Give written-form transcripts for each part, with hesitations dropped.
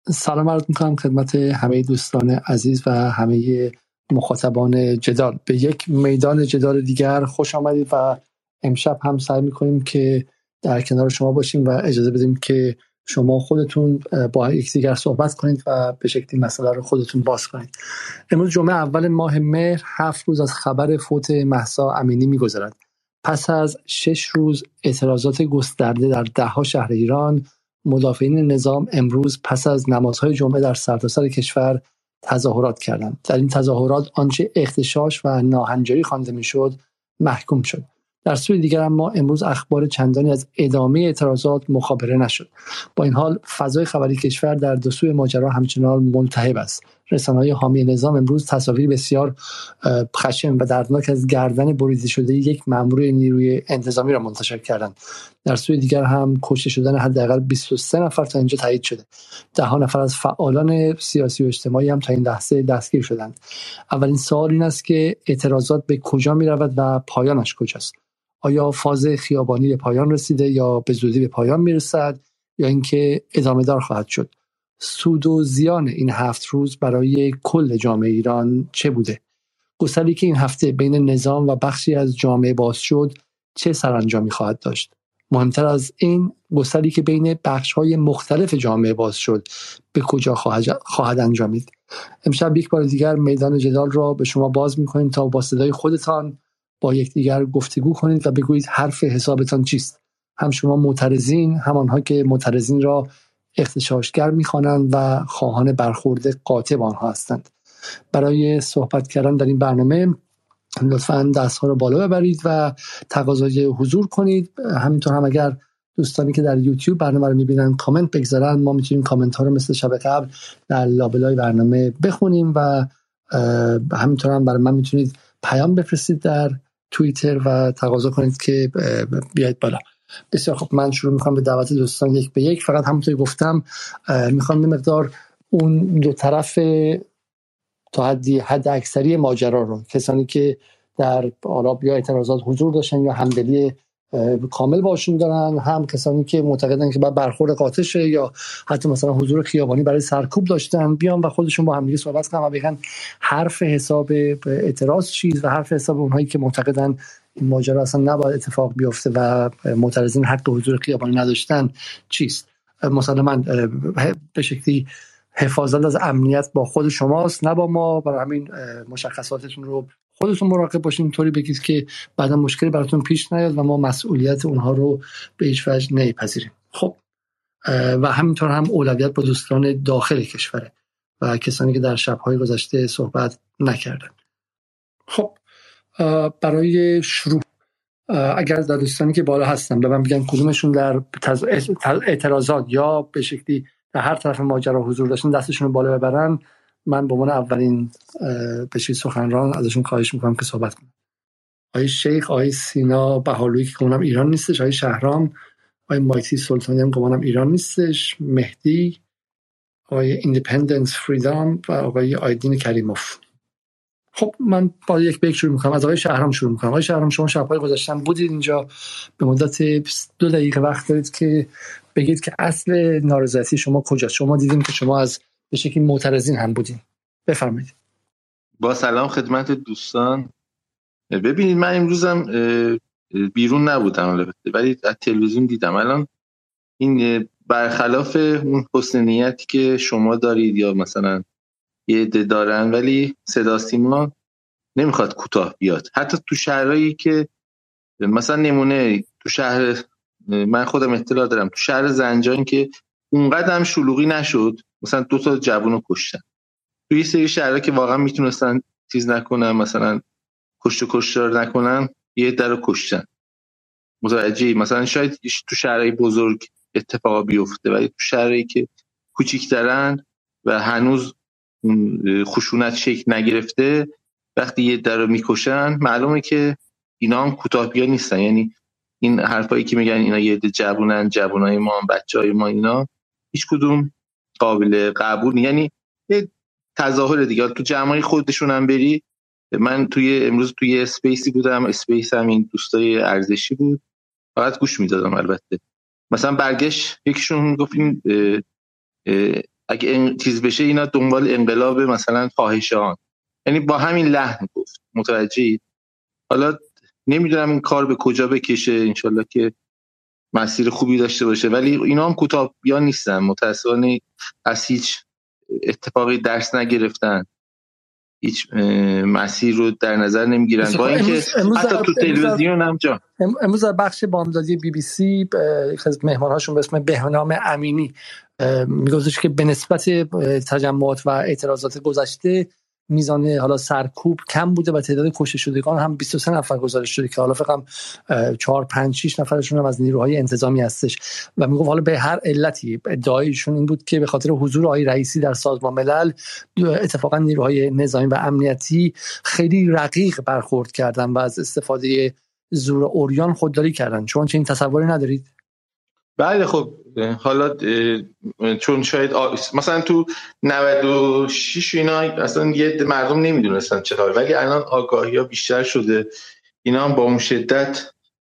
سلام عرض میکنم خدمت همه دوستان عزیز و همه مخاطبان جدال. به یک میدان جدال دیگر خوش آمدید و امشب هم سعی میکنیم که در کنار شما باشیم و اجازه بدیم که شما خودتون با یکدیگر صحبت کنید و به شکلی مسئله رو خودتون باز کنید. امروز جمعه اول ماه مهر، 7 روز از خبر فوت مهسا امینی میگذرد. پس از 6 روز اعتراضات گسترده در ده‌ها شهر ایران، مدافعین نظام امروز پس از نمازهای جمعه در سرتاسر کشور تظاهرات کردند. در این تظاهرات آنچه اغتشاش و ناهنجاری خوانده میشد محکوم شد. در سوی دیگر اما امروز اخبار چندانی از ادامه اعتراضات مخابره نشد. با این حال فضای خبری کشور در دو سوی ماجرا همچنان ملتهب است. رسانه‌های حامی نظام امروز تصاویر بسیار خشن و دردناک از گردن بریده شده یک مأمور نیروی انتظامی را منتشر کردند. در سوی دیگر هم کشته شدن حداقل 23 نفر تا اینجا تایید شده. 10 نفر از فعالان سیاسی و اجتماعی هم تا این لحظه دستگیر شدند. اولین سوال این است که اعتراضات به کجا می رود و پایانش کجاست؟ آیا فاز خیابانی به پایان رسیده یا به زودی به پایان می رسد یا اینکه ادامه دار خواهد شد؟ سود و زیان این 7 روز برای کل جامعه ایران چه بوده؟ گسلی که این هفته بین نظام و بخشی از جامعه باز شد چه سرانجامی خواهد داشت؟ مهمتر از این، گسلی که بین بخش‌های مختلف جامعه باز شد به کجا خواهد انجامید؟ امشب یک بار دیگر میدان جدال را به شما باز می‌کنیم تا با صدای خودتان با یکدیگر گفتگو کنید و بگویید حرف حسابتان چیست. هم شما معترضین، هم آنها که معترضین را اغتشاشگر می‌خوانند و خواهان برخورد قاطع با آنها هستند. برای صحبت کردن در این برنامه لطفاً دست‌ها رو بالا ببرید و تقاضای حضور کنید. همینطور هم اگر دوستانی که در یوتیوب برنامه رو می‌بینن کامنت بگذارن، ما می‌تونیم کامنت‌ها رو مثل شب قبل در لابلای برنامه بخونیم و همینطور هم برای من می‌تونید پیام بفرستید در توییتر و تقاضا کنید که بیاید بالا. بسیار خب، من شروع می‌کنم به دعوت دوستان یک به یک. فقط همونطور گفتم می‌خوام یه مقدار اون دو طرف تا حد اکثری ماجرا رو، کسانی که در آراب یا اعتراضات حضور داشتن یا همدلی کامل باشون دارن، هم کسانی که معتقدن که بعد برخورد قاطشه یا حتی مثلا حضور خیابانی برای سرکوب داشتن، بیان و خودشون با همدیگه صحبت کنن و بگن حرف حساب اعتراض چیست و حرف حساب اونهایی که معتقدن این ماجرا اصلا نباید اتفاق بیفته و معترضین حق حضور خیابانی نداشتن چیست. مثلا من به شکلی حفاظت از امنیت با خود شماست نه با ما، برای همین مشخصاتتون رو خودتون مراقب باشین، طوری بگید که بعدا مشکلی براتون پیش نیاد و ما مسئولیت اونها رو به هیچ وجه نمیپذیریم. خب، و همینطور هم اولویت با دوستان داخل کشوره و کسانی که در شب‌های گذشته صحبت نکردن. خب، برای شروع اگر در دوستانی که بالا هستن به من بگن کدومشون در اعتراضات یا به شکلی در هر طرف ماجرا حضور داشتن دستشون رو بالا ببرن، من به عنوان اولین به شکلی سخنران ازشون خواهش میکنم که صحبت کنم. آقای شیخ، آقای سینا بهالویی که گمانم ایران نیستش، آقای شهرام، آقای مایتی سلطانی هم گمانم ایران نیستش، مهدی، آقای ایندیپندنس فریدام و آقای آیدین کریموف. خب، من با یک به یک شروع میکنم. از آقای شهرام شروع میکنم. آقای شهرام، شما شب‌های گذشته بودید اینجا، به مدت 2 دقیقه وقت دارید که بگید که اصل نارضایتی شما کجاست. شما دیدیم که شما از به شکلی معترضین هم بودین. بفرمایید. با سلام خدمت دوستان. ببینید، من امروزم بیرون نبودم البته، ولی از تلویزیون دیدم. الان این برخلاف اون حسن نیتی که شما دارید یا مثلا یه عده دارن، ولی صدا سیما نمیخواد کوتاه بیاد. حتی تو شهرهایی که مثلا نمونه تو شهر من خودم اطلاع دارم، تو شهر زنجان که اونقدر هم شلوغی نشد، مثلا 2 تا جوونو کشتن. تو یه سری شهرها که واقعا میتونستن چیز نکنن، مثلا کشتار نکنن، یه در رو کشتن. متوجهی؟ مثلا شاید تو شهرهای بزرگ اتفاقا بیفته، ولی تو شهرهایی که کوچیک‌ترن و هنوز خشونت شکل نگرفته، وقتی یه در رو میکشن معلومه که اینا هم کوتاه‌بیا نیستن. یعنی این حرفایی که میگن اینا یه عده جوونای ما، بچهای ما، اینا هیچ کدوم قابل قبول نیست. یعنی یه تظاهر دیگه. تو جمعای خودشون هم بری، من امروز توی اسپیسی بودم، اسپیس همین دوستای ارزشی بود، فقط گوش میدادم. البته مثلا برگشت یکیشون گفت این اگه چیز بشه اینا دنبال انقلاب مثلا فاحشه‌ان، یعنی با همین لحن گفت. متوجهید؟ حالا نمیدونم این کار به کجا بکشه، انشالله که مسیر خوبی داشته باشه، ولی اینا هم کتابیان نیستن متاسفانه، از هیچ اتفاقی درس نگرفتن، هیچ مسیر رو در نظر نمیگیرن، با اینکه حتی تو تلویزیون هم امروز در بخش بامدادی BBC یک از مهمانهاشون به اسم بهنام امینی میگفتش که به نسبت تجمعات و اعتراضات گذشته میزان حالا سرکوب کم بوده و تعداد کشته شدگان هم 23 نفر گزارش شده که حالا فقط 4 5 6 نفرشون هم از نیروهای انتظامی هستش و میگفت حالا به هر علتی ادعایشون این بود که به خاطر حضور آقای رئیسی در سازمان ملل اتفاقا نیروهای نظامی و امنیتی خیلی رقیق برخورد کردن و از استفاده زور عریان خودداری کردن. چون چه این تصوری ندارید؟ بله خب حالا چون شاید مثلا تو 96 اینا اصلا یه مردم نمیدونستن چطور، ولی الان آگاهی ها بیشتر شده، اینا هم با اون شدت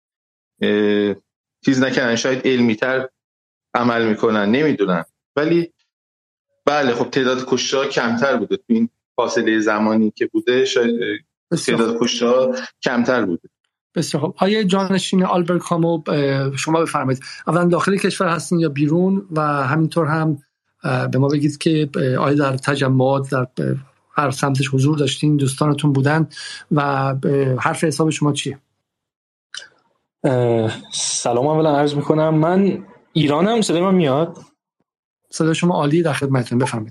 چیز نکنن، شاید علمی تر عمل میکنن، نمیدونن. ولی بله خب تعداد کشته ها کمتر بوده تو این فاصله زمانی که بوده، شاید تعداد کشته ها کمتر بوده. بسیار خب. آیا جانشین آلبرت کامو شما بفرمایید اولا داخل کشور هستین یا بیرون و همینطور هم به ما بگید که آیا در تجمعات در هر سمتش حضور داشتین، دوستانتون بودن و حرف حساب شما چیه؟ سلام اولا عرض میکنم، من ایرانم. صدای من میاد؟ صدای شما عالی، در خدمتتون، بفرمایید.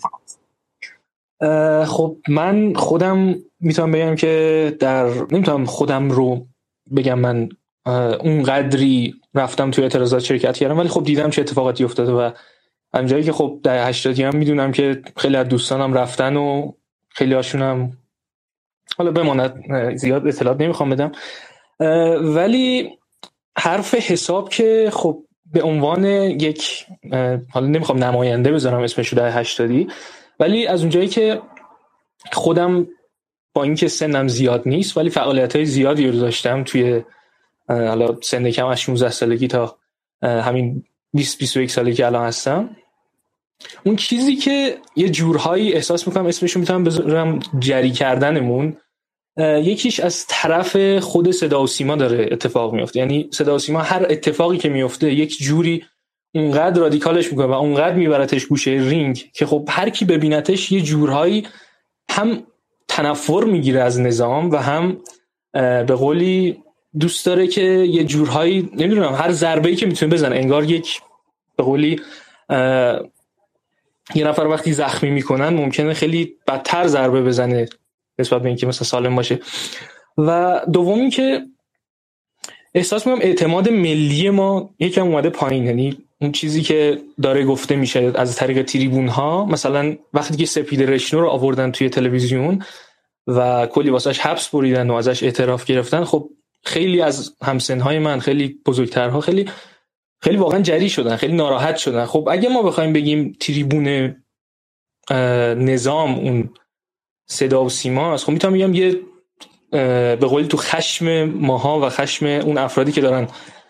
خب من خودم میتونم بگم که نمیتونم خودم رو بگم من اون قدری رفتم توی اعتراضات شرکت کردم، ولی خب دیدم چه اتفاقاتی افتاده و همونجایی که خب در 80 هم میدونم که خیلی از دوستانم رفتن و خیلی هاشونم حالا بماند، زیاد اطلاعات نمیخوام بدم. ولی حرف حساب که خب به عنوان یک، حالا نمیخوام نماینده بذارم اسمشو در 80، ولی از اونجایی که خودم با اینکه سنم زیاد نیست ولی فعالیت‌های زیادی رو داشتم توی حالا سن کم از 16 سالگی تا همین 20-21 سالگی که الان هستم، اون چیزی که یه جورهایی احساس میکنم اسمشو میتونم بذارم جری کردنمون، یکیش از طرف خود صدا و سیما داره اتفاق میفته. یعنی صدا و سیما هر اتفاقی که میفته یک جوری اونقدر رادیکالش میکنه و اونقدر میبرتش گوشه رینگ که خب هر کی ببینتش یه جورهایی هم تنفر میگیره از نظام و هم به قولی دوست داره که یه جورهایی نمیدونم هر ضربه‌ای که میتونه بزنه، انگار یک به قولی یه نفر وقتی زخمی میکنن ممکنه خیلی بدتر ضربه بزنه نسبت به اینکه مثلا سالم باشه. و دومی که احساس میکنم اعتماد ملی ما یکم اومده پایین. یعنی اون چیزی که داره گفته میشه از طریق تریبون ها، مثلا وقتی که سپید رشنو رو آوردن توی تلویزیون و کلی واسش حبس بریدن و ازش اعتراف گرفتن، خب خیلی از همسنهای من، خیلی بزرگترها، خیلی واقعا جری شدن، خیلی ناراحت شدن. خب اگه ما بخوایم بگیم تریبون نظام اون صدا و سیما است، خب میتونم بگم یه به قولی تو خشم ماها و خشم اون افرادی که دارن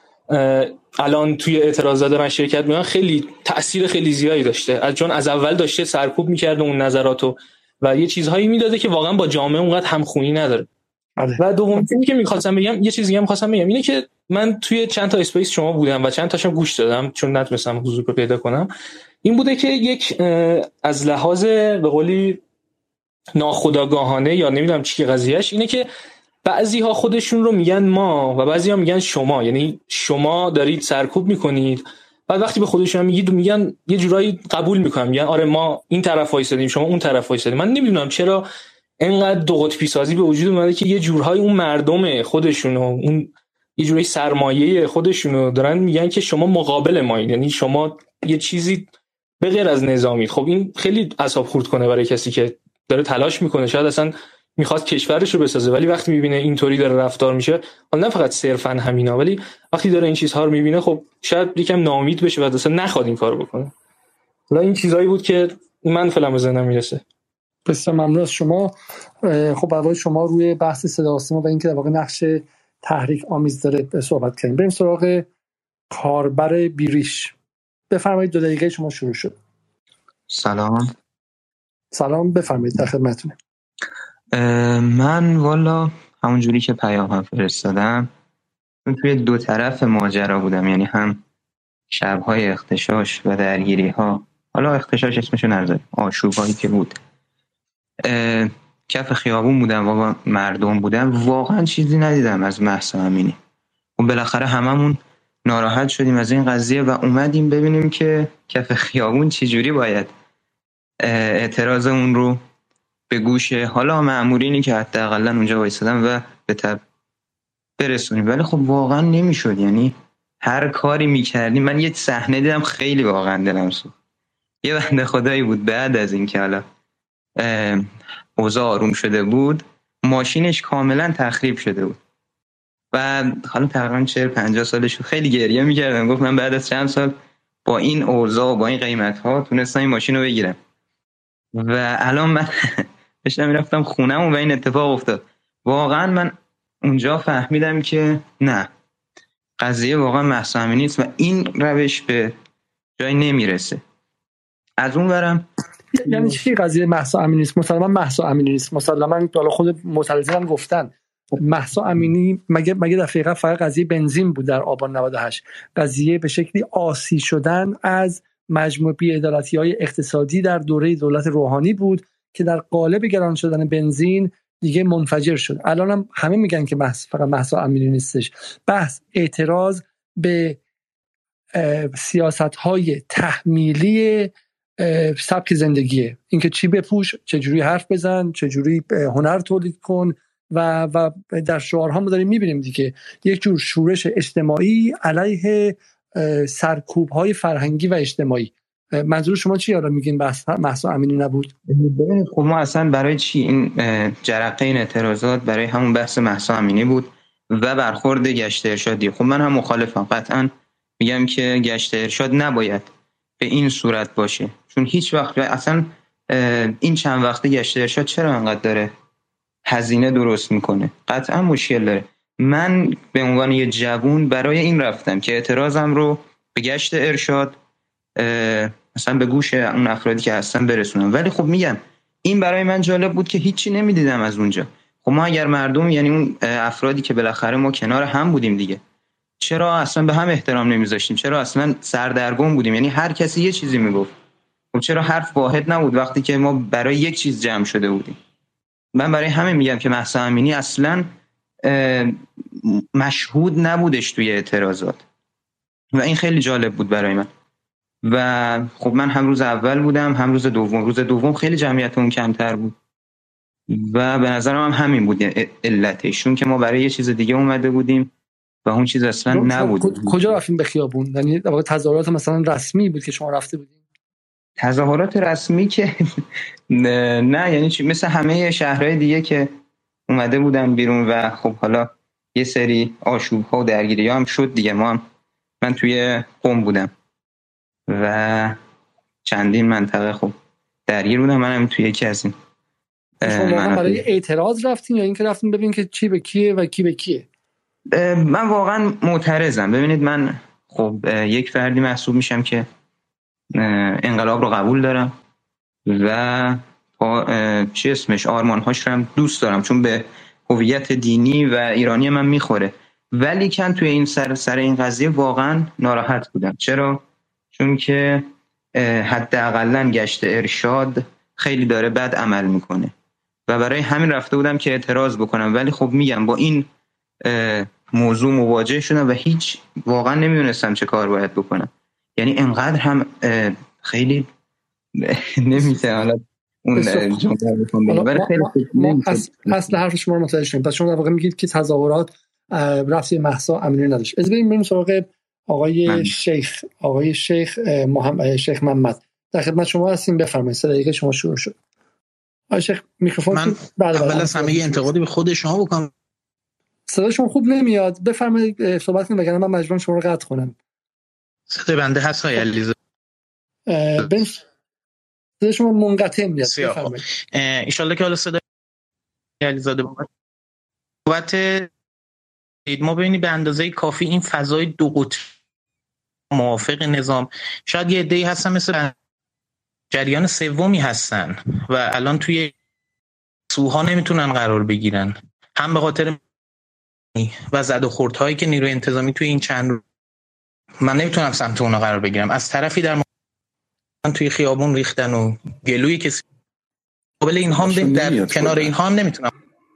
الان توی اعتراضات دارن شرکت میکنن خیلی تأثیر خیلی زیادی داشته، چون از اول داشته سرکوب میکرده اون نظراتو و یه چیزهایی میداده که واقعا با جامعه اونقدر همخونی نداره. و دوم چیزی که می‌خواستم بگم، یه چیزی هم خواستم بگم اینه که من توی چند تا اسپیس شما بودم و چند تاشم گوش دادم چون نتونستم حضور پیدا کنم. این بوده که یک از لحاظ به قولی ناخودآگاهانه یا نمیدونم چی قضیهش اینه که بعضی‌ها خودشون رو میگن ما و بعضی‌ها میگن شما، یعنی شما دارید سرکوب میکنید، بعد وقتی به خودشون میگید میگن یه جورایی قبول میکنن، میگن آره ما این طرف وایسادیم شما اون طرف وایسادید. من نمیدونم چرا اینقدر دو قطبی سازی به وجود اومده که یه جورهای اون مردم خودشونو، اون یه جورای سرمایه خودشونو دارن میگن که شما مقابل مایید، یعنی شما یه چیزی به غیر از نظامی. خب این خیلی اعصاب خورد کنه برای کسی که داره تلاش میکنه، شاید اصلا میخواد کشورش رو بسازه، ولی وقتی میبینه اینطوری داره رفتار میشه، حالا نه فقط صرفا همینا، ولی وقتی داره این چیزها رو میبینه خب شاید یکم ناامید بشه و اصلا نخواد این کارو بکنه. حالا این چیزایی بود که من فعلا به ذهنم میرسه. بسیار ممنون از شما. خب برای شما روی بحث صدا و سیما و اینکه در واقع نقش تحریک آمیز داره صحبت کنیم. بریم سراغ کاربر بیریش. بفرمایید، 2 دقیقه شما شروع شد. سلام بفرمایید، در خدمتتونم. من والا همونجوری که پیام هم فرستادم توی دو طرف ماجرا بودم، یعنی هم شب‌های اغتشاش و درگیری‌ها، حالا اغتشاش اسمشو نذاریم، آشوب‌هایی که بود، کف خیابون بودم و با مردم بودم، واقعا چیزی ندیدم از مهسا امینی. و بالاخره هممون ناراحت شدیم از این قضیه و اومدیم ببینیم که کف خیابون چجوری باید اعتراض اون رو به گوش حالا مأمورینی که حداقل اونجا وایسادن و به تب برسونیم. ولی خب واقعا نمیشد، یعنی هر کاری میکردیم. من یه صحنه دیدم خیلی واقعا دلم سوخت. یه بنده خدایی بود بعد از این که حالا اوضاع آروم شده بود، ماشینش کاملا تخریب شده بود و حالا تقریبا 40-50 سالش بود. خیلی گریه میکردم، گفت من بعد از چند سال با این اوضاع و با این قیمت ها تونستم این ماشین رو بگیرم و الان من داشتم میرفتم خونم و این اتفاق افتاد. واقعا من اونجا فهمیدم که نه، قضیه واقعا مهسا امینی است و این روش به جای نمیرسه. از اون برم یعنی چی قضیه مهسا امینی است؟ مسلما مهسا امینی نیست، مسلما بالا خود معترضین هم گفتن مهسا امینی مگه دقیقاً فقط قضیه بنزین بود در آبان 98؟ قضیه به شکلی آسی شدن از مجموع بی‌عدالتی‌های اقتصادی در دوره دولت روحانی بود که در قالب گران شدن بنزین دیگه منفجر شد. الان هم همه میگن که فقط مهسا امینی نیستش. بحث اعتراض به سیاست‌های تحمیلی سبک زندگیه، اینکه چی بپوش، چجوری حرف بزن، چجوری هنر تولید کن و در شعارها ما داریم میبینیم دیگه یک جور شورش اجتماعی علیه سرکوب‌های فرهنگی و اجتماعی. منظور شما چی حالا میگین مهسا امینی نبود؟ ببینید خب ما اصلا برای چی این جرقه این اعتراضات برای همون بحث مهسا امینی بود و برخورد گشت ارشادی. خب من هم مخالفم، قطعا میگم که گشت ارشاد نباید به این صورت باشه، چون هیچ وقت اصلا این چند وقته گشت ارشاد چرا انقدر داره هزینه درست میکنه؟ قطعا مشکل داره. من به عنوان یه جوون برای این رفتم که اعتراضم رو به گشت ارشاد مثلا به گوش اون افرادی که هستن برسونم. ولی خب میگم این برای من جالب بود که هیچی نمیدیدم از اونجا. خب ما اگر مردم، یعنی اون افرادی که بالاخره ما کنار هم بودیم دیگه، چرا اصلا به هم احترام نمیذاشتیم؟ چرا اصلا سردرگم بودیم؟ یعنی هر کسی یه چیزی میگفت. خب چرا حرف واحد نبود وقتی که ما برای یک چیز جمع شده بودیم؟ من برای همین میگم که مهسا امینی اصلا مشهود نبودش توی اعتراضات و این خیلی جالب بود برای من. و خب من هم روز اول بودم هم روز دوم خیلی جمعیت اون کمتر بود و به نظرم هم همین بود علتشون، که ما برای یه چیز دیگه اومده بودیم و اون چیز اصلا نبود. کجا رفتیم به خیابون؟ یعنی در واقع تظاهرات مثلا رسمی بود که شما رفته بودین؟ تظاهرات رسمی که نه، یعنی مثل همه شهرهای دیگه که اومده بودن بیرون و خب حالا یه سری آشوب‌ها و درگیری‌ها هم شد دیگه. من توی قم بودم و چندین منطقه خب درگیر بودم، منم توی یکی از این. شما برای اعتراض رفتین یا اینکه رفتین ببینین که چی به کیه و کی به کیه؟ من واقعا معترضم. ببینید من خب یک فردی محسوب میشم که انقلاب رو قبول دارم و چی اسمش آرمان‌هاش رو هم دوست دارم، چون به هویت دینی و ایرانی من میخوره. ولی کن توی این سر این قضیه واقعا ناراحت بودم. چرا؟ چون که حداقلن گشت ارشاد خیلی داره بد عمل میکنه و برای همین رفته بودم که اعتراض بکنم. ولی خب میگم با این موضوع مواجه شدم و هیچ واقعا نمیدونستم چه کار باید بکنم. یعنی انقدر هم خیلی نمیشه حالا اون جمله بکنم، ولی خیلی اصل حرف شما رو متوجه شدم. پس شما در واقع میگید که تظاهرات رفتی مهسا امینی نداشت. از بریم سراغ آقای شیخ محمد شیخ محمد. در خدمت شما هستیم، بفرمایید. صدای شما شروع شد. آقای شیخ میکروفون. من اول از همه انتقادی به خود شما بکنم. صدای شما خوب نمیاد، بفرمایید صحبت کنید وگرنه من مجبورم شما رو قطع کنم. صدای بنده هست آقای علیزاده؟ صدای شما منقطع میاد، بفرمایید. ان شاءالله که حالا صدای علیزاده بابت ما ببینید به اندازه کافی این فضای دو قطبی موافق نظام، شاید یه عده‌ای هستن مثل جریان سومی هستن و الان توی سوها نمیتونن قرار بگیرن، هم به خاطر و زد و خوردهایی که نیروی انتظامی توی این چند روز من نمیتونم سمت اونا قرار بگیرم. از طرفی در توی خیابون ریختن و گلوی کسی قابل اینها هم در کنار اینها هم نمیتونم.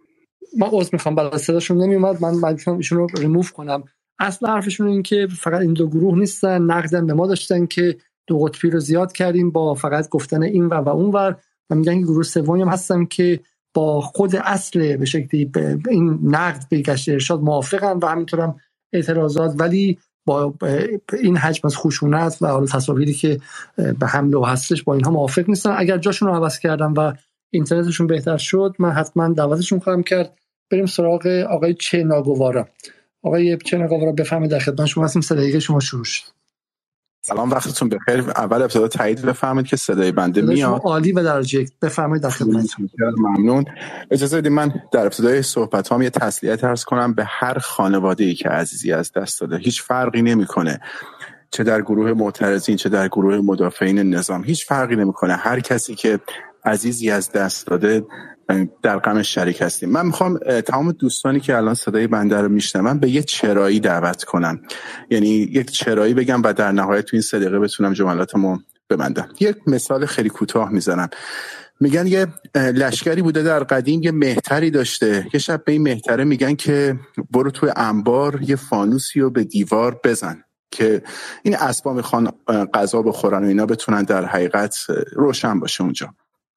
من عذر میخوام برای صداشون نمیومد، من میتونم ایشون رو ریموو کنم. اصل حرفشون این که فقط این دو گروه نیستن، نقدم به ما داشتن که دو قطبی رو زیاد کردیم با فقط گفتن این و اون ور، و میگن گروه سومی هم هستن که با خود اصل به شکلی این نقد به گشت ارشاد موافقن و همینطور هم اعتراضات، ولی با این حجم از خشونت و حالا تصاویری که به حمله و هستش با اینها موافق نیستن. اگر جاشون رو عوض کردن و اینترنتشون بهتر شد من حتما دعوتشون خواهم کرد. بریم سراغ آقای چناگوارا. آقای چناگوارا بفرمایید، در خدمت شما هستیم. صدای شما شروع شد. سلام، وقتتون بخیر. اول ابتدا تایید بفرمایید که صدای بنده میاد. عالی و درجه یک. بفرمایید، در خدمتتون. ممنون. اجازه بدید من در ابتدای صحبتام یه تسلیت عرض کنم به هر خانواده‌ای که عزیزی از دست داده. هیچ فرقی نمی‌کنه چه در گروه معترضین چه در گروه مدافعین نظام، هیچ فرقی نمی‌کنه. هر کسی که عزیزی از دست داده در غمش شریک هستیم. من میخوام تمام دوستانی که الان صدای بنده رو میشنون به یه چرایی دعوت کنم، یعنی یک چرایی بگم و در نهایت تو این 3 دقیقه بتونم جملاتمو ببندم. یک مثال خیلی کوتاه میزنم. میگن یه لشکری بوده در قدیم، یه مهتری داشته. یه شب به این مهتره میگن که برو توی انبار یه فانوسی رو به دیوار بزن که این اسبا میخوان غذا بخورن و اینا بتونن در حقیقت روشن باشه اونجا.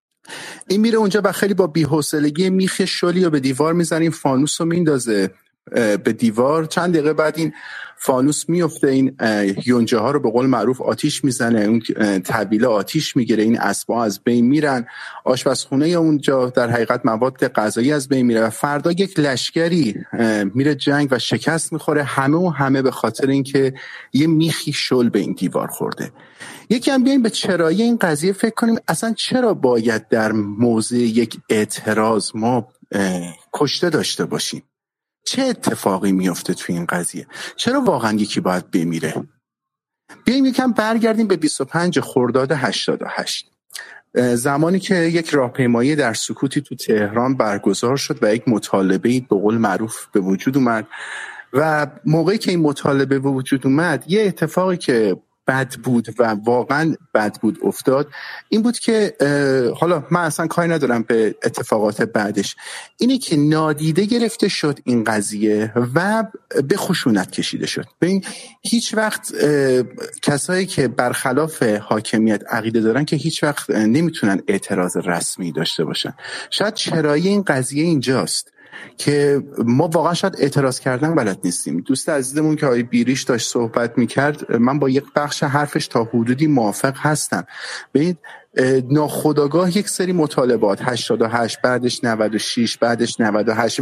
این میره اونجا و خیلی با بی‌حوصلگی میخ شلی رو به دیوار میزنه، این فانوس رو میندازه به دیوار. چند دقیقه بعد این فانوس میفته، این یونجه ها رو به قول معروف آتیش میزنه، اون طویله آتیش میگیره، این اسبا از بین میرن، آشپزخونه اونجا در حقیقت مواد غذایی از بین میره و فردا یک لشکری میره جنگ و شکست میخوره، همه به خاطر اینکه یه میخی شل به این دیوار خورده. یکی هم بیاییم به چرایی این قضیه فکر کنیم. اصلا چرا باید در موضع یک اعتراض ما کشته داشته باشیم؟ چه اتفاقی میفته تو این قضیه؟ چرا واقعا یکی باید بمیره؟ بیاییم یکم برگردیم به 25 خرداد 88، زمانی که یک راهپیمایی در سکوتی تو تهران برگزار شد و یک مطالبه‌ای به قول معروف به وجود اومد و موقعی که این مطالبه به وجود اومد یه اتفاقی که بد بود و واقعا بد بود افتاد، این بود که حالا من اصلا کاری ندارم به اتفاقات بعدش، اینی که نادیده گرفته شد این قضیه و به خشونت کشیده شد. ببین هیچ وقت کسایی که برخلاف حاکمیت عقیده دارن که هیچ وقت نمیتونن اعتراض رسمی داشته باشن. شاید چرایی این قضیه اینجاست که ما واقعا شاید اعتراض کردن بلد نیستیم. دوست عزیزمون که آقای بیریش داشت صحبت میکرد، من با یک بخش حرفش تا حدودی موافق هستم. ببینید ناخودآگاه یک سری مطالبات 88 بعدش 96 بعدش 98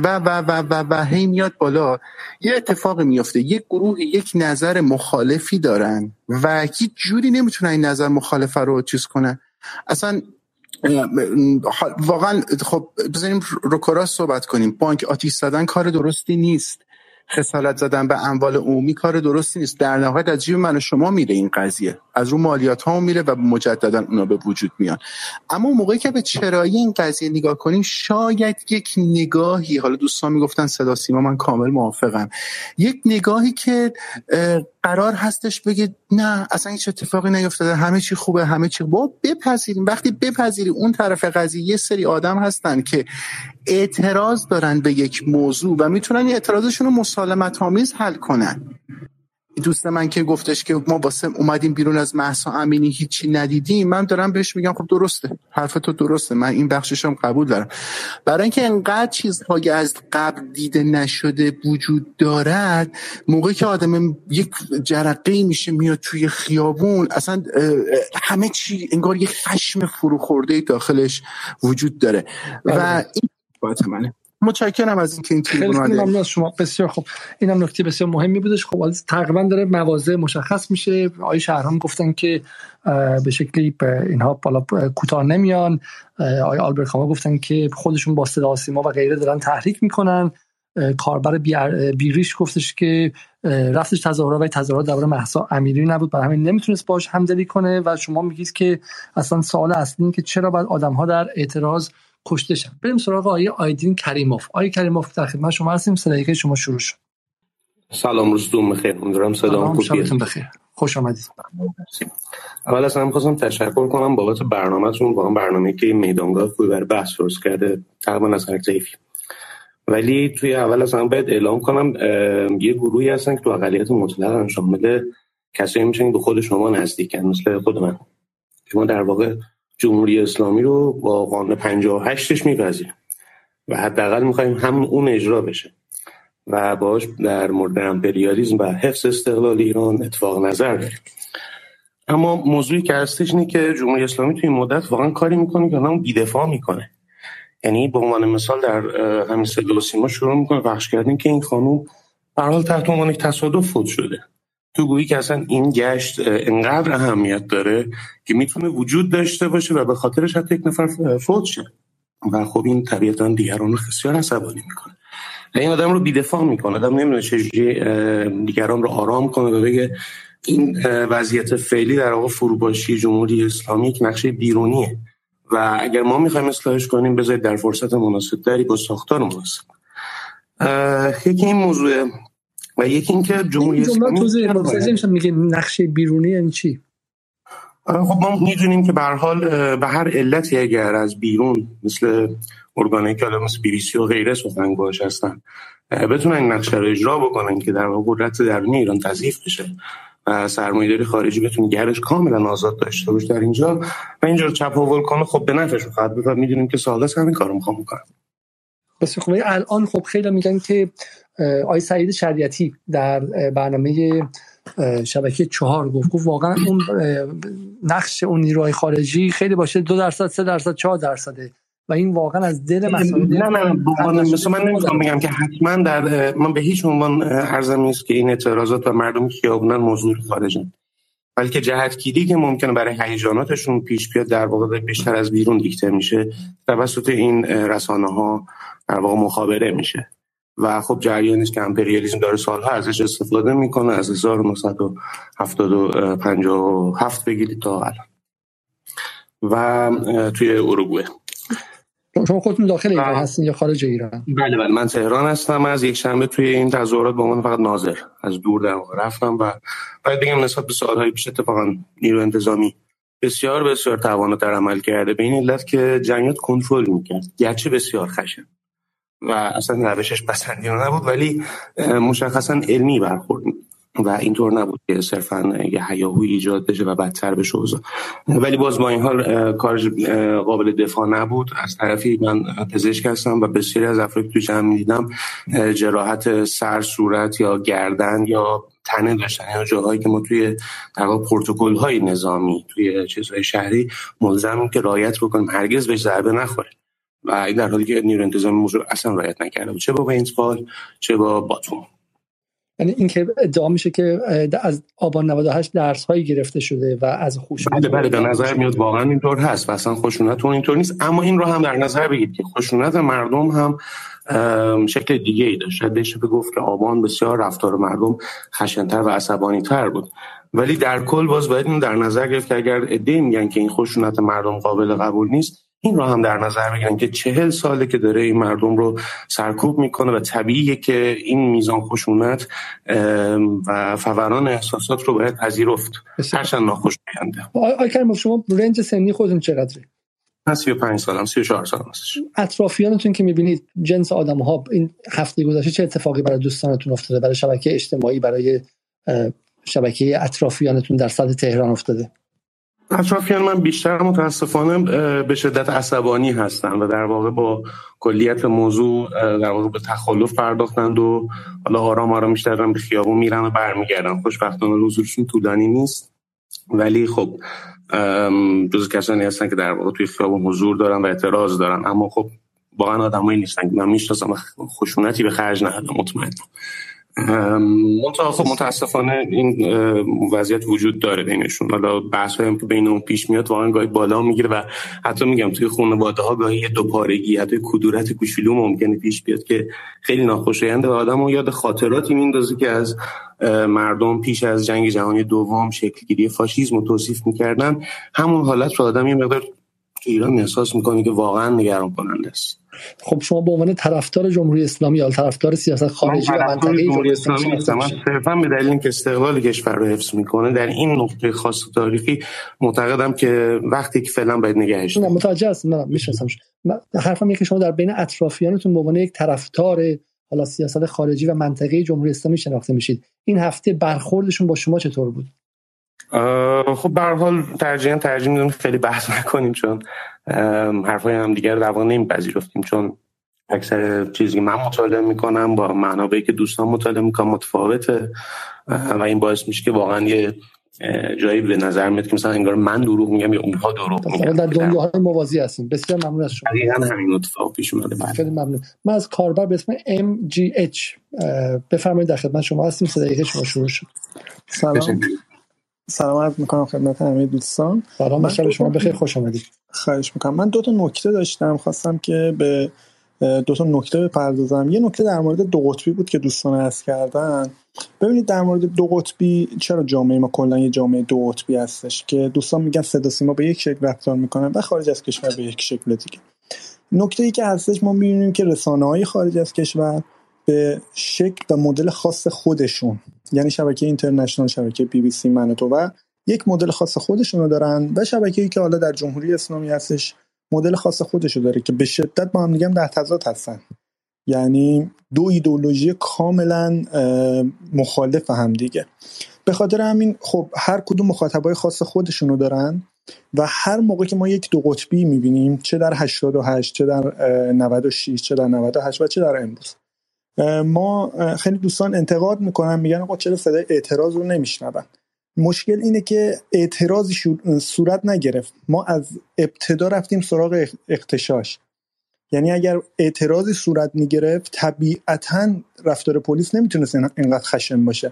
و هی میاد بالا، یه اتفاق میفته، یک گروه یک نظر مخالفی دارن و هیچ جوری نمیتونن این نظر مخالفه رو چیز کنن. اصلا واقعا خب بذاریم روکراس صحبت کنیم. بانک آتیش زدن کار درستی نیست، خسارت زدن به اموال عمومی کار درستی نیست. در نهایت از جیب من و شما میره این قضیه، از رو مالیات ها میره و مجددا اونا به وجود میان. اما موقعی که به چرایی این قضیه نگاه کنیم، شاید یک نگاهی، حالا دوستان میگفتن صدا سیما، من کامل موافقم، یک نگاهی که قرار هستش بگه نه اصلا هیچ اتفاقی نیفتاده، همه چی خوبه، همه چی با بپذیریم. وقتی بپذیری اون طرف قضیه یه سری آدم هستن که اعتراض دارن به یک موضوع و میتونن این اعتراضشون رو مسالمت آمیز حل کنن. دوست من که گفتش که ما واسه اومدیم بیرون از مهسا امینی هیچی ندیدیم، من دارم بهش میگم خب درسته، حرف تو درسته، من این بخششم قبول دارم. برای اینکه انقدر چیزهای از قبل دیده نشده وجود دارد، موقعی که آدم یک جرقه‌ای میشه میاد توی خیابون، اصلا همه چی انگار یک خشم فروخورده داخلش وجود داره و این باید منه. متشکرم از اینکه این تیم خیلی ممنون از شما. بسیار خوب، اینم نکته بسیار مهمی بودش. خب تقریبا داره مواضع مشخص میشه. آقای شهرام گفتن که به شکلی اینها بالا کوتاه نمیان. آقای آلبرت خاما گفتن که خودشون با صدا سیما و غیره دارن تحریک میکنن. کاربر بیریش گفتش که رفتش تظاهرات و تظاهرات درباره مهسا امیری نبود، برای همین نمیتونست باش همدلی کنه و شما میگید که اصلا سوال اصلی این که چرا باید آدم‌ها در اعتراض کشته شن. بریم سراغ آقای آیدین کریموف. آقای کریموف در خدمت شما هستیم، صدای شما شروع شد. سلام، روزتون بخیر. امیدوارم صدام خوب بیاد. بخیر. خوش آمدید. اول از همه می‌خواستم تشکر کنم بابت برنامه‌تون. واقعا برنامه‌ای که میدانگاه خوبی برای بحث درست کرده، تقریبا از هر طیفی. ولی توی اول از همه باید اعلام کنم یه گروهی هستن که تو اقلیت مطلق شامل کسایی میشن به خود شما نزدیکن، مثل خود من. شما در واقع جمهوری اسلامی رو با قانون 58ش می‌پذیریم و حداقل می‌خوایم هم اون اجرا بشه و باش در مورد امپریالیسم و حفظ استقلال ایران اتفاق نظر داریم. اما موضوعی که هستش اینه که جمهوری اسلامی توی این مدت واقعا کاری میکنه که اونم بی‌دفاع میکنه. یعنی به عنوان مثال در همین صدا و سیما شروع میکنه پخش کردن که این خانوم به هر حال تحت عنوان تصادف فوت شده. تو گویی که اصلا این گشت انقدر اهمیت داره که میتونه وجود داشته باشه و به خاطرش حتی یک نفر فوت شه و خب این طبیعتاً دیگران رو بسیار عصبانی میکنه. این آدم رو بی‌دفاع میکنه. آدم نمیدونه چجوری دیگران رو آرام کنه و بگه این وضعیت فعلی در واقع فروپاشی جمهوری اسلامی یک نقشه بیرونیه و اگر ما میخوایم اصلاحش کنیم بذارید در فرصت مناسب تری با ساختار مناسب. یکی این موضوع و یکی این که جمهوری اسلامی توضیح میگه نقشه بیرونی یعنی چی؟ خب ما میدونیم که به هر حال به هر علتی اگر از بیرون مثل ارگانایی که مثل BBC و غیره سخنگوش هستن بتونن این نقشه رو اجرا بکنن که در واقع قدرت درونی ایران تضعیف بشه و سرمایه‌داری خارجی بتونه گرش کاملا آزاد داشته باشه در اینجا و اینجا رو چپاول کنه، خب به نفعش می‌خواد. میدونیم که سال‌هاست همین کارو می‌خوام بکنن. بس خب الان خب خیلی میگن که آقای سعید شریعتی در برنامه شبکه 4 گفت واقعا اون نقش اون نیروهای خارجی خیلی باشه 2%، 3%، 4% و این واقعا از دل مسائل نه مثلا من نمیخوام بگم که حتما در من به هیچ عنوان عرضم نیست که این اعتراضات و مردم خیابونن موضوع خارجن، بلکه جهتگیری که ممکنه برای هیجاناتشون پیش بیاد در واقع بیشتر از بیرون دیکته میشه توسط این رسانه‌ها در واقع مخابره میشه و خب جریانش که امپریالیسم داره سالها ازش استفاده میکنه از 1957 بگیرید تا الان و توی اروگوئه. شما خودتون داخل ایران هستین یا خارج ایران؟ بله من تهران هستم. از یک شنبه توی این تظاهرات با من فقط ناظر از دور در واقع رفتم و باید بگم نسبت به سالهای پیش اتفاقا نیرو انتظامی بسیار تواناتر عمل کرده به این علت که جمعیت کنترل میکرد، گرچه بسیار خشن و اصلا روشش پسندیده نبود ولی مشخصا علمی برخورد و اینطور نبود که صرفا یه هیاهوی ایجاد بشه و بدتر بشه اوضاع. ولی باز با این حال کار قابل دفاع نبود. از طرفی من پزشک هستم و بسیاری از افرادی توی جمع می‌دیدم جراحت سر، صورت یا گردن یا تنه داشتن یا جاهایی که ما توی در واقع پروتکل‌های نظامی توی چیزهای شهری ملزمیم که رعایت بکنیم هرگز بهش ضربه نخوره و این در حالی که نیروی انتظامی موضوع اصلا رعایت نکرده بود، چه با اینتفال چه با باتوم. یعنی این که ادعا میشه که از آبان 98 درس‌هایی گرفته شده و از خشونت بله به نظر میاد واقعا اینطور هست و اصلا خشونت اون اینطور نیست، اما این رو هم در نظر بگیرید که خشونت مردم هم شکل دیگه ای داشت. بشه گفت که آبان بسیار رفتار مردم خشن‌تر و عصبانی‌تر بود، ولی در کل باز باید این در نظر گرفت که اگر ادعی میگن که این خشونت مردم قابل قبول نیست، این رو هم در نظر بگیرن که 40 ساله که داره این مردم رو سرکوب میکنه و طبیعیه که این میزان خشونت و فوران احساسات رو باید پذیرفت هرچند ناخوشاینده. آقای کریموف شما رنج سنی خودتون چقدره؟ 35 سالم، 34 سالم هستش. اطرافیانتون که میبینید جنس آدم‌ها این هفته گذشته چه اتفاقی برای دوستانتون افتاده، برای شبکه اجتماعی، برای شبکه اطرافیانتون در سطح تهران افتاده؟ اطرافیان من بیشتر متاسفانه به شدت عصبانی هستن و در واقع با کلیت موضوع در واقع به تخلف پرداختند و حالا آرام میشترن به خیابون میرن و برمیگردن. خوشبختانه حضورشون طولانی نیست ولی خب جز کسانی هستن که در واقع توی خیابون حضور دارن و اعتراض دارن، اما خب واقعا آدمایی نیستن که من میشناسم خشونتی به خرج ندادم مطمئنم. خب متاسفانه این وضعیت وجود داره بینشون. حالا بحثایی که بین اون پیش میاد واقعا گاهی بالا میگیره و حتی میگم توی خانواده‌ها گاهی دوپارگی، حتی کدورت کوچولو ممکنه پیش بیاد که خیلی ناخوشاینده و آدمو یاد خاطراتی میندازه که از مردم پیش از جنگ جهانی دوم شکلگیری فاشیسم رو توصیف میکردن. همون حالت رو آدم یه مقدار تو ایران احساس میکنه که واقعا نگران کننده است. خب شما به عنوان طرفدار جمهوری اسلامی یا طرفدار سیاست خارجی و منطقه‌ای جمهوری اسلامی نیستم، من صرفاً به دلیل اینکه استقلال کشور رو حفظ میکنه در این نقطه خاص تاریخی معتقدم که وقتی که فعلا باید نگهش داریم. متوجه هستم، من میشناسم. حرفم اینه که شما در بین اطرافیانتون به عنوان یک طرفدار حالا سیاست خارجی و منطقه‌ای جمهوری اسلامی شناخته میشید. این هفته برخوردشون با شما چطور بود؟ خب به هر حال ترجیح میدم خیلی بحث نکنیم، چون حرفای هم دیگه رو در واقع نمیپذیرفتیم، چون اکثر چیزی که من مطالعه میکنم با منابعی که دوستان مطالعه میکنم متفاوته و این باعث میشه که واقعا یه جایی به نظر میاد که مثلا انگار من دروغ میگم یا اونها دروغ میگن. در دنیاهای موازی هستیم. بسیار ممنون از شما. دقیقاً همین اتفاق پیش اومده. خیلی ممنون. من از کاربر به اسم MGH بفرمایید، در خدمت شما هستیم. صدای شما شروع شد. سلام عرض میکنم خدمت همه دوستان. سلام، شب شما بخیر، خوش آمدید. خواهش میکنم. من دو تا نکته داشتم، خواستم که به دو تا نکته بپردازم. یه نکته در مورد دو قطبی بود که دوستان عرض کردن. ببینید در مورد دو قطبی، چرا جامعه ما کلا یه جامعه دو قطبی هستش که دوستان میگن صدا سیما به یک شکل رفتار میکنن و خارج از کشور به یک شکل دیگه. نکته ای که هستش، ما میبینیم که رسانه‌های خارج از کشور به شکل و مدل خاص خودشون، یعنی شبکه اینترنشنال، شبکه BBC، من و تو، و یک مدل خاص خودشونو دارن و شبکه‌ای که حالا در جمهوری اسلامی هستش مدل خاص خودشو داره که به شدت با هم دیگه در تضاد هستن. یعنی دو ایدئولوژی کاملا مخالف هم دیگه. به خاطر همین خب هر کدوم مخاطبای خاص خودشونو دارن و هر موقع که ما یک دو قطبی می‌بینیم، چه در 88، چه در 96، چه در 98 و چه در امروز، ما خیلی دوستان انتقاد میکنن، میگن آقا چرا صدای اعتراض رو نمیشنون. مشکل اینه که اعتراضی صورت نگرفت. ما از ابتدا رفتیم سراغ اغتشاش. یعنی اگر اعتراضی صورت میگرفت طبیعتاً رفتار پلیس نمیتونست اینقدر خشن باشه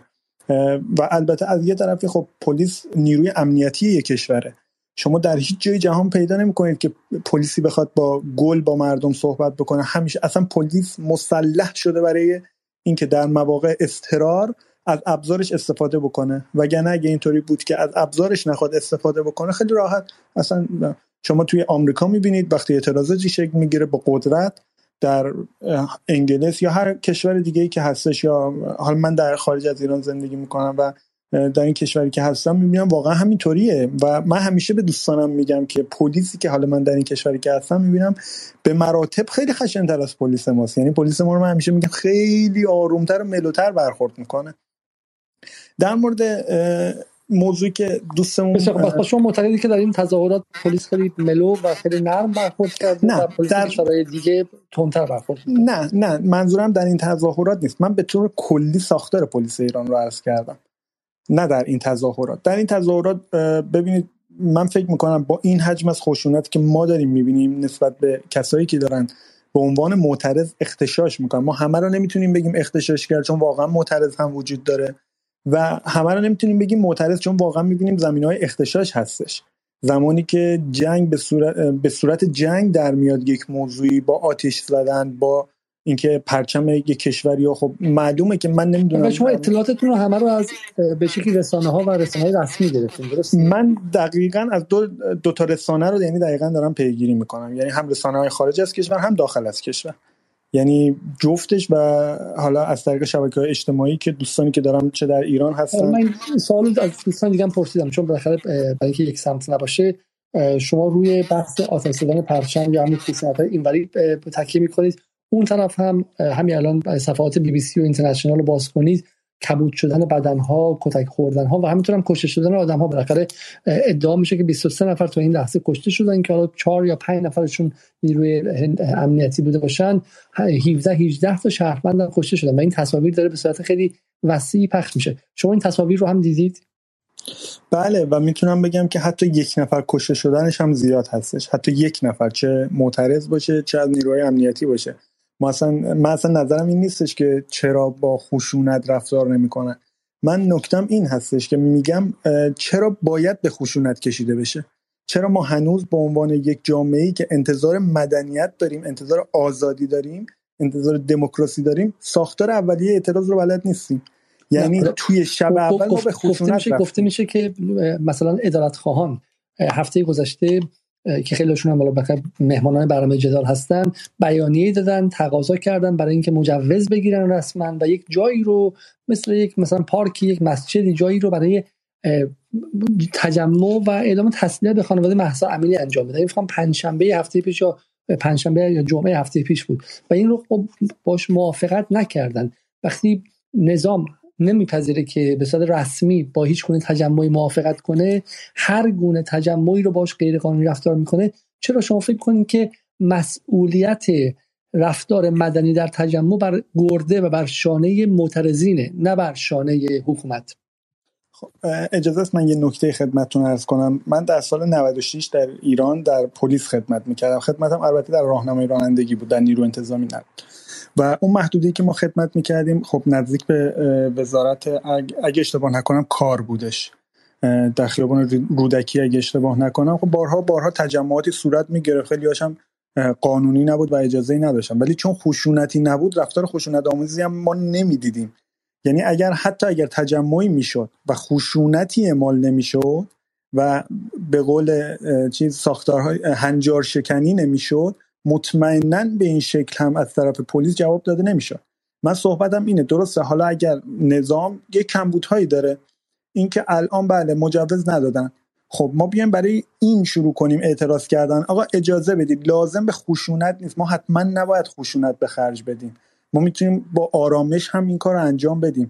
و البته از یه طرفی خب پلیس نیروی امنیتی یک کشوره. شما در هیچ جای جهان پیدا نمی‌کنید که پلیسی بخواد با گل با مردم صحبت بکنه. همیشه اصلا پلیس مسلح شده برای اینکه در مواقع اضطرار از ابزارش استفاده بکنه، وگرنه اگه اینطوری بود که از ابزارش نخواد استفاده بکنه خیلی راحت. اصلا شما توی آمریکا می‌بینید وقتی اعتراضاتی شکل میگیره با قدرت، در انگلیس یا هر کشور دیگه‌ای که هستش، یا حالا من در خارج از ایران زندگی می‌کنم و در این کشوری که هستم میبینم واقعا همینطوریه و من همیشه به دوستانم میگم که پلیسی که حالا من در این کشوری که هستم میبینم به مراتب خیلی خشن‌تر از پلیس ماست. یعنی پلیس ما رو من همیشه میگم خیلی آرومتر و ملوتر برخورد میکنه. در مورد موضوعی که دوستمون بسیار شما معتقدید که در این تظاهرات پلیس خیلی ملو و خیلی نرم برخورد کرده و پلیس در شرایط دیگه تندتر برخورد کرده؟ نه منظورم در این تظاهرات نیست. من به طور کلی ساختار پلیس ایران رو عرض کردم، نه در این تظاهرات. در این تظاهرات ببینید من فکر میکنم با این حجم از خشونت که ما داریم میبینیم نسبت به کسایی که دارن به عنوان معترض اغتشاش میکنن، ما همه رو نمیتونیم بگیم اغتشاش کرد چون واقعا معترض هم وجود داره و همه رو نمیتونیم بگیم معترض چون واقعا میبینیم زمینه‌های اغتشاش هستش. زمانی که جنگ به صورت جنگ در میاد یک موضوعی، با آتش زدن، با اینکه پرچم یک کشوری ها، خب معلومه که من نمیدونم. شما اطلاعاتتون رو همه رو از به شکلی رسانه‌ها و رسانه‌های رسمی گرفتین، درست؟ من دقیقاً از دو تا رسانه رو یعنی دقیقاً دارم پیگیری میکنم، یعنی هم رسانه‌های خارج از کشور هم داخل از کشور، یعنی جفتش، و حالا از طریق شبکه‌های اجتماعی که دوستانی که دارم چه در ایران هستن. من سوالو از دوستان دیگه هم پرسیدم چون بالاخره برای اینکه یک سمت نباشه شما روی بحث آتش زدن پرچم یا همین خشونت‌های اینوری تکیه می‌کنید، اون طرف هم همین الان صفحات BBC و اینترنشنال رو باز کنید، کبود شدن بدنها، کتک خوردنها و همینطور هم کشته شدن آدم‌ها. بالاخره ادعا میشه که 23 نفر تو این لحظه کشته شدن که حالا 4 یا 5 نفرشون نیروی امنیتی بوده باشن، 18 تا شهروند هم کشته شدن و این تصاویر داره به صورت خیلی وسیعی پخش میشه. شما این تصاویر رو هم دیدید؟ بله، و میتونم بگم که حتی یک نفر کشته شدنش هم زیاد هستش، حتی یک نفر، چه معترض باشه چه از نیروهای امنیتی باشه. من اصلا نظرم این نیستش که چرا با خشونت رفتار نمیکنن. من نکتم این هستش که میگم چرا باید به خشونت کشیده بشه. چرا ما هنوز به عنوان یک جامعه‌ای که انتظار مدنیت داریم، انتظار آزادی داریم، انتظار دموکراسی داریم، ساختار اولیه اعتراض رو بلد نیستیم. یعنی توی شب اول ما به خشونت گفته میشه که مثلا عدالت‌خواهان هفته گذشته که خیلیشون هم بالا مهمانان برنامه جدال هستن بیانیه دادن، تقاضا کردن برای اینکه مجوز بگیرن رسما و یک جایی رو مثلا پارکی، یک مسجدی، جایی رو برای تجمع و اعلام تسلیت به خانواده مهسا امینی انجام بدن. فکر کنم پنجشنبه هفته پیش یا جمعه هفته پیش بود و این رو باش موافقت نکردن. وقتی نظام نمیپذیره که به صورت رسمی با هیچ گونه تجمعی موافقت کنه، هر گونه تجمعی رو باش غیر قانونی رفتار میکنه، چرا شما فکر کنین که مسئولیت رفتار مدنی در تجمع بر گرده و بر شانه معترضینه نه بر شانه حکومت؟ خب اجازه است من یه نکته خدمتتون عرض کنم. من در سال 96 در ایران در پلیس خدمت میکردم. خدمتم البته در راهنمای رانندگی بود، در نیرو انتظامی نبود و اون محدودی که ما خدمت میکردیم خب نزدیک به وزارت، اگه اشتباه نکنم کار بودش، در خیابان رودکی اگه اشتباه نکنم. خب بارها تجمعاتی صورت میگرفت، خیلی هاشم قانونی نبود و اجازه‌ای نداشتن، ولی چون خشونتی نبود رفتار خشونت آمیزی هم ما نمیدیدیم. یعنی اگر تجمعی میشد و خشونتی اعمال نمیشد و به قول ساختارهای هنجار شکنی نمیشد، مطمئناً به این شکل هم از طرف پلیس جواب داده نمیشد. من صحبتم اینه، درسته حالا اگر نظام یک کمبودهایی داره، اینکه الان بله مجوز ندادن، خب ما بیایم برای این شروع کنیم اعتراض کردن، آقا اجازه بدید، لازم به خشونت نیست، ما حتما نباید خشونت به خرج بدیم، ما میتونیم با آرامش هم این کار رو انجام بدیم.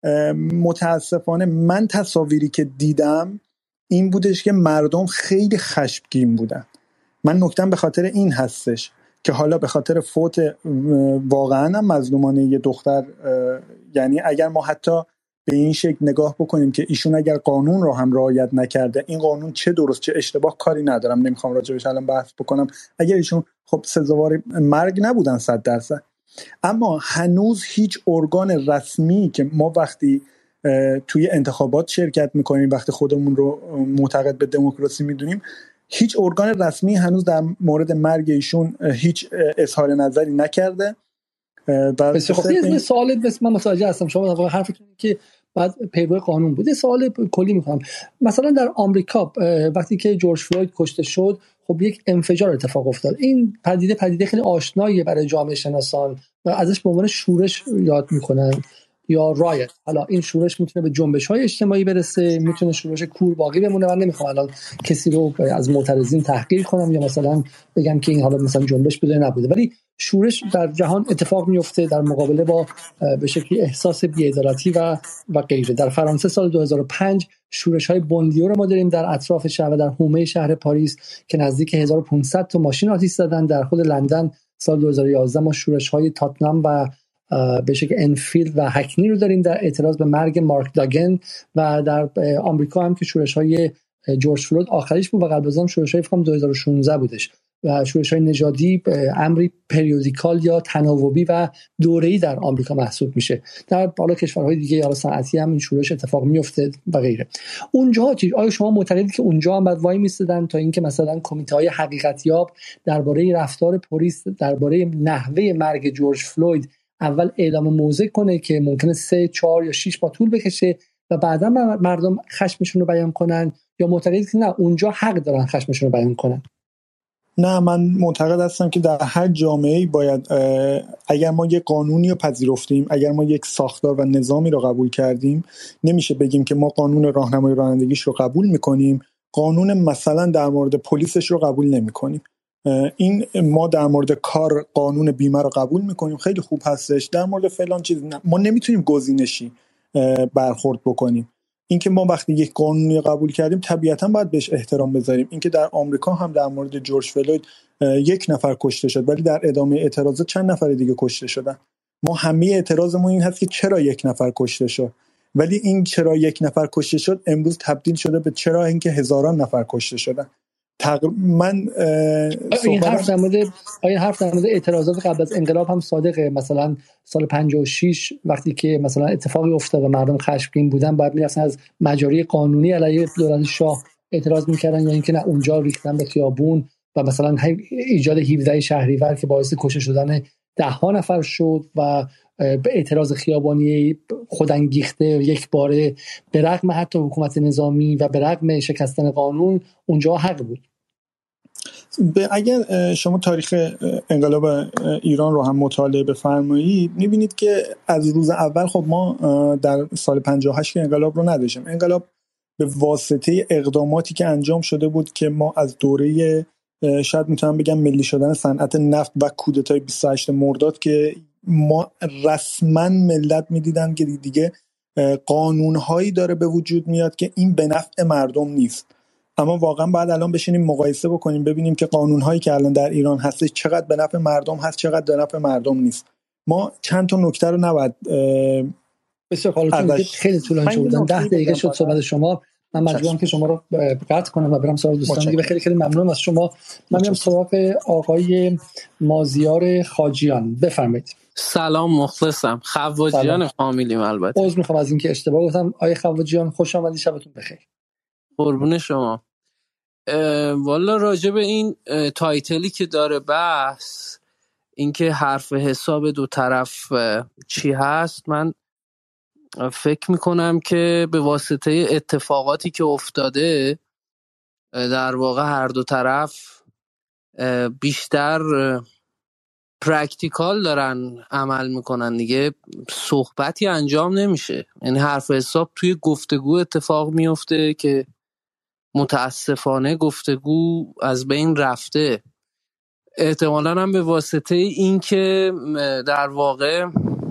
متاسفانه من تصاویری که دیدم این بودش که مردم خیلی خشمگین بودن. من نکتم به خاطر این هستش که حالا به خاطر فوت واقعا هم مظلومانه یه دختر، یعنی اگر ما حتی به این شکل نگاه بکنیم که ایشون اگر قانون رو هم رعایت نکرده، این قانون چه درست چه اشتباه کاری ندارم، نمیخوام راجبش الان بحث بکنم، اگر ایشون خب سزاوار مرگ نبودن 100%، اما هنوز هیچ ارگان رسمی که ما وقتی توی انتخابات شرکت میکنیم، وقتی خودمون رو معتقد به دموکراسی میدونیم، هیچ ارگان رسمی هنوز در مورد مرگ ایشون هیچ اظهار نظری نکرده. بس خب یه سوال بس من متوجه هستم شما واقعا حرفتون که بعد پیرو قانون بود. یه سوال کلی میکنم. مثلا در آمریکا وقتی که جورج فلوید کشته شد، خب یک انفجار اتفاق افتاد. این پدیده خیلی آشناییه برای جامعه شناسان و ازش به عنوان شورش یاد میکنن یا رایت. حالا این شورش میتونه به جنبش‌های اجتماعی برسه، میتونه شورش کور باقی بمونه. من نمیخوام الان کسی رو از معترضین تحقیر کنم یا مثلا بگم که این حالا مثلا جنبش بوده نبوده، ولی شورش در جهان اتفاق میفته در مقابله با به شکلی احساس بی‌عدالتی و غیره. در فرانسه سال 2005 شورش‌های بوندیو رو ما داریم در اطراف شهر و در حومه شهر پاریس که نزدیک 1500 تا ماشین آتش زدن. در خود لندن سال 2011 ما شورش‌های تاتنام و به شکل انفیلد و هکنی رو داریم در اعتراض به مرگ مارک داگن، و در آمریکا هم که شورش‌های جورج فلوید آخریش بود و قبل از اون شورش‌های فکر کنم 2016 بودش و شورش‌های نژادی امری پریودیکال یا تناوبی و دوره‌ای در آمریکا محسوب میشه. در بالا کشورهای دیگه یا صنعتی هم این شورش اتفاق میفته و غیره. اونجا چی؟ آیا شما معتقدید که اونجا هم بعد وای میستدن تا اینکه مثلا کمیته‌های حقیقت‌یاب درباره رفتار پلیس درباره نحوه مرگ جورج فلوید اول اعلام موضع کنه که ممکنه 3 4 یا 6 ماه طول بکشه و بعدا مردم خشمشون رو بیان کنن، یا معتقدید که نه اونجا حق دارن خشمشون رو بیان کنن؟ نه، من معتقد هستم که در هر جامعه‌ای باید، اگر ما یک قانونی رو پذیرفتیم، اگر ما یک ساختار و نظامی رو قبول کردیم، نمیشه بگیم که ما قانون راهنمای رانندگیش رو قبول میکنیم، قانون مثلا در مورد پلیسش رو قبول نمیکنیم. این ما در مورد کار قانون بیمه رو قبول میکنیم، خیلی خوب هستش، در مورد فلان چیز ما نمیتونیم گزینشی برخورد بکنیم. اینکه ما وقتی یک قانونی قبول کردیم طبیعتاً باید بهش احترام بذاریم. اینکه در آمریکا هم در مورد جورج فلوید 1 نفر کشته شد ولی در ادامه اعتراضات چند نفر دیگه کشته شدن. ما همه اعتراضمون این هست که چرا 1 نفر کشته شد، ولی این چرا 1 نفر کشته شد امروز تبدیل شده به چرا اینکه هزاران نفر کشته شدن. من این حرف در مورد اعتراضات قبل از انقلاب هم صادقه. مثلا سال 56 وقتی که مثلا اتفاقی افتاد و مردم خشمگین بودن، باید میرفتن از مجاری قانونی علیه دولت شاه اعتراض میکردن، یا اینکه نه اونجا ریختن به خیابون و مثلا ایجاد 17 شهریور که باعث کشته شدن 10 نفر شد و به اعتراض خیابانی خودانگیخته یک باره به رغم حتی حکومت نظامی و به رغم شکستن قانون اونجا حق بود. اگر شما تاریخ انقلاب ایران رو هم مطالعه بفرمایید میبینید که از روز اول خب ما در سال 58 که انقلاب رو نداشتیم. انقلاب به واسطه اقداماتی که انجام شده بود که ما از دوره شاید میتونم بگم ملی شدن صنعت نفت و کودتای 28 مرداد که ما رسما ملت میدیدن که دیگه قانونهایی داره به وجود میاد که این به نفع مردم نیست. اما واقعا باید الان بشینیم مقایسه بکنیم ببینیم که قانونهایی که الان در ایران هست چقدر به نفع مردم هست، چقدر به نفع مردم نیست. ما چند تا نکته رو نباید بسیار خالص خیلی طولانی شد. 10 دقیقه شد صحبت شما. من مجبورم که شما رو قطع کنم و برم سراغ دوستان دیگه. خیلی خیلی ممنونم از شما. من میام سراغ آقای مازیار خاجیان. بفرمایید. سلام، مخلصم. خواجیان فامیلیم. البته عذر میخوام از اینکه اشتباه گفتم. آقای خواجیان خوش آمدید، شبتون بخیر. قربون شما. والا راجع به این تایتلی که داره بحث، اینکه حرف حساب دو طرف چی هست، من فکر میکنم که به واسطه اتفاقاتی که افتاده در واقع هر دو طرف بیشتر پرکتیکال دارن عمل میکنن دیگه، صحبتی انجام نمیشه. یعنی حرف حساب توی گفتگو اتفاق میفته که متاسفانه گفتگو از بین رفته. احتمالاً هم به واسطه این که در واقع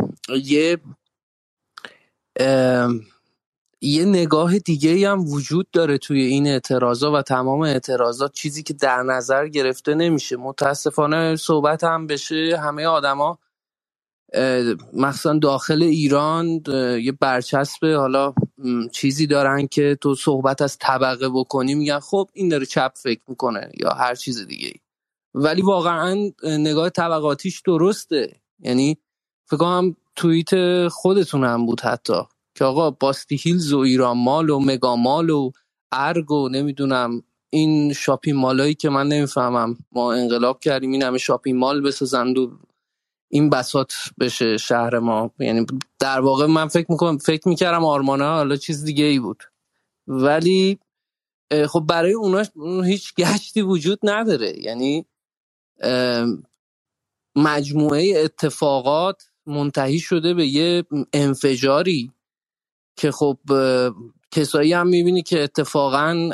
یه نگاه دیگه هم وجود داره توی این اعتراضات و تمام اعتراضات، چیزی که در نظر گرفته نمیشه. متاسفانه صحبت هم بشه، همه آدما مثلا داخل ایران یه برچسب حالا چیزی دارن که تو صحبت از طبقه بکنی میگن خب این داره چپ فکر میکنه یا هر چیز دیگه، ولی واقعا نگاه طبقاتیش درسته. یعنی فکر کنم توییت خودتون هم بود حتی که آقا باستی هیلز و ایران مال و مگا مال و ارگ و نمیدونم این شاپینگ مالایی که من نمیفهمم، ما انقلاب کردیم این همه شاپینگ مال بسازن و این بساط بشه شهر ما. یعنی در واقع من فکر میکردم آرمانه حالا چیز دیگه ای بود، ولی خب برای اونا هیچ گشتی وجود نداره. یعنی مجموعه اتفاقات منتهی شده به یه انفجاری که خب کسایی هم میبینی که اتفاقا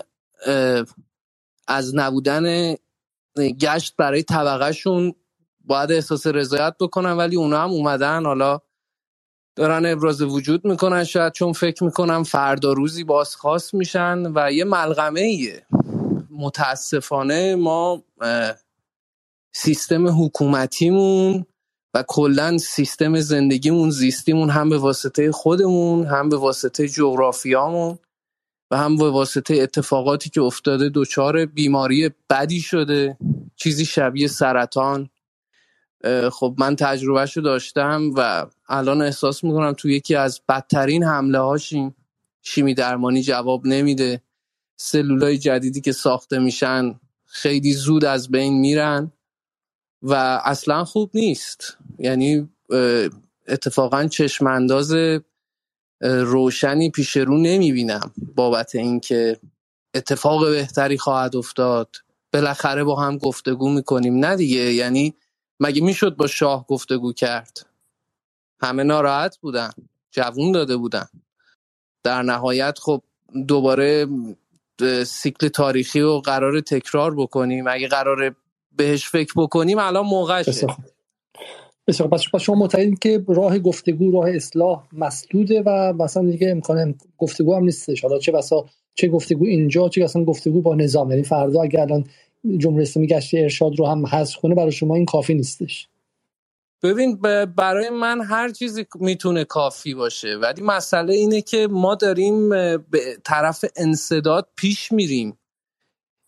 از نبودن گشت برای طبقه شون باید احساس رضایت بکنن، ولی اونا هم اومدن حالا دارن ابراز وجود میکنن، شاید چون فکر میکنن فردا روزی بازخواست میشن و یه ملغمه ایه. متاسفانه ما سیستم حکومتیمون و کلن سیستم زندگیمون زیستیمون هم به واسطه خودمون، هم به واسطه جغرافیامون و هم به واسطه اتفاقاتی که افتاده دچار بیماری بدی شده، چیزی شبیه سرطان. خب من تجربهشو داشتم و الان احساس میکنم تو یکی از بدترین حمله هاشیم. شیمی درمانی جواب نمیده، سلولای جدیدی که ساخته میشن خیلی زود از بین میرن و اصلا خوب نیست. یعنی اتفاقا چشم انداز روشنی پیش رو نمیبینم بابت این که اتفاق بهتری خواهد افتاد. بالاخره با هم گفتگو میکنیم، نه دیگه. یعنی مگه میشد با شاه گفتگو کرد؟ همه ناراحت بودن، جوون داده بودن. در نهایت خب دوباره سیکل تاریخی رو قرار تکرار بکنیم. اگه قراره بهش فکر بکنیم الان موقعشه. بسیار پس شما معتقدین که راه گفتگو، راه اصلاح مسدوده و مثلا دیگه امکان گفتگو هم نیستش. حالا چه گفتگو اینجا، چه اصلا گفتگو با نظام. یعنی فردا اگه الان جمهوری اسلامی گشت ارشاد رو هم حذف کنه برای شما این کافی نیستش؟ ببین برای من هر چیزی میتونه کافی باشه، ولی مسئله اینه که ما داریم به طرف انسداد پیش میریم.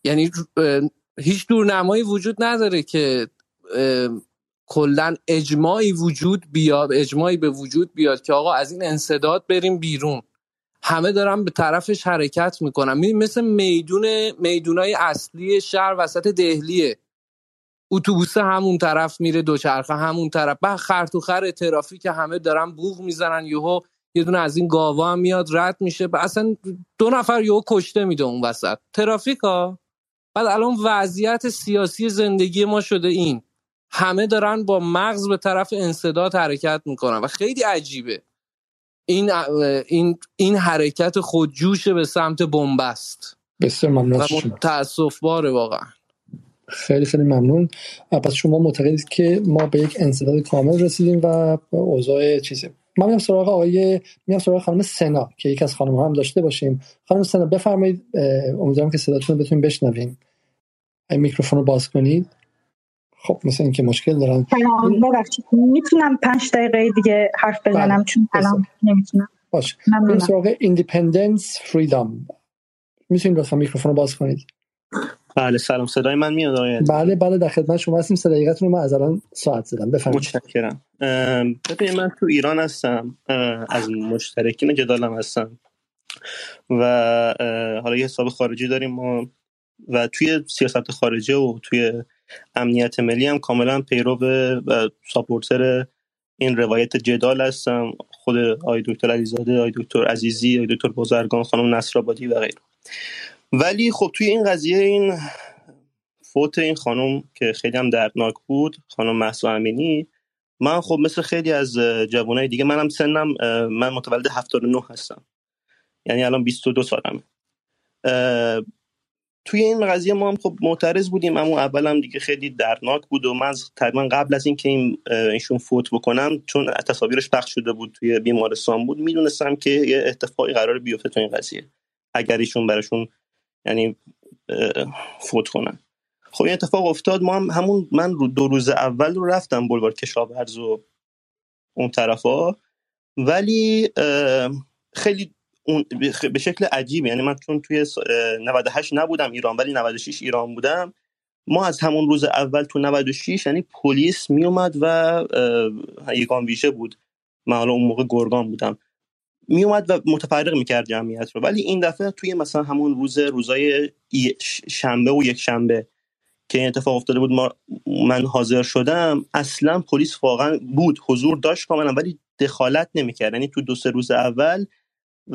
یعنی هیچ دورنمایی وجود نداره که کلا اجماعی به وجود بیاد که آقا از این انسداد بریم بیرون. همه دارن به طرفش حرکت میکنن. مثل میدونای اصلی شهر وسط دهلیه، اتوبوس همون طرف میره، دوچرخه همون طرف، بعد خرطوخر ترافیک همه دارن بوق میزنن، یه دونه از این گاوا هم میاد رد میشه، اصلا 2 نفر یهو کشته میده اون وسط ترافیک ها. بعد الان وضعیت سیاسی زندگی ما شده این، همه دارن با مغز به طرف انسداد حرکت میکنن و خیلی عجیبه. این حرکت خودجوش به سمت بنبست. بسیار ممنون از شما. تأسف باره واقعا. خیلی خیلی ممنون. پس شما معتقدید که ما به یک انسداد کامل رسیدیم و اوضاع چیزه. من میام سراغ خانم سنا که یک از خانم‌ها هم داشته باشیم. خانم سنا بفرمایید، امیدوارم که صداتون رو بتونیم بشنویم. این میکروفون رو باز کنید. خب مثلا اینکه مشکل دارن. ببخشید میتونم 5 دقیقه دیگه حرف بزنم چون الان نمیتونم. باشه. بریم سراغ ایندیپندنس فریدام. میتونید لطفا میکروفون رو باز کنید؟ بله سلام، صدای من میاد آقای؟ بله در خدمت شما هستیم. صدایتون رو من از الان ساعت زدم. بفرمایید. متشکرم. ببینید من تو ایران هستم، از مشترکین جدالم هستم و حالا یه حساب خارجی داریم ما و توی سیاست خارجه و توی امنیت ملی هم کاملا پیرو و ساپورتر این روایت جدال هستم. خود آقای دکتر علیزاده، آقای دکتر عزیزی، آقای دکتر بازرگان، خانم نصرآبادی و غیره. ولی خب توی این قضیه این فوت این خانم که خیلی هم دردناک بود، خانم مهسا امینی، من خب مثل خیلی از جوانای دیگه منم سنم، من متولد 79 هستم، یعنی الان 22 سالمه. توی این قضیه ما هم خب معترض بودیم، اما اولم دیگه خیلی دردناک بود و من تقریبا قبل از اینکه ایشون فوت بکنم، چون تصاویرش پخش شده بود توی بیمارستان بود، میدونستم که یه اتفاقی قراره بیفته تو این قضیه اگر ایشون براشون یعنی فوت کنن. خب این اتفاق افتاد. من 2 روز اول رو رفتم بلوار کشاورز و اون طرفا، ولی خیلی به شکل عجیبی، یعنی من چون توی 98 نبودم ایران ولی 96 ایران بودم، ما از همون روز اول تو 96 یعنی پلیس می اومد و یگان ویژه بود، من حالا اون موقع گرگان بودم، می اومد و متفرق میکرد جمعیت رو. ولی این دفعه توی مثلا همون روزای شنبه و یک شنبه که این اتفاق افتاده بود من حاضر شدم، اصلا پلیس واقعا بود، حضور داشت کاملا، ولی دخالت نمیکرد. یعنی تو 2-3 روز اول و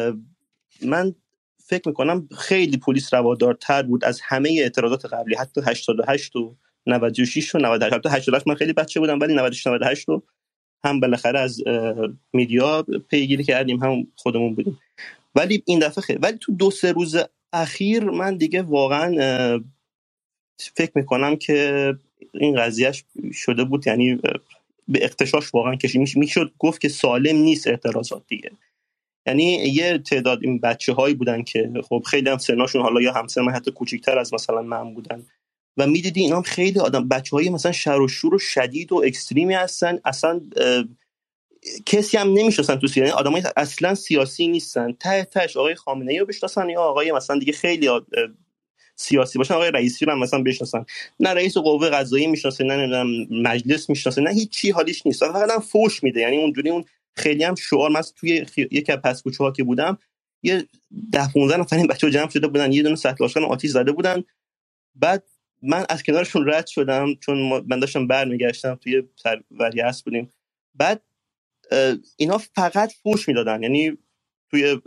من فکر میکنم خیلی پلیس روادارتر بود از همه اعتراضات قبلی، حتی 88 و 96 و 98. حتی 88 من خیلی بچه بودم ولی 98 رو هم بالاخره از میدیا پیگیری کردیم هم خودمون بودیم. ولی این دفعه خیلی، ولی تو 2-3 روز اخیر من دیگه واقعا فکر میکنم که این قضیهش شده بود، یعنی به اختشاش واقعا کشید، میشد گفت که سالم نیست اعتراضات دیگه. یعنی یه تعداد این بچه‌هایی بودن که خب خیلی هم سناشون حالا یا همسن من حتی کوچیک‌تر از مثلا من بودن و میدیدی اینا هم خیلی آدم بچه‌های مثلا شر و شور و شدید و اکستریمی هستن، اصلا کسی هم نمیشناسن تو سیاست، آدمای اصلا سیاسی نیستن. تهش آقای خامنه‌ای رو بشناسن یا آقای مثلا دیگه خیلی سیاسی باشن، آقای رئیسی رو هم مثلا بشناسن، نه رئیس قوه قضاییه میشناسه، نه نمیدونم مجلس میشناسه، نه هیچ چی حالیش نیست، فقط هم فوش میده. یعنی اونجوری اون خیلی هم شعار، من توی یک از پس کوچه‌ها که بودم یه 10-15 نفر این بچه‌ها جمع شده بودن، یه دونه سطل آشغال آتیش زده بودن. بعد من از کنارشون رد شدم چون من داشتم برمیگشتم، توی وریعصر بودیم. بعد اینا فقط فوش میدادن، یعنی توی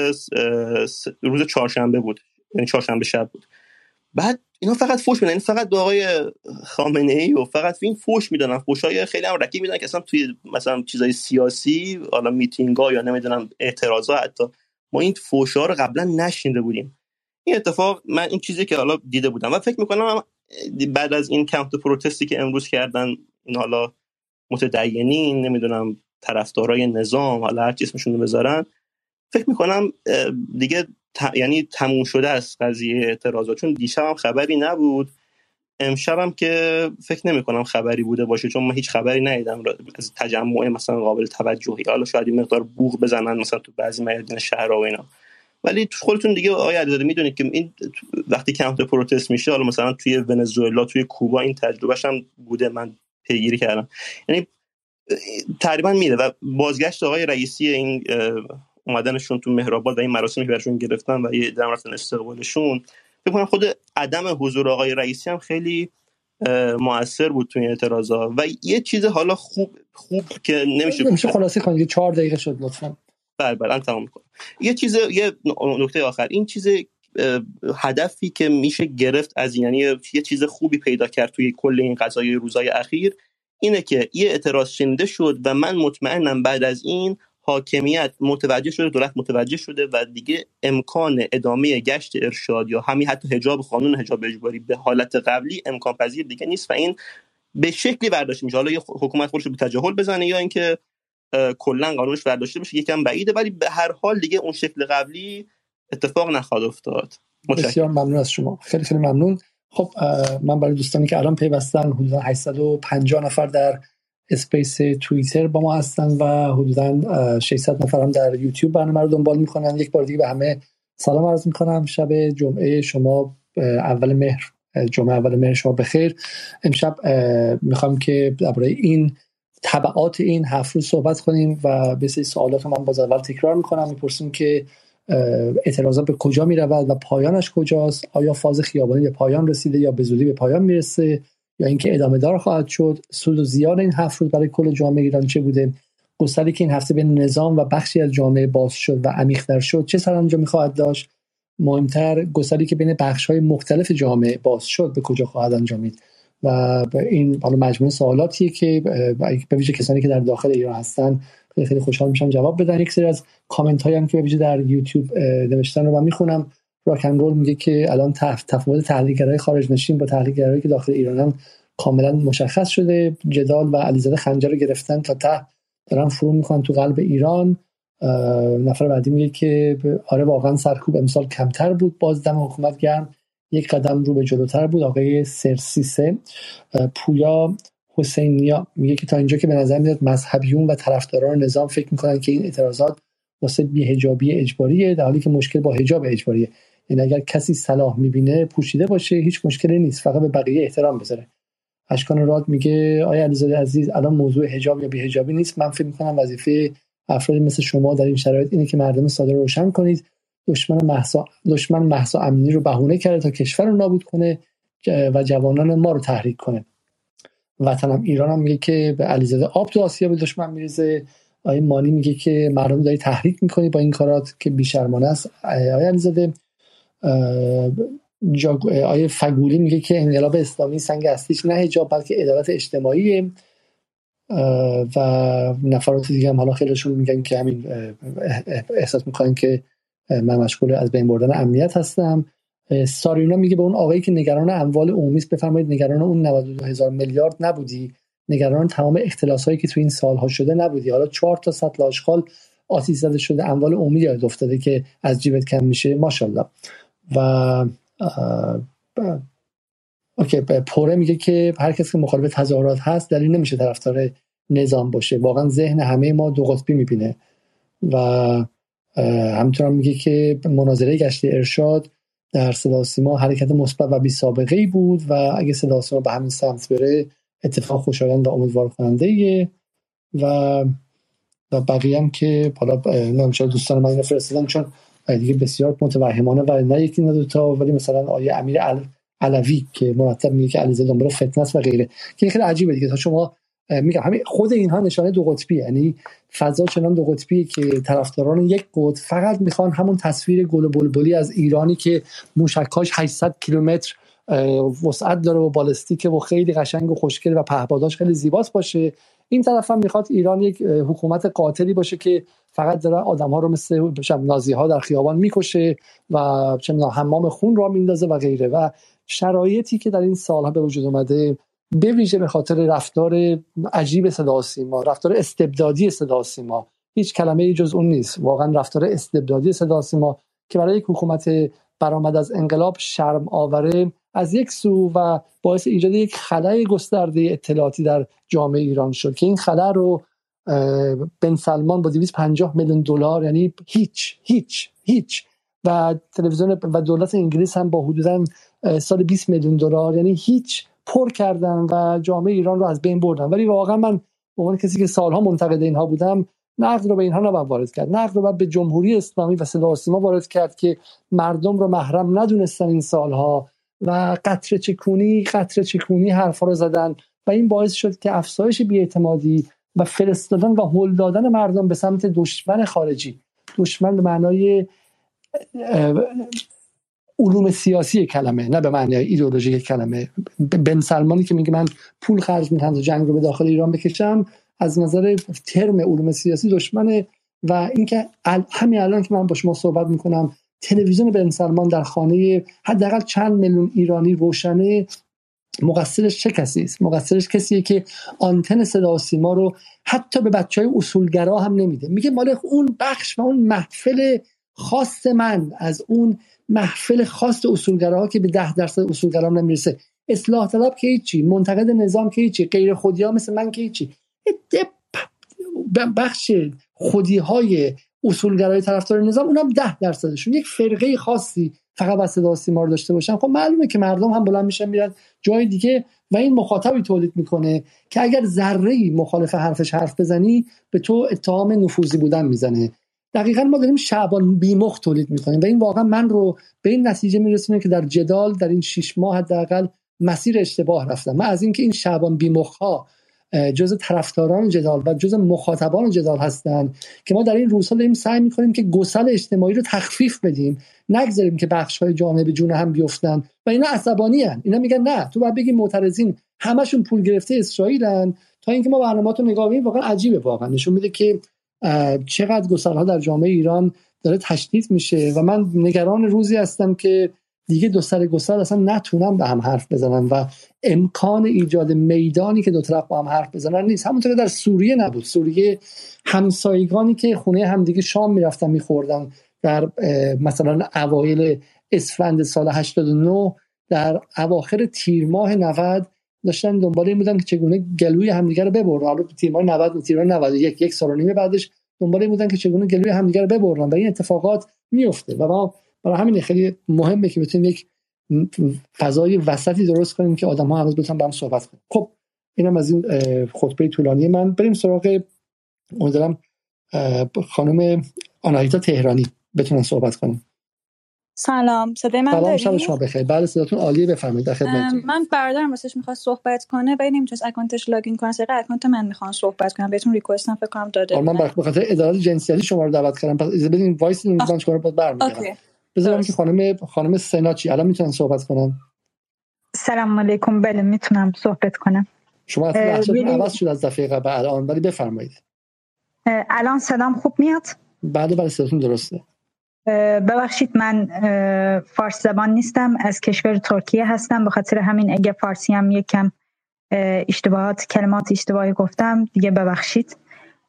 روز چهارشنبه بود، یعنی چهارشنبه شب بود. بعد اینا فقط فوش میدن، فقط به آقای خامنه‌ای و فقط این فوش میدادن، فوشای خیلی هم رکیب میدادن که اصلا توی مثلا چیزای سیاسی، حالا میتینگ‌ها یا نمیدونم اعتراضات، حتی ما این فوشا رو قبلا نشنیده بودیم. این اتفاق من این چیزی که حالا دیده بودم و فکر میکنم بعد از این کانتر پروتستی که امروز کردن این حالا متدینین، نمیدونم طرفدارای نظام، حالا هر چی اسمشون رو بذارن، فکر میکنم دیگه یعنی تموم شده است قضیه اعتراضات. چون دیشبم خبری نبود، امشبم که فکر نمیکنم خبری بوده باشه، چون من هیچ خبری ندیدم از تجمع مثلا قابل توجهی. حالا شاید این مقدار بوق بزنن مثلا تو بعضی میادین شهرها و اینا، ولی خودتون دیگه آقای علیزاده میدونید که این وقتی کانتر پروتست میشه، حالا مثلا توی ونزوئلا، توی کوبا این تجربهش هم بوده، من پیگیری کردم، یعنی تقریبا میره. و بازگشت آقای رئیسی، این اومدنشون تو مهرآباد و این مراسمی که براشون گرفتن و یه دم رفتن استقبالشون، فکر کنم خود عدم حضور آقای رئیسی هم خیلی مؤثر بود توی اعتراضا. و یه چیز حالا خوب که نمیشه خلاصه کنید، 4 دقیقه شد لطفا. بله الان تمام می‌کنم. یه نکته آخر، این چیز هدفی که میشه گرفت از این، یعنی یه چیز خوبی پیدا کرد توی کل این قضایای روزای اخیر، اینه که یه اعتراض شنیده شد و من مطمئنم بعد از این حاکمیت متوجه شده، دولت متوجه شده و دیگه امکان ادامه گشت ارشاد یا همین حتی حجاب، قانون حجاب اجباری به حالت قبلی امکان پذیر دیگه نیست و این به شکلی برداشت میشه. حالا یه حکومت خودش رو به تجاهل بزنه یا اینکه کلا قانونش برداشته بشه، یکم بعیده، ولی به هر حال دیگه اون شکل قبلی اتفاق نخواهد افتاد. بسیار ممنون از شما، خیلی خیلی ممنون. خب من برای دوستانی که الان پیوستن، حدودا 850 نفر در اسپیس توییتر با ما هستن و حدودا 600 نفر هم در یوتیوب برنامه رو دنبال میکنن. یک بار دیگه به همه سلام عرض میکنم. شب جمعه شما جمعه اول مهر شما بخیر. امشب میخوام که درباره این تبعات این 7 روز صحبت کنیم و به سری سوالات من باز اول تکرار میکنم. میپرسیم که اعتراضات به کجا میرود و پایانش کجاست؟ آیا فاز خیابانی به پایان رسیده یا به زودی به پایان میرسه یا اینکه ادامه دار خواهد شد؟ سود و زیان این 7 روز برای کل جامعه ایران چه بوده؟ گستری که این هفته بین نظام و بخشی از جامعه باز شد و عمیق‌تر شد چه سرانجامی خواهد داشت؟ مهمتر، گستری که بین بخش‌های مختلف جامعه باز شد به کجا خواهد انجامید؟ و این حالا مجموعه سوالاتیه که به ویژه کسانی که در داخل ایران هستن خیلی خوشحال میشم جواب بدن. یک سری از کامنت هایی هم که به ویژه در یوتیوب نوشتن رو من میخونم. راک اند رول میگه که الان تفاوت تحلیلگرای خارج نشین با تحلیلگرایی که داخل ایرانن کاملا مشخص شده. جدال و علیزاده خنجر رو گرفتن تا ته دارن فرو میکنن تو قلب ایران. نفر بعدی میگه که آره واقعا سرکوب امسال کمتر بود، باز دم حکومت گرم یک قدم رو به جلوتر بود. آقای سرسیسه. پویا حسینیا میگه که تا اینجا که به نظر میاد مذهبیون و طرفداران نظام فکر میکنن که این اعتراضات واسه بی‌حجابی اجباریه، در حالی که مشکل با حجاب اجباریه. یعنی اگر کسی صلاح میبینه پوشیده باشه هیچ مشکلی نیست، فقط به بقیه احترام بذاره. اشکان راد میگه آیا علیزاده عزیز الان موضوع حجاب یا بی‌حجابی نیست، من فکر میکنم وظیفه افرادی مثل شما در این شرایط اینه که مردم ساده رو روشن کنید. دشمن مهسا امینی رو بهونه کرده تا کشور رو نابود کنه و جوانان ما رو تحریک کنه. وطنم ایران هم میگه که به علیزاده آب تو آسیا به دشمن میریزه. آیه مانی میگه که مردم داری تحریک میکنی با این کارات که بی‌شرمانه است. آیه علیزاده. آیه فگولی میگه که انقلاب اسلامی سنگ اصلیش نه حجاب بلکه عدالت اجتماعیه. و نفرات دیگه هم حالا خیلیشون میگن که همین احساس میکنن که من مشغول از بین بردن امنیت هستم. سارینا میگه به اون آقایی که نگران اموال عمومی است بفرمایید نگران اون 92,000 میلیارد نبودی، نگران تمام اختلاسایی که تو این سالها شده نبودی. حالا 4 تا سطل آشغال آتش زده شده، اموال عمومی یاد افتاده که از جیبت کم میشه، ماشاءالله. و اوکی، پوره میگه که هر کسی که مخالف تظاهرات هست دلیل نمیشه طرفدار نظام باشه، واقعا ذهن همه ما دو قطبی میبینه. و همینطور میگه که مناظره گشت ارشاد در صدا و سیما حرکت مثبت و بی سابقه ای بود و اگه صدا و سیما به همین سمت بره اتفاق خوشایند و امیدوار کننده ایه. و بقیه هم که حالا نمیشه دوستان من فرستادن چون دیگه بسیار متوهمانه و نه یکی نه دوتا، ولی مثلا آیه امیر علوی که مرتب میگه که علیزاده دنبال فتنه است و غیره، که خیلی عجیبه دیگه. تا شما میگم همین خود اینها نشانه دو قطبی، یعنی فضا چنان دو قطبیه که طرفداران یک قطب فقط میخوان همون تصویر گل و بلبلی از ایرانی که موشکاش 800 کیلومتر وسعت داره و بالستیکه و خیلی قشنگ و خوشگل و پهپاداش خیلی زیباست باشه. این طرف هم میخواد ایران یک حکومت قاتلی باشه که فقط داره آدم‌ها رو مثل نازی‌ها در خیابان میکشه و حمام خون را میندازه و غیره. و شرایطی که در این سالها به وجود اومده به ویژه به خاطر رفتار عجیب صدا و سیما، رفتار استبدادی صدا و سیما، هیچ کلمه‌ای جز اون نیست، واقعا رفتار استبدادی صدا و سیما که برای یک حکومت برآمد از انقلاب شرم آوره از یک سو و باعث ایجاد یک خلأ گسترده اطلاعاتی در جامعه ایران شد که این خلأ رو بن سلمان با $250 میلیون، یعنی هیچ و تلویزیون و دولت انگلیس هم با حدوداً سال 20 میلیون دلار، یعنی هیچ پر کردن و جامعه ایران رو از بین بردن. ولی واقعا من به عنوان کسی که سالها منتقد اینها بودم، نقد رو به اینها نباید وارد کرد. نقد رو باید به جمهوری اسلامی و صدا و سیما وارد کرد که مردم رو محرم ندونستن این سالها و قطره چکونی حرفا رو زدن و این باعث شد که افزایش بی‌اعتمادی و فرستادن و هل دادن مردم به سمت دشمن خارجی، دشمن به معنای علوم سیاسی کلمه، نه به معنی ایدئولوژی کلمه. بن سلمانی که میگه من پول خرج می‌کنم تا جنگ رو به داخل ایران بکشم، از نظر ترم علوم سیاسی دشمنه. و اینکه همین الان که من با شما صحبت میکنم تلویزیون بن سلمان در خانه حداقل چند میلیون ایرانی روشنه، مقصرش چه کسی است؟ مقصرش کسیه که آنتن صدا و سیما رو حتی به بچهای اصولگرا هم نمیده. میگه مال اون بخش و اون محفل خاص من، از اون محفل خاص اصولگراها که به 10% اصولگرا هم نمیرسه. اصلاح طلب که هیچی، منتقد نظام که هیچی، غیر خودی‌ها مثل من که هیچی. بخش خودی‌های اصولگرای طرفدار نظام اونم 10%شون یک فرقه خاصی فقط بس صدا و سیما رو داشته باشن. خب معلومه که مردم هم بلند میشن میرن جای دیگه و این مخاطبی تولید میکنه که اگر ذره‌ای مخالف حرفش حرف بزنی به تو اتهام نفوذی بودن میزنه. دقیقاً ما داریم شعبان بیمخ تولید میکنیم و این واقعا من رو به این نتیجه میرسونه که در جدال در این 6 ماه حداقل مسیر اشتباه رفتم. من از اینکه این شعبان بیمخ ها جزء طرفداران جدال و جزء مخاطبان جدال هستن که ما در این روزها داریم سعی میکنیم که گسل اجتماعی رو تخفیف بدیم، نگذاریم که بخش‌های جامعه به جون هم بیفتن و اینا عصبانی ان. اینا میگن نه تو باید بگی معترضین همشون پول گرفته اسرائیلن، تا اینکه ما برنامه‌تو نگاه کنیم واقعا عجیبه، واقعا نشون میده که چقدر گسل‌ها در جامعه ایران داره تشدید میشه و من نگران روزی هستم که دیگه دو سر گسل اصلا نتونن به هم حرف بزنن و امکان ایجاد میدانی که دو طرف با هم حرف بزنن نیست. همونطور که در سوریه نبود. سوریه همسایگانی که خونه همدیگه شام میرفتن میخوردن در مثلا اوایل اسفند سال 89، در اواخر تیر ماه 90 داشتن دنبال این بودن که چگونه گلوی همدیگه رو ببرن. حالا تیر ماه 90 و تیر ماه 91 یک سال و نیم بعدش دنبال این بودن که چگونه گلوی همدیگه رو ببرن و این اتفاقات میفته و ما برای همین خیلی مهمه که بتونیم یک فضای وسطی درست کنیم که آدم‌ها هنوز بتونن با هم صحبت کنن. خب اینم از این خطبه طولانی من. بریم سراغ امیدوارم خانم آناهیتا تهرانی بتونن صحبت کنن. سلام، صدای من دارید؟ سلام، شما بخیر. بله صداتون عالیه، بفرمایید در خدمتتون. من برادرم واسش می‌خواست صحبت کنه ولی نمی‌تونست اکانتش لاگین کنه. سریع اکانت من می‌خوام صحبت کنم. بهتون ریکوست هم فکر کنم داده. من به خاطر ادارات جنسیتی شما رو دعوت کردم، پس اجازه بدین وایس نمی‌ذارم شما رو برمی‌گردم. بذارم که خانم سناچی الان میتونن صحبت کنن. سلام علیکم. بله میتونم صحبت کنم. شما اصلا لحظه‌تون عوض شد از دفعه قبل الان، ولی بفرمایید. الان صدام خوب میاد؟ بله صداتون درسته. ببخشید من فارسی زبان نیستم، از کشور ترکیه هستم، به خاطر همین اگه فارسی هم یکم کلمات اشتباهی گفتم دیگه ببخشید.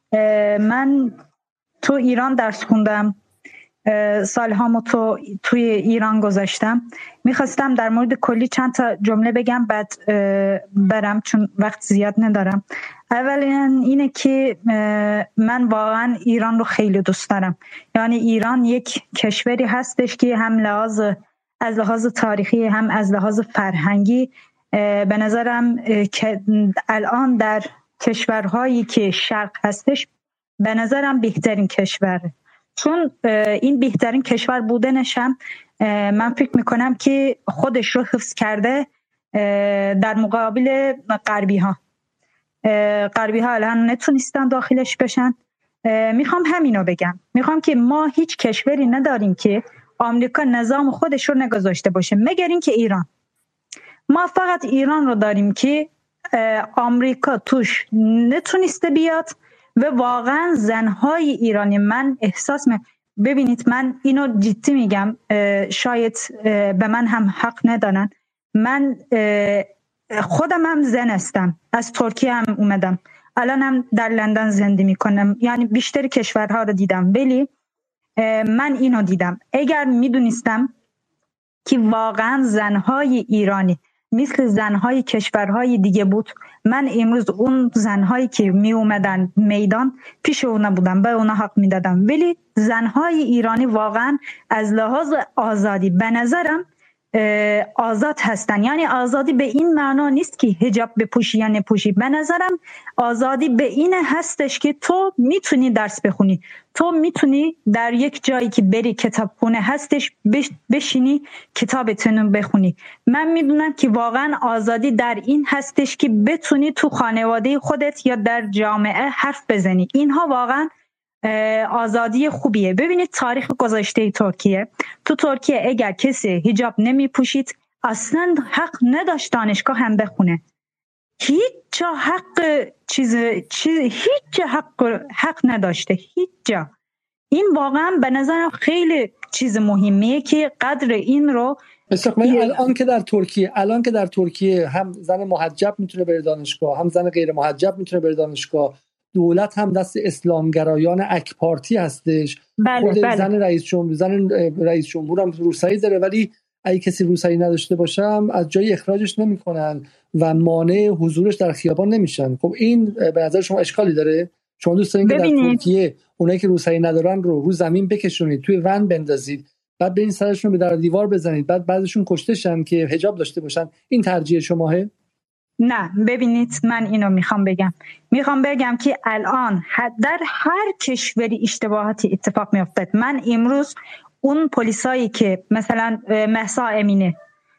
من تو ایران درس خوندم، سالهامو توی ایران گذاشتم. میخواستم در مورد کلی چند تا جمله بگم بعد برم چون وقت زیاد ندارم. اولا اینه که من واقعا ایران رو خیلی دوست دارم. یعنی ایران یک کشوری هستش که هم از لحاظ تاریخی هم از لحاظ فرهنگی به نظرم که الان در کشورهایی که شرق هستش به نظرم بهترین کشوره، چون این بهترین کشور بودنش هم من فکر میکنم که خودش رو حفظ کرده در مقابل غربی ها الان نتونستن داخلش بشن. میخوام همینو بگم، میخوام که ما هیچ کشوری نداریم که آمریکا نظام خودش رو نگذاشته باشه مگر اینکه ایران. ما فقط ایران رو داریم که آمریکا توش نتونسته بیاد و واقعا زنهای ایرانی من احساس ببینید من اینو جدی میگم، شاید به من هم حق ندارن، من خودم هم زن هستم، از ترکیه هم اومدم، الان هم در لندن زندگی میکنم، یعنی بیشتر کشورها رو دیدم، ولی من اینو دیدم اگر میدونستم که واقعا زنهای ایرانی مثل زنهای کشورهای دیگه بود. من امروز اون زنهایی که می اومدن میدان پیش اونا بودم، به اونا حق میدادم، ولی زنهای ایرانی واقعا از لحاظ آزادی به نظرم آزاد هستن. یعنی آزادی به این معنا نیست که حجاب بپوشی یا نپوشی. به نظرم آزادی به این هستش که تو میتونی درس بخونی، تو میتونی در یک جایی که بری کتابخونه هستش بشینی کتابتون بخونی. من میدونم که واقعا آزادی در این هستش که بتونی تو خانواده خودت یا در جامعه حرف بزنی. اینها واقعا آزادی خوبیه. ببینید تاریخ گذشته ترکیه، تو ترکیه اگر کسی حجاب نمی پوشید اصلا حق نداشت دانشگاه هم بخونه. هیچ جا حق نداشته، هیچ جا. این واقعا به نظرم خیلی چیز مهمیه که قدر این رو الان که در ترکیه هم زن محجب میتونه بره دانشگاه، هم زن غیر محجب میتونه بره دانشگاه، دولت هم دست اسلامگرایان اک پارتی هستش. بله. زن رئیس جمهور هم روسری داره، ولی اگه کسی روسری نداشته باشم از جای اخراجش نمیکنن و مانع حضورش در خیابان نمیشن. خب این به نظر شما اشکالی داره؟ شما دوست دارین که در ترکیه اونایی که روسری ندارن رو زمین بکشونید، توی ون بندازید، بعد برین سرشون به در دیوار بزنید، بعد بعضیشون کشته شن که حجاب داشته باشن؟ این ترجیح شماه؟ نه، ببینید من اینو میخوام بگم که الان در هر کشوری اشتباهاتی اتفاق میافتد. من امروز اون پلیسایی که مثلا مهسا امینه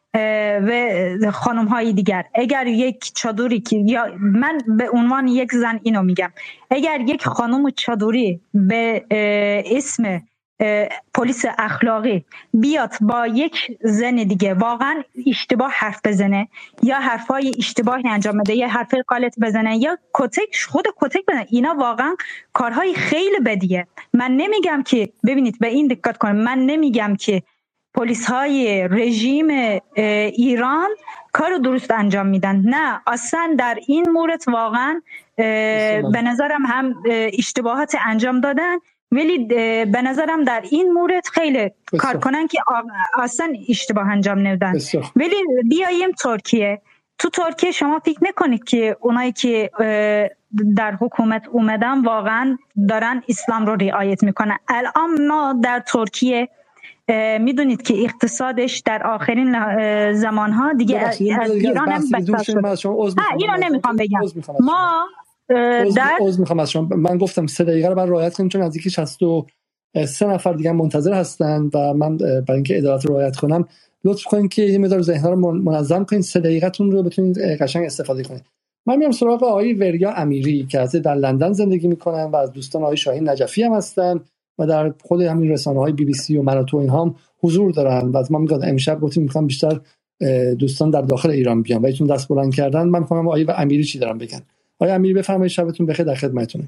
و خانم های دیگر، اگر یک چادری که، یا من به عنوان یک زن اینو میگم، اگر یک خانم چادری به اسم پلیس اخلاقی بیاد با یک زن دیگه واقعا اشتباه حرف بزنه یا حرفای اشتباهی انجام بده یا حرف غلط بزنه یا خود کتک بزنه، اینا واقعا کارهای خیلی بدیه. من نمیگم که، ببینید به این دقت کنید، من نمیگم که پلیس های رژیم ایران کار درست انجام میدن، نه اصلا. در این مورد واقعا به نظرم هم اشتباهات انجام دادن، ولی به نظرم در این مورد خیلی کار کنن که اصلا اشتباه انجام ندن. ولی بیاییم ترکیه. تو ترکیه شما فکر نکنید که اونایی که در حکومت اومدن واقعا دارن اسلام رو رعایت میکنن. الان ما در ترکیه میدونید که اقتصادش در آخرین زمانها دیگه از ایران هم بدتر شد. اینو نمیخوام بگم. ما میخوام از شما، من گفتم 3 دقیقه رو برای رعایت کنیم چون نزدیک 63 نفر دیگه منتظر هستن و من برای اینکه عدالت رو رعایت کنم لطف کنین که یه مقدار ذهن‌ها رو منظم کنین، 3 دقیقتون رو بتونید قشنگ استفاده کنید. من میام سراغ آقای وریا امیری که از در لندن زندگی میکنن و از دوستان آقای شاهین نجفی هم هستن و در خود همین رسانه‌های بی بی سی و مراتو اینها هم حضور دارن و از ما میگم امشب گفتیم میخوام بیشتر دوستان در داخل ایران بیان و ایشون دست بلند کردن. من میخوام آقای امیری چی دارن بگن. آقای امیری بفرمایید. شبتون بخیر، در خدمتتونم.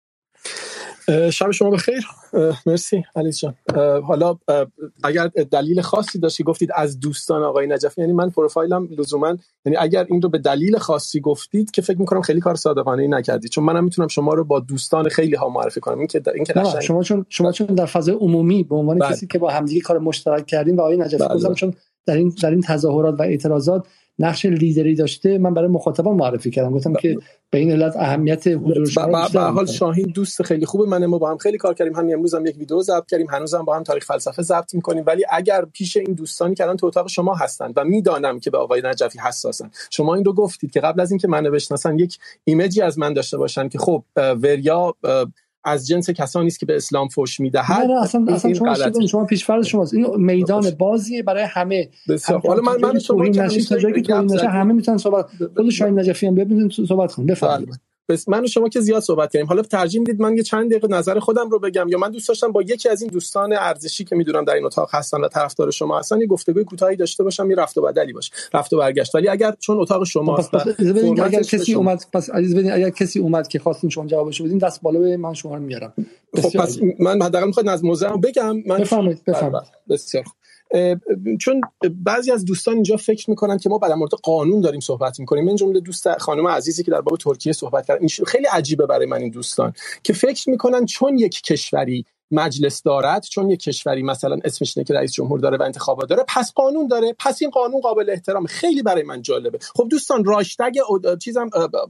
شب شما بخیر. مرسی علی جان. حالا اگر دلیل خاصی داشتی گفتید از دوستان آقای نجفی، یعنی من پروفایلم لزوما، یعنی اگر این رو به دلیل خاصی گفتید که فکر می‌کنم خیلی کار صادقانه‌ای نکردید، چون منم میتونم شما رو با دوستان خیلی ها معرفی کنم. این که شما چون در فضای عمومی به عنوان کسی که با همدیگه کار مشترک کردیم و آقای نجفی گفتم چون در این تظاهرات و اعتراضات نقش لیدری داشته، من برای مخاطبان معرفی کردم، گفتم که به این علت اهمیت حضور شما. به حال شاهین دوست خیلی خوبه منه، ما با هم خیلی کار کردیم، همین امروز هم یک ویدیو ضبط کردیم، هنوزم با هم تاریخ فلسفه ضبط می‌کنیم. ولی اگر پیش این دوستانی که الان تو اتاق شما هستند و میدانم که به آقای نجفی حساسن، شما این رو گفتید که قبل از اینکه منو بشناسن یک ایمیجی از من داشته باشن که خب وریا از جنس کسانی است که به اسلام فحش میدهد. نه اصلا شما پیش‌فرض شماست. این میدان بازیه برای همه. حالا من شما تا جایی که تو همه میتونن صحبت. خود شاهین نجفی هم بیاد صحبت کنه. بفرمایید. بس من و شما که زیاد صحبت کردیم، حالا ترجیح میدید من یه چند دقیقه نظر خودم رو بگم یا من دوست داشتم با یکی از این دوستان ارزشی که میدونم در این اتاق هستن و طرفدار شما هستن یه گفتگوی کوتاهی داشته باشم، یه رفت و بدلی باشه، رفت و برگشت. ولی اگر چون اتاق شما هست اگر کسی اومد پس عزیز بدین، اگر کسی اومد که خواستین شما جوابش بدین دست بالا به من شما رو میارم. خب پس من حداقل میخواد از موضوعم بگم. من بفرمایید. بسیار چون بعضی از دوستان اینجا فکر میکنن که ما در مورد قانون داریم صحبت میکنیم، من جمله دوست خانم عزیزی که در باب ترکیه صحبت کردن، خیلی عجیبه برای من این دوستان که فکر میکنن چون یک کشوری مجلس دارد، چون یک کشوری مثلا اسمش اینه که رئیس جمهور داره و انتخابات داره، پس قانون داره، پس این قانون قابل احترام. خیلی برای من جالبه. خب دوستان راشتگ چیزم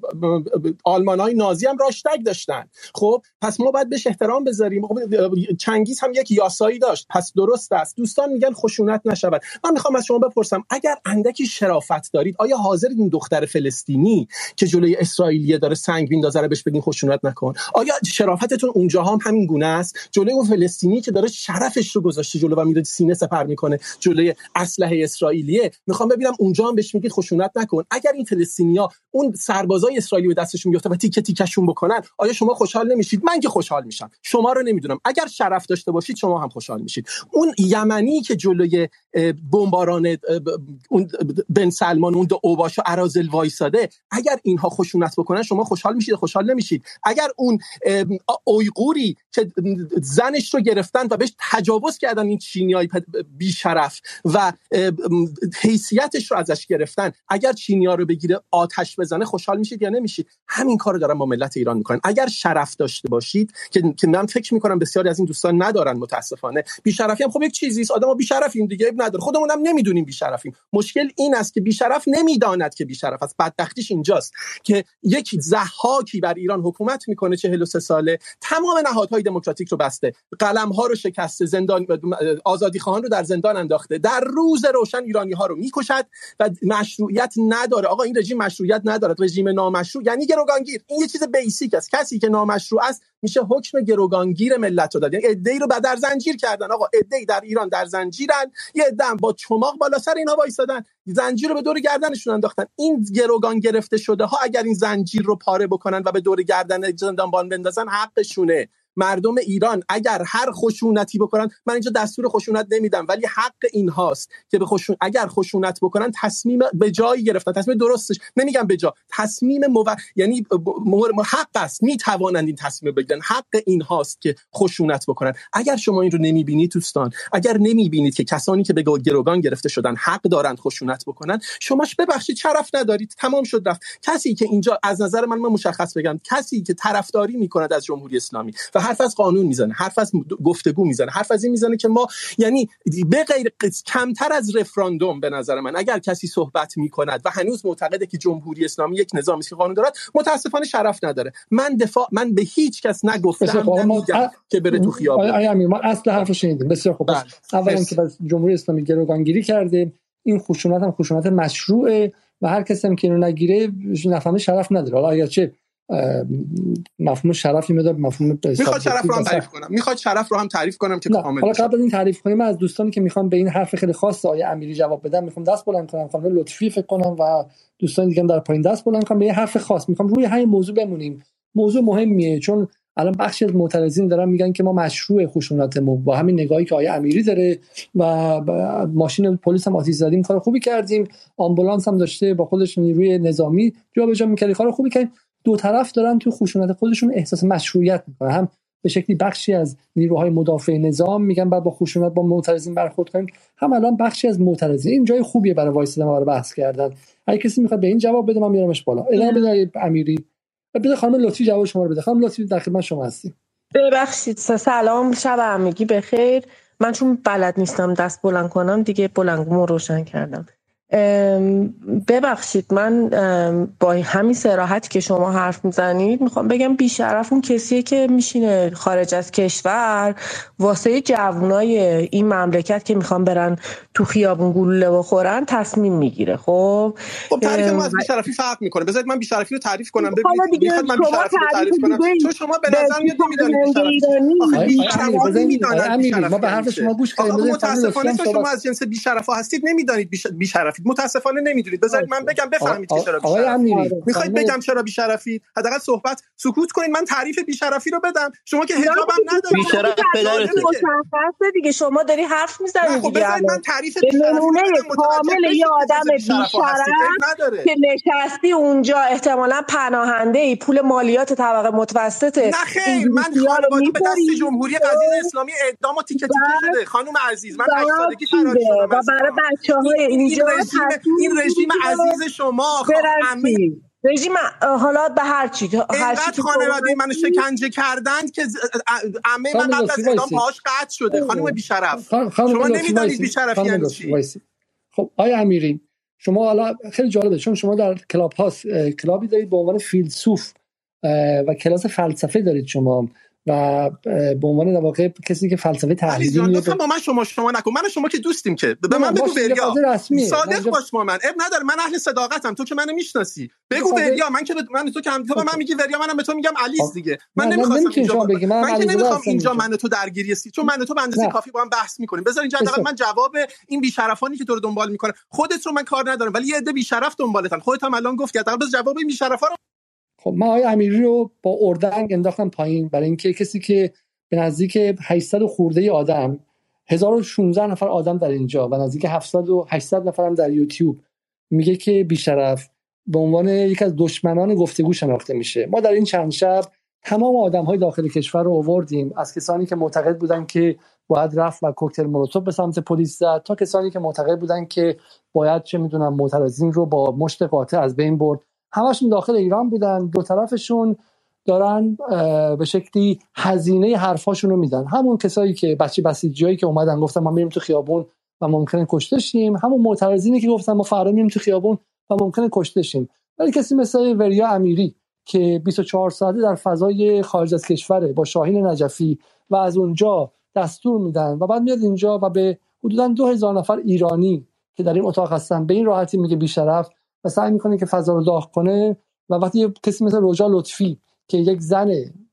آلمانای نازی هم راشتگ داشتن. خب پس ما باید بهش احترام بذاریم. خب چنگیز هم یک یاسایی داشت، پس درست است. دوستان میگن خشونت نشود. من میخوام از شما بپرسم اگر اندکی شرافت دارید، آیا حاضرید این دختر فلسطینی که جلوی اسرائیلیه داره سنگ میندازه رو بهش بگین خشونت نکن؟ آیا شرافتتون اونجا هم همین گونه است؟ جلوی اون فلسطینی که داره شرفش رو گذاشته جلو و میره سینه سپر میکنه جلوی اسلحه اسرائیلیه، میخوام ببینم اونجا هم بهش میگید خشونت نکن؟ اگر این فلسطینیا اون سربازای اسرائیلی به دستشون میفته و تیکه تیکشون بکنن، آیا شما خوشحال نمیشید؟ من که خوشحال میشم. شما رو نمیدونم. اگر شرف داشته باشید شما هم خوشحال میشید. اون یمنی که جلوی بمباران اون بن سلمان اون دو اوباش و اراذل وایساده، اگر اینها خشونت بکنن شما خوشحال میشید؟ خوشحال نمیشید. اگر اون اویغوری که زنش رو گرفتن و بهش تجاوز کردن این چینیای بی شرف و حیثیتش رو ازش گرفتن، اگر چینی‌ها رو بگیره آتش بزنه خوشحال میشید یا نمیشید؟ همین کارو دارن با ملت ایران میکنن. اگر شرف داشته باشید که من فکر میکنم بسیاری از این دوستان ندارن متاسفانه. بی‌شرفی هم خب یک چیزی است، آدم‌ها بی‌شرفیم دیگه، اب نداره، خودمون هم نمیدونیم بی‌شرفیم. مشکل این است که بی‌شرف نمیداند که بی‌شرف است. بدبختیش اینجاست که یک ضحاکی بر ایران حکومت میکنه 43 ساله، تمام نهادهای دموکراتیک رو بسته، قلم‌ها رو شکسته، زندان آزادیخواهان رو در زندان انداخته، در روز روشن ایرانی‌ها رو میکشد و مشروعیت نداره. آقا این رژیم مشروعیت نداره. رژیم نامشروع یعنی گروگانگیر. این یه چیز بیسیک است. کسی که نامشروع است میشه حکم گروگانگیر ملت رو داد. یعنی عده‌ای رو در زنجیر کردن. آقا عده‌ای در ایران در زنجیرن، یه عده با چماق بالا سر اینا وایسادن، زنجیر رو به دور گردنشون انداختن. این گروگان گرفته شده ها اگر این زنجیر رو پاره بکنن و به دور گردن زندانبان بندازن حقشونه. مردم ایران اگر هر خشونتی بکنن، من اینجا دستور خشونت نمیدم، ولی حق این هاست که به اگر خشونت بکنن تصمیم به جایی گرفتن، تصمیم درستش نمیگم به جا، تصمیم یعنی حق است، میتوانند این تصمیم بگیرن. حق این هاست که خشونت بکنن. اگر شما این رو نمیبینید دوستان، اگر نمیبینید که کسانی که به گروگان گرفته شدن حق دارند خشونت بکنن، شماش ببخشید شرف ندارید. تمام شد رفت. کسی که اینجا از نظر من مشخص بگم، کسی که طرفداری میکند از جمهوری اسلامی و حرف از قانون میزنه، حرف از گفتگو میزنه، حرف از این میزنه که ما یعنی به غیر کمتر از رفراندوم، به نظر من اگر کسی صحبت میکند و هنوز معتقده که جمهوری اسلامی یک نظامی است که قانون دارد، متاسفانه شرف نداره. من به هیچ کس نگفتم نمیگم که بره تو خیابون. امیر ما اصل حرفو شنیدیم. بسیار خوب. اولا که جمهوری اسلامی گروگانگیری کرده، این خشونت هم خشونت مشروعه و هر کسی هم که اینو نگیره نفهمه شرف نداره. حالا اگرچه مفهوم شرفی میاد، مفهوم میخواد شرف رو هم تعریف کنم، میخواد شرف رو هم تعریف کنم که کامل حالا قبل از این تعریف کنیم، من از دوستانی که میخوام به این حرف خیلی خاص آقای امیری جواب بدم میخوام دست بلند کنم، خانم لطفی فکر کنم و دوستان دیگه هم در پایین دست بلند کنم. به یه حرف خاص میخوام روی همین موضوع بمونیم. موضوع مهمیه، چون الان بخشی از معترضین دارن میگن که ما مشروع خشونتمون با همین نگاهی که آقای امیری داره و ماشین پلیس هم آتش زدیم، کار خوبی کردیم، آمبولانس هم داشته با خودش نیروی نظامی جابجا می‌کرد، کار خوبی کردیم. دو طرف دارن تو خشونت خودشون احساس مشروعیت میکنن، هم به شکلی بخشی از نیروهای مدافع نظام میگن بعد با خشونت با معترضین برخورد کنیم، هم الان بخشی از معترضین. این جای خوبیه برای وایسادن و برای بحث کردن. اگه کسی میخواد به این جواب بده من میارمش بالا. ادامه بده امیری. بده خانم لطفی جواب شما رو بده. خانم لطفی در خدمت شما هستیم. ببخشید، سلام، شب همگی بخیر. من چون بلد نیستم دست بلند کنم دیگه بلندگومو روشن کردم. ببخشید، من با همین صراحتی که شما حرف میزنید میخوام بگم بیشرف اون کسیه که میشینه خارج از کشور واسه جوانای این مملکت که میخوان برن تو خیابون گلوله بخورن تصمیم میگیره. خب تعریف ما از بیشرفی فرق میکنه. بذارید من بیشرفی رو تعریف کنم. ببینید میخواد من بیشرفی رو تعریف کنم چون شما به نظر میاد نمیدونید ما به حرف شما گوش کردیم. متاسفانه شما از جنس بیشرفا هستید، نمیدونید بیشرفید. متاسفانه نمیدونید. بذارید من بگم بفهمید که چرا بیشرفید. میخواید بگم چرا بیشرفید؟ حداقل سکوت کنید، من تعریف بیشرفی رو بدم. شما که حجاب هم ندارید. بیشرف مشخصه دیگه، شما داری حرف میزنید دیگه. بذارید من تعریف بیشرفی کامل یه آدم بیشرف که نشستی اونجا احتمالاً پناهنده‌ای، پول مالیات طبقه متوسطه. نه خیر، من خانواده به دست جمهوری عزیز اسلامی اعدام و تیکه تیکه شده. خانم عزیز، من 8 سالگی فرار شدم و برای بچه‌های اینجا این رژیم عزیز شما همه رژیم حالا به هر چی اینقدر خانواده منو شکنجه کردند که عمه من قبل از اعدام پاهاش قطع شده. خانم بی‌شرف شما نمیدونید بی‌شرفی یعنی چی. خب آقای امیری، شما حالا خیلی جالبه چون شما در کلاب هاست کلابی دارید به عنوان فیلسوف و کلاس فلسفه دارید شما و به عنوان در واقع کسی که فلسفه تحلیلی میگه. با من شما نکن، من و شما که دوستیم که به من بگو بریا صادق باش با من. اب نداره، من اهل صداقتم، تو که منو میشناسی. بگو بریا، من که من تو که تو به من میگی بریا، منم به تو میگم علیس دیگه. من نمیخواستم اینجا من که نمیخوام اینجا من و تو درگیری سی، چون من و تو به اندازه کافی با هم بحث میکنیم. بذار اینجا حداقل من جواب این بی‌شرفانی که تو رو دنبال میکنه، خودت رو من کار ندارم ولی یه عده بی‌شرف دنبالتن. خودت هم الان گفتی حداقل جواب این بی‌شرفا رو. خب من آقای امیری رو با اردنگ انداختم پایین برای اینکه کسی که به نزدیک 800 خورده آدم، 1016 نفر آدم در اینجا و نزدیک 700 و 800 نفر هم در یوتیوب میگه که بی‌شرف به عنوان یکی از دشمنان گفتگو شناخته میشه. ما در این چند شب تمام آدم‌های داخل کشور رو آوردیم، از کسانی که معتقد بودن که باید رفت و کوکتل مولوتوف به سمت پلیس زد تا کسانی که معتقد بودن که باید چه میدونم معترضین رو با مشت قاطع از بین برد. همشون داخل ایران بودن، دو طرفشون دارن به شکلی هزینه حرفاشون رو میدن. همون کسایی که بسیجیایی که اومدن گفتن ما میریم تو خیابون و ممکنه کشته شیم، همون معترضینی که گفتن ما فردا میریم تو خیابون و ممکنه کشته شیم. ولی کسی مثل وریا امیری که 24 ساعته در فضای خارج از کشوره با شاهین نجفی و از اونجا دستور میدن و بعد میاد اینجا و به حدوداً 2000 نفر ایرانی که در این اتاق هستن به این راحتی میگه بی‌شرف و سعی میکنه که فضا رو داغ کنه. و وقتی کسی مثل رجا لطفی که یک زن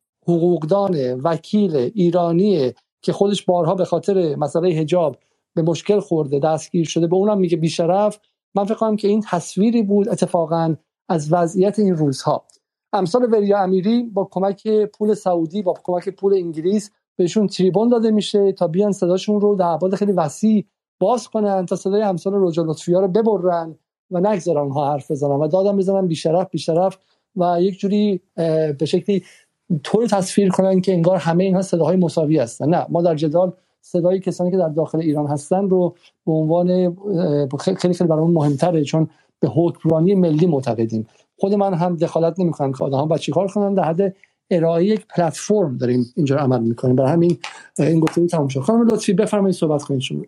حقوقدان وکیل ایرانی که خودش بارها به خاطر مسئله حجاب به مشکل خورده دستگیر شده به اونم میگه بی‌شرف، من فکر کنم که این تصویری بود اتفاقا از وضعیت این روزها. امثال وریا امیری با کمک پول سعودی با کمک پول انگلیس بهشون تریبون داده میشه تا بیان صداشون رو در ابعاد خیلی وسیع باز کنن تا صدای امثال رجا لطفی‌ها رو ببرن و نگذارن اونها حرف بزنن و دادم بزنن بی‌شرف و یک جوری به شکلی طور تصویر کنن که انگار همه اینها صداهای مساوی هستن. نه، ما در جدال صدای کسانی که در داخل ایران هستن رو به عنوان خیلی برامون مهمتره، چون به حکمرانی ملی معتقدیم. خود من هم دخالت نمی‌کنم که آدم‌ها باید چیکار کنن، در حد ارائه یک پلتفرم داریم اینجا عمل می‌کنیم. برای همین این گفتگو تموم شد. خانم لطفی بفرمایید صحبت کنید شما.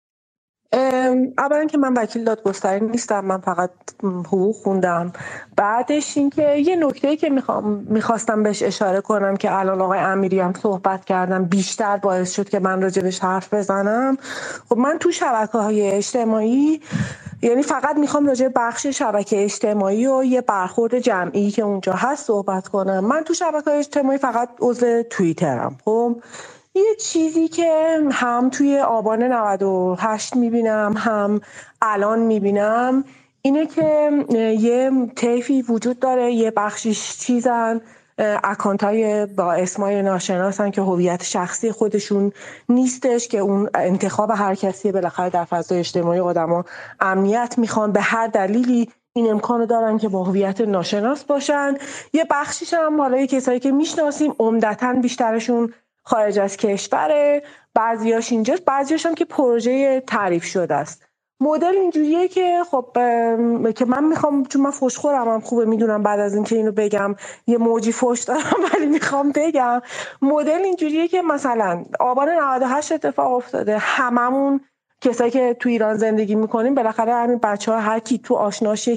اولا که من وکیل دادگستری نیستم، من فقط حقوق خوندم. بعدش این که یه نکته‌ای که میخواستم بهش اشاره کنم که الان آقای امیری هم صحبت کردم بیشتر باعث شد که من راجبش حرف بزنم. خب من تو شبکه‌های اجتماعی یعنی فقط میخوام راجع بخش شبکه اجتماعی و یه برخورد جمعی که اونجا هست صحبت کنم. من تو شبکه‌های اجتماعی فقط عضو توییترم. خب یه چیزی که هم توی آبان 98 میبینم هم الان میبینم اینه که یه طیفی وجود داره، یه بخشیش چیزن اکانتای با اسمای ناشناسن که هویت شخصی خودشون نیستش، که اون انتخاب هر کسی بالاخره در فضای اجتماعی آدما امنیت میخوان به هر دلیلی این امکانو دارن که با هویت ناشناس باشن. یه بخشیش هم حالا کسایی که میشناسیم عمدتاً بیشترشون خارج از کشوره، بعضیاش اینجاست، بعضیاش هم که پروژه تعریف شده است. مدل اینجوریه که خب که من میخوام، چون من فحشخورم هم خوبه میدونم بعد از اینکه اینو بگم یه موجی فحش دارم ولی میخوام بگم مدل اینجوریه که مثلا آبان 98 اتفاق افتاده، هممون کسایی که تو ایران زندگی میکنیم بالاخره همین بچه‌ها هر کی تو آشناش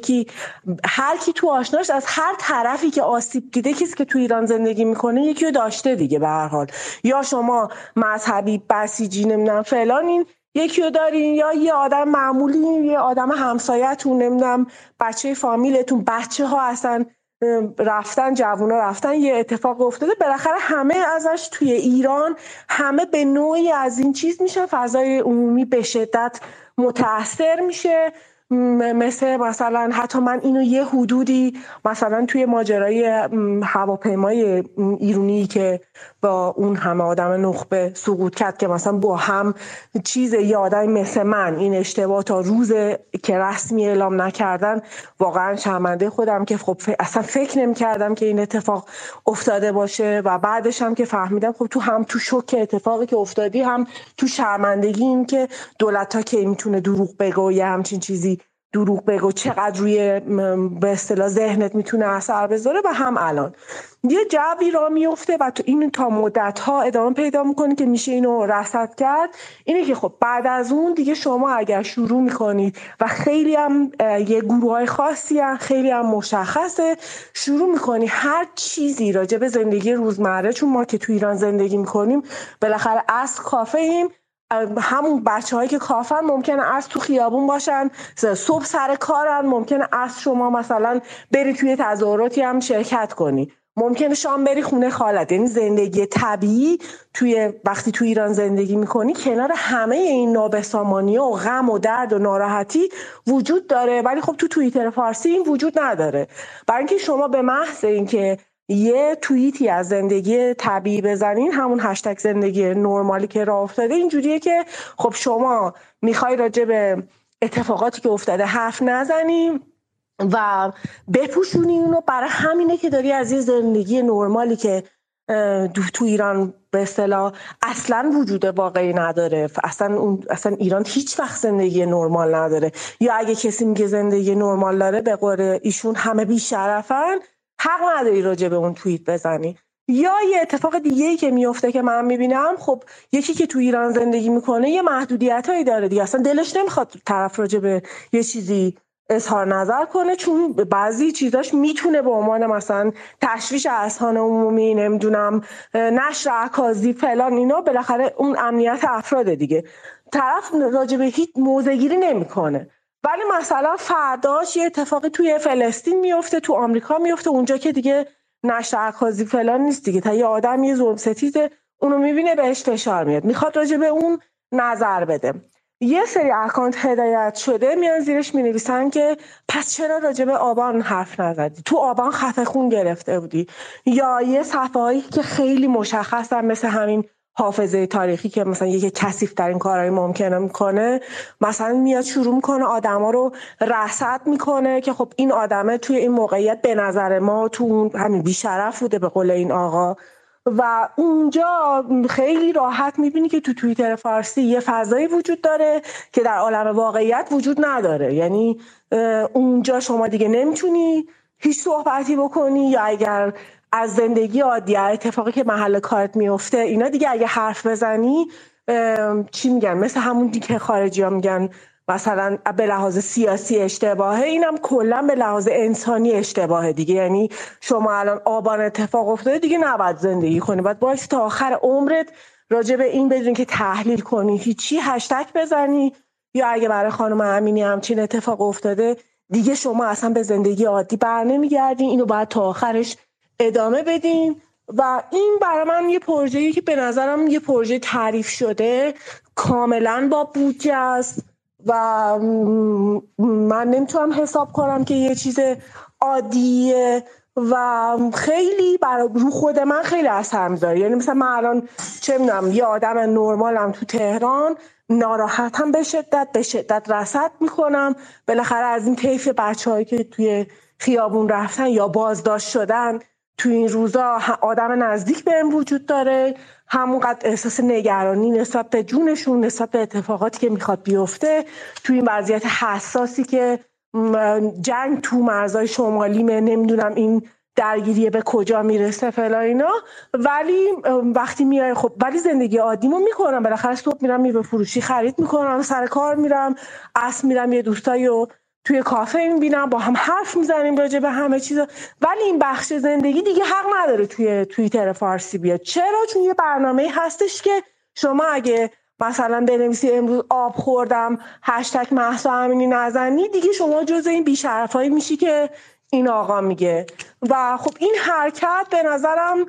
از هر طرفی که آسیب دیده کسی که تو ایران زندگی میکنه یکی رو داشته دیگه به هر حال، یا شما مذهبی بسیجی نمیدونم فلانین یکی رو دارین، یا یه آدم معمولی، یه آدم همسایه‌تون، نمیدونم بچه فامیلتون، بچه‌ها اصلا رفتن، جوونا رفتن، یه اتفاق افتاده، بالاخره همه ازش توی ایران همه به نوعی از این چیز میشن، فضای عمومی به شدت متاثر میشه. مثلا حتی من اینو یه حدودی مثلا توی ماجرای هواپیمای ایرانی که با اون همه آدم نخبه سقوط کرد که مثلا با هم چیز یه آدمی مثل من این اشتباه تا روز که رسمی اعلام نکردن واقعا شرمنده خودم که خب اصلا فکر نمی‌کردم که این اتفاق افتاده باشه و بعدش هم که فهمیدم خب تو شوک اتفاقی که افتادی هم تو شرمندگی این که دولت‌ها که میتونه دروغ بگه و یه همچین چیزی دروغ بگو چقدر روی به اصطلاح ذهنت میتونه اثر بذاره و هم الان یه جوی را میفته و تو این تا مدت‌ها ادامه پیدا میکنه که میشه اینو رصد کرد. اینه که خب بعد از اون دیگه شما اگر شروع میکنید و خیلی هم یه گروه‌های خاصی هم خیلی هم مشخصه شروع میکنی هر چیزی راجع به زندگی روزمره، چون ما که تو ایران زندگی میکنیم بالاخره از کافه ایم، همون بچه‌هایی که کافن ممکنه از تو خیابون باشن، صبح سر کارن، ممکنه از شما مثلا بری توی تظاهراتی هم شرکت کنی، ممکنه شام بری خونه خالت. یعنی زندگی طبیعی وقتی تو ایران زندگی میکنی کنار همه این نابسامانی و غم و درد و ناراحتی وجود داره، ولی خب تو توییتر فارسی این وجود نداره. برای اینکه شما به محض اینکه یه توییتی از زندگی طبیعی بزنین، همون هشتگ زندگی نرمالی که راه افتاده، اینجوریه که خب شما میخوای راجع به اتفاقاتی که افتاده حرف نزنیم و بپوشونی اونو. برای همینه که داری از یه زندگی نرمالی که تو ایران به اصطلاح اصلا وجود واقعی نداره، اصلا ایران هیچ وقت زندگی نرمال نداره، یا اگه کسی میگه زندگی نرمال داره به قول ایشون همه بی‌شرفن، حق نداری راجع به اون توییت بزنی. یا یه اتفاق دیگه‌ای که میفته که من میبینم، خب یکی که تو ایران زندگی میکنه یه محدودیتایی داره دیگه، اصلا دلش نمیخواد طرف راجع به یه چیزی اظهار نظر کنه، چون بعضی چیزاش میتونه به عنوان مثلا تشویش اذهان عمومی، نمیدونم نشر اکاذیب فلان، اینا بالاخره اون امنیت افراد دیگه، طرف راجع به هیچ موضع‌گیری نمیکنه. ولی مثلا فرداش یه اتفاقی توی فلسطین میفته، تو آمریکا میفته، اونجا که دیگه نشر اکاذیب فلان نیست دیگه، تا یه آدم یه ظلم ستیزه اونو میبینه بهش فشار میاد، میخواد راجع به اون نظر بده. یه سری اکانت هدایت شده میان زیرش مینویسن که پس چرا راجع به آبان حرف نزدی، تو آبان خفه خون گرفته بودی، یا یه صفحه‌ای که خیلی مشخصن مثل همین حافظه تاریخی که مثلا یکی کثیف ترین کارهای ممکنه میکنه، مثلا میاد شروع میکنه آدما رو رصد میکنه که خب این آدمه توی این موقعیت به نظر ما تو همین بی‌شرف بوده به قول این آقا. و اونجا خیلی راحت میبینی که تو توییتر فارسی یه فضایی وجود داره که در عالم واقعیت وجود نداره. یعنی اونجا شما دیگه نمیتونی هیچ صحبتی بکنی، یا اگر از زندگی عادی، اتفاقی که محل کارت میفته اینا دیگه اگه حرف بزنی چی میگن، مثل همون دیگه که خارجی ها میگن مثلا به لحاظ سیاسی اشتباهه، اینم کلا به لحاظ انسانی اشتباهه دیگه. یعنی شما الان آبان اتفاق افتاده دیگه نباید زندگی کنی، باید باعث تا آخر عمرت راجع به این بدون که تحلیل کنی هیچی هشتگ بزنی، یا اگه برای خانم امینی همچین اتفاق افتاده دیگه شما اصلا به زندگی عادی بر نمیگردین، اینو باید تا آخرش ادامه بدین. و این برای من یه پروژه‌ای که به نظرم یه پروژه تعریف شده، کاملا با بودجه است و من نمیتونم حساب کنم که یه چیز عادیه و خیلی رو خود من خیلی اثر میذاره. یعنی مثلا من الان چه میدونم یه آدم نرمالم تو تهران، ناراحتم به شدت رصد میکنم بالاخره از این طیف بچه‌هایی که توی خیابون رفتن یا بازداشت شدن. تو این روزا آدم نزدیک بهم وجود داره، همونقدر احساس نگرانی نسبت به جونشون، نسبت به اتفاقاتی که میخواد بیفته تو این وضعیت حساسی که جنگ تو مرزهای شمالی، نمیدونم این درگیری به کجا میرسه فلان اینا. ولی وقتی میای خب ولی زندگی عادیمو میکنم، بالاخره صبح میرم میوه فروشی خرید میکنم، سر کار میرم، عصر میرم یه دوستایو توی کافه میبینم، با هم حرف میزنیم راجع به همه چیزا. ولی این بخش زندگی دیگه حق نداره توی توییتر فارسی بیاد. چرا؟ چون یه برنامه‌ای هستش که شما اگه مثلا بنویسی امروز آب خوردم هشتگ مهسا امینی نزنی، دیگه شما جز این بی‌شرفایی میشی که این آقا میگه. و خب این حرکت به نظرم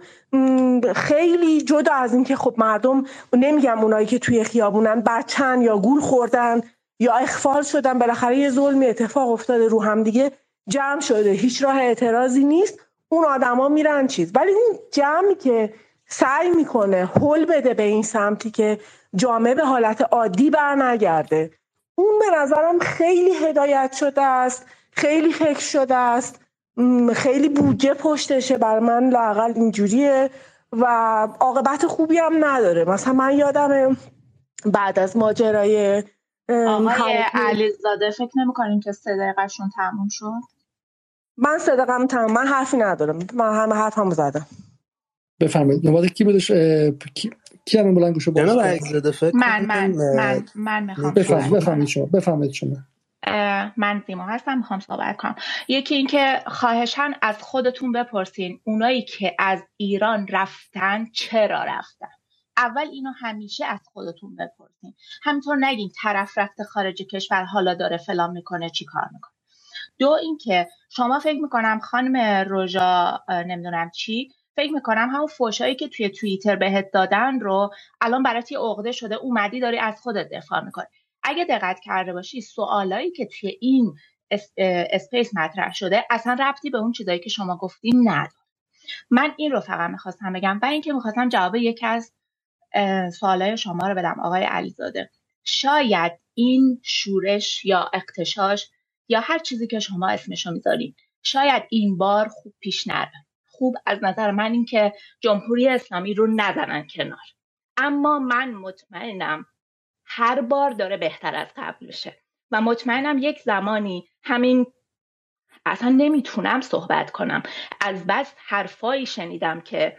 خیلی جدا از این که خب مردم، نمیگم اونایی که توی خیابونن بچن یا گول خوردن یا اخفال شدن، بالاخره یه ظلمی اتفاق افتاده رو هم دیگه جمع شده، هیچ راه اعتراضی نیست، اون آدما میرن چیز. ولی این جمعی که سعی میکنه هول بده به این سمتی که جامعه به حالت عادی برنگرده، اون به نظرم خیلی هدایت شده است، خیلی فکر شده است، خیلی بودجه پشتشه. بر من لااقل اینجوریه و عاقبت خوبی هم نداره. مثلا من یادم بعد از ماجرای آقای علیزاده فکر نمی‌کنین که 3 دقیقه‌شون تموم شد؟ من 3 دقیقه‌م تموم، من حرفی ندارم، من همه حرفمو زدم. بفرمایید. نوبت کی بودش؟ کی همون بلند گوشو باز کرد؟ من میخوام بفرمایید شما. من زیما هستم، میخوام صحبت کنم. یکی این که خواهشاً از خودتون بپرسین اونایی که از ایران رفتن چرا رفتن. اول اینو همیشه از خودتون بپرسین. همینطور نگین طرف رفته خارج کشور حالا داره فلان میکنه چی کار میکنه. 2 این که شما فکر میکنم خانم روژا نمیدونم چی، فکر میکنم همون فوشایی که توی توییتر بهت دادن رو الان برات یه عقده شده اومدی داری از خودت دفاع میکنی. اگه دقت کرده باشی سوالایی که توی این اسپیس مطرح شده اصلا ربطی به اون چیزایی که شما گفتیم نداره. من این رو فقط میخواستم بگم و این که میخواستم جواب یکی از سوالای شما رو بدم آقای علیزاده. شاید این شورش یا اغتشاش یا هر چیزی که شما اسمشو میذارین شاید این بار خوب پیش نره. خوب از نظر من این که جمهوری اسلامی رو نزنن کنار، اما من مطمئنم هر بار داره بهتر از قبل بشه و مطمئنم یک زمانی همین اصلا نمیتونم صحبت کنم از بس حرفایی شنیدم که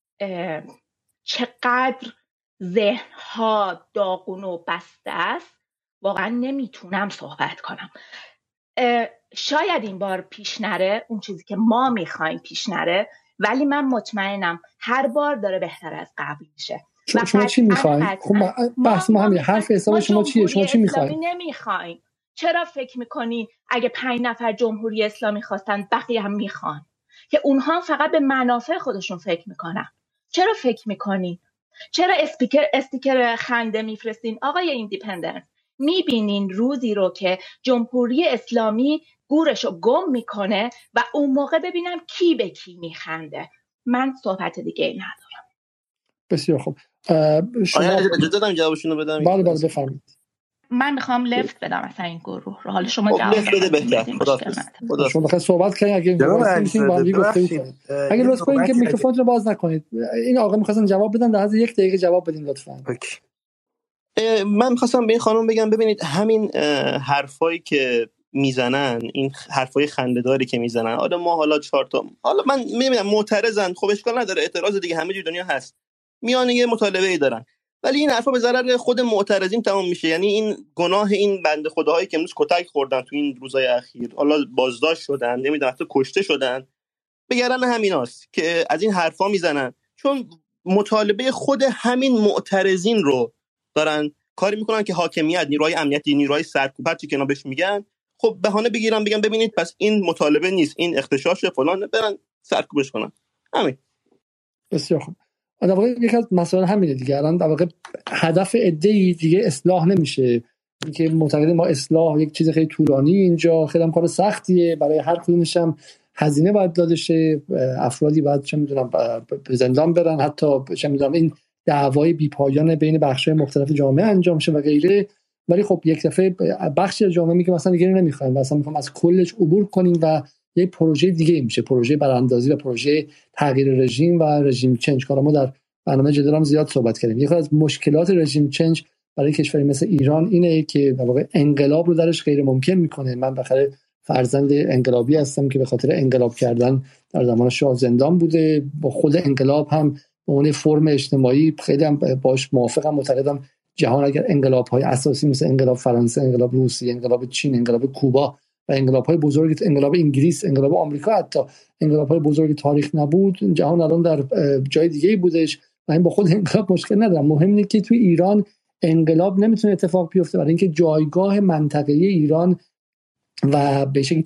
چقدر ذهنها داغون و بسته است، واقعا نمیتونم صحبت کنم. شاید این بار پیش نره اون چیزی که ما میخوایم پیش نره، ولی من مطمئنم هر بار داره بهتر از قبل میشه. شما چی میخواین؟ خب بحث ما همین حرف حساب شما چیه؟ شما چی میخواین؟ نمیخواین. چرا فکر میکنی اگه 5 نفر جمهوری اسلامی خواستن بقیه هم میخوان؟ که اونها فقط به منافع خودشون فکر میکنن. چرا فکر میکنی؟ چرا استیکر خنده میفرستین آقای ایندیپندنت؟ میبینین روزی رو که جمهوری اسلامی گورشو گم میکنه و اون موقع ببینم کی به کی میخنده. من صحبت دیگه ای ندارم. بسیار خوب. آیا اجازه دادم جوابشون رو بدم؟ بله بفرمایید. من میخوام لفت بدم اصلا این گروه رو. حالا شما جواب بده بهتر. خدا شما بخواید صحبت کنید اگه میتونید با هم گفتگو کنید. اگه لطفا کنید که میکروفونتون رو باز نکنید. این آقا می‌خواستن جواب بدن، در حد 1 دقیقه جواب بدین لطفا. من می‌خواستم به این خانم بگم ببینید همین حرفایی که میزنن، این حرفای خنده‌داری که میزنن، حالا 4 تا حالا من میبینم معترضن، خب اشکال نداره، اعتراض دیگه همه جای دنیا هست، میان یه مطالبه‌ای دارن، ولی این حرفا به ضرر خود معترضین تمام میشه. یعنی این گناه این بنده خداهایی که امروز کتک خوردن تو این روزهای اخیر، حالا بازداشت شدن، نمیدونم حتی کشته شدن، بگرن همیناست که از این حرفا میزنن، چون مطالبه خود همین معترضین رو دارن کاری میکنن که حاکمیت، نیروهای امنیتی، نیروهای سرکوب چی که اینا بهش میگن، خب بهانه بگیرن بگن ببینید پس این مطالبه نیست، این اغتشاش فلان، برن سرکوبش کنن. همین. بسیار خوب. در واقع یکی از مسائل همینه دیگه. الان در واقع هدف عده‌ای دیگه اصلاح نمیشه، اینکه معتقدیم ما اصلاح یک چیز خیلی طولانی، اینجا خیلی هم کار سختیه، برای هر کدومش هم هزینه باید داده شه، افرادی باید چه میدونم به زندان برن، حتی چه میدونم این دعوای بی‌پایان بین بخش‌های مختلف جامعه انجام شه و غیره. ولی خب یک دفعه بخشی از جامعه میگه مثلا دیگه نمیخوایم و مثلا میخوام از کلش عبور کنیم و یک پروژه دیگه میشه، پروژه براندازی و پروژه تغییر رژیم و رژیم چنج. کارا ما در برنامه جدالم زیاد صحبت کردیم. یکی از مشکلات رژیم چنج برای کشوری مثل ایران اینه که در واقع انقلاب رو درش غیر ممکن میکنه. من بخاطر فرزند انقلابی هستم که به خاطر انقلاب کردن در زمان شاه زندان بوده، با خود انقلاب هم به اون فرم اجتماعی خیلی هم باش موافقم، معتقدم جهان اگر انقلاب‌های اساسی مثل انقلاب فرانسه، انقلاب روسیه، انقلاب چین، انقلاب کوبا و انقلاب‌های بزرگ، انقلاب انگلیس، انقلاب آمریکا، حتی انقلاب‌های بزرگ تاریخ نبود، جهان الان در جای دیگه‌ای بودش. من با خود انقلاب مشکل ندارم. مهم اینه که توی ایران انقلاب نمیتونه اتفاق بیفته، برای اینکه جایگاه منطقه‌ای ایران و به شکلی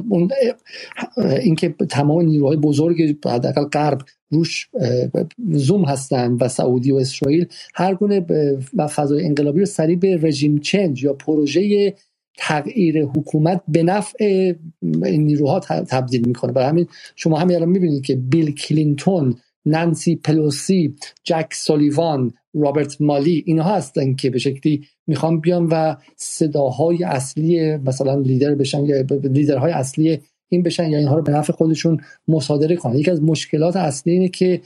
اینکه تمام نیروهای بزرگ حداقل غرب روش زوم هستند و سعودی و اسرائیل هر گونه فضای انقلابی رو سریع به رژیم چنج یا پروژه تغییر حکومت به نفع این نیروها تبدیل میکنه. برای همین شما همین الان میبینید که بیل کلینتون، نانسی پلوسی، جک سولیوان، رابرت مالی، اینها هستن که به شکلی میخوان بیان و صداهای اصلی مثلا لیدر بشن یا لیدرهای اصلی این بشن یا اینها رو به نفع خودشون مصادره کنن. یکی از مشکلات اصلی اینه که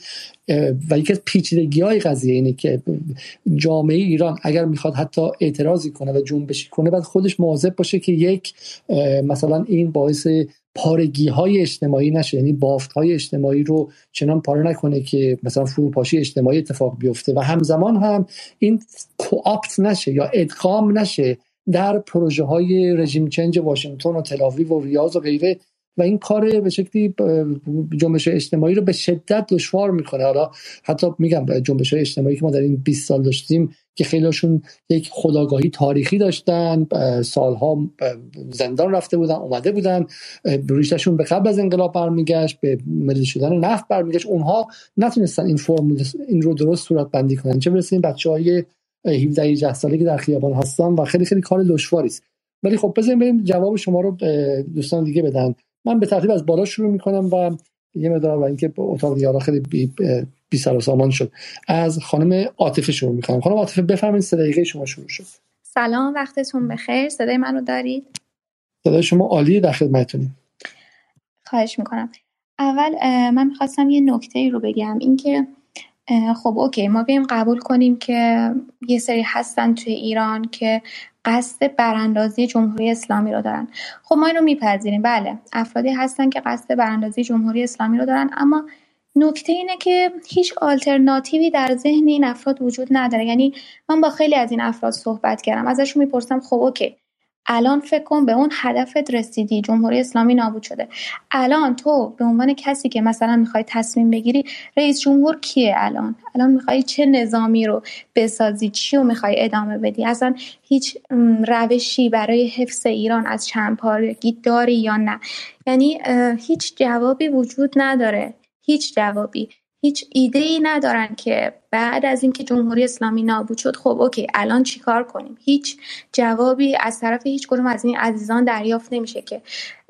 و یکی از پیچیدگی‌های قضیه اینه که جامعه ایران اگر میخواد حتی اعتراضی کنه و جنبشی کنه باید خودش مواظب باشه که یک مثلا این باعث پارگی‌های اجتماعی نشه، یعنی بافت‌های اجتماعی رو چنان پاره نکنه که مثلا فروپاشی اجتماعی اتفاق بیفته و همزمان هم این کوآپت نشه یا ادغام نشه در پروژه‌های رژیم چنج واشنگتن و تل‌آویو و ریاض و غیره و این کار به شکلی جنبش اجتماعی رو به شدت دشوار میکنه. حالا حتی میگم جنبش‌های اجتماعی که ما در این 20 سال داشتیم که خیلیشون یک خودآگاهی تاریخی داشتن، سالها زندان رفته بودن، اومده بودن، ریشه‌شون به قبل از انقلاب برمیگشت، به ملی شدن نفت برمیگشت، اونها نتونستن این فرمول این رو درست صورت بندی کنن، چه برسه این بچه‌های 17-18 ساله که در خیابان هستن و خیلی خیلی کار دشواری است. ولی خب بذاریم بریم جواب شما رو دوستان دیگه بدن. من به ترتیب از بالا شروع میکنم و یه مقدار برای اینکه اتاق دیگه خیلی بی سر و سامان شد از خانم عاطفه شروع میکنم. خانم عاطفه بفرمایید، 3 دقیقه شما شروع شد. سلام، وقتتون بخیر. صدای منو دارید؟ صدای شما عالیه، در خدمتتونیم. خواهش میکنم. اول من میخواستم یه نکته رو بگم، این که خب اوکی ما بیم قبول کنیم که یه سری هستن توی ایران که قصد براندازی جمهوری اسلامی رو دارن. خب ما اینو میپذیریم، بله افرادی هستن که قصد براندازی جمهوری اسلامی رو دارن، اما نکته اینه که هیچ آلترناتیوی در ذهن این افراد وجود نداره. یعنی من با خیلی از این افراد صحبت کردم، ازشون میپرسم خب اوکی الان فکر کن به اون هدفت رسیدی، جمهوری اسلامی نابود شده، الان تو به عنوان کسی که مثلا میخوای تصمیم بگیری رئیس جمهور کیه، الان میخوای چه نظامی رو بسازی، چی رو میخوای ادامه بدی، اصلا هیچ روشی برای حفظ ایران از چند پارگی داری یا نه؟ یعنی هیچ جوابی وجود نداره، هیچ جوابی، هیچ ایده‌ای ندارن که بعد از اینکه جمهوری اسلامی نابود شد خب اوکی الان چیکار کنیم. هیچ جوابی از طرف هیچ کدوم از این عزیزان دریافت نمیشه که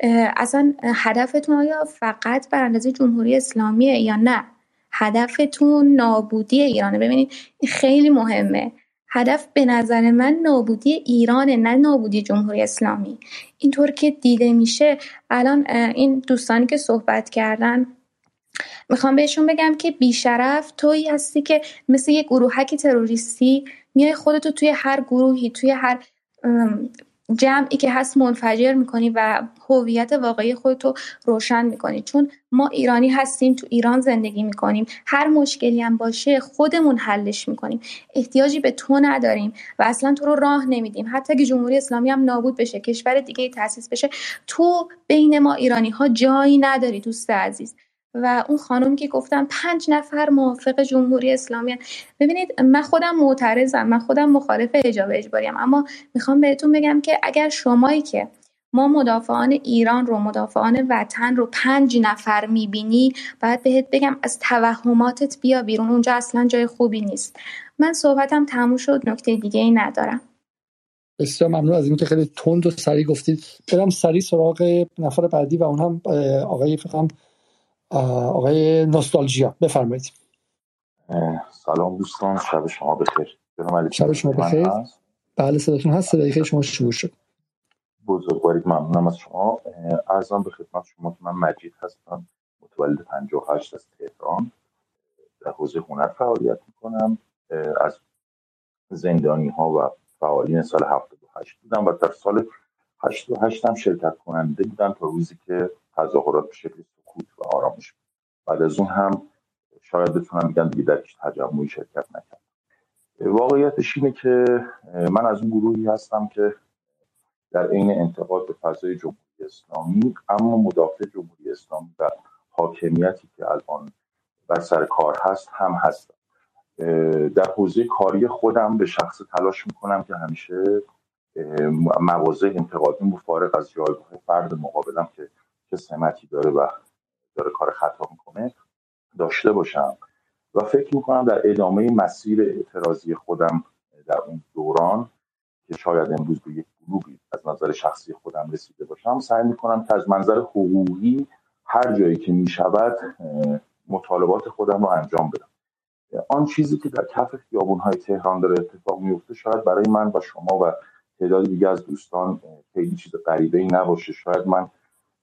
اصلا هدفتون آیا فقط براندازی جمهوری اسلامیه یا نه هدفتون نابودی ایرانه. ببینید این خیلی مهمه، هدف به نظر من نابودی ایرانه، نه نابودی جمهوری اسلامی. اینطور که دیده میشه الان این دوستانی که صحبت کردن میخوام بهشون بگم که بیشرف تویی هستی که مثل یه گروهک تروریستی میای خودتو توی هر گروهی، توی هر جمعی که هست منفجر میکنی و هویت واقعی خودتو روشن میکنی. چون ما ایرانی هستیم، تو ایران زندگی میکنیم، هر مشکلی هم باشه خودمون حلش میکنیم، احتیاجی به تو نداریم و اصلا تو رو راه نمیدیم. حتی اگه جمهوری اسلامی هم نابود بشه، کشور دیگه تأسیس بشه، تو بین ما ایرانی ها جایی نداری دوست عزیز. و اون خانم که گفتم 5 نفر موافق جمهوری اسلامی هستن. ببینید من خودم معترضم، من خودم مخالف حجاب اجباریم، اما میخوام بهتون بگم که اگر شمایی که ما مدافعان ایران رو، مدافعان وطن رو 5 نفر میبینی، باید بهت بگم از توهماتت بیا بیرون، اونجا اصلا جای خوبی نیست. من صحبتم تموم شد، نکته دیگه ای ندارم. بسیار ممنون از اینکه خیلی تند و سریع گفتید. برم سریع سراغ نفر بعدی و اون هم آقای نوستالژیا. بفرمایید. سلام دوستان، شب شما بخیر. شب شما بخیر. بله صداتون هست، 3 دقیقه شما شروع شد. بزرگوارید، ممنونم از شما. عرضم به خدمت شما که من مجید هستم، متولد 58 از تهران، در حوزه هنر فعالیت میکنم. از زندانی ها و فعالین سال 78 بودم و در سال 88 هم شرکت کننده بودم تا روزی که تظاهرات به شکل سکوت و آرامش بود. بعد از اون هم شاید بتونم بگم دیگه در هیچ تجمعی شرکت نکردم. واقعیتش اینه که من از اون گروهی هستم که در عین انتقاد به فضای جمهوری اسلامی اما مدافع جمهوری اسلامی و حاکمیتی که الان بر سر کار هست هم هستم. در حوزه کاری خودم به شخص تلاش میکنم که همیشه مواضع انتقادیم و فارغ از جایگاه فرد مقابلم که چه سمتی داره و داره کار خطا میکنه داشته باشم و فکر میکنم در ادامه مسیر اعتراضی خودم در اون دوران که شاید امروز به یک بلوغی از نظر شخصی خودم رسیده باشم، سعی میکنم که از منظر حقوقی هر جایی که میشود مطالبات خودم رو انجام بدم. آن چیزی که در کف خیابون‌های تهران داره اتفاق میفته شاید برای من و شما و تعداد دیگه از دوستان خیلی چیز غریبه‌ای نباشه. شاید من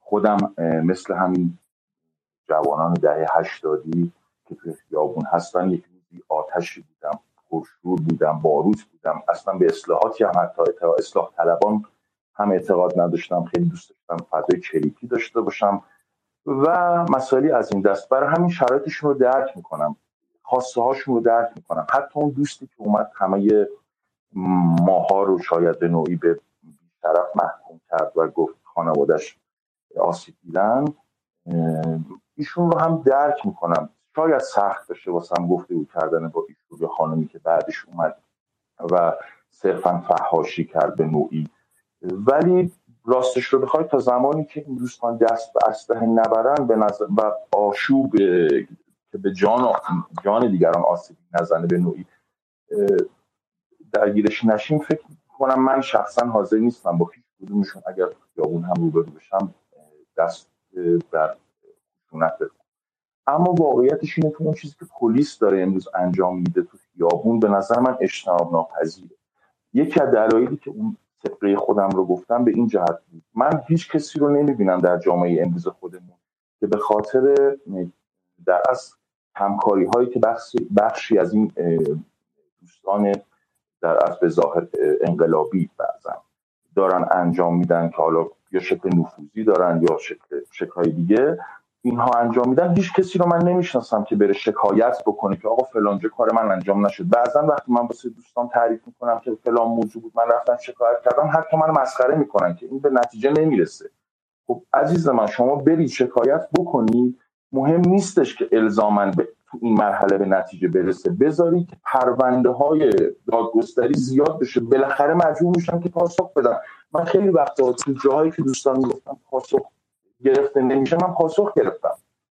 خودم مثل همین جوانان دهه 80 که توی خیابون هستن یک روزی آتشی بودم، پرشور بودم، باروت بودم، اصلا به اصلاحاتی هم حتی اصلاح طلبان هم اعتقاد نداشتم، خیلی دوست داشتم فضای کلیدی داشته باشم و مسائلی از این دست. برای همین شرایطشون رو درک میکنم، خواسته هاشون رو درک میکنم. حتی اون دوستی که اومد همه ماها رو شاید به نوعی به طرف محکوم کرد و گفت خانواده‌اش آسیب دیدن، ایشون رو هم درک میکنم. شاید سخت بشه واسم گفتگو کردن با ایشون یا خانمی که بعدش اومد و صرفا فحاشی کرد به نوعی، ولی راستش رو بخوای تا زمانی که این دوستان دست به اسلحه نبرن به نظر و آشوب که به جان دیگران آسیب نزنه به نوعی درگیرش نشیم، فکر کنم من شخصا حاضر نیستم با هیچ کدومشون اگر خیابون هم روبرو بشم دست بر خشونت بزنم. اما واقعیتش اینه که اون چیزی که پلیس داره امروز انجام میده تو خیابون به نظر من اجتناب ناپذیره. یکی از دلایلی که اون طبقه خودم رو گفتم به این جهت بود، من هیچ کسی رو نمیبینم در جامعه امروز خودمون که به خاطر در اصل همکاری هایی که بخشی از این دوستان در اصل به ظاهر انقلابی بعضن دارن انجام میدن که حالا یا شکل نفوذی دارن یا شکل‌های دیگه اینها انجام میدن، هیچ کسی رو من نمیشناسم که بره شکایت بکنه که آقا فلانجا کار من انجام نشد. بعضا وقتی من واسه دوستان تعریف میکنم که فلان موضوع بود من رفتم شکایت کردم، حتی من مسخره میکنن که این به نتیجه نمیرسه. خب عزیز من شما برید شکایت بکنید، مهم نیستش که الزاماً تو این مرحله به نتیجه برسه، بذارید پرونده های دادگستری زیاد بشه، بالاخره مجبور میشن که پاسخ بدن. من خیلی وقتا تو جاهایی که دوستان میگفتن پاسخ گرفته نمیشه من پاسخ گرفتم،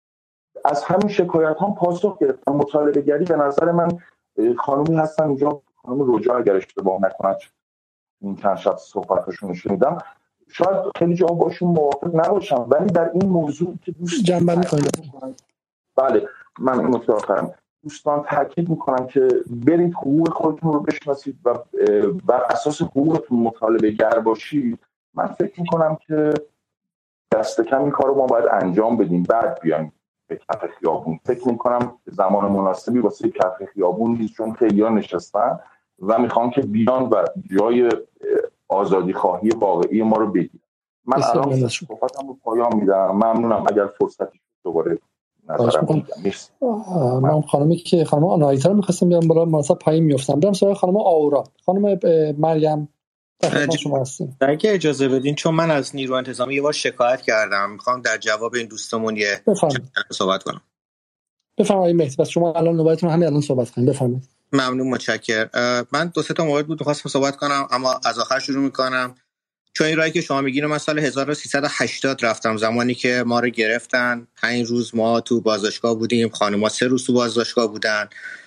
از همین شکایت هم پاسخ گرفتم. مطالبه گری به نظر من خانومی هستن اینجا، خانم رجا اگر اشتباه نکنم این چند شب صحبتاشون رو شنیدم، شاید خیلی جا باشون موافق نباشم، ولی در این موضوع که جنبندی کنید. بله من این نکته آخرم دوستان تاکید میکنم که برید حقوق خودتون رو بشناسید و بر اساس حقوقتون مطالبه گر باشید. من فکر میکنم که دست کم این کار رو ما باید انجام بدیم بعد بیایم به کف خیابون. فکر میکنم زمان مناسبی واسه کف خیابون نیست، چون خیلی‌ها نشستن و میخوان که بیان و جای آزادی خواهی واقعی ما رو بگیرن. من الان صحبتم رو پایان میدم. ممنونم اگر فرصتی دوباره نظرم بگم. من خانمی که خانم آنایتا رو می‌خواستم بیام بالا، مناسب پایین میافتم. برم سراغ خانم آورا. خانم مریم شما هستین. اگه اجازه بدین، چون من از نیرو انتظامی یه بار شکایت کردم، میخوام در جواب این دوستمون یه صحبت کنم. بفرمایید مهدی، بس شما الان نوبتتون همین الان صحبت کنید. بفرمایید. ممنون، متشکرم. من دو سه تا مورد بود می‌خواستم صحبت کنم اما از آخر شروع میکنم، چون این راهی که شما میگین من سال 1380 رفتم، زمانی که ما رو گرفتن 5 روز ما تو بازداشتگاه بودیم، خانم‌ها 3 روز تو بازداشتگاه بودن،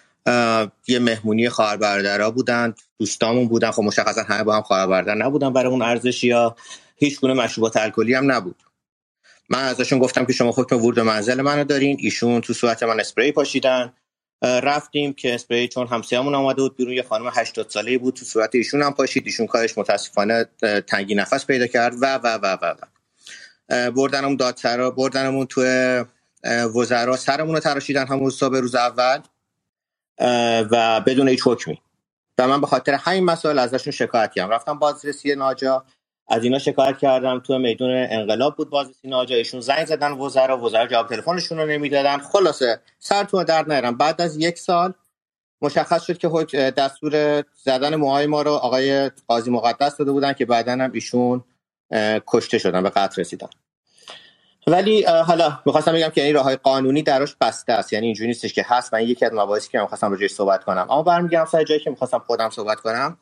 یه مهمونی خواهر برادرها بودن، دوستامون بودن، خب مشخصا همه با هم خواهر برادر نبودن برای اون ارزش یا هیچ گونه مشروبات الکلی هم نبود. من ازشون گفتم که شما حکم ورود منزل منو دارین، ایشون تو صورت من اسپری پاشیدن. رفتیم که اسپری چون همسایه‌مون اومده بود بیرون، یه خانم 80 ساله‌ای بود، تو صورت ایشون هم پاشید. ایشون کارش متاسفانه تنگی نفس پیدا کرد و بردنمون دادسرا، بردنمون تو وزرا، سرمون رو تراشیدن همون صبح روز اول و بدون هیچ حکمی. و من به خاطر همین مسائل ازشون شکایت کردم. رفتم بازرسی ناجا، از اینا شکایت کردم. تو میدون انقلاب بود بازرسی ناجا، ایشون زنگ زدن وزرا جواب تلفنشون رو نمیدادن. خلاصه سر تو درد نیارم. بعد از 1 سال مشخص شد که دستور زدن موهای ما رو آقای قاضی مقدس داده بودن که بعداً هم ایشون کشته شدن، به قتل رسیدن. ولی حالا می‌خواستم بگم که این راههای قانونی دراش بسته است، یعنی اینجوری نیستش که هست. من یکی از مباحثی که می‌خواستم راجعش صحبت کنم، اما برمیگردم سر جایی که می‌خواستم خودم صحبت کنم.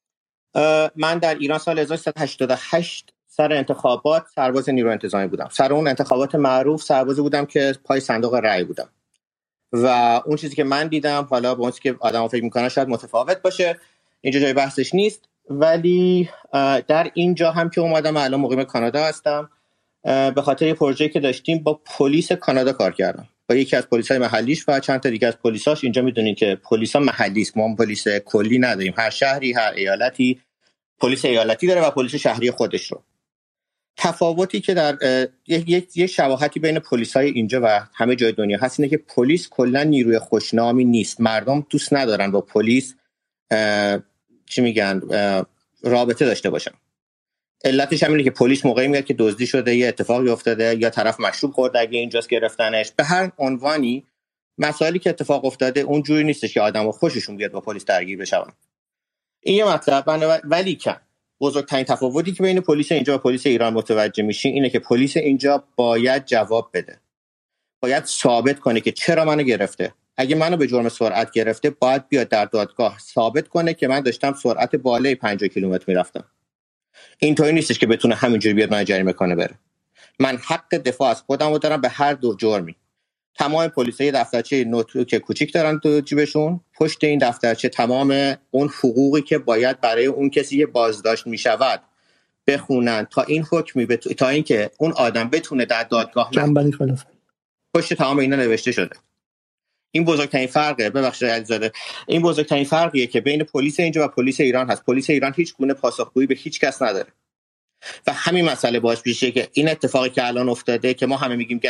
من در ایران سال 1388 سر انتخابات سرباز نیروی انتظامی بودم. سر اون انتخابات معروف سربازی بودم که پای صندوق رأی بودم و اون چیزی که من دیدم، حالا با اون چیزی که آدم‌ها فکر می‌کنن شاید متفاوت باشه، اینجا جای بحثش نیست، ولی در اینجا هم که اومدم الان مقیم کانادا هستم، به خاطر یه پروژه‌ای که داشتیم با پلیس کانادا کار کردم، با یکی از پلیس‌های محلیش و چند تا دیگه از پلیساش. اینجا می‌دونید که پلیسا محلی است، ما پلیس کلی نداریم. هر شهری، هر ایالتی پلیس ایالتی داره و پلیس شهری خودش رو. تفاوتی که در یک شباهتی بین پلیسای اینجا و همه جای دنیا هست اینه که پلیس کلا نیروی خوشنامی نیست. مردم دوست ندارن با پلیس چی میگن رابطه داشته باشن. علتش هم اینه که پلیس موقعی میاد که دزدی شده، یه اتفاقی افتاده یا طرف مشروب خورده اگه اینجاست گرفتنش، به هر عنوانی مسائلی که اتفاق افتاده اونجوری نیستش که آدمو خوششون بیاد با پلیس درگیر بشن. این یه مطلب. ولی که بزرگترین تفاوتی که بین پلیس اینجا و پلیس ایران متوجه میشین اینه که پلیس اینجا باید جواب بده، باید ثابت کنه که چرا منو گرفته. اگه منو به جرم سرعت گرفته باید بیاد در دادگاه ثابت کنه که من داشتم سرعت بالای 50 کیلومتر میرفتم. اینطوری نیستش که بتونه همینجوری بیاد من جریمه کنه بره. من حق دفاع از خودم رو دارم به هر دو جرمی. تمام پلیسای دفترچه نوت که کوچیک دارن تو جیبشون، پشت این دفترچه تمام اون حقوقی که باید برای اون کسی که بازداشت میشود بخونن تا این حکمی تا اینکه اون آدم بتونه در دادگاه پشت تمام اینا نوشته شده. این بزرگترین فرقه. ببخشید علیزاده، این بزرگترین فرقیه که بین پلیس اینجا و پلیس ایران هست. پلیس ایران هیچ گونه پاسخگویی به هیچ کس نداره و همین مسئله باعث میشه که این اتفاقی که الان افتاده که ما همه میگیم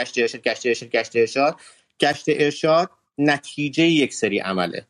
گشت ارشاد نتیجه یک سری عمله،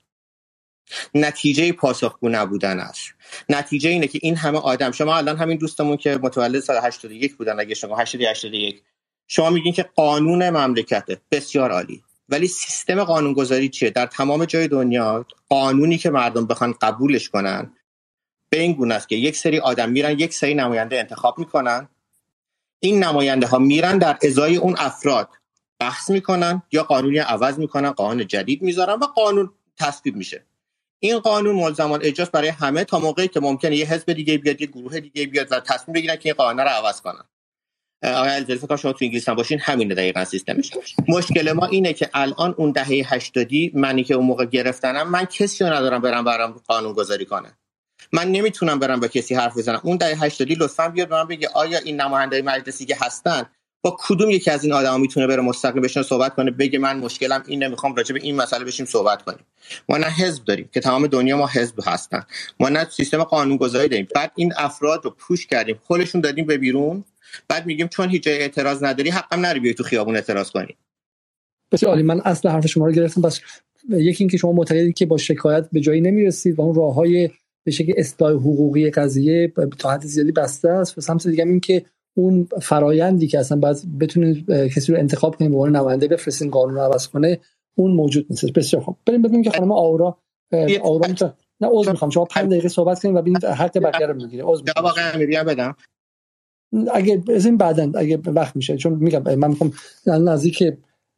نتیجه پاسخگو نبودن است. نتیجه اینه که این همه آدم، شما الان همین دوستمون که متولد سال 81 بودن، اگه شما 81 شما میگین که قانون مملکته، بسیار عالی، ولی سیستم قانونگذاری چیه؟ در تمام جای دنیا قانونی که مردم بخوان قبولش کنن به این گونه است که یک سری آدم میرن یک سری نماینده انتخاب میکنن، این نماینده ها میرن در ازای اون افراد بحث میکنن یا قانونی عوض میکنن، قانون جدید میذارن و قانون تصویب میشه. این قانون ملزمان اجراست برای همه تا موقعی که ممکنه یه حزب دیگه بیاد، یه گروه دیگه بیاد و تصمیم بگیرن که این قانون رو عوض کنن. آقای علیزاده فکر کنم شما تو انگلیس هم باشین همینه دقیقاً سیستمش. مشکل ما اینه که الان اون دهه 80 منی که اون موقع گرفتنم، من کسی رو ندارم برام قانون گذاری کنه. من نمیتونم برام با کسی حرف بزنم. اون دهه 80 لطفاً بیاد به من بگه آیا این نماینده‌های مجلسی که هستن با کدوم یکی از این آدما میتونه بره مستقیم بشینه صحبت کنه، بگه من مشکلم اینه، میخوام راجع به این مسئله بشیم صحبت کنیم. ما نه حزب داریم که تمام دنیا ما حزب هستن، ما نه سیستم قانونگذاری داریم. بعد این افراد رو پوش کردیم، خودشون دادیم به بیرون، بعد میگیم چون هیچ جای اعتراض نداری حقم نری بیای تو خیابون اعتراض کنی. بسیار عالی. من اصل حرف شما رو گرفتم. بس یکی این که شما معتقدید که با شکایت به جایی نمیرسید و اون راههای به شکل اصلاح حقوقی قضیه تا حد زیادی بسته است، و سمت دیگه این که اون فرایندی که اصلا باید بتونید کسی رو انتخاب کنید به عنوان نماینده بفرستین قانون رو عوض کنه اون موجود نیست. بسیار خوب، بریم ببینیم که خانم آورا میتونه. نه عذر میخوام، شما 5 دقیقه صحبت کنید و ببینید حق بقیه رو میگیره. عذر میخوام. واقعا میگم بدم اگه بزنیم بعداً اگه وقت میشه، چون میگم من میخوام نزدیک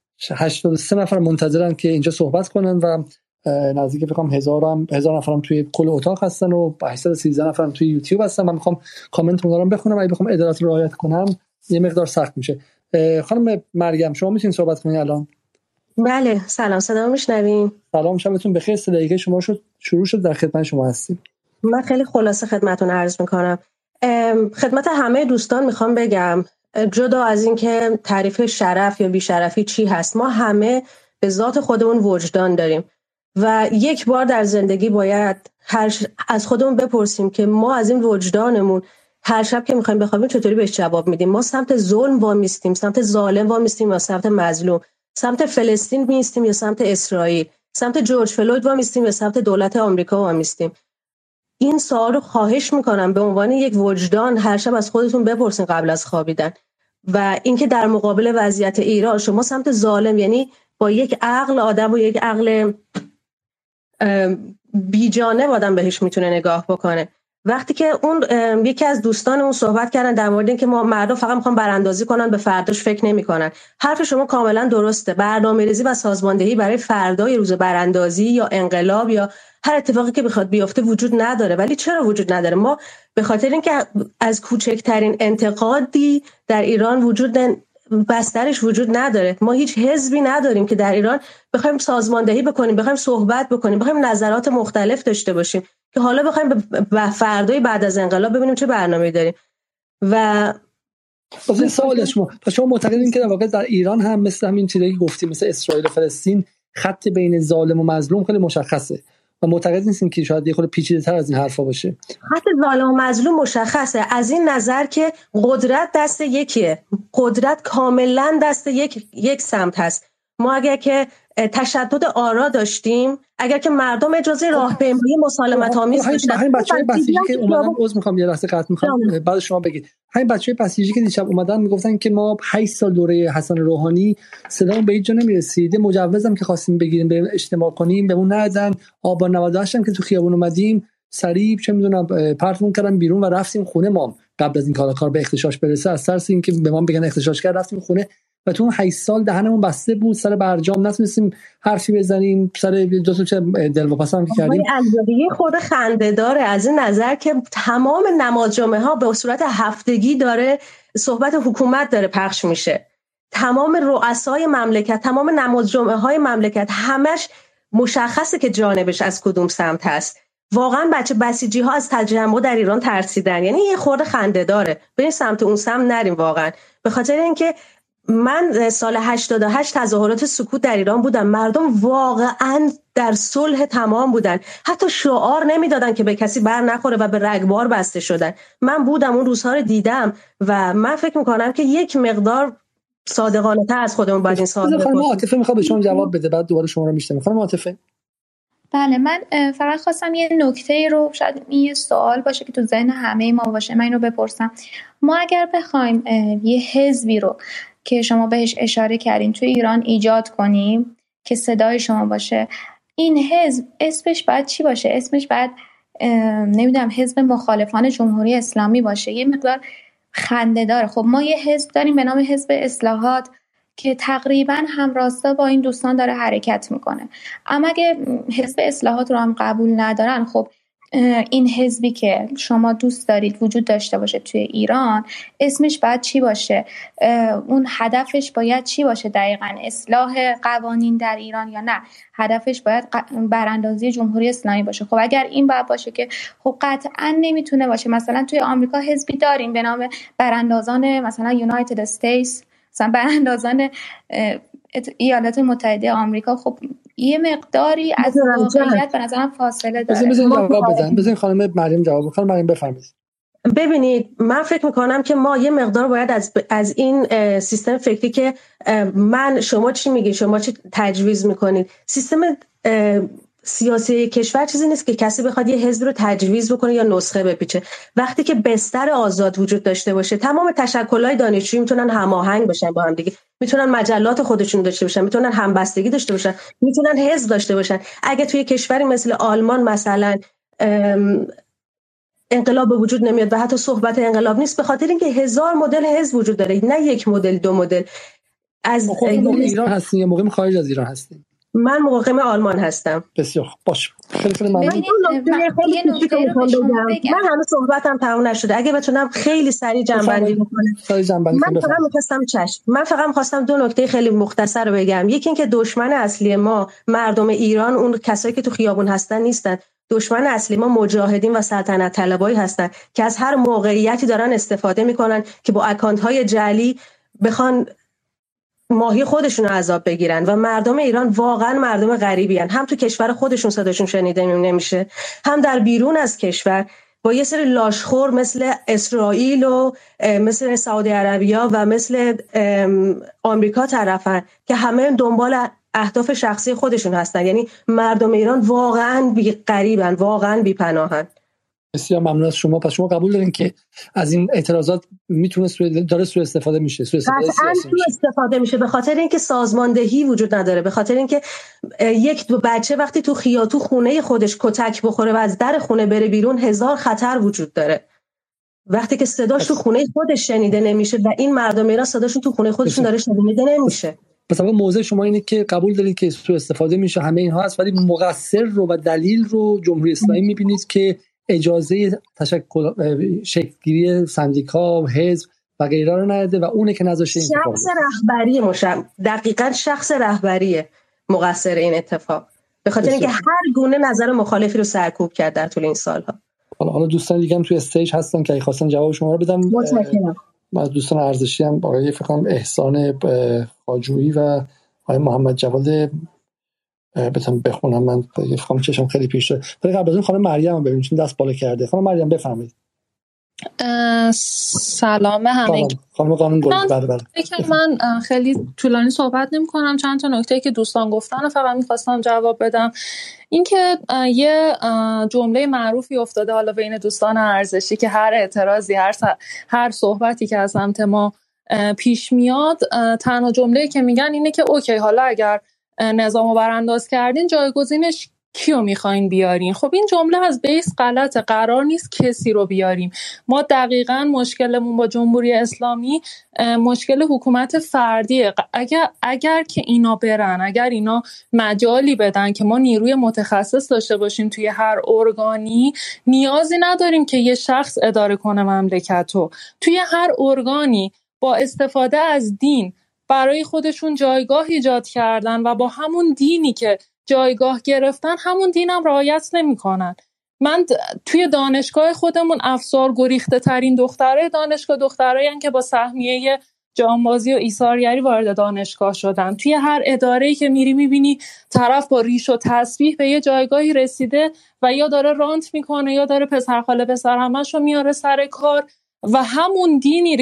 83 نفر منتظرن که اینجا صحبت کنن و نزدیک فکر کنم 1000 نفرم توی کل اتاق هستن و 813 نفرم توی یوتیوب هستن. من میخوام کامنت اونها رو بخونم، اگه بخوام عدالت رو رعایت کنم یه مقدار سخت میشه. خانم مریم شما میتونید صحبت کنید الان؟ بله سلام، صدا میشنوین؟ سلام، شبتون بخیر. 3 دقیقه شما شروع شد، در خدمت شما هستیم. من خیلی خلاصه خدمتتون عرض میکنم. خدمت همه دوستان میخوام بگم جدا از این که تعریف شرف یا بی‌شرفی چی هست، ما همه به ذات خودمون وجدان داریم و یک بار در زندگی باید از خودمون بپرسیم که ما از این وجدانمون هر شب که میخوایم بخوابیم چطوری بهش جواب میدیم. ما سمت ظلم وامیستیم، سمت ظالم وامیستیم یا سمت مظلوم، سمت فلسطین میستیم یا سمت اسرائیل، سمت جورج فلوید وامیستیم یا سمت دولت آمریکا وامیستیم. این سوال رو خواهش میکنم به عنوان یک وجدان هر شب از خودتون بپرسین قبل از خوابیدن. و اینکه در مقابل وضعیت ایران شما سمت ظالم، یعنی با یک عقل آدم و یک عقل بیجانه آدم بهش میتونه نگاه بکنه. وقتی که اون یکی از دوستان اون صحبت کردن در مورد اینکه ما مردم فقط میخوان براندازی کنن به فرداش فکر نمیکنن، حرف شما کاملا درسته. برنامه‌ریزی و سازماندهی برای فردای روز براندازی یا انقلاب یا هر اتفاقی که بخواد بیفته وجود نداره. ولی چرا وجود نداره؟ ما به خاطر اینکه از کوچکترین انتقادی در ایران بسترش وجود نداره. ما هیچ حزبی نداریم که در ایران بخوایم سازماندهی بکنیم، بخوایم صحبت بکنیم، بخوایم نظرات مختلف داشته باشیم که حالا بخوایم به فردای بعد از انقلاب ببینیم چه برنامه‌ای داریم. و سوال شما معتقدین که در واقع در ایران هم مثل همین چیزایی که گفتیم، مثل اسرائیل و فلسطین، خط بین ظالم و مظلوم خیلی مشخصه. و معتقد نیستین که شاید یه خورده پیچیده‌تر از این حرفا باشه؟ خط ظالم و مظلوم مشخصه از این نظر که قدرت دست یکیه، قدرت کاملا دست یک سمت هست. ما اگر که تشدد آرا داشتیم، اگر که مردم اجازه راهپیمایی مسالمت آمیز داشتن، همین بچه‌های بسیجی که اومدن، عذر می‌خوام یه لحظه قطع می‌کنم بعد شما بگید، همین بچه‌های بسیجی که دیشب اومدن میگفتن که ما 8 سال دوره حسن روحانی صدامون به هیچ جا نمی‌رسید، مجوزم که خواستیم بگیریم به اجتماع کنیم بهمون ندادن، آبان 98 هم که تو خیابون اومدیم سریع چه می‌دونم پرتمون کردن بیرون و رفتیم خونه. ما قبل از این کار به اختشاش برسه از ترس اینکه به ما بگن اختشاش کرد رفتیم خونه و تو 8 سال دهنمون بسته بود، سر برجام نتونستیم حرفی بزنیم، سر دو تا چه دلواپس هم کردیم. البته خود خنده‌داره از این نظر که تمام نماز جمعه ها به صورت هفتگی داره صحبت حکومت داره پخش میشه، تمام رؤسای مملکت، تمام نماز جمعه های مملکت همش مشخصه که جانبش از کدوم سمت هست. واقعا بچه بسیجی ها از تجمع در ایران ترسیدن، یعنی یه خورده خنده‌داره بریم سمت اون سمت نریم، واقعا به خاطر اینکه من سال 88 تظاهرات سکوت در ایران بودم، مردم واقعا در صلح تمام بودن، حتی شعار نمیدادن که به کسی بر نخوره و به رگبار بسته شدن. من بودم اون روزها رو دیدم و من فکر میکنم که یک مقدار صادقانه تر از خودمون باید این سوال خانم عاطفه میخواد به شما جواب بده، بعد دوباره شما رو میشنم. خانم عاطفه. بله، من فقط خواستم یه نکته رو، شاید این یه سوال باشه که تو ذهن همه ما باشه، من اینو بپرسم. ما اگر بخوایم یه حزبی رو که شما بهش اشاره کردین توی ایران ایجاد کنیم که صدای شما باشه، این حزب اسمش باید چی باشه؟ اسمش باید نمیدونم حزب مخالفان جمهوری اسلامی باشه؟ یه مقدار خنده داره. خب ما یه حزب داریم به نام حزب اصلاحات که تقریبا همراستا با این دوستان داره حرکت میکنه، اما اگه حزب اصلاحات رو هم قبول ندارن، خب این حزبی که شما دوست دارید وجود داشته باشه توی ایران اسمش باید چی باشه؟ اون هدفش باید چی باشه دقیقاً؟ اصلاح قوانین در ایران یا نه هدفش باید براندازی جمهوری اسلامی باشه؟ خب اگر این باید باشه که خب قطعاً نمیتونه باشه. مثلا توی آمریکا حزبی داریم به نام براندازان مثلا یونایتد استیتس، مثلا براندازان ایالات متحده آمریکا. خب یه مقداری از واقعیت به نظرم فاصله داره. بزنین جواب بدن. بزنین خانم مریم جواب. خانم مریم بفرمایید. ببینید من فکر میکنم که ما یه مقدار باید از این سیستم فکری که من شما چی میگین شما چی تجویز میکنید، سیستم سیاسی کشور چیزی نیست که کسی بخواد یه حزب رو تجویز بکنه یا نسخه بپیچه. وقتی که بستر آزاد وجود داشته باشه، تمام تشکل‌های دانشجویی میتونن هماهنگ باشن با هم دیگه، میتونن مجلات خودشون داشته باشن، میتونن همبستگی داشته باشن، میتونن حزب داشته باشن. اگه توی کشوری مثل آلمان مثلا انقلاب به وجود نمیاد و حتی صحبت انقلاب نیست، به خاطر اینکه 1000 مدل حزب وجود داره، نه یک مدل دو مدل. از ایران هستین یا مقیم خارج از ایران هستین؟ من مقیم آلمان هستم. بسیار باش. خیلی ممنون. من همه صحبتم تموم نشده، اگه بتونم خیلی سریع جنبندی بکنم. من فقط می‌خواستم دو نکته خیلی مختصر رو بگم. یکی اینکه دشمن اصلی ما مردم ایران، اون کسایی که تو خیابون هستن نیستن. دشمن اصلی ما مجاهدین و سلطنت طلبایی هستن که از هر موقعیتی دارن استفاده میکنن که با اکانت‌های جعلی بخوان ماهی خودشون رو عذاب بگیرن و مردم ایران واقعا مردم غریبی هن. هم تو کشور خودشون صداشون شنیده نمیشه، هم در بیرون از کشور با یه سری لاشخور مثل اسرائیل و مثل سعودی عربیه و مثل آمریکا طرفن که همه دنبال اهداف شخصی خودشون هستن. یعنی مردم ایران واقعا غریبن، واقعا بی‌پناهن. بسیار ممنون از شما. پس شما قبول دارین که از این اعتراضات میتونه داره سوء استفاده میشه؟ استفاده میشه به خاطر اینکه سازماندهی وجود نداره، به خاطر اینکه یک بچه وقتی تو خونه خودش کتک بخوره و از در خونه بره بیرون 1000 خطر وجود داره. وقتی که صداش تو خونه خودش شنیده نمیشه و این مردم ایران صداشون تو خونه خودشون داره شنیده نمیشه. پس اول موضوع شما اینه که قبول دارید که سوء استفاده میشه، همه اینها هست، ولی مقصر رو و دلیل رو جمهوری اسلامی میبینید که اجازه شکل‌گیری سندیکا، حزب و غیره رو نداده و اونه که نذاشته این اتفاق. شخص رهبری دقیقاً شخص رهبری مقصر این اتفاق، به خاطر اینکه هر گونه نظر مخالفی رو سرکوب کرد در طول این سالها. حالا دوستان دیگه هم توی استیج هستن که خواستن جواب شما رو بدم. متشکرم. از دوستان ارزشی هم آقای فکر کنم احسان خواجویی و آقای محمد جواد بتونم بخونم. من خانم چشم خیلی پیش شد. ولی قبل از اون خانم مریم ببینیم چون دست بالا کرده. خانم مریم بفرمایید. سلام همه. خانم قانون گل. بله. من خیلی طولانی صحبت نمی‌کنم، چند تا نکته که دوستان گفتن فقط می‌خواستم جواب بدم. اینکه یه جمله معروفی افتاده حالا بین دوستان ارزشی که هر اعتراضی هر صحبتی که از سمت ما پیش میاد، تنها جمله‌ای که میگن اینه که اوکی حالا اگر نظامو برانداز کردین جایگزینش کیو میخواین بیارین. خب این جمله از بیس غلطه، قرار نیست کسی رو بیاریم. ما دقیقاً مشکلمون با جمهوری اسلامی مشکل حکومت فردیه. اگر که اینا برن، اگر اینا مجالی بدن که ما نیروی متخصص داشته باشیم توی هر ارگانی، نیازی نداریم که یه شخص اداره کنه مملکتو. توی هر ارگانی با استفاده از دین برای خودشون جایگاه ایجاد کردن و با همون دینی که جایگاه گرفتن همون دینم رعایت نمی‌کنن. من توی دانشگاه خودمون افسار گریخته ترین دخترای دانشگاه دخترایین که با سهمیه جانبازی و ایثارگری وارد دانشگاه شدن. توی هر اداره‌ای که میری میبینی طرف با ریش و تسبیح به یه جایگاهی رسیده و یا داره رانت میکنه یا داره پسر خاله پسر عمه‌شو میاره سر کار و همون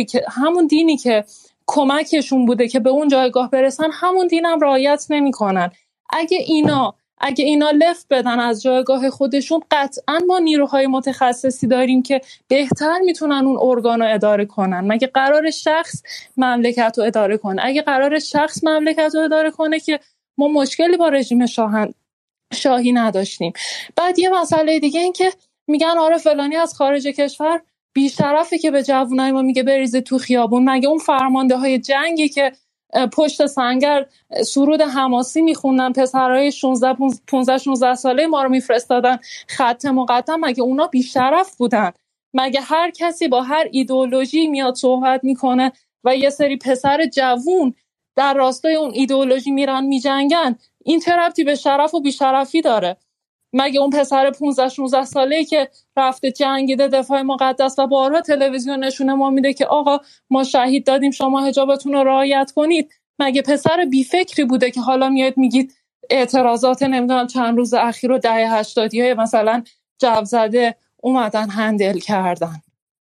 دینی که کمکشون بوده که به اون جایگاه برسن همون دینم رعایت نمی‌کنن. اگه اینا لفت بدن از جایگاه خودشون، قطعاً ما نیروهای متخصصی داریم که بهتر میتونن اون ارگانو اداره کنن. مگه قرار شخص مملکت رو اداره کنه؟ اگه قرار شخص مملکت رو اداره کنه که ما مشکلی با رژیم شاهی نداشتیم. بعد یه مسئله دیگه این که میگن آره فلانی از خارج کشور بیشرفه که به جوونای ما میگه بریزه تو خیابون. مگه اون فرمانده های جنگی که پشت سنگر سرود حماسی میخوندن، پسرای 15-16 ساله ما رو میفرستادن خط مقدم، مگه اونا بیشرف بودن؟ مگه هر کسی با هر ایدئولوژی میاد صحبت میکنه و یه سری پسر جوون در راستای اون ایدئولوژی میرن میجنگن، این چه ربطی به شرف و بیشرفی داره؟ مگه اون پسر 15-16 ساله‌ای که رفته جنگیده دفاع مقدس و بارها تلویزیون نشونه ما میده که آقا ما شهید دادیم شما حجابتون رو رعایت کنید، مگه پسر بیفکری بوده که حالا میاد میگید اعتراضات نمیدونم چند روز اخیر رو 80-های مثلا جو زده اومدن هندل کردن؟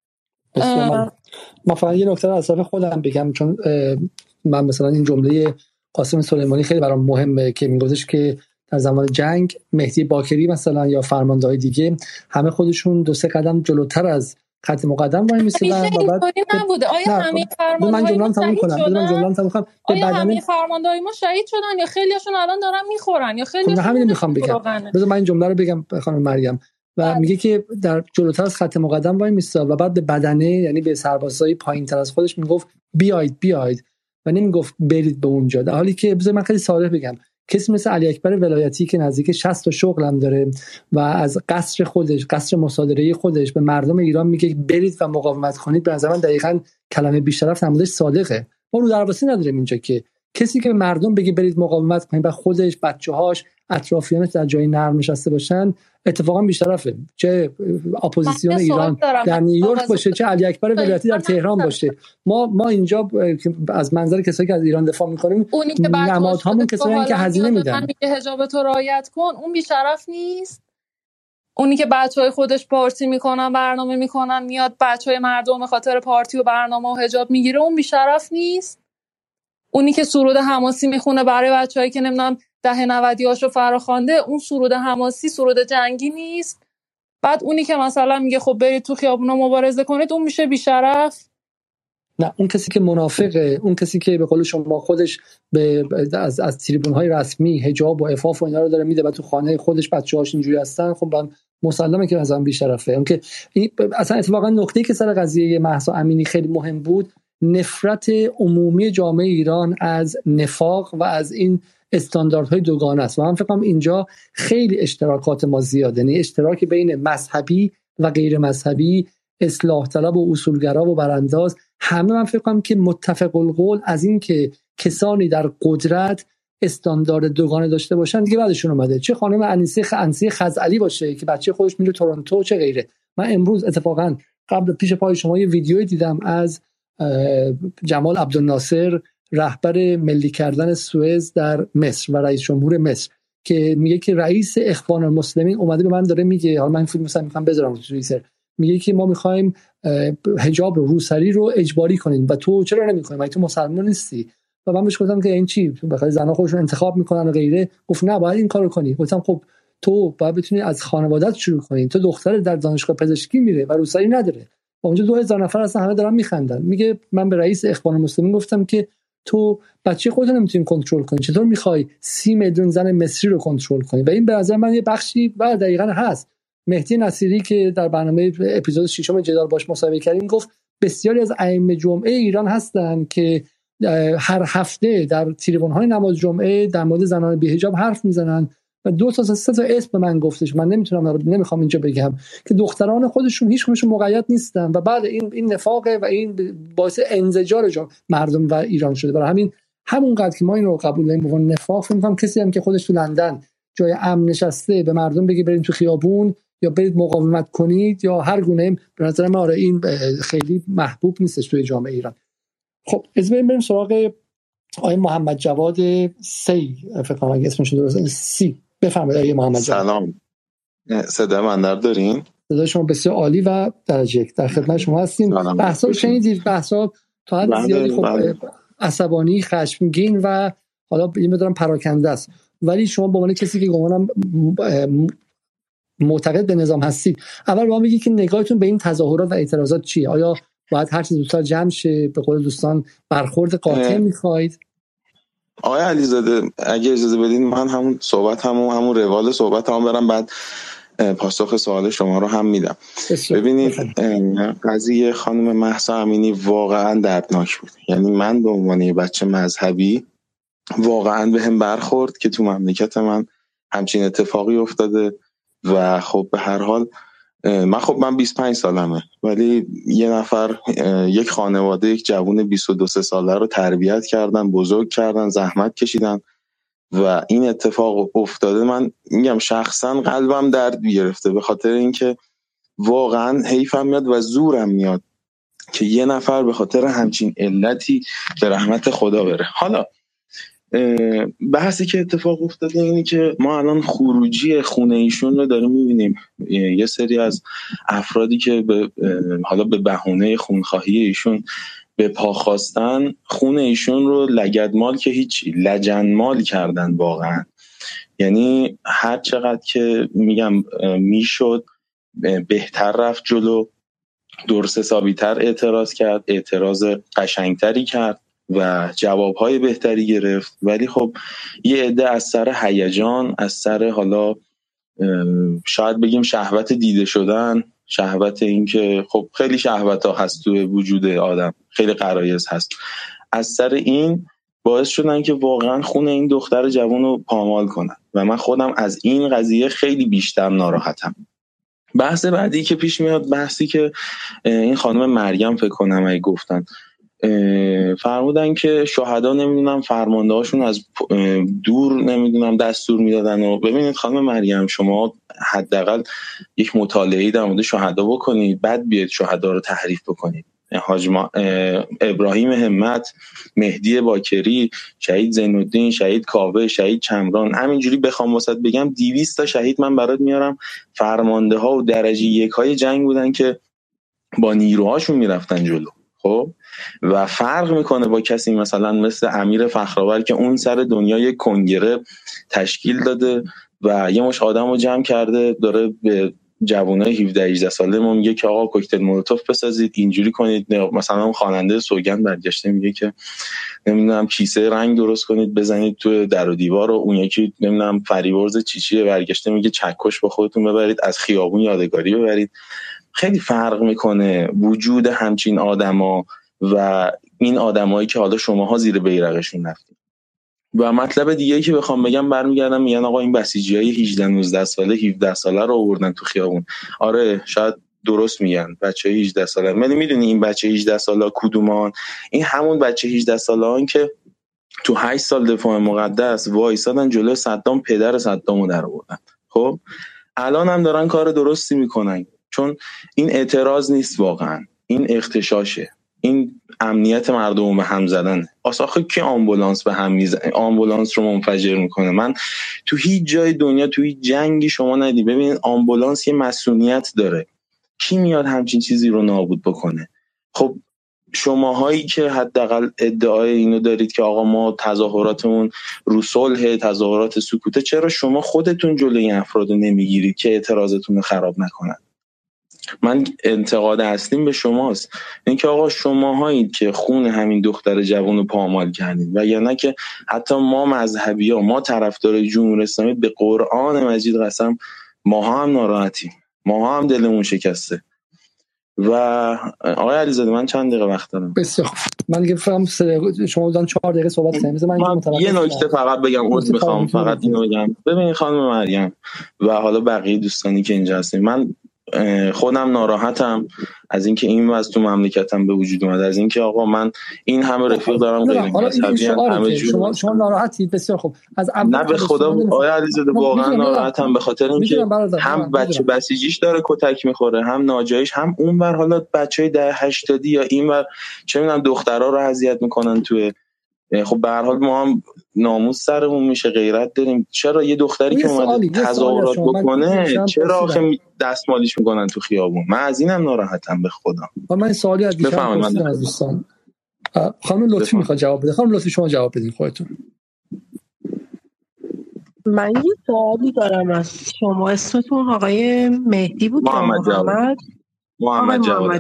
من فقط یه نکته از طرف خودم بگم، چون من مثلا این جمله قاسم سلیمانی خیلی برام مهمه که میگفتش که در زمان جنگ مهدی باکری مثلا یا فرمانده‌های دیگه همه خودشون 2-3 قدم جلوتر از خط مقدم وای میسیدن و بعد نبوده. آیا همه فرمانده‌های ما شهید شدن؟ آیا همه فرمانده‌های ما شهید شدن یا خیلیاشون الان دارن میخورن یا خیلیاشون؟ همین میخوام بگم. بذار من این جمله رو بگم خانم مریم. و میگه که در جلوتر از خط مقدم وای میساد و بعد به بدنه، یعنی به سربازای پایین‌تر از خودش میگفت بیاید و نمیگفت برید به اونجا. در حالی که بذار من خیلی صریح بگم، کسی مثل علی اکبر ولایتی که نزدیک 60 تا شغل هم داره و از قصر خودش، قصر مصادره خودش به مردم ایران میگه برید و مقاومت کنید، به نظر من دقیقاً کلمه بیشرف نمودش صادقه. ما رو درواسی نداریم اینجا که کسی که به مردم بگه برید مقاومت کنید و خودش، بچه‌هاش، اطرافیانش در جای نرم نشسته باشن، اتفاقا بیشرفه. چه اپوزیسیون ایران در نیویورک باشه، چه علی اکبر ولایتی در تهران باشه. ما اینجا از منظر کسایی که از ایران دفاع می‌کنیم، نمادهامون کسایی که هزینه میدن میگه حجاب تو رعایت کن، اون بیشرف نیست؟ اونی که بچهای خودش پارتی میکنن، برنامه میکنن، میاد بچهای مردم به خاطر پارتی و برنامه و حجاب میگیره، اون بیشرف نیست؟ اونی که سرود حماسی میخونه برای بچه‌هایی که نمیدونم دهه 90-هاشو فراخوانده، اون سرود حماسی سرود جنگی نیست؟ بعد اونی که مثلا میگه خب برید تو خیابونا مبارزه کنید، اون میشه بیشرف؟ نه، اون کسی که منافقه، اون کسی که به قول شما خودش از تریبون‌های رسمی حجاب و عفاف و اینا رو داره میده و تو خانه خودش بچه‌هاش اینجوری هستن، خب من مسلمه که مثلا بیشرفه. اون که اصلا اتفاقا نکته‌ای که سر قضیه مهسا امینی خیلی مهم بود، نفرت عمومی جامعه ایران از نفاق و از این استانداردهای دوگانه است. و من فکر کنم اینجا خیلی اشتراکات ما زیاده، یعنی اشتراک بین مذهبی و غیر مذهبی، اصلاح طلب و اصولگرا و برانداز، همه من فکر کنم که متفق القول از این که کسانی در قدرت استاندارد دوگانه داشته باشن دیگه بعدشون اومده. چه خانم انیسه خزعلی باشه که بچه خودش میره تورنتو، چه غیره. من امروز اتفاقا قبل پیش پای شما یه ویدیویی دیدم از جمال عبدالناصر، رهبر ملی کردن سوئز در مصر و رئیس جمهور مصر، که میگه که رئیس اخوان المسلمین اومده به من داره میگه، حالا من فیلم مثلا میخوام بذارم تو توییتر، میگه که ما میخوایم حجاب روسری رو اجباری کنیم و تو چرا نمیکنی؟ مگه تو مسلمان نیستی؟ و من بهش گفتم که این چی، بخاطر زنا خودشون انتخاب میکنن و غیره. گفت نه باید این کارو کنی. گفتم خب تو باید بتونی از خانواده‌ات شروع کنی. تو دختر در دانشگاه پزشکی میره و روسری نداره و اونجا 2000 نفر اصلا همه دارن میخندن. میگه من به رئیس اخوان المسلمین گفتم که تو بچه خودت نمیتونی کنترل کنی، چطور میخوای 30 میلیون زن مصری رو کنترل کنی؟ و این به نظر من یه بخشی و دقیقاً هست. مهدی نصیری که در برنامه اپیزود 6 جدال باش مصاحبه کردیم گفت بسیاری از ائمه جمعه ایران هستن که هر هفته در تریبون‌های نماز جمعه در مورد زنان بی‌حجاب حرف میزنن و 2 تا 3 تا اسم به من گفتش، من نمیخوام اینجا بگم، که دختران خودشون هیچ کدومشون مقید نیستن و بعد این نفاقه و این باعث انزجار مردم و ایران شده. برای همین همونقدر که ما اینو قبول داریم به نفاق، فکر می‌کنم کسی هم که خودش تو لندن جای امن نشسته به مردم بگه برید تو خیابون یا برید مقاومت کنید یا هر گونه، به نظر من آره این خیلی محبوب نیستش توی جامعه ایران. خب از بریم سراغ آقای محمد جواد سی، فکر کنم اگه اسمش درسته سی. بفرمایید آقای محمد جواد. سلام، صدا من دارین؟ صدای شما بسیار عالی و درجه یک، در خدمت شما هستیم. بحثا رو شنیدید، بحثا تا حد زیادی خب عصبانی، خشمگین و حالا این بدارم پراکنده است، ولی شما به عنوان کسی که گمانم معتقد به نظام هستید، اول با من بگید که نگاهتون به این تظاهرات و اعتراضات چیه؟ آیا باید هر چیز دوستان جمع شه؟ به قول دوستان برخورد قاطع میخواید؟ آقای علیزاده اگه اجازه بدین من همون روال صحبت هم برم، بعد پاسخ سوال شما رو هم میدم. ببینید قضیه خانم مهسا امینی واقعا دردناک بود. یعنی من به عنوان یه بچه مذهبی واقعا به هم برخورد که تو مملکت من همچین اتفاقی افتاده و خب به هر حال من 25 سالمه، ولی یه نفر، یک خانواده، یک جوون 22 ساله رو تربیت کردن، بزرگ کردن، زحمت کشیدن و این اتفاق افتاده. من میگم شخصا قلبم درد گرفته به خاطر اینکه واقعا حیفم میاد و زورم میاد که یه نفر به خاطر همچین علتی به رحمت خدا بره. حالا بحثی که اتفاق افتاده اینی که ما الان خروجی خونه ایشون رو داریم میبینیم. یه سری از افرادی که حالا به بهونه خونخواهی ایشون به پا خواستن، خونه ایشون رو لگدمال که هیچی، لجنمال کردن واقعا. یعنی هر چقدر که میگم میشد بهتر رفت جلو، درست حسابی‌تر اعتراض کرد، اعتراض قشنگتری کرد و جوابهای بهتری گرفت، ولی خب یه عده از سر هیجان، از سر حالا شاید بگیم شهوت دیده شدن، شهوت این که خب خیلی شهوت ها هست توی وجود آدم، خیلی غرایز هست، از سر این باعث شدن که واقعا خون این دختر جوان رو پامال کنن و من خودم از این قضیه خیلی بیشتر ناراحتم. بحث بعدی که پیش میاد، بحثی که این خانم مریم فکر کنم اگه گفتن فرمودن که شهدا نمیدونم فرمانده هاشون از دور نمیدونم دستور میدادن. و ببینید خانم مریم، شما حداقل یک مطالعه‌ای در مورد شهدا بکنید، بعد بیاید شهدا رو تحریف بکنید. حاج ابراهیم همت، مهدی باکری، شهید زینالدین، شهید کاوه، شهید چمران، همینجوری بخوام واسط بگم 200 تا شهید من برات میارم. فرمانده ها و درجه 1 های جنگ بودن که با نیروهاشون میرفتن جلو. خب و فرق میکنه با کسی مثلا مثل امیر فخرآور که اون سر دنیای کنگره تشکیل داده و یه مش آدم رو جمع کرده، داره به جوانای 17-18 ساله ما میگه که آقا کوکتل مولوتوف بسازید، اینجوری کنید. مثلا اون خواننده سوگند برگشته میگه که نمیدونم کیسه رنگ درست کنید بزنید تو در و دیوار، و اون یکی نمیدونم فریورز چیچیه برگشته میگه چکش با خودتون ببرید، از خیابون یادگاری ببرید. خیلی فرق میکنه وجود همچین آدما و این آدمایی که حالا شماها زیر بیرقشون رفتید. و مطلب دیگه‌ای که بخوام بگم، برمیگردم میگن آقا این بسیجیای 18-19 ساله 17 ساله رو آوردن تو خیابون. آره شاید درست میگن، بچه 18 ساله، ولی میدونی این بچه 18 ساله کدومان؟ این همون بچه 18 ساله‌ان که تو 8 سال دفاع مقدس وایسادن جلوی صدام، پدر صدامو در آوردن. خب الان هم دارن کار درستی میکنن، چون این اعتراض نیست، واقعا این اغتشاشه. این امنیت مردم به هم زدن. آخه کی آمبولانس به هم میزنه؟ آمبولانس رو منفجر میکنه؟ من تو هیچ جای دنیا تو هیچ جنگی شما ندیدی. ببین آمبولانس یه مسئولیت داره. کی میاد همچین چیزی رو نابود بکنه؟ خب شماهایی که حداقل ادعای اینو دارید که آقا ما تظاهراتمون رو صلح، تظاهرات سکوته، چرا شما خودتون جلوی این افراد رو نمیگیرید که اعتراضتون رو خراب نکنن؟ من انتقاد اصلیم به شماست، اینکه آقا شماهایید که خون همین دختر جوان رو پامال کردید، و یا نه که حتی ما مذهبی‌ها، ما طرفدار جمهوری اسلامی به قرآن مجید قسم ما هم ناراحتیم، ما هم دلمون شکسته. و آقای علیزاده من چند دقیقه وقت دارم؟ بسیار خوب. من دیگه فهم شما دادن 4 دقیقه صحبت کردیم. من یه نکته فقط بگم، عذر میخوام، فقط اینو بگم. ببین خانم مریم و حالا بقیه دوستانی که اینجا هستین، من خودم ناراحتم از اینکه این وضع تو مملکتم به وجود اومده، از اینکه آقا من این همه رفیق دارم غیر مذهبی همه شما ناراحتید. بسیار خوب. از نه به خدا آقای علیزاده واقعا ناراحتم، به خاطر اینکه هم بچه بسیجیش داره کتک میخوره، هم ناجایش، هم اونور حالا بچهای دهه 80 یا اینور چه میدونم دخترا رو اذیت میکنن توی. خب به هر حال ما هم ناموس سرمون میشه، غیرت داریم. چرا یه دختری که اومده تظاهرات بکنه چرا آخه دستمالیش میکنن تو خیابون؟ من از اینم ناراحتم به خدا. من سوالی از دوستان خانم لطفی میخواد جواب بده. خانم لطفی شما جواب بدین خودتون. من یه سوالی دارم از شما. اسمتون آقای مهدی بود؟ محمد جواد.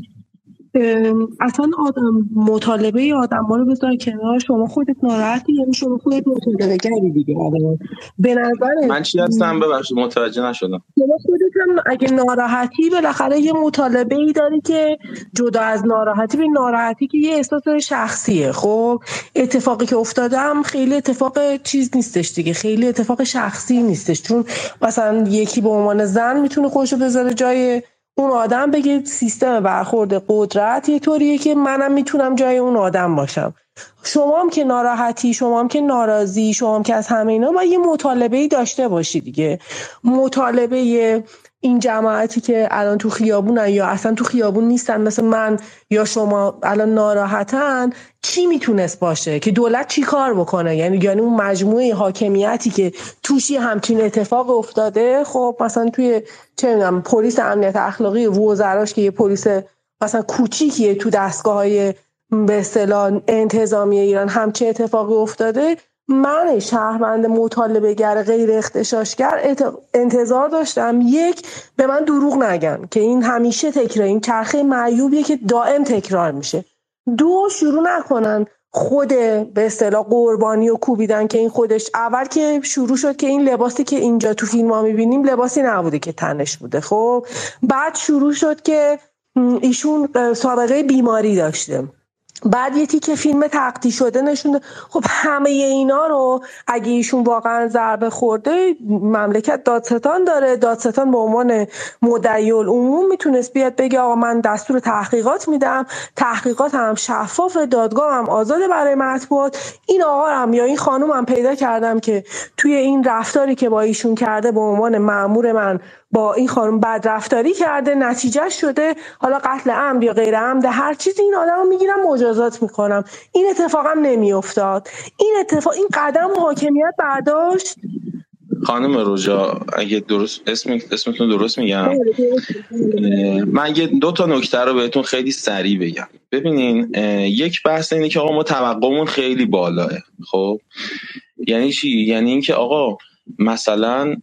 اصلا مطالبه آدم‌ها رو بذار کنار. شما خودت ناراحتی، یعنی شما خودت مطالبه کردی دیگه. به نظر من چی هستم؟ ببخشید متوجه نشدم. شما خودت هم اگه ناراحتی بالاخره یه مطالبه‌ای داری که جدا از ناراحتی، به ناراحتی که یه احساس شخصیه. خب اتفاقی که افتاده هم خیلی اتفاق چیز نیستش دیگه، خیلی اتفاق شخصی نیستش، چون مثلا یکی به عنوان زن میتونه خودشو بذاره جای اون آدم، بگه سیستم برخورد قدرت یه طوریه که منم میتونم جای اون آدم باشم. شما هم که ناراحتی، شما هم که ناراضی، شما هم که از همه اینا باید یه مطالبه‌ای داشته باشی دیگه. مطالبه این جماعتی که الان تو خیابونن یا اصلا تو خیابون نیستن مثل من یا شما الان ناراحتن، چی میتونست باشه که دولت چی کار بکنه؟ یعنی اون مجموعه حاکمیتی که توشی همچین اتفاق افتاده، خب مثلا توی چه میدونم پلیس امنیت اخلاقی وزراش که یه پلیس مثلا کوچیکیه تو دستگاه‌های به اصطلاح انتظامی ایران همچین اتفاقی افتاده، من شهروند مطالبه‌گر غیر اغتشاشگر انتظار داشتم یک به من دروغ نگن که این همیشه تکرار، این چرخه معیوبیه که دائم تکرار میشه. دو شروع نکنن خود به اصطلاح قربانی و کوبیدن که این خودش اول که شروع شد که این لباسی که اینجا تو فیلم ها میبینیم لباسی نبوده که تنش بوده. خب بعد شروع شد که ایشون سابقه بیماری داشته، بعد یه تیکه فیلم تقطیع شده نشونده. خب همه اینا رو اگه ایشون واقعا ضربه خورده، مملکت دادستان داره، دادستان به عنوان مدعی العموم میتونست بیاد بگه آقا من دستور تحقیقات میدم، تحقیقات هم شفاف، دادگاه هم آزاده برای مطبوعات. این آقا هم یا این خانم هم پیدا کردم که توی این رفتاری که با ایشون کرده به عنوان مأمور من با این خانم بد رفتاری کرده، نتیجه شده حالا قتل عمد یا غیر عمد هر چیزی، این آدمو میگیرم مجازات میکنم. این اتفاق هم نمیافتاد. این قدم حاکمیت برداشت. خانم روژا اگه درست اسمتون درست میگم، من یه 2 تا نکته رو بهتون خیلی سریع بگم. ببینین یک بحث اینه که آقا ما توقعمون خیلی بالاه. خب یعنی چی؟ یعنی اینکه آقا مثلا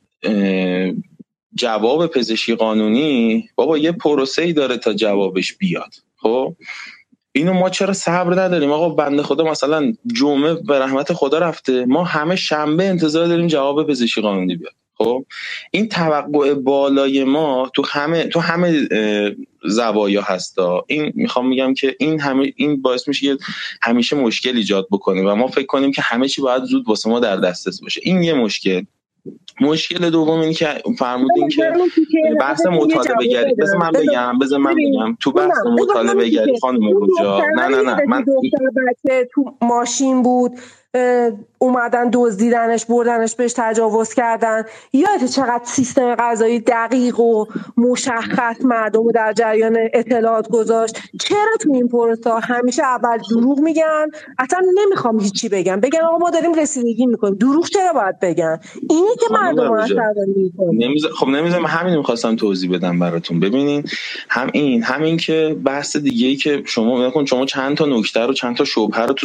جواب پزشکی قانونی بابا یه پروسه‌ای داره تا جوابش بیاد. خب اینو ما چرا صبر نداریم؟ آقا بنده خدا مثلا جمعه به رحمت خدا رفته، ما همه شنبه انتظار داریم جواب پزشکی قانونی بیاد. خب این توقع بالای ما تو همه زوایا هستا. این میخوام میگم که این باعث میشه که همیشه مشکل ایجاد بکنه و ما فکر کنیم که همه چی باید زود واسه ما در دسترس باشه. این یه مشکل. مشکل دوم این که فرمودین که بحث مطالبه گری، بذار من بگم تو بحث مطالبه گری خانم روجا، نه من دختر بچه تو ماشین بود اومدن دزدیدنش، بردنش، بهش تجاوز کردن. یادت چقدر سیستم قضایی دقیق و مشخص مردم رو در جریان اطلاعات گذاشت؟ چرا تو این پروسه همیشه اول دروغ میگن؟ اصلا نمیخوام هیچی بگن آقا ما داریم رسیدگی میکنیم. دروغ چرا باید بگن؟ اینی که مردم رو عصبانی میکنه. خب نمیذارم. همین میخواستم توضیح بدم براتون. ببینین همین که بحث دیگه‌ای که شما چند تا نکته رو، چند تا شبهه رو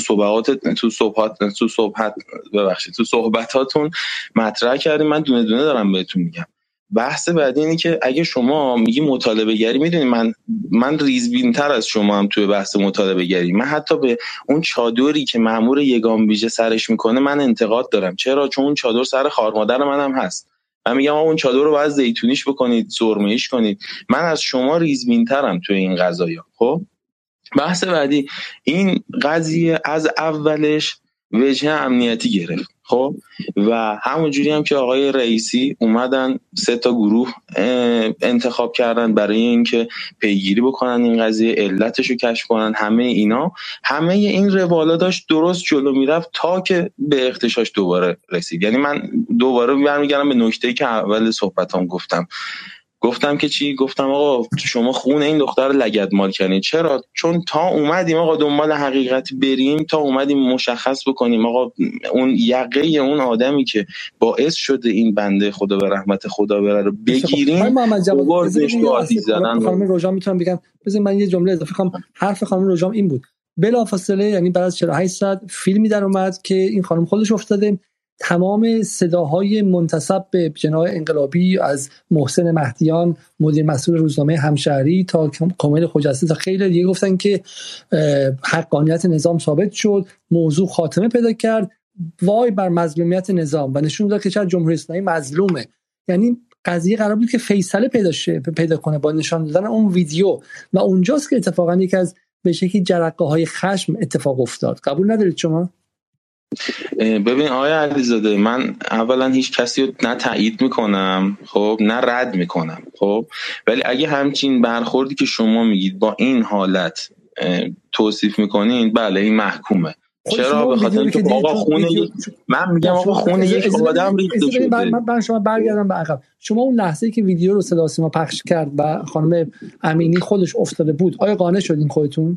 تو صحبتاتون مطرح کردیم. من دونه دونه دارم بهتون میگم. بحث بعدی اینه که اگه شما میگی مطالبه گری، میدونی من ریزبین‌تر از شما هم توی بحث مطالبه گری. من حتی به اون چادری که مأمور یگان ویژه سرش میکنه من انتقاد دارم. چرا؟ چون اون چادر سر خار مادر منم هست. من میگم اون چادر رو باید زیتونیش بکنید، سرمه‌ایش کنید. من از شما ریزبین‌ترم توی این قضایا. خب بحث بعدی، این قضیه از اولش وجه امنیتی گرفت. خب و همونجوری هم که آقای رئیسی اومدن 3 تا گروه انتخاب کردن برای اینکه پیگیری بکنن این قضیه، علتش رو کشف کنن، همه این روالا داشت درست جلو میرفت تا که به اختشاش دوباره رسید. یعنی من دوباره برمیگردم به نکته‌ای که اول صحبتام گفتم که چی؟ گفتم آقا شما خون این دختر رو لگدمال کردین. چرا؟ چون تا اومدیم آقا دنبال حقیقت بریم، تا اومدیم مشخص بکنیم آقا اون یقه اون آدمی که باعث شده این بنده خدا به رحمت خدا بره رو بگیریم. خانم روژان میتونم بگم، بذارید من یه جمله اضافه کنم. حرف خانم روژان این بود بلافاصله، یعنی بعد از 48 ساعت فیلمی در اومد که این خانم خودش افتاده، تمام صداهای منتسب به جناح انقلابی، از محسن مهدیان مدیر مسئول روزنامه همشهری تا کامل خجسته تا خیلی دیگه، گفتن که حقانیت نظام ثابت شد، موضوع خاتمه پیدا کرد، وای بر مظلومیت نظام، و نشون داد که چقدر جمهوری اسلامی مظلومه. یعنی قضیه قرار بود که فیصله پیدا کنه با نشان دادن اون ویدیو، و اونجاست که اتفاقا یکی از به شکلی جرقه‌های خشم اتفاق افتاد. قبول ندارید شما؟ ببین آقای علیزاده، من اولا هیچ کسی رو نه تایید میکنم خب نه رد میکنم خب، ولی اگه همچین برخوردی که شما میگید با این حالت توصیف میکنین، بله این محکومه. چرا؟ به خاطر اینکه آقا خون من میگم آقا خون یک آدم ریخته شده. من شما برگردم به عقب. شما اون لحظه‌ای که ویدیو رو صدا سیما پخش کرد و خانم امینی خودش افتاده بود، آیا قانع شدین خودتون؟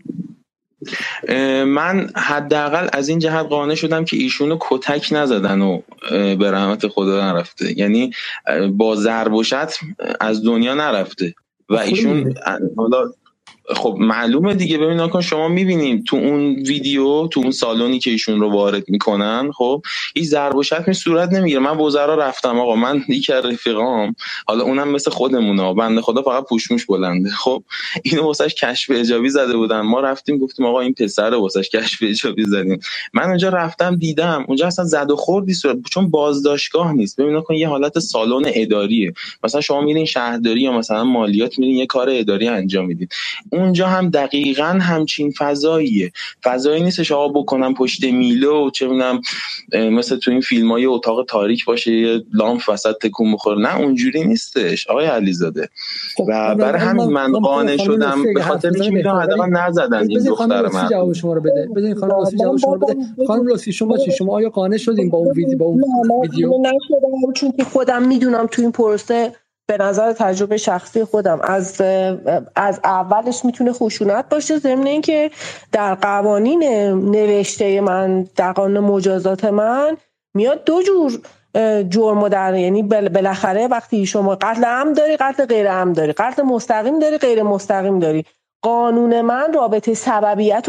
من حداقل از این جهت قانع شدم که ایشونو کتک نزدن و به رحمت خدا نرفته، یعنی با ضرب و شتم از دنیا نرفته و ایشون حالا خب معلومه دیگه. ببین نکن شما میبینیم تو اون ویدیو، تو اون سالونی که ایشون رو وارد میکنن، خب این ضرب و شتمی صورت نمیگیره. من وزرا رفتم آقا، من یکی از رفیقام، حالا اونم مثل خودمونه، بنده خدا فقط پوشموش بلنده، خب اینو واسش کشف ایجابی زده بودن. ما رفتیم گفتیم آقا این پسر واسش کشف ایجابی زدیم. من اونجا رفتم دیدم اونجا اصلا زد و خوردی صورت، چون بازداشتگاه نیست. ببین نکن یه حالت سالن اداریه. مثلا شما میرین شهرداری یا مثلا مالیات میرین یه کار اداری انجام میدید، اونجا هم دقیقاً همچین فضایی نیستش آقا بکنم پشت میله و چه میدونم مثل تو این فیلم‌های اتاق تاریک باشه یه لامپ وسط تکون بخوره. نه اونجوری نیستش آقای علیزاده. و برای همین من قانع شدم، به خاطر اینکه میدونم حداقل نزدن این دختر من. جواب شما رو بده. ببین خانم لطفی جواب شما رو بده. خانم لطفی شما چی؟ شما آیا قانع شدین با اون ویدیو؟ نه نشدم، چون که خودم میدونم تو این پروسه به نظر تجربه شخصی خودم از اولش میتونه خشونت باشه، ضمن اینکه در قوانین نوشته من، در قانون مجازات من میاد 2 جور جرم در، یعنی بالاخره وقتی شما قتل عمد داری، قتل غیر عمد داری، قتل مستقیم داری، غیر مستقیم داری. قانون من رابطه سببیت رو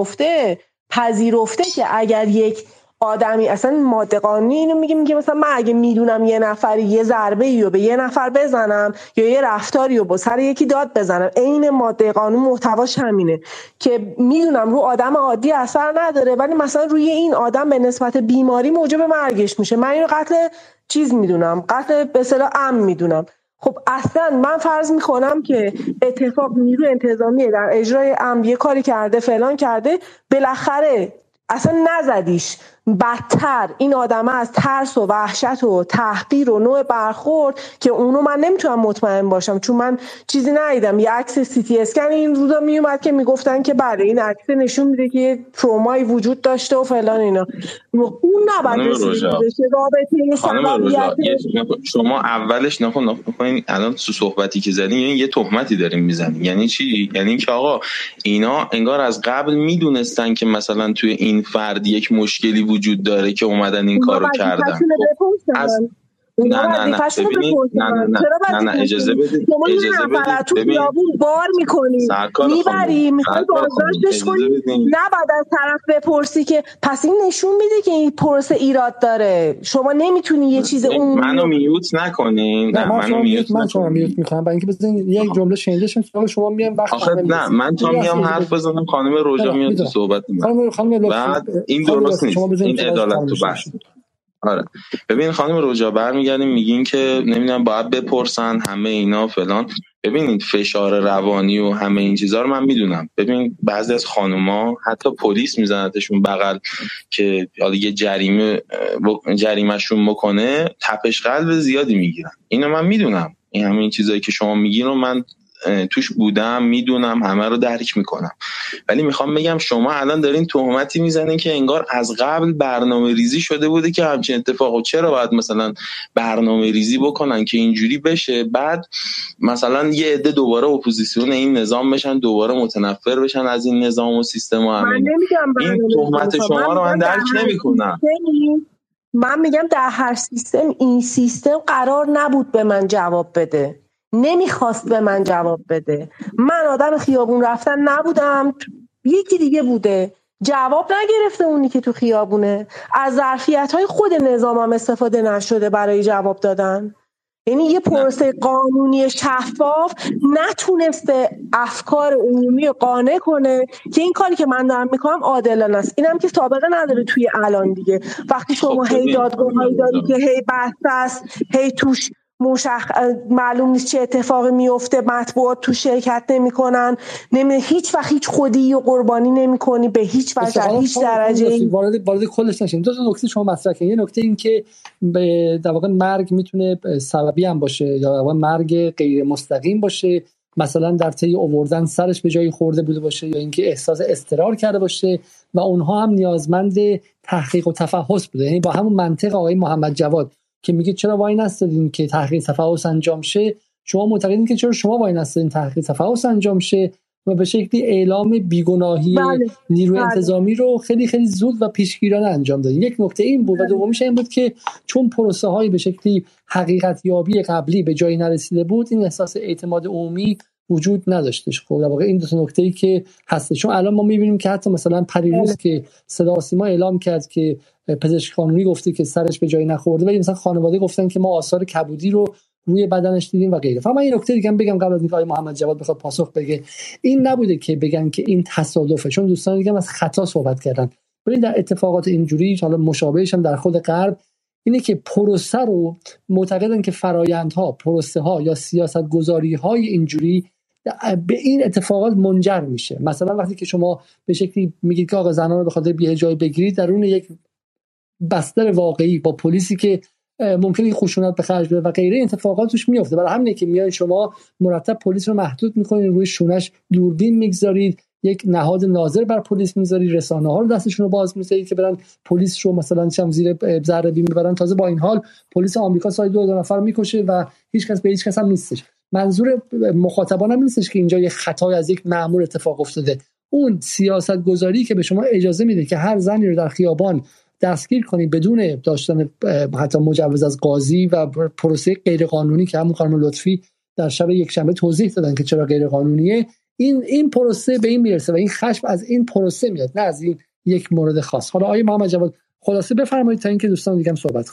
پذیرفته که اگر یک آدمی، اصلا ماده قانونی اینو میگه مثلا من اگه میدونم یه نفری یه ضربه‌ای رو به یه نفر بزنم یا یه رفتاری رو با سر یکی داد بزنم، عین ماده قانون محتواش همینه که میدونم رو آدم عادی اثر نداره ولی مثلا روی این آدم به نسبت بیماری موجب مرگش میشه، من اینو قتل چیز میدونم، قتل به اصطلاح عمد میدونم. خب اصلا من فرض میکنم که اتفاق نیروی انتظامی در اجرای امر یه کاری کرده فلان کرده، بالاخره اصلا نزدیش، بدتر این آدمه از ترس و وحشت و تحقیر و نوع برخورد که اونو من نمیتونم مطمئن باشم، چون من چیزی ندیدم. یه عکس سی تی اسکن این روزا میومد که میگفتن که بله این عکس نشون میده که ترومایی وجود داشته و فلان اینا. اون نباید رسیده بشه رابطه سببیت. شما اولش نکنین الان تو صحبتی که زدین یعنی یه تهمتی داریم میزنین. یعنی چی؟ یعنی اینکه آقا اینا انگار از قبل میدونستن که مثلا توی این فرد یک مشکلی وجود داره که اومدن این کارو کردن. نه اجازه بدید. تو خیابون بار میکنی میبری میخوای بازداشتش کنی، نباید از طرف بپرسی که پس این نشون میده که این پروسه ایراد داره. شما نمیتونی یه چیز اون منو میوت نکنین. منو میوت میکنم برای اینکه بزنین یک جمله شنیده شم شما میام وقت نه من تا میام حرف بزنم خانم روژا میاد تو صحبت من. بعد این درست نیست، این عدالت تو بحث. آره ببین خانم روژا برمیگردیم میگین که نمیدونم باید بپرسن همه اینا فلان. ببینید فشار روانی و همه این چیزا رو من میدونم. ببین بعضی از خانوما حتی پلیس میزنتشون بغل که حالا یه جریمهشون بکنه تپش قلب زیادی میگیرن. اینو من میدونم. این همین چیزایی که شما میگین رو من توش بودم، میدونم، همه رو درک میکنم. ولی میخوام بگم شما الان دارین تهمتی میزنین که انگار از قبل برنامه ریزی شده بوده که همچین اتفاقو چرا باید مثلا برنامه ریزی بکنن که اینجوری بشه، بعد مثلا یه عده دوباره اپوزیسیون این نظام بشن، دوباره متنفر بشن از این نظام و سیستم و همین. این تهمت شما رو من درک نمیکنم. من میگم در هر سیستم این سیستم قرار نبود به من جواب بده، نمیخواست به من جواب بده. من آدم خیابون رفتن نبودم، یکی دیگه بوده جواب نگرفته. اونی که تو خیابونه از ظرفیت‌های خود نظامم استفاده نشده برای جواب دادن. یعنی یه پروسه قانونی شفاف نتونسته افکار عمومی رو قانع کنه که این کاری که من دارم میکنم عادلانه است. اینم که سابقه نداره توی الان دیگه. وقتی شما هی دادگاه‌هایی داری که هی بحث است، هی توش معلوم نیست چه اتفاقی میفته، مطبوعات تو شرکت نمیکنن، هیچ وقت هیچ خودی و قربانی نمیکنی به هیچ وجه، هیچ درجه. وارد کلش نشیم. دو تا نکته شما مطرح کردین. یه نکته این که در واقع مرگ میتونه سببی هم باشه یا در واقع مرگ غیر مستقیم باشه، مثلا در طی آوردن سرش به جایی خورده بوده باشه یا اینکه احساس اضطرار کرده باشه و اونها هم نیازمند تحقیق و تفحص بوده. یعنی با همون منطق آقای محمد جواد که میگه چرا وای نستادین که تحقیق تفحص انجام شه، شما معتقدین که چرا شما وای نستادین تحقیق تفحص انجام شه و به شکلی اعلام بیگناهی نیروی انتظامی رو خیلی خیلی زود و پیشگیرانه انجام دادین. یک نکته این بود و دومیش این بود که چون پروسه های به شکلی حقیقت یابی قبلی به جایی نرسیده بود، این احساس اعتماد عمومی وجود نداشتش. خب در واقع این دو تا نکته‌ای که هست، چون الان ما می‌بینیم که حتی مثلا پریروز که صدا و سیما اعلام کرد که پزشک قانونی گفته که سرش به جایی نخورده، ولی مثلا خانواده گفتن که ما آثار کبودی رو روی بدنش دیدیم و غیره. فقط این نکته دیگه هم بگم قبل از اینکه آقای محمد جواد بخواد پاسخ بده، این نبوده که بگن که این تصادفه، چون دوستان دیگه هم از خطا صحبت کردن. ولی در اتفاقات اینجوری حالا مشابهش هم در خود غرب اینه که پروسه رو معتقدن که فرآیندها، پروسه ها یا سیاست گذاری های اینجوری به این اتفاقات منجر میشه. مثلا وقتی که شما به شکلی میگید که آقا زنان رو به خاطر بی‌حجابی بگیرید، درون یک بستر واقعی با پلیسی که ممکنه خشونت به خرج بده و غیره اتفاقات توش میفته. برای همینه که میایین شما مرتب پلیس رو محدود میکنین، روی شونش دوربین میگذارید، یک نهاد ناظر بر پلیس میذارید، رسانه‌ها رو دستشون رو باز میذارید که برن پلیس رو مثلا زیر ذره بین ببرن. تازه با این حال پلیس آمریکا سال 2000 نفر میکشه و هیچ کس به هیچ کس هم نیستش. منظور مخاطبان هم نیستش که اینجا یه خطای از یک مأمور اتفاق افتاده. اون سیاست گذاری که به شما اجازه میده که هر زنی رو در خیابان دستگیر کنی بدون داشتن حتی مجوز از قاضی و پروسه غیر قانونی که همون خانم لطفی در شب یک شنبه توضیح دادن که چرا غیر قانونیه، این پروسه به این میرسه و این خشم از این پروسه میاد، نه از این یک مورد خاص. حالا آقای محمد جواد خلاصه بفرمایید تا اینکه دوستان دیگه هم صحبت کنن.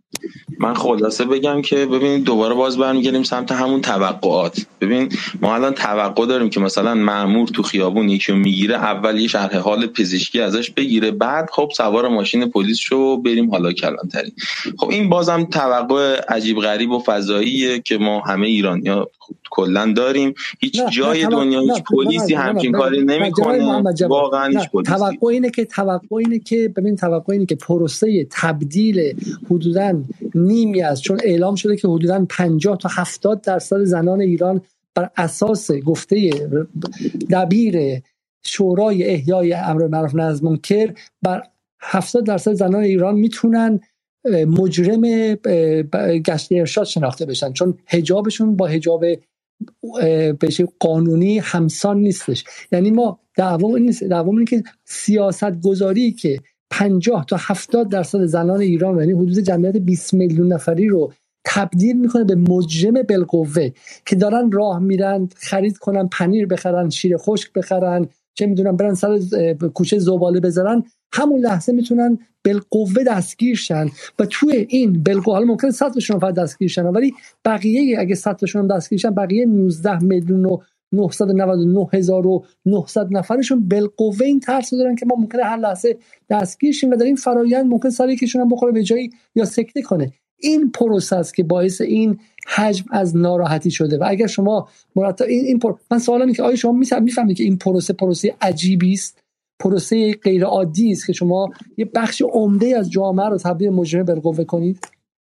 من خلاصه بگم که ببینید دوباره باز برمیگردیم سمت همون توقعات. ببین ما الان توقع داریم که مثلا مأمور تو خیابون یکی رو میگیره، اول یه شرح حال پزشکی ازش بگیره، بعد خب سوار ماشین پلیس شو بریم حالا کلانتری. خب این بازم توقع عجیب غریب و فضاییه که ما همه ایرانی‌ها کلا داریم. هیچ جای دنیا هیچ پلیسی همچین کاری نمیکنه. واقعا هیچ پلیسی. توقع اینه که پروسه تبدیل حدوداً نیمی از، چون اعلام شده که حدوداً 50 تا 70% زنان ایران بر اساس گفته دبیر شورای احیای امر معروف نهی از منکر، بر 70% زنان ایران میتونن مجرم گشت ارشاد شناخته بشن، چون حجابشون با حجاب بشه قانونی همسان نیستش. یعنی ما دعوام اینه که سیاست گذاری که 50 تا 70% زنان ایران، یعنی حدود جمعیت 20 میلیون نفری رو تبدیل میکنه به مجرم بالقوه که دارن راه میرن خرید کنن، پنیر بخرن، شیر خشک بخرن، چه میدونم برن سر کوچه زباله بذارن، همون لحظه میتونن بالقوه دستگیر شن. و توی این بالقوه حالا ممکنه 100 تاشون فقط دستگیر شن، ولی بقیه اگه 100 تاشون دستگیر شن، بقیه 19 میلیون و 999,900 نفرشون بالقوه این ترس دارن که ما ممکنه هر لحظه دستگیر شیم و در این فرآیند ممکن سر یکیشون هم بخوره به جایی یا سکته کنه. این پروسه است که باعث این حجم از ناراحتی شده. و اگر شما مرتب من سوال اینه که آیا شما میفهمید که این پروسه عجیبی است، پروسه غیر عادی است که شما یه بخش عمده از جامعه رو تبدیل مجرم بالقوه کنید؟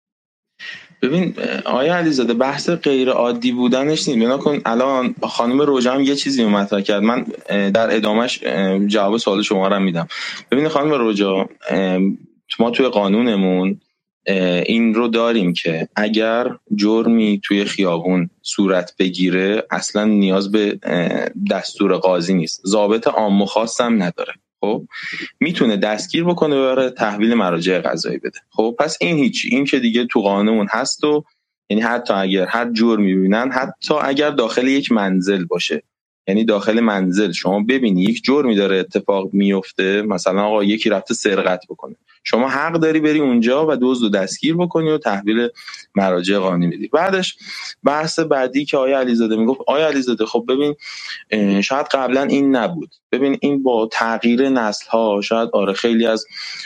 ببین آیا علیزاده بحث غیر عادی بودنش نیست. ببین کن الان خانم روژا هم یه چیزی مطرح کرد، من در ادامهش جواب سوال شما رو میدم. ببین خانم روژا، ما توی قانونمون این رو داریم که اگر جرمی توی خیابون صورت بگیره اصلا نیاز به دستور قاضی نیست، ضابط عام و خاص هم نداره. خب میتونه دستگیر بکنه و برای تحویل مراجع قضایی بده. خب پس این هیچی، این که دیگه تو قانون هست. و یعنی حتی اگر هر جرمی ببینن، حتی اگر داخل یک منزل باشه، یعنی داخل منزل شما ببینی یک جرمی داره اتفاق میفته، مثلا آقا یکی رفته سرقت بکنه، شما حق داری بری اونجا و دزد رو دستگیر بکنی و تحویل مراجع قانونی بدی. بعدش بحث بعدی که آقای علیزاده میگفت، آقای علیزاده خب ببین شاید قبلا این نبود، ببین این با تغییر نسل ها شاید خیلی از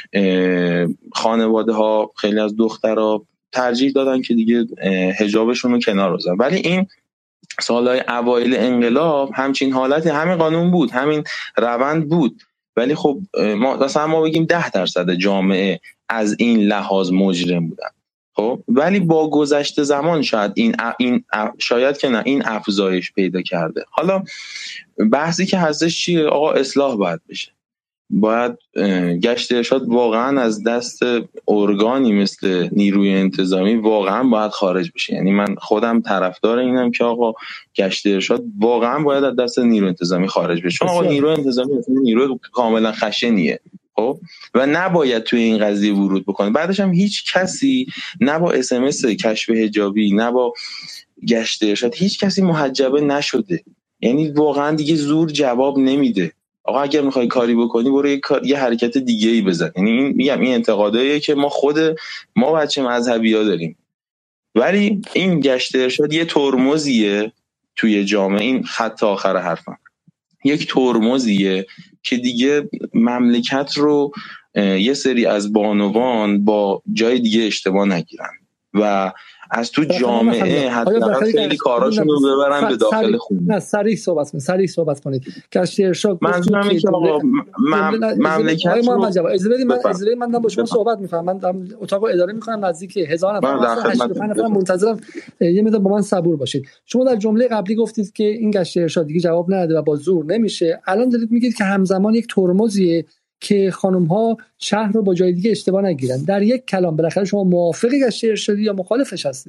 خانواده ها، خیلی از دخترها ترجیح دادن که دیگه حجابشون رو کنار بذارن، ولی این سالهای اوایل انقلاب همچین حالتی، همین قانون بود، همین روند بود. ولی خب ما بگیم 10% جامعه از این لحاظ مجرم بودن. خب ولی با گذشت زمان شاید شاید که نه، این افزایش پیدا کرده. حالا بحثی که هستش چیه؟ آقا اصلاح باید بشه، باید گشت ارشاد واقعا از دست ارگانی مثل نیروی انتظامی واقعا باید خارج بشه. یعنی من خودم طرفدار اینم که آقا گشت ارشاد واقعا باید از دست نیروی انتظامی خارج بشه، چون آقا نیروی انتظامی نیروی کاملا خشنیه. خب و نباید توی این قضیه ورود بکنه. بعدش هم هیچ کسی نه با SMS کشف حجابی نه با گشت ارشاد هیچ کسی محجبه نشده. یعنی واقعا دیگه زور جواب نمیده. آقا اگر میخوای کاری بکنی برو یه حرکت دیگه ای بزن. یعنی این انتقاداییه که ما بچه مذهبی‌ها داریم، ولی این گشت ارشاد یه ترمزیه توی جامعه. این خط آخر حرفم، یک ترمزیه که دیگه مملکت رو یه سری از بانوان با جای دیگه اشتباه نگیرن و از تو جامعه حتی خیلی کاراشون رو ببرن به داخل خونه. نه سریع صحبت کنید. گشت ارشاد منظورم اینه که آقا مملکت رو اجازه من با شما صحبت می‌کنم. من دارم اتاق رو اداره می‌کنم، نزدیک 1000 نفر 85 نفر منتظرم، یه مقدار با من صبور باشید. شما در جمله قبلی گفتید که این گشت ارشاد دیگه جواب نده و با زور نمیشه. الان دارید میگید که همزمان یک ترمزیه که خانم‌ها شهر رو با جای دیگه اشتباه نگیرن. در یک کلام بالاخره شما موافق گشت ارشادی یا مخالفش هستید؟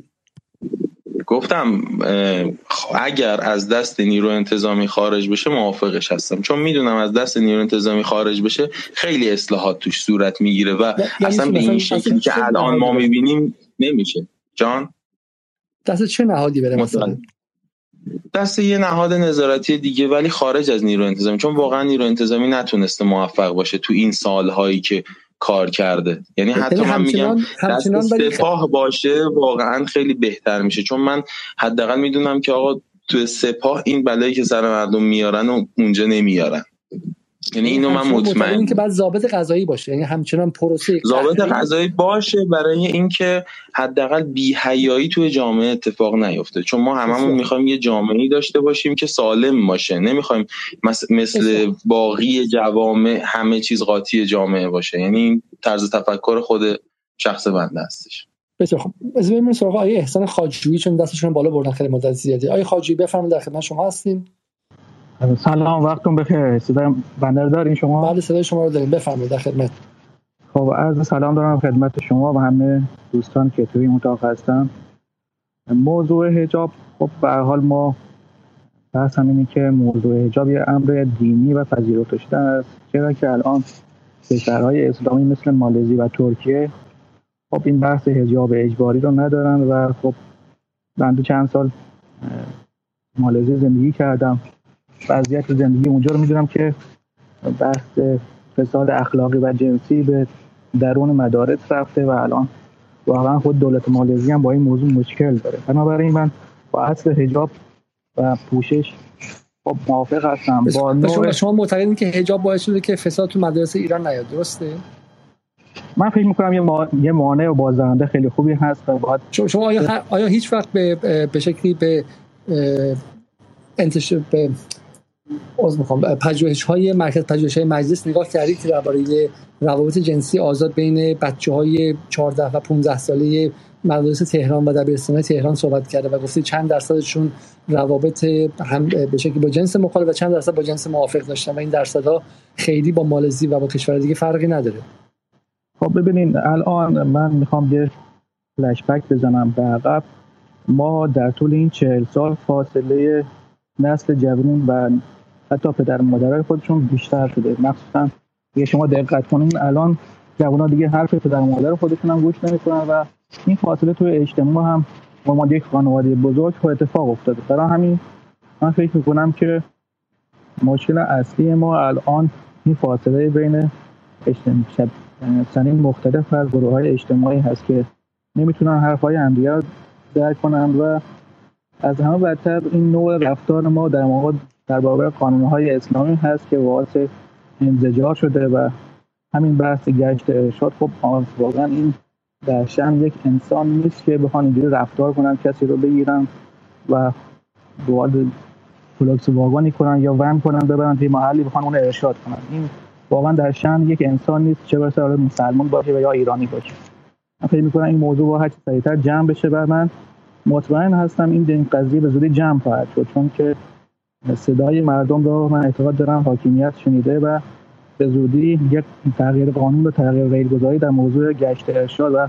گفتم اگر از دست نیرو انتظامی خارج بشه موافقش هستم، چون میدونم از دست نیرو انتظامی خارج بشه خیلی اصلاحات توش صورت میگیره و اصلا به این شکلی که الان ما میبینیم نمیشه. جان دست چه نهادی بره؟ مثلا دست یه نهاد نظارتی دیگه، ولی خارج از نیرو انتظامی، چون واقعا نیرو انتظامی نتونسته موفق باشه تو این سالهایی که کار کرده. یعنی حتی من میگم دست سپاه باشه واقعا خیلی بهتر میشه، چون من حداقل میدونم که آقا تو سپاه این بلایی که سر مردم میارن و اونجا نمیارن. یعنی اینو من مطمئنم که بعد ضابط قضایی باشه، یعنی همچنان پروسه ضابط قضایی باشه برای اینکه حداقل بی‌حیایی توی جامعه اتفاق نیفته، چون ما هممون میخوایم یه جامعه‌ای داشته باشیم که سالم باشه، نمیخوایم مثل باقی جوامع همه چیز قاطی جامعه باشه. یعنی این طرز تفکر خود شخص بنده هستش. بسیار خوب. از بریم سراغ آقای احسان خواجویی، چون دستشون بالا بردن خیلی مدت زیادی. آقای خواجویی بفرمایید، در خدمت شما هستیم. سلام، وقتتون بخیر. صدای بنده رو دارین شما؟ بله صدای شما رو داریم، بفرمایید، در خدمت. خب عرض سلام دارم خدمت شما و همه دوستان که توی این اتاق هستن. موضوع حجاب، خب به هر حال ما بحث همینه که موضوع حجاب یه امر دینی و پذیرفته شده است، چرا که الان کشورهای اسلامی مثل مالزی و ترکیه خب این بحث حجاب اجباری رو ندارن و خب بنده چند سال مالزی زندگی کردم، وضعیت زندگی اونجا رو میدونم که بحث فساد اخلاقی و جنسی به درون مدارس رفته و الان واقعا خود دولت مالزی هم با این موضوع مشکل داره. بنابراین من با اصل حجاب و پوشش خب موافق هستم. با نوع شما معتقدین که حجاب باعث شده که فساد تو مدارس ایران نیاد، درسته؟ من فکر می‌کنم یه مانع و بازدارنده خیلی خوبی هست و باید شما آیا هیچ وقت به شکلی به پژوهش‌های مرکز پژوهش‌های مجلس نگاه کردید که درباره روابط جنسی آزاد بین بچه‌های 14 و 15 ساله مدارس تهران و دبیرستان تهران صحبت کرده و گفته چند درصدشون روابط هم به شکلی با جنس مخالف و چند درصد با جنس موافق داشتن و این درصدها خیلی با مالزی و با کشور دیگه فرقی نداره؟ خب ببینین، الان من میخوام یه فلش بک بزنم به عقب. ما در طول این 40 سال فاصله نسل جوان و حتی پدر و مادرای خودشون بیشتر شده. مخصوصا اگه شما دقت کنین الان جوان‌ها دیگه حرف پدر و مادر خودشون هم گوش نمی‌کنن و این فاصله توی اجتماع هم با ما یک خانواده بزرگ اتفاق افتاده. برای همین من فکر می‌کنم که مشکل اصلی ما الان این فاصله بین سنین مختلف از گروه‌های اجتماعی هست که نمیتونن حرف‌های همدیگه رو درک کنن و از همه بدتر این نوع رفتار ما در واقع در برابر قانون‌های اسلامی هست که باعث انزجار شده و همین بحث گشت ارشاد خب واقعا این در شأن یک انسان نیست که بخوان اینجوری رفتار کنن، کسی رو بگیرن و وارد فلکس واگنی کنن یا ون کنن ببرن توی محلی بخوان اون ارشاد کنن. این واقعا در شأن یک انسان نیست، چه برسه حالا مسلمان باشه و یا ایرانی باشه. من فکر می‌کنم این موضوع با هر چه سریعتر جمع بشه و من مطمئن هستم این قضیه به زودی جمع خواهد شد، چون که صدای مردم رو من اعتقاد دارم حاکمیت شنیده و به زودی یک تغییر قانون و تغییر غیرگذاری در موضوع گشت ارشاد و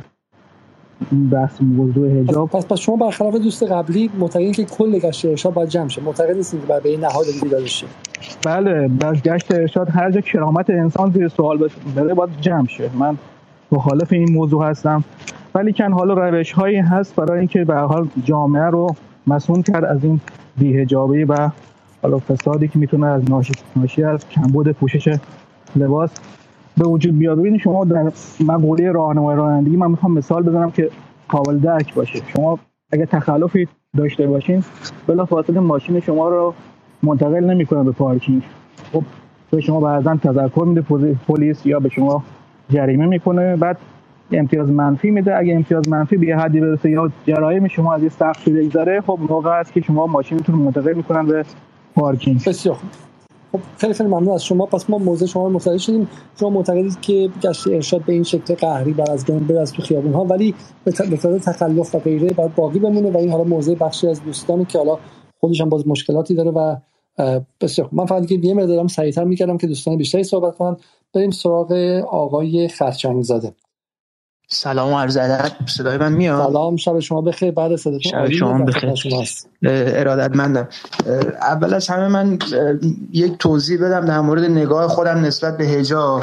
بحث موضوع حجاب. پس شما برخلاف دوست قبلی معتقدین که کل گشت ارشاد باید جمع شه؟ معتقد نیستین که به این نهاد دیگه داده شه؟ بله، بس گشت ارشاد هر جا کرامت انسان زیر سوال بره باید جمع شه. من مخالف این موضوع هستم، ولی کن حالا روش‌هایی هست برای اینکه به هر حال جامعه رو مسئول کرد از این بی‌حجابی و حالا فسادی که میتونه از ناشی از کمبود پوشش لباس به وجود بیاد. ببینید شما در مقوله راهنمای رانندگی من میخوام مثال بزنم که قابل درک باشه. شما اگه تخلفی داشته باشین بلافاصله ماشین شما رو منتقل نمی‌کنه به پارکینگ. خب به شما بعضن تذکر میده پلیس یا به شما جریمه میکنه، بعد امتیاز منفی میده. اگه امتیاز منفی به حدی برسه یا جرایم شما از این سقف بگذره، خب موقع است که شما ماشینتون رو منتقل میکنن به پارکینگ. بسیار خوب. خب خیلی ممنون از شما. پس ما موضوع شما رو متوجه شدیم. شما معتقدید که گشت ارشاد به این شکل قهری بر از بین بره از تو خیابون ها، ولی به طور تخلف و غیره باید باقی بمونه و این حالا موضوع بخشی از دوستانی که حالا خودش هم باز مشکلاتی داره و بسیار خوب. من فقط یه مقدارم سریعتر می‌کردم که دوستان بیشتری صحبت کنن. بریم سراغ آقای خرچنگ زاده. سلام و عرض ادب. صدای من میاد؟ سلام، شب شما بخیر. بعد صداتون شب شما بخیر. ارادتمندم. اول از همه من یک توضیح بدم در مورد نگاه خودم نسبت به حجاب.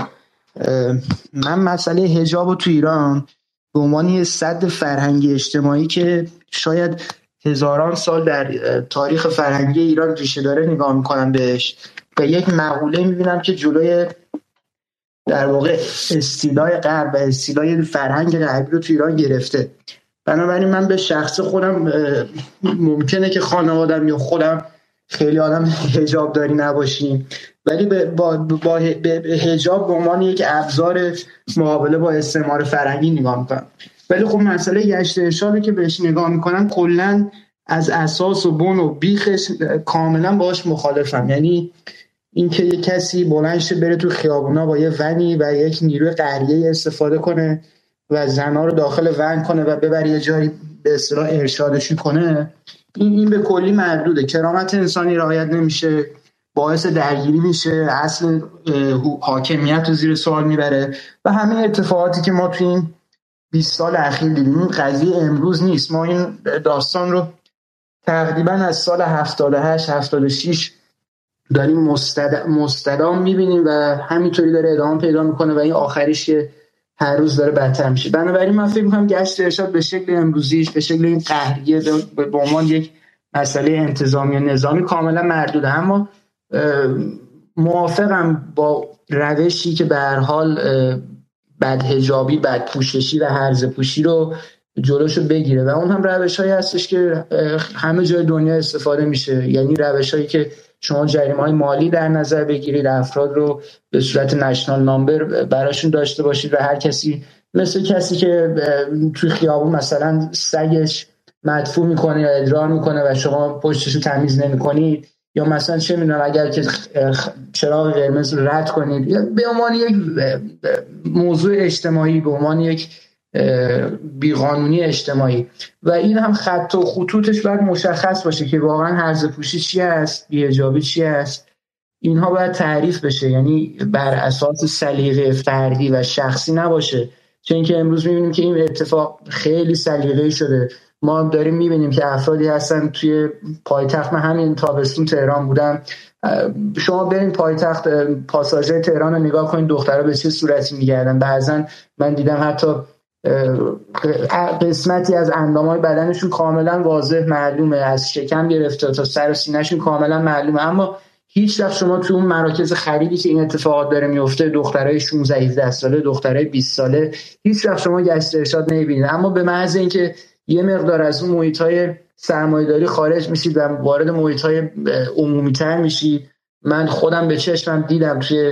من مسئله حجاب رو تو ایران به عنوان یه سد فرهنگی اجتماعی که شاید هزاران سال در تاریخ فرهنگی ایران ریشه داره نگاه میکنم بهش. به یک مقوله میبینم که جلوی در واقع استیلای غرب و استیلای فرهنگ غربی رو تو ایران گرفته. بنابراین من به شخص خودم ممکنه که خانوادم یا خودم خیلی آدم حجاب داری نباشیم، ولی با حجاب به عنوان یک ابزار مقابله با استعمار فرهنگی نگاه میکنم. ولی خب مسئله گشت ارشادی که بهش نگاه میکنم کلا از اساس و بن و بیخش کاملا باهاش مخالفم. یعنی اینکه یک کسی بلند شه بره تو خیابونا با یه ونی و یک نیروی قهریه استفاده کنه و زنها رو داخل ون کنه و ببره یه جایی به اصطلاح ارشادشون کنه، این به کلی مردوده. کرامت انسانی رعایت نمیشه، باعث درگیری میشه، اصل حاکمیت رو زیر سوال میبره و همین اتفاقاتی که ما تو این 20 سال اخیر دیدیم. این قضیه امروز نیست، ما این داستان رو تقریبا از سال 78 76 داریم مستدام میبینیم و همینطوری داره ادامه پیدا میکنه و این آخریش که هر روز داره بدتر میشه. بنابراین من فکر میکنم گشت ارشاد به شکل امروزیش، به شکل این قهریه به عنوان یک مسئله انتظامی و نظامی کاملا مردوده. اما موافقم با روشی که به هر حال بدحجابی، بدپوششی و هرزه پوشی رو جلوشو بگیره و اون هم روش‌هایی هستش که همه جای دنیا استفاده میشه. یعنی روش‌هایی که شما جریمه‌های مالی در نظر بگیرید، افراد رو به صورت نشنال نامبر براشون داشته باشید و هر کسی مثل کسی که توی خیابون مثلا سگش مدفوع میکنه یا ادرار میکنه و شما پشتشو تمیز نمیکنید، یا مثلا چه میدونم اگر که چراغ قرمز رو رد کنید، یا به عنوان یک موضوع اجتماعی، به عنوان یک بیقانونی اجتماعی. و این هم خط و خطوطش باید مشخص باشه که واقعا هرزه پوشی چی است، بی‌حجابی چی است. اینها باید تعریف بشه، یعنی بر اساس سلیقه فردی و شخصی نباشه. چون اینکه امروز می‌بینیم که این اتفاق خیلی سلیقه‌ای شده. ما داریم می‌بینیم که افرادی هستن توی پایتخت، من همین تابستون تهران بودم، شما برین پایتخت پاساژهای تهران رو نگاه کنید دخترها به چه صورتی می‌گردن. بعضن من دیدم حتی قسمتی از اندام‌های بدنشون کاملا واضح معلومه، از شکم گرفته تا سر و سینه‌شون کاملا معلومه. اما هیچ وقت شما تو اون مراکز خریدی که این اتفاقات داره میفته، دخترای 16 17 ساله، دخترای 20 ساله، هیچ وقت شما گشت ارشاد نمی‌بینید. اما به محض اینکه یه مقدار از اون محیط‌های سرمایه‌داری خارج میشید و وارد محیط‌های عمومی‌تر میشید، من خودم به چشمم دیدم توی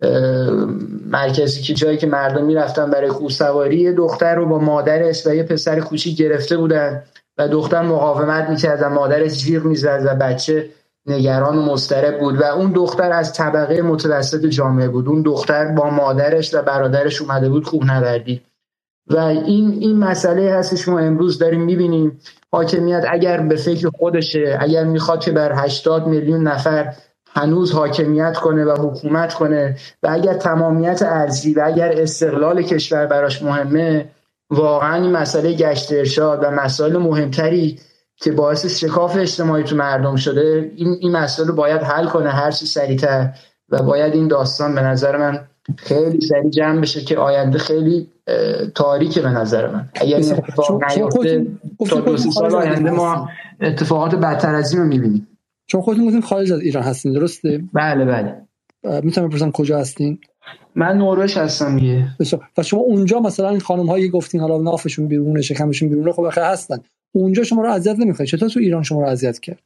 مرکزی که جایی که مردم میرفتن برای کوهسواری، یه دختر رو با مادرش و یه پسر کوچیک گرفته بودن و دختر مقاومت میکرد و مادرش جیغ میزد و بچه نگران و مضطرب بود و اون دختر از طبقه متوسط جامعه بود. اون دختر با مادرش و برادرش اومده بود کوهنوردی و این مسئله هستش ما امروز داریم میبینیم. حاکمیت اگر به فکر خودشه، اگر میخواد که بر 80 میلیون نفر هنوز حاکمیت کنه و حکومت کنه و اگر تمامیت ارضی و اگر استقلال کشور براش مهمه، واقعا این مسئله گشت ارشاد و مسائل مهمتری که باعث شکاف اجتماعی تو مردم شده، این مسئله رو باید حل کنه هر چه سریعتر و باید این داستان به نظر من خیلی سریع جمع بشه که آینده خیلی تاریکه به نظر من. اگر این اتفاق نیفته تا 2 سال آینده ما اتفاقات بدتر از این رو می‌بینیم. چون خودتون گفتین خارج از ایران هستین، درسته؟ بله. میتونم بپرسم کجا هستین؟ من نروژ هستم دیگه. و شما اونجا مثلا این خانم‌هایی گفتین حالا نافشون بیرونه، شکمشون بیرونه، خب آخه هستن اونجا، شما رو اذیت نمی‌کنه؟ چطور تو ایران شما رو اذیت کرد؟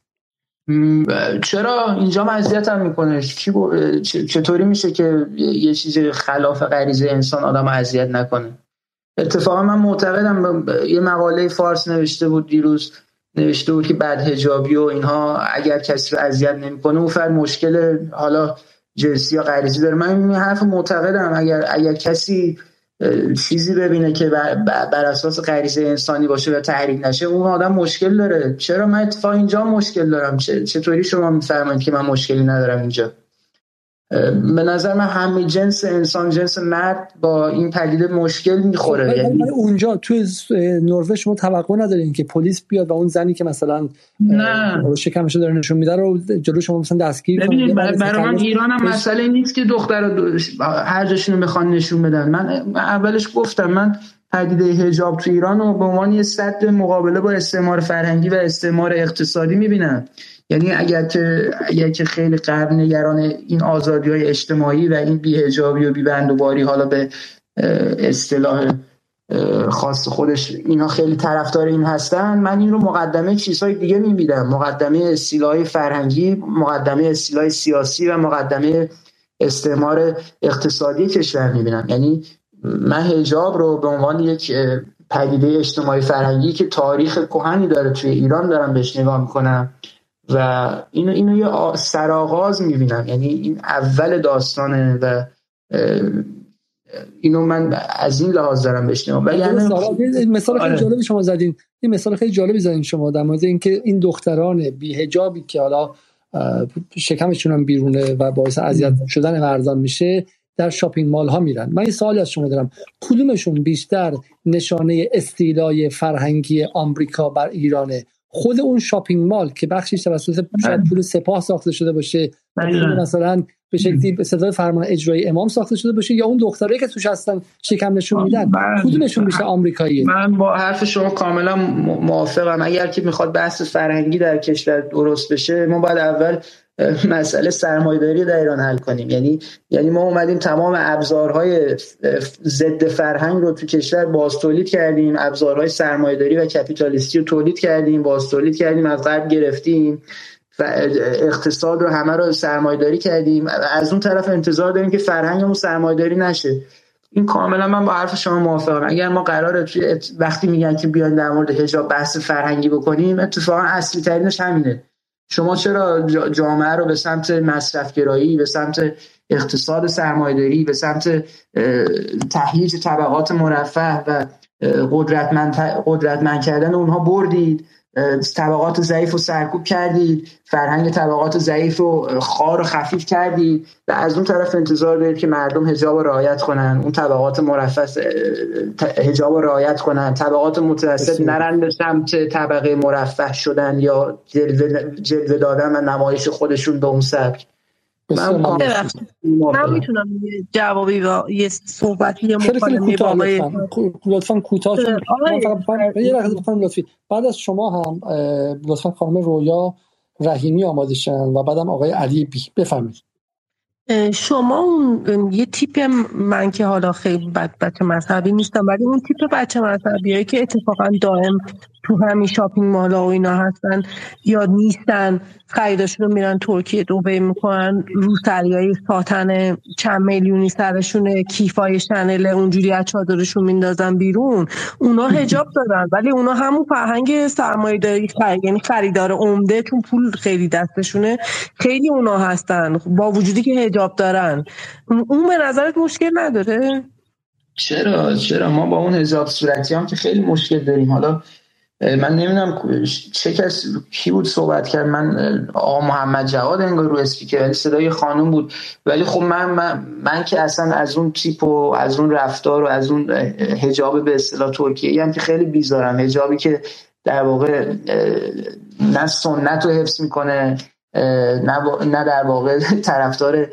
چرا اینجا اذیتم میکنه؟ چطوری میشه که یه چیز خلاف غریزه انسان آدم اذیت نکنه؟ اتفاقا من معتقدم، یه مقاله فارس نوشته بود دیروز، نوشته بود که بدحجابی و اینها اگر کسی رو اذیت نمیکنه اون فرد مشکل حالا جنسی یا غریزی داره. من این حرف معتقدم، اگر کسی چیزی ببینه که بر اساس غریزه انسانی باشه و تحریک نشه، اون آدم مشکل داره. چرا من اتفاقا اینجا مشکل دارم؟ چطوری شما میفرمایید که من مشکلی ندارم اینجا؟ به نظر من همه جنس انسان، جنس مرد با این پدیده مشکل میخوره. یعنی اونجا توی نروژ شما توقع ندارین که پلیس بیاد و اون زنی که مثلا شکمشو داره نشون میده رو جلو شما مثلا دستگیر کنه؟ ببینید برای من ایران هم مسئله نیست که دخترها هر جاشونو بخوان نشون بدن. من اولش گفتم من پدیده حجاب تو ایران رو به عنوان یه سد مقابله با استعمار فرهنگی و استعمار اقتصادی میبینم. یعنی اگر که خیلی غرب نگران این آزادی‌های اجتماعی و این بی‌حجابی و بی‌بندوباری، حالا به اصطلاح خاص خودش اینا خیلی طرفدار این هستن، من این رو مقدمه چیزهای دیگه می‌بینم، مقدمه اصطلاحی فرهنگی، مقدمه اصطلاحی سیاسی و مقدمه استعمار اقتصادی کشور می‌بینم. یعنی من حجاب رو به عنوان یک پدیده اجتماعی فرهنگی که تاریخ کهنی داره توی ایران دارم بهش نگاه میکنم و اینو یه سرآغاز میبینم، یعنی این اول داستانه و اینو من از این لحاظ دارم بهش نگاه میکنم. مثال خیلی جالبی شما زدین، این مثال خیلی جالبی زدین شما در مورد اینکه این دختران بی‌حجابی که حالا شکمشون هم بیرونه و باعث اذیت شدن مردان میشه در شاپینگ مال ها میرن. من این سوالی از شما دارم، کدومشون بیشتر نشانه استیلای فرهنگی آمریکا بر ایرانه؟ خود اون شاپینگ مال که بخشش توسط پول سپاه ساخته شده باشه، مثلا به شکلی به صدای فرمان اجرایی امام ساخته شده باشه، یا اون دخترایی که توش هستن شکم نشون میدن؟ کدومشون بیشتر آمریکاییه؟ من با حرف شما کاملا موافقم. اگر که میخواد بحث فرهنگی در کشور درست بشه، ما باید اول مسئله سرمایه‌داری در ایران حل کنیم. یعنی ما اومدیم تمام ابزارهای ضد فرهنگ رو تو کشور باز تولید کردیم، ابزارهای سرمایه‌داری و کپیتالیستی رو تولید کردیم، باز تولید کردیم، از غرب گرفتیم و اقتصاد رو همه رو سرمایه‌داری کردیم. از اون طرف انتظار داریم که فرهنگمون سرمایه‌داری نشه. این کاملا من با حرف شما موافقم. اگر ما قراره وقتی میگن که بیاین در مورد حجاب بحث فرهنگی بکنیم، اتفاقا اصلی ترینش همینه. شما چرا جامعه رو به سمت مصرفگرایی، به سمت اقتصاد سرمایه‌داری، به سمت تهییج طبقات مرفه و قدرتمند کردن اونها بردید؟ طبقات ضعیف رو سرکوب کردید، فرهنگ طبقات ضعیف رو خوار و خفیف کردید و از اون طرف انتظار دارید که مردم حجاب رو رعایت کنن، اون طبقات مرفه حجاب رو رعایت کنن، طبقات متوسط نرن به سمت طبقه مرفه شدن یا جلوه دادن و نمایش خودشون به اون سبک. من میتونم یه جوابی و یه صحبتی مکالمه لطفاً کوتاه لطفاً بعد از شما هم لطفاً خانم رویا رحیمی آماده شن و بعدم آقای علی بی. بفرمایید. شما اون یه تیپ، من که حالا خیلی بچه مذهبی نیستم، ولی اون تیپ بچه مذهبیایی که اتفاقا دائم تو همین شاپینگ مالا و اینا هستن یا نیستن، خریداشون رو میرن ترکیه دبی میکنن، روسریای ساتن چند میلیونی سرشونه، کیفای شنل اونجوری از چادرشون میندازن بیرون، اونا حجاب دارن ولی اونا همون فرهنگ سرمایه‌داری، یعنی خریدار عمده، چون پول خیلی دستشونه، خیلی اونا هستن با وجودی که حجاب دارن. اون به نظرت مشکل نداره؟ چرا ما با اون حجاب صورتی هم که خیلی مشکل داریم. حالا من نمیدونم چه کسی کی بود صحبت کرد، من آقا محمد جواد انگار رو اسپیکر، ولی صدای خانم بود. ولی خب من که اصلا از اون تیپ و از اون رفتار و از اون حجاب به اصطلاح ترکیه‌ای هم که خیلی بیزارم. حجابی که در واقع نه سنت رو حفظ میکنه، نه در واقع طرفدار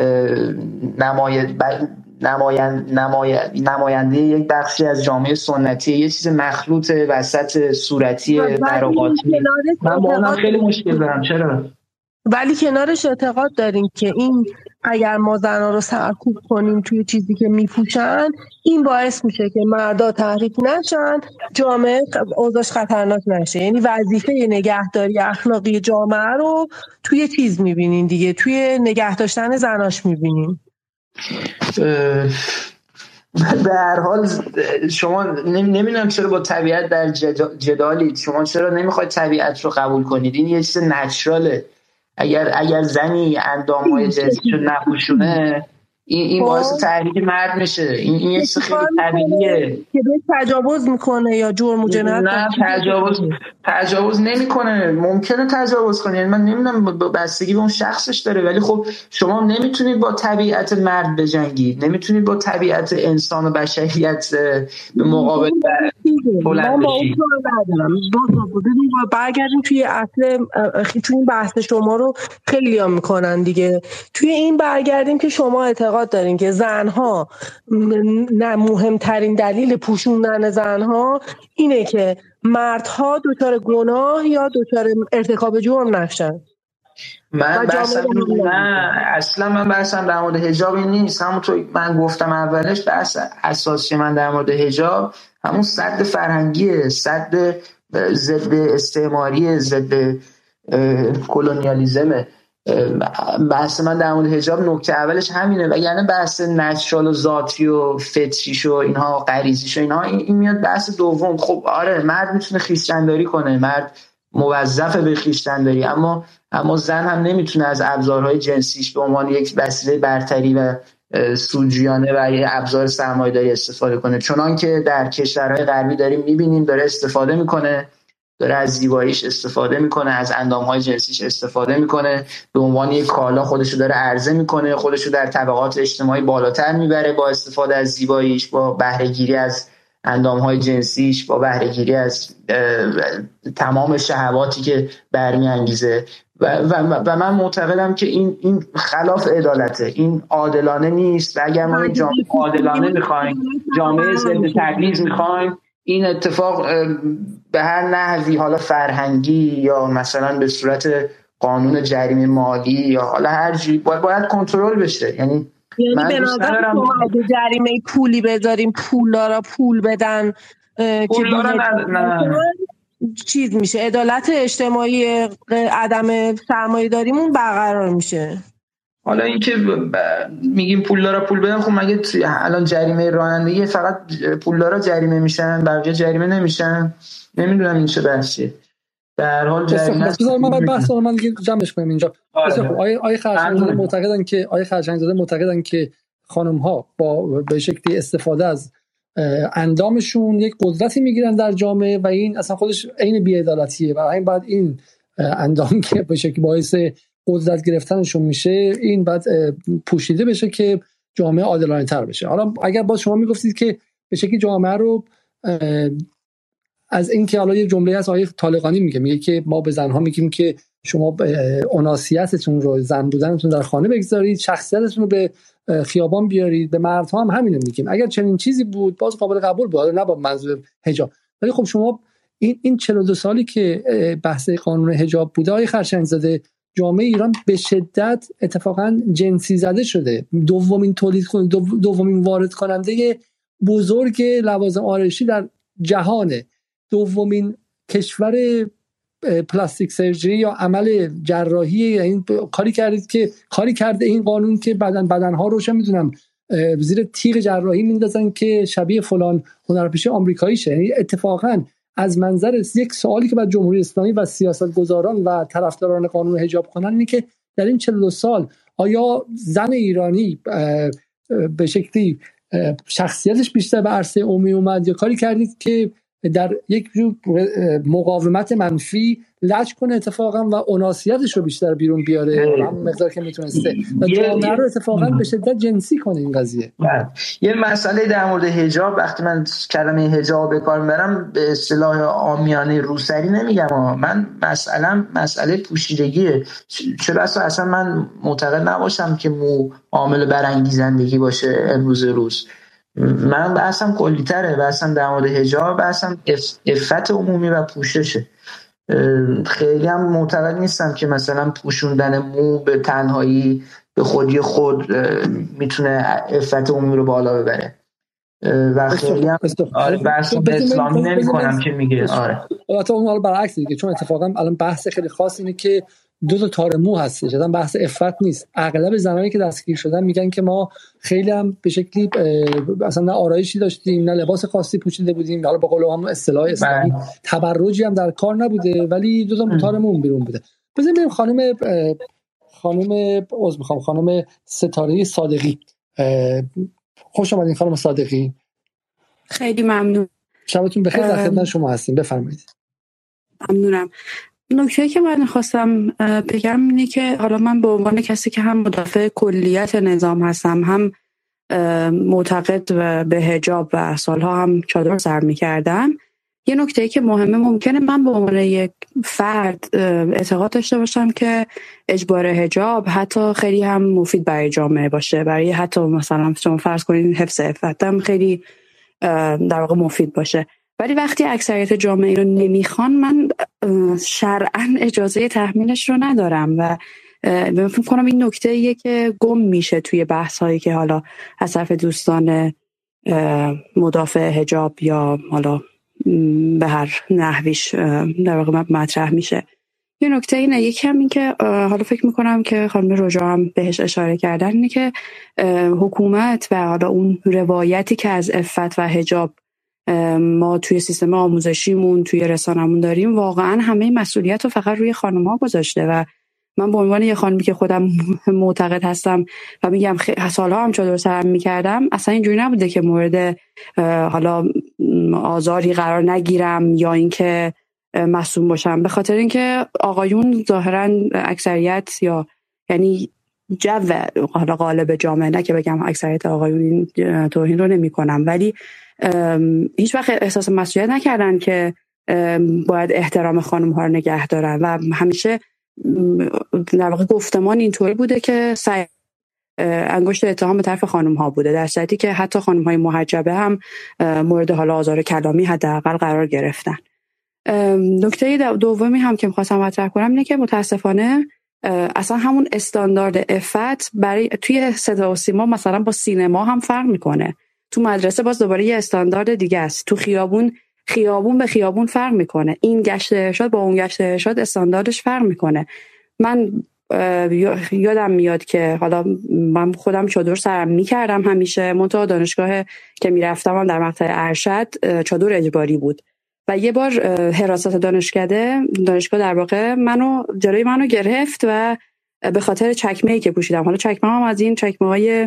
نماینده یک بخشی از جامعه سنتی، یه چیز مخلوط وسط صورتی براقاتی. من با اونم خیلی مشکل دارم. چرا؟ ولی کنارش اعتقاد داریم که این اگر ما زنها رو سرکوب کنیم توی چیزی که میپوشن، این باعث میشه که مردا تحریک نشن، جامعه اوضاعش خطرناک نشه. یعنی وظیفه نگهداری اخلاقی جامعه رو توی چیز میبینین دیگه، توی نگه داشتن زناش میبینین. به هر حال شما نمیدونم چرا با طبیعت در جدالید. شما چرا نمیخواید طبیعت رو قبول کنید؟ این یه چیز نچراله. اگر زنی اندام‌های جنسیشو نپوشونه، این باعث تحریک مرد میشه. این یه چیز خیلی طبیعیه که به تجاوز میکنه یا جرم و جنایت. نه، تجاوز نمیکنه. ممکنه تجاوز کنه، یعنی من نمیدونم، بستگی به اون شخصش داره. ولی خب شما نمیتونید با طبیعت مرد بجنگید، نمیتونید با طبیعت انسان و بشریت به مقابل بلند بشید. برگردیم توی اصل، توی این بحث شما رو خیلی ها میکنن دیگه. توی این برگردیم که شما اعتقاد اعتقاد دارین که زنها نه مهمترین دلیل پوشوندن زنها اینه که مردها دچار گناه یا دچار ارتکاب جرم نشن؟ من بحثم در مورد حجاب این نیست. همونطور من گفتم اولش، بحث اساسی من در مورد حجاب همون سد فرهنگیه، سد ضد استعماری، ضد کلونیالیزمه. بحث من در مورد حجاب نکته اولش همینه، و یعنی بحث نچرال و ذاتی و فطریش و اینها، غریزیش و اینها، این میاد بحث دوم. خب آره، مرد میتونه خویشتن‌داری کنه، مرد موظفه به خویشتن‌داری، اما زن هم نمیتونه از ابزارهای جنسیش به عنوان یک وسیله برتری و سودجویانه و یه ابزار سرمایه‌داری استفاده کنه، چنان که در کشورهای غربی داریم میبینیم داره استفاده میکنه، داره از زیباییش استفاده میکنه، از اندامهای جنسیش استفاده میکنه، به عنوان یک کالا خودشو داره عرضه میکنه، خودشو در طبقات اجتماعی بالاتر میبره با استفاده از زیباییش، با بهره‌گیری از اندامهای جنسیش، با بهره‌گیری از تمام شهواتی که برمی‌انگیزه. و من معتقدم که این خلاف عدالته، این عادلانه نیست. و اگر ما این جامعه عادلانه میخوایم، جامعه ضد تبعیض میخوایم، این اتفاق به هر نحوی، حالا فرهنگی یا مثلا به صورت قانون جریمه مالی یا حالا هر جوری، باید کنترل بشه. یعنی به نظر شما اگه جریمه پولی بذاریم، پولدارا پول بدن که چیز میشه، عدالت اجتماعی، عدم سرمایه‌داریمون برقرار میشه؟ حالا اینکه میگیم پولدارا پول بدن، خب مگه الان جریمه رانندگی فقط پولدارا جریمه میشن، بقیه جریمه نمیشن؟ نمیدونم این چه بحثیه. در حال جریمه من بحث من جمعش کنم اینجا. آیه خرچنگ‌زاده معتقدن که خانم‌ها با به شکلی استفاده از اندامشون یک قدرتی میگیرن در جامعه و این اصلا خودش عین بی‌عدالتیه، و این بعد این اندام که به شکلی باعث قدرت گرفتنشون میشه، این بعد پوشیده بشه که جامعه عادلانه تر بشه. حالا اگر با شما میگفتید که به شکلی جامعه رو از اینکه حالا یه جمله هست آیه طالقانی میگه که ما به زنها میگیم که شما اناسیتتون رو، زن بودنتون در خانه بگذارید، شخصیتتون رو به خیابان بیارید. به مردها هم همینو میگیم. اگر چنین چیزی بود باز قابل قبول بود، نه با منظور حجاب. ولی خب شما این 42 سالی که بحث قانون حجاب بوده، آقای خرچنگ‌زاده، جامعه ایران به شدت اتفاقا جنسی زده شده. دومین وارد کننده بزرگ لوازم آرایشی در جهانه. دومین کشور پلاستیک سرجری یا عمل جراحی. این کاری کرده این قانون که بدنها رو چه میدونم زیر تیغ جراحی میندازن که شبیه فلان هنرپیشه آمریکایی شه. یعنی اتفاقا از منظر یک سوالی که بعد جمهوری اسلامی و سیاستگزاران و طرفداران قانون حجاب کنن اینه که در این 42 سال آیا زن ایرانی به شکلی شخصیتش بیشتر به عرصه عمومی اومد یا کاری کردید که در یک جور مقاومت منفی لج کنه اتفاقا و اناسیتش رو بیشتر بیرون بیاره هم مقدار که میتونسته و جامعه رو اتفاقا به شدت جنسی کنه این قضیه. یه مسئله در مورد حجاب، وقتی من کلمه حجاب به کار میبرم به اصطلاح عامیانه روسری نمیگم، من مسئله پوشیدگیه. چرا اصلا من معتقد نباشم که مو عامل برانگیزندگی باشه امروز روز. من بحثم کلی‌تره، بحثم در مورد حجاب، بحثم عفت عمومی و پوششه. خیلی هم معتقد نیستم که مثلا پوشوندن مو به تنهایی به خودی خود میتونه عفت عمومی رو بالا ببره و خیلی هم بحث اسلامی نمی کنم که میگه آره. البته اون برعکس دیگه، چون اتفاقا الان بحث خیلی خاص اینه که 2 تار مو هست، جدا بحث عفت نیست. اغلب زنانی که دستگیر شدن میگن که ما خیلی هم به شکلی اصلا نه آرایشی داشتیم، نه لباس خاصی پوشیده بودیم، حالا به قول هم اصطلاح اسلامی تبرجی هم در کار نبوده، ولی 2 تار مو بیرون بوده. بذاریم بریم خانم ستاره صادقی. خوش آمدین خانم صادقی. خیلی ممنون. شبتون بخیر. در خدمت شما هستیم، بفرمایید. ممنونم. نکته که من خواستم بگم اینه که حالا من به عنوان کسی که هم مدافع کلیت نظام هستم، هم معتقد به حجاب و سالها هم چادر سر می‌کردم، یه نکته‌ای که مهمه، ممکنه من به عنوان یک فرد اعتقاد داشته باشم که اجبار حجاب حتی خیلی هم مفید برای جامعه باشه، برای حتی مثلا شما فرض کنید حفظ عفت هم خیلی در واقع مفید باشه، ولی وقتی اکثریت جامعه رو نمیخوان، من شرعاً اجازه تحمیلش رو ندارم و فکر کنم این نکته‌ایه که گم میشه توی بحث‌هایی که حالا از طرف دوستان مدافع حجاب یا حالا به هر نحویش در واقع مطرح میشه. یه نکته اینه، یکی هم این که حالا فکر میکنم که خانم رجا هم بهش اشاره کردن، اینه که حکومت و حالا اون روایتی که از عفت و حجاب ما توی سیستم آموزشیمون توی رسانمون داریم، واقعا همه مسئولیت رو فقط روی خانم‌ها گذاشته و من به عنوان یه خانمی که خودم معتقد هستم و میگم سالها هم چادر سرم میکردم، اصلا اینجوری نبوده که مورد حالا آزاری قرار نگیرم یا اینکه مصدوم باشم، به خاطر اینکه آقایون ظاهرا اکثریت یا یعنی جو حالا غالب جامعه، نه که بگم اکثریت آقایون توهین رو نمی‌کنم، ولی هیچ وقت احساس مسئولیت نکردن که باید احترام خانم‌ها رو نگه دارن و همیشه در واقع گفتمان اینطوری بوده که انگشت اتهام به طرف خانم‌ها بوده، در صورتی که حتی خانم‌های محجبه هم مورد حالا آزار کلامی حداقل قرار گرفتن. نکته دومی هم که می‌خواستم مطرح کنم اینه که متاسفانه اصلا همون استاندارد عفت برای توی صدا و سیما مثلا با سینما هم فرق میکنه. تو مدرسه باز دوباره یه استاندارد دیگه است. تو خیابون به خیابون فرق میکنه. این گشت ارشاد با اون گشت ارشاد استانداردش فرق میکنه. من یادم میاد که حالا من خودم چادر سرم میکردم همیشه، منتها دانشگاه که میرفتم هم در مقطع ارشد چادر اجباری بود و یه بار حراست دانشگاه در واقع جلوی منو گرفت و به خاطر چکمه‌ای که پوشیدم، حالا چکمه هم از این چکمه‌های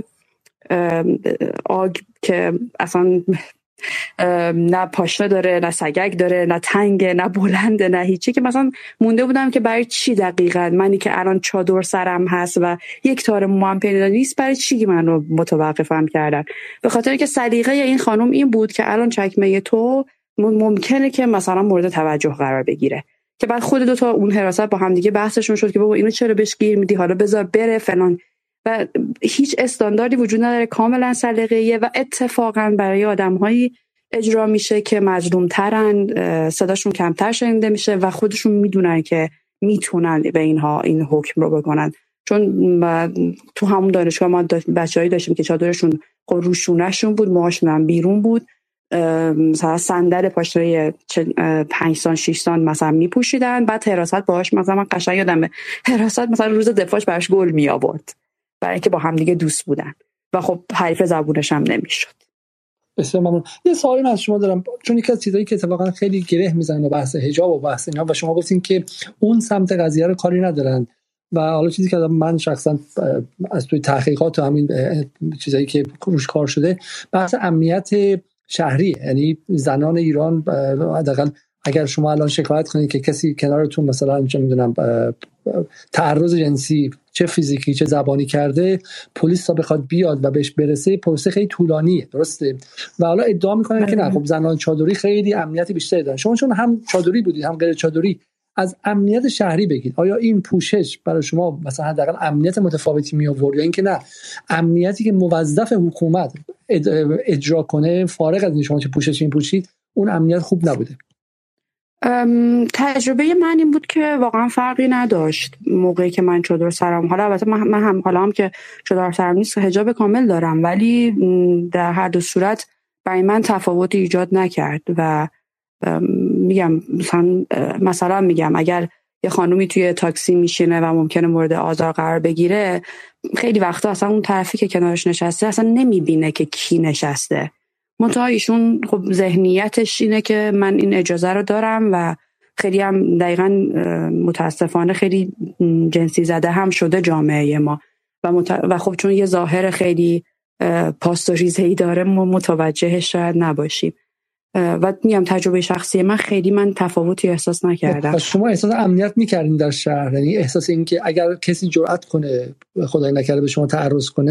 آگ که اصلا نه پاشنه داره، نه سگک داره، نه تنگه، نه بلنده، نه هیچی، که مثلا مونده بودم که برای چی دقیقاً منی که الان چادر سرم هست و یک تار موام پیدا نیست، برای چی من رو متوقفم کردن؟ به خاطر که سلیقه این خانم این بود که الان چکمه تو ممکنه که مثلا مورد توجه قرار بگیره، که بعد خود دوتا اون حراست با هم دیگه بحثشون شد که بابا اینو چرا بهش گیر میدی، حالا بذار بره فلان، و هیچ استانداردی وجود نداره، کاملا سلیقه‌ایه و اتفاقا برای آدم‌هایی اجرا میشه که مظلوم‌ترن، صداشون کمتر شنیده میشه و خودشون میدونن که میتونن به این حکم رو بکنن. چون تو همون دانشگاه ما بچه‌ای داشتیم که چادرشون روشونه‌شون بود، موهاشون هم بیرون بود، مثلا صندل پاشنه 5 سان 6 سان مثلا میپوشیدن، بعد حراست باهاش مثلا من قشنگ یادمه حراست مثلا روز دفاعش براش گل می آورد برای اینکه با هم دیگه دوست بودن و خب حریف زبونش هم نمیشد. بسیار ممنون. یه سوالی من از شما دارم، چون یکی از چیزایی که اتفاقا خیلی گره میزنه با بحث حجاب و بحث اینا، و شما گفتین که اون سمت قضیه رو کاری ندارن، و حالا چیزی که من شخصا از توی تحقیقات و همین چیزایی که روش کار شده، بحث امنیت شهری، یعنی زنان ایران حداقل اگر شما الان شکایت کنید که کسی کنارتون مثلا چه میدونم تعرض جنسی چه فیزیکی چه زبانی کرده، پلیس تا بخواد بیاد و بهش برسه پروسه خیلی طولانیه، درسته؟ و حالا ادعا میکنن که نه خب زنان چادری خیلی امنیت بیشتری دارن. شما چون هم چادری بودید هم غیر چادری، از امنیت شهری بگید، آیا این پوشش برای شما مثلا حداقل امنیت متفاوتی می آورد، یا اینکه نه امنیتی که موظف حکومت اجرا کنه فارغ از این شما چه پوششی این پوشید اون امنیت خوب نبوده؟ تجربه من این بود که واقعا فرقی نداشت موقعی که من چادر سرم، حالا البته من هم حالا هم که چادر سرم نیست حجاب کامل دارم، ولی در هر دو صورت برای من تفاوتی ایجاد نکرد. و میگم مثلا میگم اگر یه خانومی توی تاکسی میشینه و ممکنه مورد آزار قرار بگیره، خیلی وقتا اصلا اون طرفی که کنارش نشسته اصلا نمیبینه که کی نشسته، منتها ایشون خب ذهنیتش اینه که من این اجازه رو دارم و خیلی هم دقیقاً متاسفانه خیلی جنسی زده هم شده جامعه ما و خب چون یه ظاهر خیلی پاستوریزه‌ای داره ما متوجهش شاید نباشیم. و میگم تجربه شخصی من تفاوتی احساس نکردم. شما احساس امنیت می‌کردین در شهر؟ یعنی احساس این که اگر کسی جرأت کنه خدای نکرده به شما تعرض کنه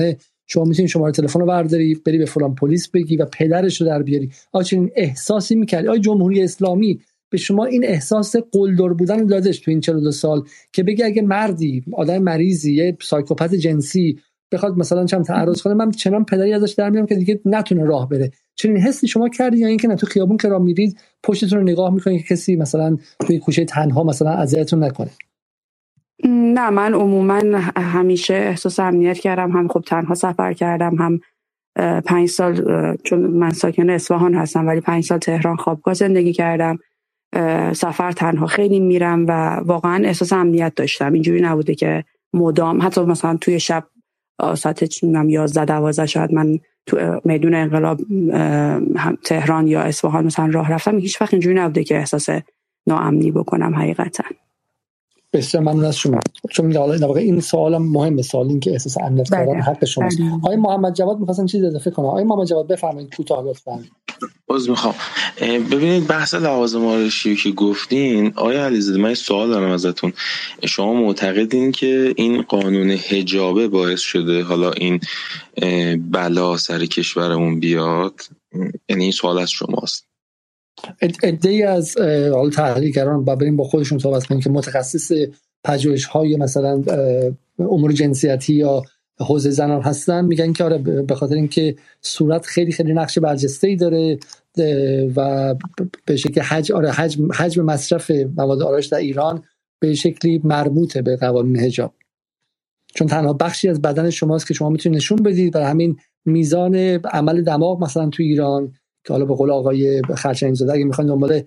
شما میتونی شماره تلفن رو برداری بری به فلان پلیس بگی و پدرش رو در بیاری. آیا چنین احساسی میکردی؟ آیا جمهوری اسلامی به شما این احساس قلدر بودن دادش تو این 42 سال که بگی اگه مردی آدم مریضی یه سایکوپت جنسی بخواد مثلا چم تعرض کنه، من چنان پدری ازش در میام که دیگه نتونه راه بره؟ چنین حسی شما کردی یا اینکه نه تو خیابون که راه میرید پشتتون رو نگاه میکنید که کسی مثلا توی کوچه تنها مثلا اذیتتون نکنه؟ نه، من عموما همیشه احساس امنیت کردم، هم خب تنها سفر کردم، هم 5 سال چون من ساکن اصفهان هستم ولی 5 سال تهران خوابگاه زندگی کردم، سفر تنها خیلی میرم و واقعا احساس امنیت داشتم. اینجوری نبوده که مدام حتی مثلا توی شب ساعت 11-12 شاید من تو میدون انقلاب تهران یا اصفهان مثلا راه رفتم، هیچ وقت اینجوری نبوده که احساس ناامنی بکنم حقیقتا. بسیار ممنون از شما. چون در واقع این سوالم مهمه، سوال این که احساس امنیت کردن حق شماست. آقای محمد جواد می‌خواستن چیزی اضافه کنه. آقای محمد جواد بفرمایید کوتاه لطفاً. میخوام ببینید بحث لوازم آرایشی که گفتین آقای علیزاده، من سوال دارم ازتون. شما معتقدین که این قانون حجابه باعث شده حالا این بلا سر کشورمون بیاد؟ یعنی این سوال از شماست. عده‌ای از حالا تحلیلگران بریم با خودشون صحبت کنیم که متخصص پژوهش‌های مثلا امور جنسیتی یا حوزه زنان هستن، میگن که آره به خاطر اینکه صورت خیلی خیلی نقش برجسته‌ای داره و به شکلی حجم مصرف مواد آرایش در ایران به شکلی مربوطه به قوانین حجاب، چون تنها بخشی از بدن شماست که شما میتونید نشون بدید. برای همین میزان عمل دماغ مثلا تو ایران که حالا به قول آقای خرچنگ زاده اگه میخواین دنبال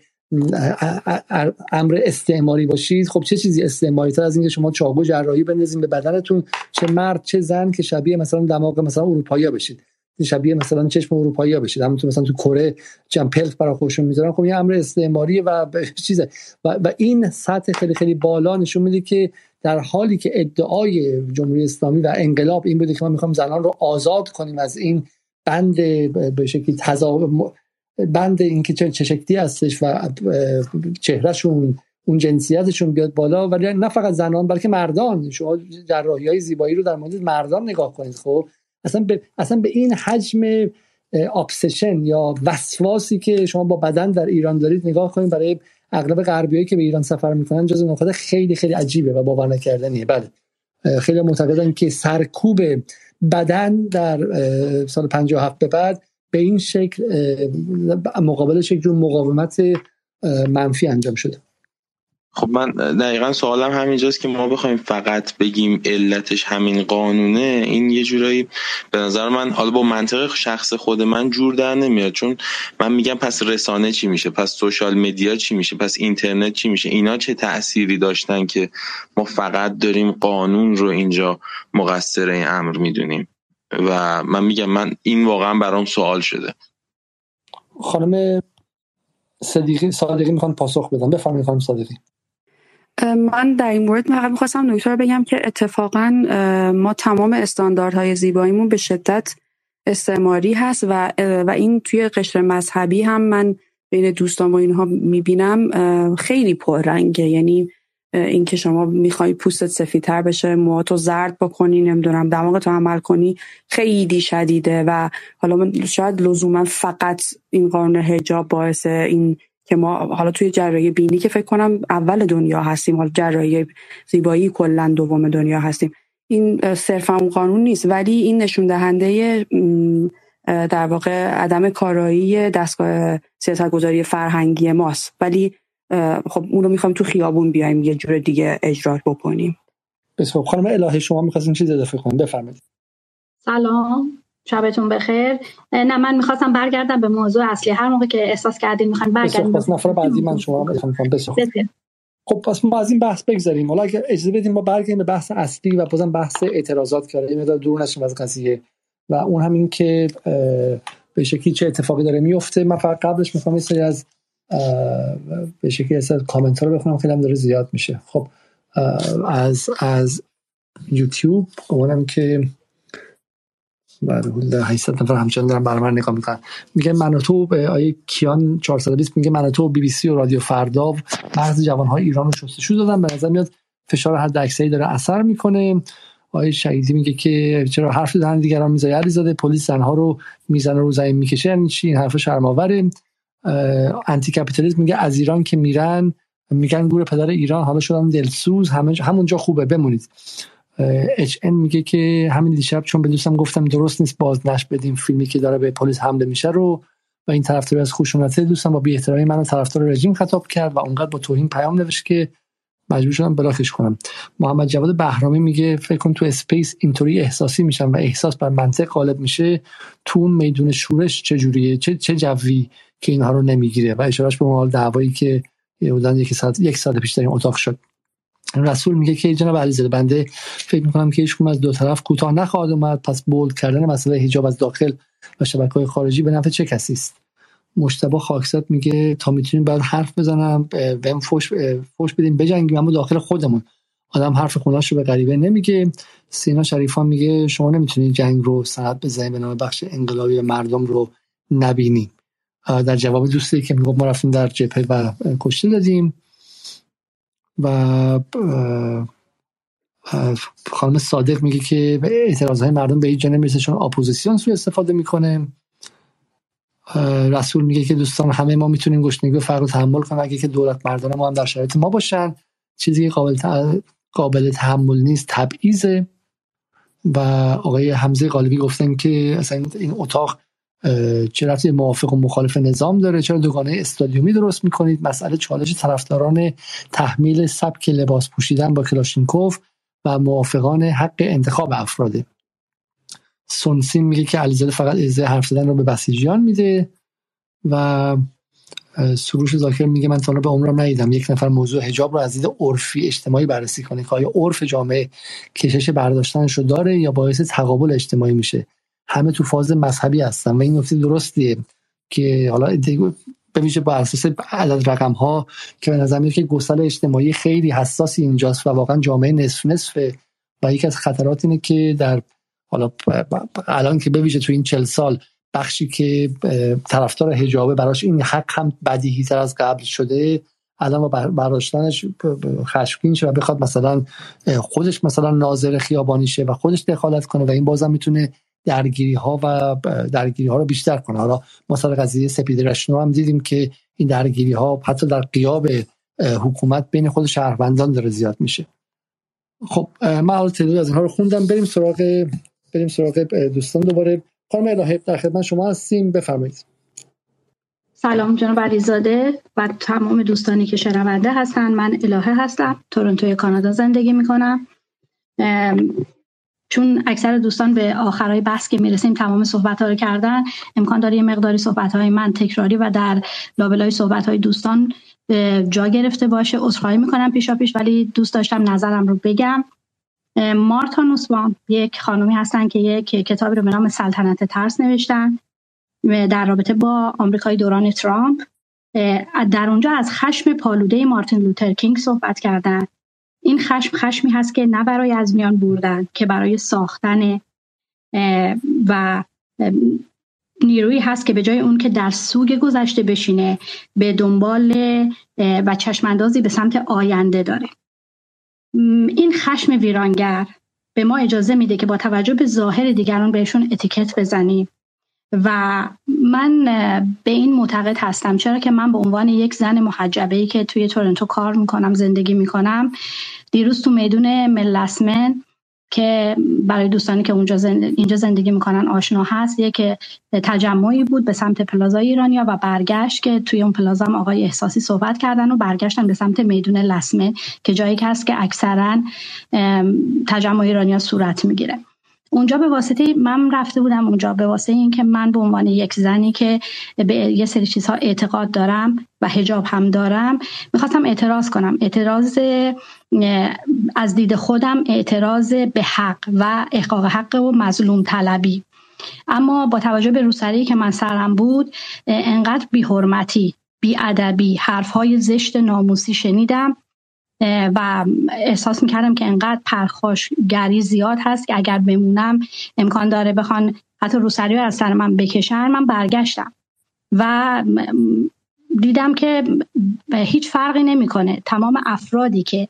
امر استعماری باشید، خب چه چیزی استعماری تر از اینکه شما چاقو جراحی بندازین به بدنتون، چه مرد چه زن، که شبیه مثلا دماغ مثلا اروپایی‌ها بشید، شبیه مثلا چشم اروپایی‌ها بشید، همونطور مثلا تو کره جمپلف برای خودشون میذارن. خب این امر استعماری و چیزه و این سطح خیلی خیلی بالا نشون میده که در حالی که ادعای جمهوری اسلامی و انقلاب این بوده که ما میخوایم زنان رو آزاد کنیم از این بند به شکلی بند اینکه چه شکلی هستش و چهرهشون اون جنسیتشون بیاد بالا، ولی نه فقط زنان بلکه مردان. شما جراحی‌های زیبایی رو در مورد مردان نگاه کنید، خب اصلا به این حجم ابسشن یا وسواسی که شما با بدن در ایران دارید نگاه کنید. برای اغلب غربیایی که به ایران سفر میکنن جزو نکات خیلی خیلی عجیبه و باور نکردنیه. بله خیلی معتقدن که سرکوب بدن در سال 57 به بعد به این شکل مقابلش یک جور مقاومت منفی انجام شده. خب من دقیقا سوالم همینجاست که ما بخوایم فقط بگیم علتش همین قانونه، این یه جورایی به نظر من حالا با منطق شخص خود من جور در نمیاد. چون من میگم پس رسانه چی میشه، پس سوشال مدیا چی میشه، پس اینترنت چی میشه، اینا چه تأثیری داشتن که ما فقط داریم قانون رو اینجا مقصر این امر میدونیم؟ و من میگم من این واقعا برام سوال شده. خانم صادقی میخوان پاسخ بدن. بفرمایید خانم صادقی. من در این مورد میخواستم نکته رو بگم که اتفاقا ما تمام استانداردهای زیباییمون به شدت استعماری هست و این توی قشر مذهبی هم من بین دوستان و اینها میبینم خیلی پررنگه. یعنی اینکه شما میخوای پوستت سفیدتر بشه، موهاتو زرد بکنی، نمیدونم دماغتو عمل کنی، خیلی شدیده. و حالا من شاید لزوما فقط این قانون حجاب باعث این که ما حالا توی جراحی بینی که فکر کنم اول دنیا هستیم، حالا جراحی زیبایی کلا دوم دنیا هستیم، این صرفا اون قانون نیست، ولی این نشون دهنده در واقع عدم کارایی دستگاه سیاستگذاری فرهنگی ماست. ولی خب اون رو میخوایم تو خیابون بیایم یه جور دیگه اجرا بکنیم. بسیار خانم الهی شما می‌خواستین چیز اضافه کنید، بفرمایید. سلام، شبتون بخیر. نه من می‌خواستم برگردم به موضوع اصلی. هر موقع که احساس کردین می‌خواین برگردیم. پس نفر بعدی من شما رو می‌خوام بسازم. خب پس ما از این بحث بگذریم. حالا اگه اجازه بدیم ما برگردیم به بحث اصلی و بازم بحث اعتراضات کرده. یه مقدار دور نشیم از قضیه و اون همین که به شکلی چه اتفاقی داره میفته. من فقط قبلش می‌خوام یه سری از به شکلی اصلا کامنت ها رو بخونم، خیلی هم داره زیاد میشه. خب از یوتیوب اونم که بعد 800 نفر همچنان دارن برنامه نگاه میکنن. میگه من و تو آیه کیان 420 میگه من و تو بی بی سی و رادیو فردا مغز جوانهای ایران رو شستشو دادن. به نظر میاد فشار حد اکثری داره اثر میکنه. آقای شهیدی میگه که چرا حرف زدن دیگران میذاری علیزاده، پلیس زنها رو میزنه رو زمین میکشه، یعنی چی؟ این حرف شرم‌آوره. آنتی کاپیتالیسم میگه از ایران که میرن میگن گور پدر ایران، حالا شدن دلسوز، همونجا خوبه بمونید. اچ ان میگه که همین دیشب چون به دوستم گفتم درست نیست بازنشر بدیم فیلمی که داره به پلیس حمله میشه رو، و این طرفدار از خشونت دوستم با بی‌احترامی منو طرفدار رژیم خطاب کرد و اونقدر با توهین پیام نوشت که مجبور شدم بلاکش کنم. محمد جواد بهرامی میگه فکر کنم تو اسپیس اینطوری احساسی میشن و احساس بر منطق غالب میشه، تو اون میدون شورش چجوریه، چه جوی که اینها رو نمیگیره، و اشارهش به اون دعوایی که حدوداً یک ساعت پیش در این اتاق شد. رسول میگه که جناب علیزاده بنده فکر میکنم که هیچکدوم از دو طرف کوتاه نخواهد اومد، پس بولد کردن مسئله حجاب از داخل و شبکه‌های خارجی به نفع چه کسی است؟ مجتبی خاکسات میگه تا میتونیم بعد حرف بزنم بهم فوش بدیم بجنگیم، اما داخل خودمون آدم حرف خونه‌اش رو به غریبه نمیگه. سینا شریفان میگه شما نمیتونید جنگ رو سند بزنید به نام بخش انقلابی و مردم رو نبینی. در جواب دوستی که میگه ما رفتیم در جبهه و کشته دادیم. و خانم صادق میگه که اعتراضهای مردم به هیچ جا نمیرسه چون اپوزیسیون سوء استفاده میکنه. رسول میگه که دوستان همه ما میتونیم گشنگی و فقر رو تحمل کنیم اگه که دولت مردان ما هم در شرایط ما باشن. چیزی که قابل تحمل نیست تبعیضه. و آقای حمزه غالبی گفتن که اصلا این اتاق چه رفتی موافق و مخالف نظام داره، چرا دوگانه استادیومی درست میکنید؟ مسئله چالش طرفداران تحمیل سبک لباس پوشیدن با کلاشینکوف و موافقان حق انتخاب افراده. سونسین میگه که علیزاده فقط اجازه حرف زدن رو به بسیجیان میده. و سروش ذاکر میگه من تا الان به عمرم ندیدم یک نفر موضوع حجاب رو از دید عرفی اجتماعی بررسی کنه که آیا عرف جامعه کشش برداشتنش رو داره یا باعث تقابل اجتماعی میشه. همه تو فاز مذهبی هستن و این نکته درستیه که حالا به ویژه با اساس عدد رقم ها که به نظر میاد که گسل اجتماعی خیلی حساسی اینجاست و واقعا جامعه نصف نصفه و یک از خطرات اینه که در حالا الان که به ویژه تو این 40 سال بخشی که طرفدار حجابه براش این حق هم بدیهی تر از قبل شده، الان با برداشتنش خشمگین شه و بخواد مثلا خودش مثلا ناظر خیابانی شه و خودش دخالت کنه و این بازم میتونه درگیری ها رو بیشتر کنه. حالا مثلا قضیه سپید رشنو هم دیدیم که این درگیری ها حتی در غیاب حکومت بین خود شهروندان داره زیاد میشه. خب من حالا تعداد از اینها رو خوندم، بریم سراغ دوستان. دوباره خانم الهه در خدمت شما هستیم، بفرمایید. سلام جناب علیزاده و تمام دوستانی که شنونده هستن. من الهه هستم، تورنتو کانادا زندگی میکنم. چون اکثر دوستان به آخرای بحث که میرسیم تمام صحبت‌ها رو کردن، امکان داره یه مقداری صحبت‌های من تکراری و در لابلای صحبت‌های دوستان جا گرفته باشه. عذرخواهی میکنم پیشاپیش، ولی دوست داشتم نظرم رو بگم. مارتا نوسبام یک خانومی هستن که یک کتابی رو به نام سلطنت ترس نوشتن در رابطه با آمریکای دوران ترامپ. در اونجا از خشم پالوده مارتین لوتر کینگ صحبت کردن. این خشمی هست که نه برای از میان بردن که برای ساختن و نیرویی هست که به جای اون که در سوگ گذشته بشینه به دنبال و چشماندازی به سمت آینده داره. این خشم ویرانگر به ما اجازه میده که با توجه به ظاهر دیگران بهشون اتیکت بزنیم و من به این معتقد هستم، چرا که من به عنوان یک زن محجبه‌ای که توی تورنتو کار میکنم زندگی میکنم، دیروز تو میدون ملسمن که برای دوستانی که اینجا زندگی میکنن آشنا هست، یک تجمعی بود به سمت پلازای ایرانیا و برگشت که توی اون پلازا هم آقای احساسی صحبت کردن و برگشتن به سمت میدون لسمه که جایی که هست که اکثرا تجمع ایرانیا صورت میگیره. اونجا به واسطه من رفته بودم اونجا به واسطه این که من به عنوان یک زنی که به یه سری چیزها اعتقاد دارم و حجاب هم دارم میخواستم اعتراض کنم. اعتراض از دید خودم اعتراض به حق و احقاق حق و مظلوم طلبی. اما با توجه به روسری که من سرم بود انقدر بی حرمتی، بی ادبی، حرفهای زشت ناموسی شنیدم و احساس میکردم که انقدر پرخاشگری زیاد هست که اگر بمونم امکان داره بخوان حتی روسری رو از سر من بکشن. من برگشتم و دیدم که هیچ فرقی نمیکنه. تمام افرادی که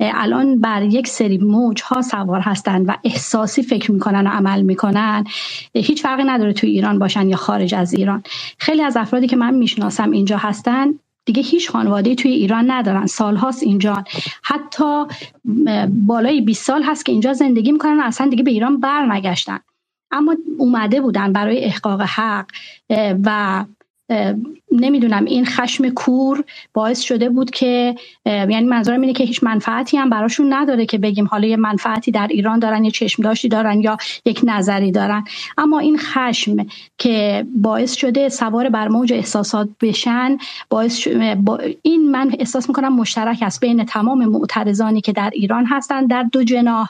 الان بر یک سری موج‌ها سوار هستن و احساسی فکر میکنن و عمل میکنن، هیچ فرقی نداره توی ایران باشن یا خارج از ایران. خیلی از افرادی که من میشناسم اینجا هستن دیگه هیچ خانواده‌ای توی ایران ندارن، سال‌هاست اینجا، حتی بالای 20 سال هست که اینجا زندگی میکنن و اصلا دیگه به ایران برنگشتن، اما اومده بودن برای احقاق حق و نمیدونم این خشم کور باعث شده بود که، یعنی منظورم اینه که هیچ منفعتی هم براشون نداره که بگیم حالا یه منفعتی در ایران دارن، یه چشم داشتی دارن یا یک نظری دارن، اما این خشم که باعث شده سوار بر موج احساسات بشن، این من احساس میکنم مشترک است بین تمام معترضانی که در ایران هستن در دو جناح،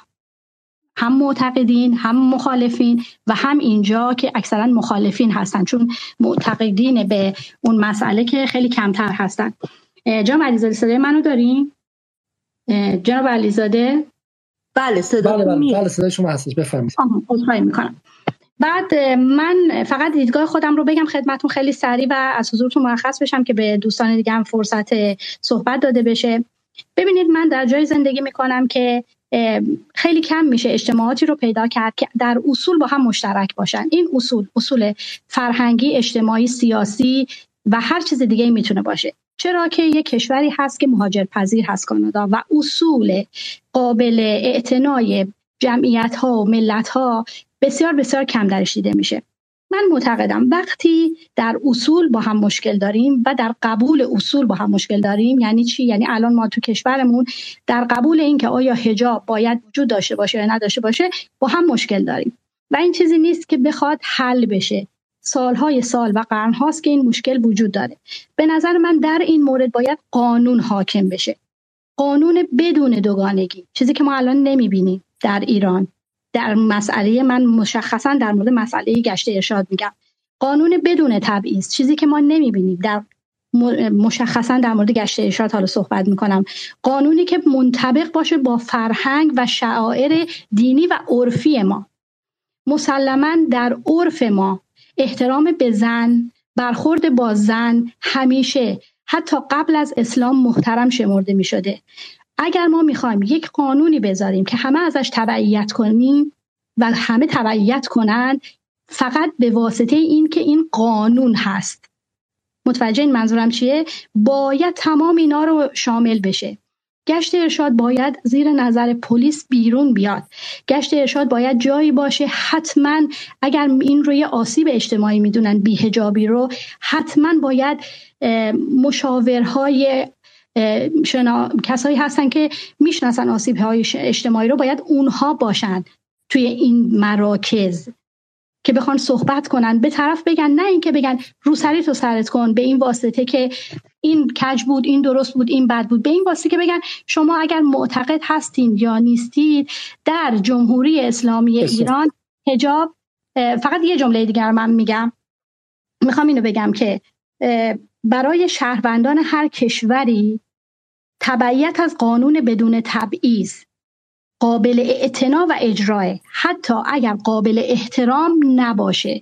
هم معتقدین هم مخالفین و هم اینجا که اکثرا مخالفین هستن، چون معتقدین به اون مسئله که خیلی کمتر هستن. جناب علیزاده صدای منو دارین؟ جناب علیزاده؟ بله صدای شما هستش، بفرمایید. عذرخواهی میکنم. بعد من فقط دیدگاه خودم رو بگم خدمتون خیلی سریع و از حضورتون مرخص بشم که به دوستان دیگه هم فرصت صحبت داده بشه. ببینید من در جای زندگی میکنم که خیلی کم میشه اجتماعاتی رو پیدا کرد که در اصول با هم مشترک باشن. این اصول فرهنگی، اجتماعی، سیاسی و هر چیز دیگه میتونه باشه. چرا که یک کشوری هست که مهاجرپذیر هست کانادا و اصول قابل اعتنای جمعیت ها و ملت ها بسیار بسیار کم درش دیده میشه. من معتقدم وقتی در اصول با هم مشکل داریم و در قبول اصول با هم مشکل داریم، یعنی چی؟ یعنی الان ما تو کشورمون در قبول این که آیا حجاب باید وجود داشته باشه یا نداشته باشه با هم مشکل داریم و این چیزی نیست که بخواد حل بشه. سالهای سال و قرنهاست که این مشکل وجود داره. به نظر من در این مورد باید قانون حاکم بشه، قانون بدون دوگانگی، چیزی که ما الان نمیبینیم در ایران. در مسئله من مشخصا در مورد مسئله گشت ارشاد میگم، قانون بدون تبعیض، چیزی که ما نمیبینیم در مشخصا در مورد گشت ارشاد حالا صحبت میکنم، قانونی که منطبق باشه با فرهنگ و شعائر دینی و عرفی ما. مسلما در عرف ما احترام به زن، برخورد با زن همیشه حتی قبل از اسلام محترم شمرده میشده. اگر ما میخوایم یک قانونی بذاریم که همه ازش تبعیت کنیم و همه تبعیت کنن، فقط به واسطه این که این قانون هست. متوجه این منظورم چیه؟ باید تمام اینا رو شامل بشه. گشت ارشاد باید زیر نظر پلیس بیرون بیاد. گشت ارشاد باید جایی باشه حتما، اگر این رو یه آسیب اجتماعی میدونن بی‌حجابی رو، حتما باید مشاورهای کسایی هستن که میشناسن آسیب‌های اجتماعی رو، باید اونها باشن توی این مراکز که بخوان صحبت کنن، به طرف بگن، نه این که بگن روسری تو سرت کن به این واسطه که این کج بود، این درست بود، این بد بود، به این واسطه که بگن شما اگر معتقد هستین یا نیستید در جمهوری اسلامی ایران حجاب. فقط یه جمله دیگر من میخوام اینو بگم که برای شهروندان هر کشوری تبعیت از قانون بدون تبعیض قابل اعتنا و اجراه، حتی اگر قابل احترام نباشه.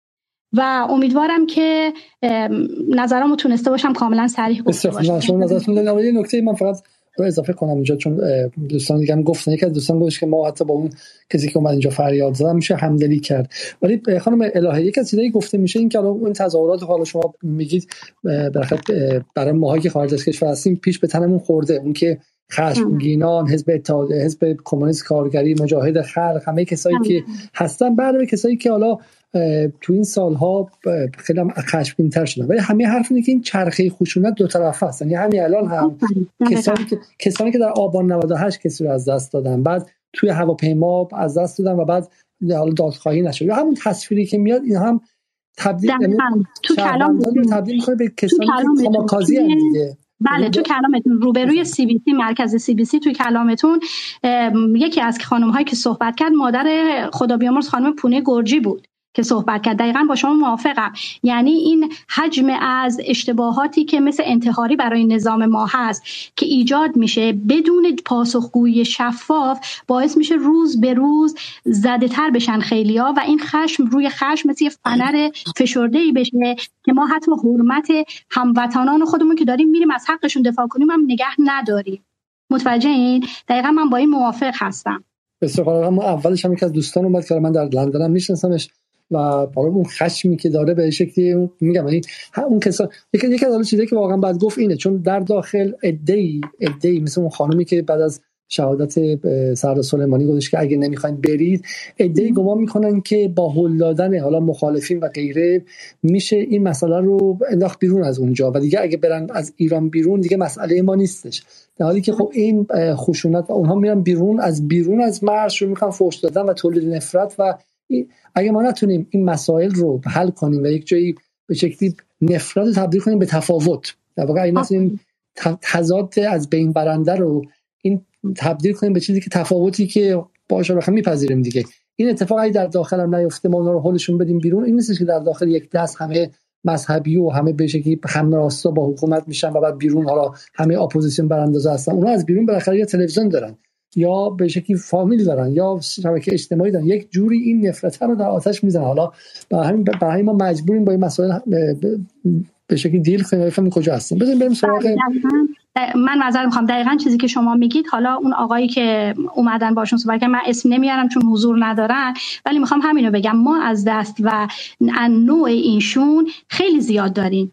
و امیدوارم که نظرامو تونسته باشم کاملا صریح گفته باشم. شما نظرتون دارید؟ یه نکته من فقط رو اضافه کنم اینجا، چون دوستان دیگه هم گفتن، یکی از دوستان گفتش که ما حتی با اون کسی که اومد اینجا فریاد زدن میشه همدلی کرد. ولی خانم الهه، یک از چیزایی گفته میشه این که اون تظاهرات حالا شما میگید برای ماهایی که خارج از کشور هستیم پیش به تنمون خورده، اون که خشمگینان، حزب کمونیست کارگری، مجاهد خلق، همه کسایی که هستن، بعد کسایی که حالا تو این سالها خیلی هم خشمگین‌تر شدن. ولی همه حرف اینه که این چرخه خشونت دو طرفه است. یعنی همین الان هم کسانی که در آبان 98 کسی رو از دست دادن، بعد توی هواپیما از دست دادن و بعد حالا دادخواهی نشد، یا همون تصویری که میاد این هم تبدیل تو کلام تبدیل می‌کنه به کسانی که کماکازی هم دیگه. بله، تو کلامتون روبروی CBC، مرکز CBC، توی کلامتون یکی از خانم‌هایی که صحبت کرد مادر خدا بیامرز خانم پونه گرجی بود که صحبت کرد. دقیقاً با شما موافقم. یعنی این حجم از اشتباهاتی که مثل انتحاری برای نظام ما هست که ایجاد میشه بدون پاسخگویی شفاف، باعث میشه روز به روز زده تر بشن خیلیا و این خشم روی خشم مثل یه فنر فشرده‌ای بشه که ما حتی حرمت هموطنان خودمون که داریم میریم از حقشون دفاع کنیم هم نگه نداریم. متوجه این؟ دقیقا من با این موافق هستم. بسیار ما اولش هم یک از دوستان اومد که من در لندنم میشناسمش و بالا اون خشمی که داره به شکلی میگم یعنی اون کسا یک از چیزایی که واقعا باید گفت اینه، چون در داخل ادعی مثل اون خانومی که بعد از شهادت سردار سلیمانی گفتش که اگه نمیخواین برید، ادعی گمان میکنن که با هل دادن حالا مخالفین و غیره میشه این مسئله رو انداخت بیرون از اونجا و دیگه اگه برن از ایران بیرون دیگه مسئله ما نیستش، در حالی که خب این خشونت و اونها میرن بیرون از مرز رو میخوان فحش دادن و تولید نفرت و اگه ما نتونیم این مسائل رو حل کنیم و یک جایی به شکلی نفرت رو تبدیل کنیم به تفاوت، در واقع این نتونیم تضاد از بین برنده رو این تبدیل کنیم به چیزی که تفاوتی که باشه رو میپذیریم دیگه، این اتفاق اگه در داخل هم نیفته ما اونا رو حلشون بدیم بیرون، این نیست که در داخل یک دست همه مذهبی و همه به شکلی همراستا با حکومت میشن و بعد بیرون حالا همه اپوزیسیون براندازا هستن، اونا از بیرون بالاخره یا تلویزیون دارن یا به شکلی فامیل دارن یا شبکه اجتماعی دارن، یک جوری این نفرت رو در آتش میزنن. حالا برای ما مجبوریم با این مسائل به شکلی دیل کنیم و بفهمیم کجا هستیم. بریم سراغ من معذرت میخوام، دقیقاً چیزی که شما میگید، حالا اون آقایی که اومدن باشون صحبت کردن من اسم نمیارم چون حضور ندارن، ولی میخوام همینو بگم، ما از دست و نوع اینشون خیلی زیاد داریم.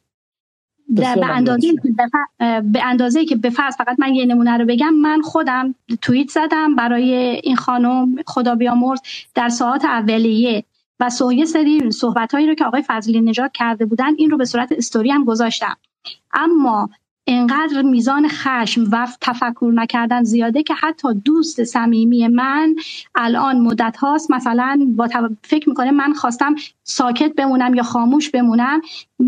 به اندازه‌ای که به فرض فقط من یه نمونه رو بگم، من خودم توییت زدم برای این خانم خدا بیامرز در ساعات اولیه و یه سری صحبت‌هایی رو که آقای فضلی نژاد کرده بودن این رو به صورت استوری هم گذاشتم، اما اینقدر میزان خشم و تفکر نکردن زیاده که حتی دوست صمیمی من الان مدت هاست مثلا با فکر میکنه من خواستم ساکت بمونم یا خاموش بمونم،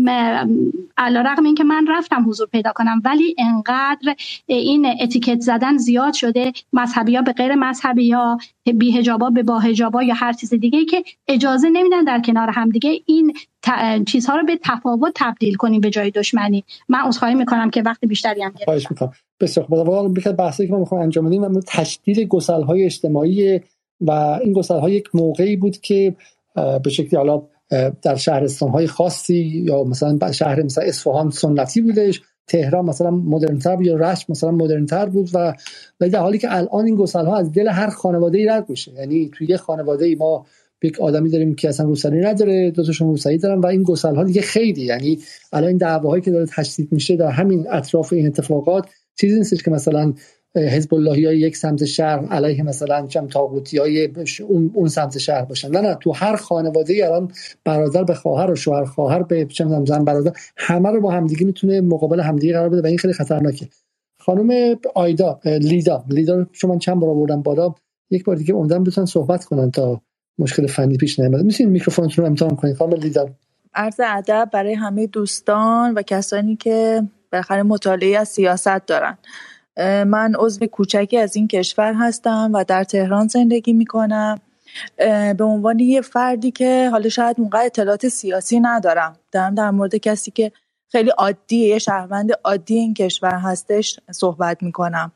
علیرغم اینکه من رفتم حضور پیدا کنم، ولی انقدر این اتیکت زدن زیاد شده، مذهبی‌ها به غیر مذهبی‌ها، بی‌حجابا به باحجابا یا هر چیز دیگه‌ای که اجازه نمیدن در کنار هم دیگه این چیزها رو به تفاوت تبدیل کنیم به جای دشمنی. من عذرخواهی میکنم که وقت بیشتری هم گرفتم. خواهش میکنم. بسیار واقعا بیشتر بحثی که ما میخوایم انجام بدیم و تشدید گسل‌های اجتماعی و این گسل‌ها یک موقعی بود که به شکلی حالا در شهرستان‌های خاصی یا مثلا شهر مثلا اصفهان سنتی بودش، تهران مثلا مدرن‌تر بود یا رشت مثلا مدرن‌تر بود و در حالی که الان این گسل‌ها از دل هر خانواده‌ای رد میشه. یعنی توی یه خانواده‌ای ما یک آدمی داریم که اصلا روسری نداره، دو تاشون روسری دارن و این گسل‌ها دیگه خیلی، یعنی الان این دعواهایی که داره تشدید میشه در همین اطراف این اتفاقات چیزی نیست که مثلا حزب اللهیای یک سمت شهر علیه مثلا چم طاغوتیای اون سمت شهر باشن، نه تو هر خانواده‌ای الان برادر به خواهر و شوهر خواهر به چم زن برادر همه رو با همدیگه میتونه مقابل همدیگه قرار بده و این خیلی خطرناکه. خانم آیدا لیدا شما چند بار آوردم بالا، یک بار دیگه امیدوارم بتونن صحبت کنن تا مشکل فنی پیش نیامده. میتونید میکروفونتون رو امتحان کنید خانم لیدا؟ عرض ادب برای همه دوستان و کسانی که بالاخره مطالعه از سیاست دارن. من عضو کوچکی از این کشور هستم و در تهران زندگی میکنم. به عنوان یه فردی که حالا شاید اونقدر اطلاعات سیاسی ندارم، در مورد کسی که خیلی عادیه، یه شهروند عادی این کشور هستش صحبت میکنم.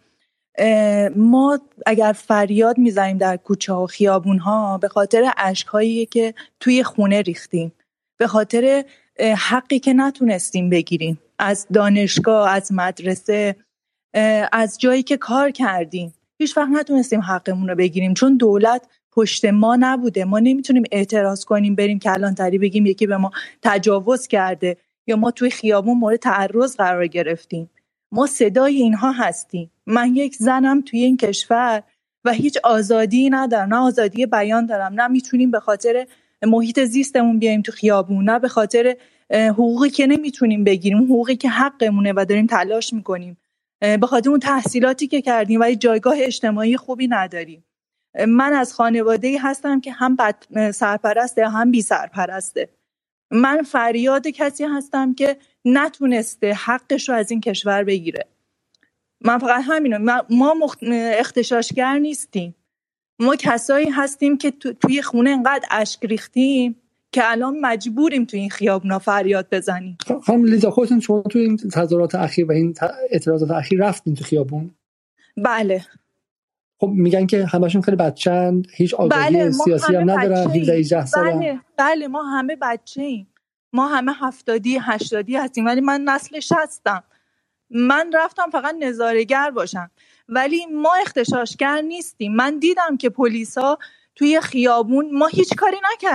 ما اگر فریاد میزنیم در کوچه ها و خیابون ها به خاطر اشک‌هایی که توی خونه ریختیم، به خاطر حقی که نتونستیم بگیریم از دانشگاه، از مدرسه، از جایی که کار کردیم، هیچ وقت نتونستیم حقمون رو بگیریم چون دولت پشت ما نبوده. ما نمیتونیم اعتراض کنیم بریم کلانتری بگیم یکی به ما تجاوز کرده یا ما توی خیابون مورد تعرض قرار گرفتیم. ما صدای اینها هستیم. من یک زنم توی این کشور و هیچ آزادی ندارم، نه آزادی بیان دارم، نه میتونیم به خاطر محیط زیستمون بیایم تو خیابون، نه به خاطر حقوقی که نمیتونیم بگیریم، حقوقی که حقمونه و داریم تلاش میکنیم، به خاطر اون تحصیلاتی که کردیم و جایگاه اجتماعی خوبی نداریم. من از خانواده‌ای هستم که هم سرپرسته هم بی سرپرسته. من فریاد کسی هستم که نتونسته حقش رو از این کشور بگیره. من فقط همینو، ما اغتشاشگر نیستیم. ما کسایی هستیم که توی خونه انقدر اشک ریختیم که الان مجبوریم توی این خیابونا فریاد بزنیم. خانم لیدا خودتون شما توی این تظاهرات اخیر و این اعتراضات اخیر رفتین تو خیابون؟ بله. خب میگن که همشون خیلی بچه‌ن، هیچ آگاهی سیاسی هم ندارن، 17-18 سالن. بله ما همه بچه‌ایم. ما همه 70-80 هستیم ولی من نسل 60ام. من رفتم فقط نظاره‌گر باشم ولی ما اغتشاشگر نیستیم. من دیدم که پلیسا توی خیابون ما هیچ کاری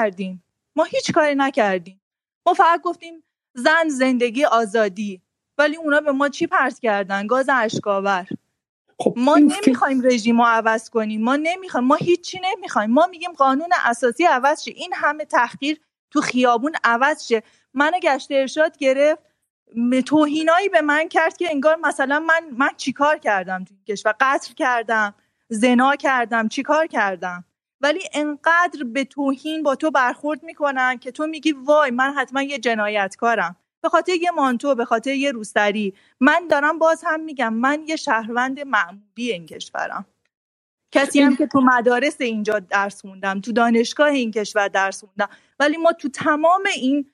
نکردیم. ما فقط گفتیم زن، زندگی، آزادی، ولی اونا به ما چی پرت کردن؟ گاز اشک‌آور. خب ما نمیخوایم رژیم رو عوض کنیم، ما هیچی نمیخوایم. ما میگیم قانون اساسی عوض شه، این همه تحقیر تو خیابون عوض شه. منو گشت ارشاد گرفت، توهینایی به من کرد که انگار مثلا من چیکار کردم تو این کشور؟ قتل کردم، زنا کردم، چیکار کردم؟ ولی انقدر به توهین با تو برخورد میکنن که تو میگی وای من حتما یه جنایتکارم به خاطر یه مانتو، به خاطر یه روسری. من دارم باز هم میگم من یه شهروند معمولی این کشورم، کسی هم که تو مدارس اینجا درس خوندم، تو دانشگاه این کشور درس خوندم، ولی ما تو تمام این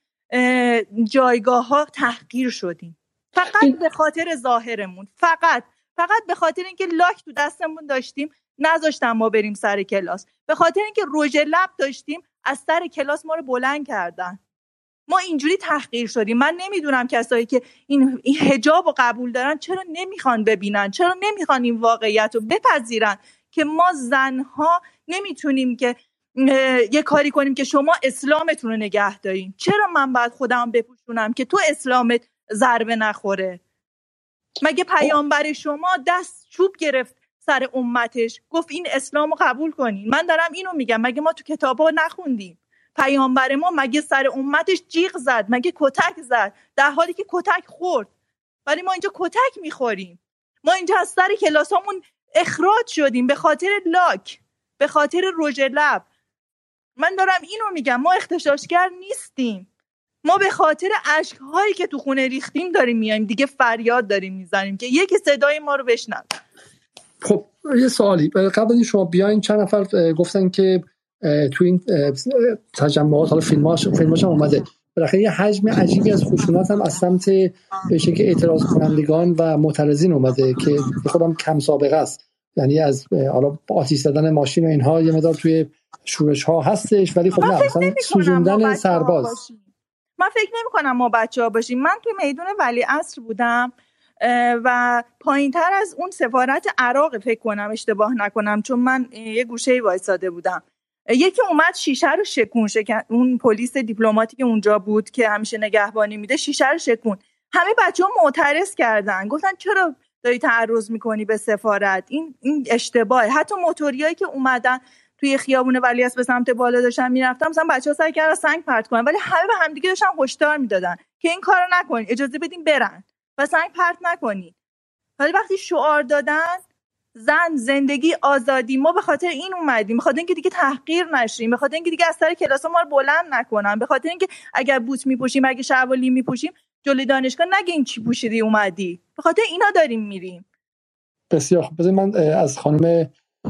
جایگاه ها تحقیر شدیم فقط به خاطر ظاهرمون، فقط به خاطر اینکه لاک تو دستمون داشتیم نذاشتن ما بریم سر کلاس، به خاطر اینکه رژ لب داشتیم از سر کلاس ما رو بلند کردن. ما اینجوری تحقیر شدیم. من نمیدونم کسایی که این حجاب رو قبول دارن چرا نمیخوان ببینن، چرا نمیخوان این واقعیت رو بپذیرن که ما زنها نمیتونیم که یه کاری کنیم که شما اسلامتون رو نگه دارین. چرا من باید خودم بپوشونم که تو اسلامت ضربه نخوره؟ مگه پیامبر شما دست چوب گرفت سر امتش گفت این اسلام رو قبول کنین؟ من دارم اینو میگم، مگه ما تو کتابا نخوندیم پیامبر ما مگه سر امتش جیغ زد، مگه کتک زد در حالی که کتک خورد؟ ولی ما اینجا کتک میخوریم. ما اینجا از سر کلاسامون اخراج شدیم به خاطر لاک، به خاطر رژ لب. من دارم اینو میگم، ما اغتشاشگر نیستیم. ما به خاطر اشک‌هایی که تو خونه ریختیم داریم میایم دیگه فریاد داریم میزنیم که یکی صدای ما رو بشنوه. خب یه سوالی قبل این شما بیاین، چند نفر گفتن که تو این تجمعات حالا فیلماش هم اومده بالاخره یه حجم عجیبی از خشونت هم از سمت به شکل اعتراض کنندگان و معترضین اومده که خودم کم سابقه است، یعنی از حالا آتش زدن ماشین و اینها یه مقدار توی شورش ها هستش، ولی خب نه مثلا سوزوندن سرباز. من فکر نمی‌کنم ما بچه‌ها باشیم. من توی میدون ولیعصر بودم و پایین‌تر از اون سفارت عراق فکر کنم، اشتباه نکنم، چون من یه گوشه‌ای وایساده بودم. یکی اومد شیشه رو شکون، اون پلیس دیپلماتی که اونجا بود که همیشه نگهبانی میده شیشه رو شکون. همه بچه‌ها معترض کردن، گفتن چرا داری تعرض میکنی به سفارت؟ این اشتباهه. حتی موتوریایی که اومدن توی خیابون ولیعصر به سمت بالا داشتن میرفتن، مثلا بچه‌ها سعی کردن سنگ پرت کنن، ولی همه به همدیگه داشتن هشدار میدادن که این کارو نکنید، اجازه بدین برن و سنگ پرت نکنید. ولی وقتی شعار دادن زن، زندگی، آزادی، ما به خاطر این اومدیم، به خاطر اینکه دیگه تحقیر نشیم، به خاطر اینکه دیگه از سر کلاس ما رو بلند نکنن، به خاطر اینکه اگر بوت میپوشیم، اگه شلوار میپوشیم جلوی دانشگاه نگه این چی پوشیدی اومدی. به خاطر اینا داریم میریم. بسیار خب. بذارید من از خانم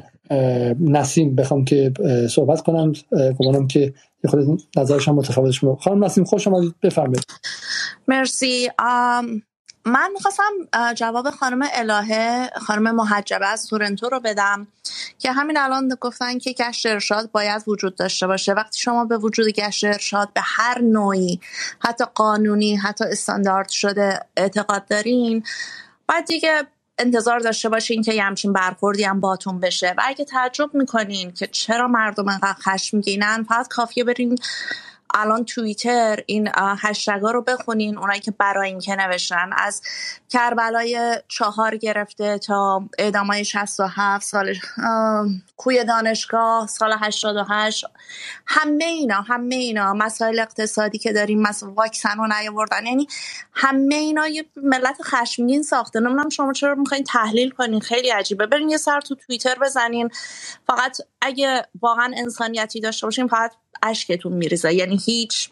نسیم بخوام که صحبت کنم، گمانم که یه خود نظرشون متفاوت شما. خانم نسیم خوش آمدید، بفرمایید. مرسی. من میخواستم جواب خانم الهه، خانم محجبه از تورنتو رو بدم که همین الان گفتن که گشت ارشاد باید وجود داشته باشه. وقتی شما به وجود گشت ارشاد به هر نوعی، حتی قانونی، حتی استاندارد شده اعتقاد دارین، بعد دیگه انتظار داشته باشین که یه همچین برخوردی هم باتون بشه. و اگه تعجب میکنین که چرا مردم اینقدر خشمگینن، فقط کافیه برین الان توییتر این هشتگ‌ها رو بخونین، اونایی که برای این که نوشتن، از کربلای 4 گرفته تا اعدامای 67 سال کوی دانشگاه سال 88، همه اینا مسائل اقتصادی که داریم، مثلا واکسن رو نیاوردن، یعنی همه اینا یه ملت خشمگین ساخته. نمیدونم شما چرا میخواین تحلیل کنین، خیلی عجیبه. برین یه سر تو توییتر بزنین، فقط اگه واقعا انسانیتی داشته باشین فقط اشکتون میریزه، یعنی هیچ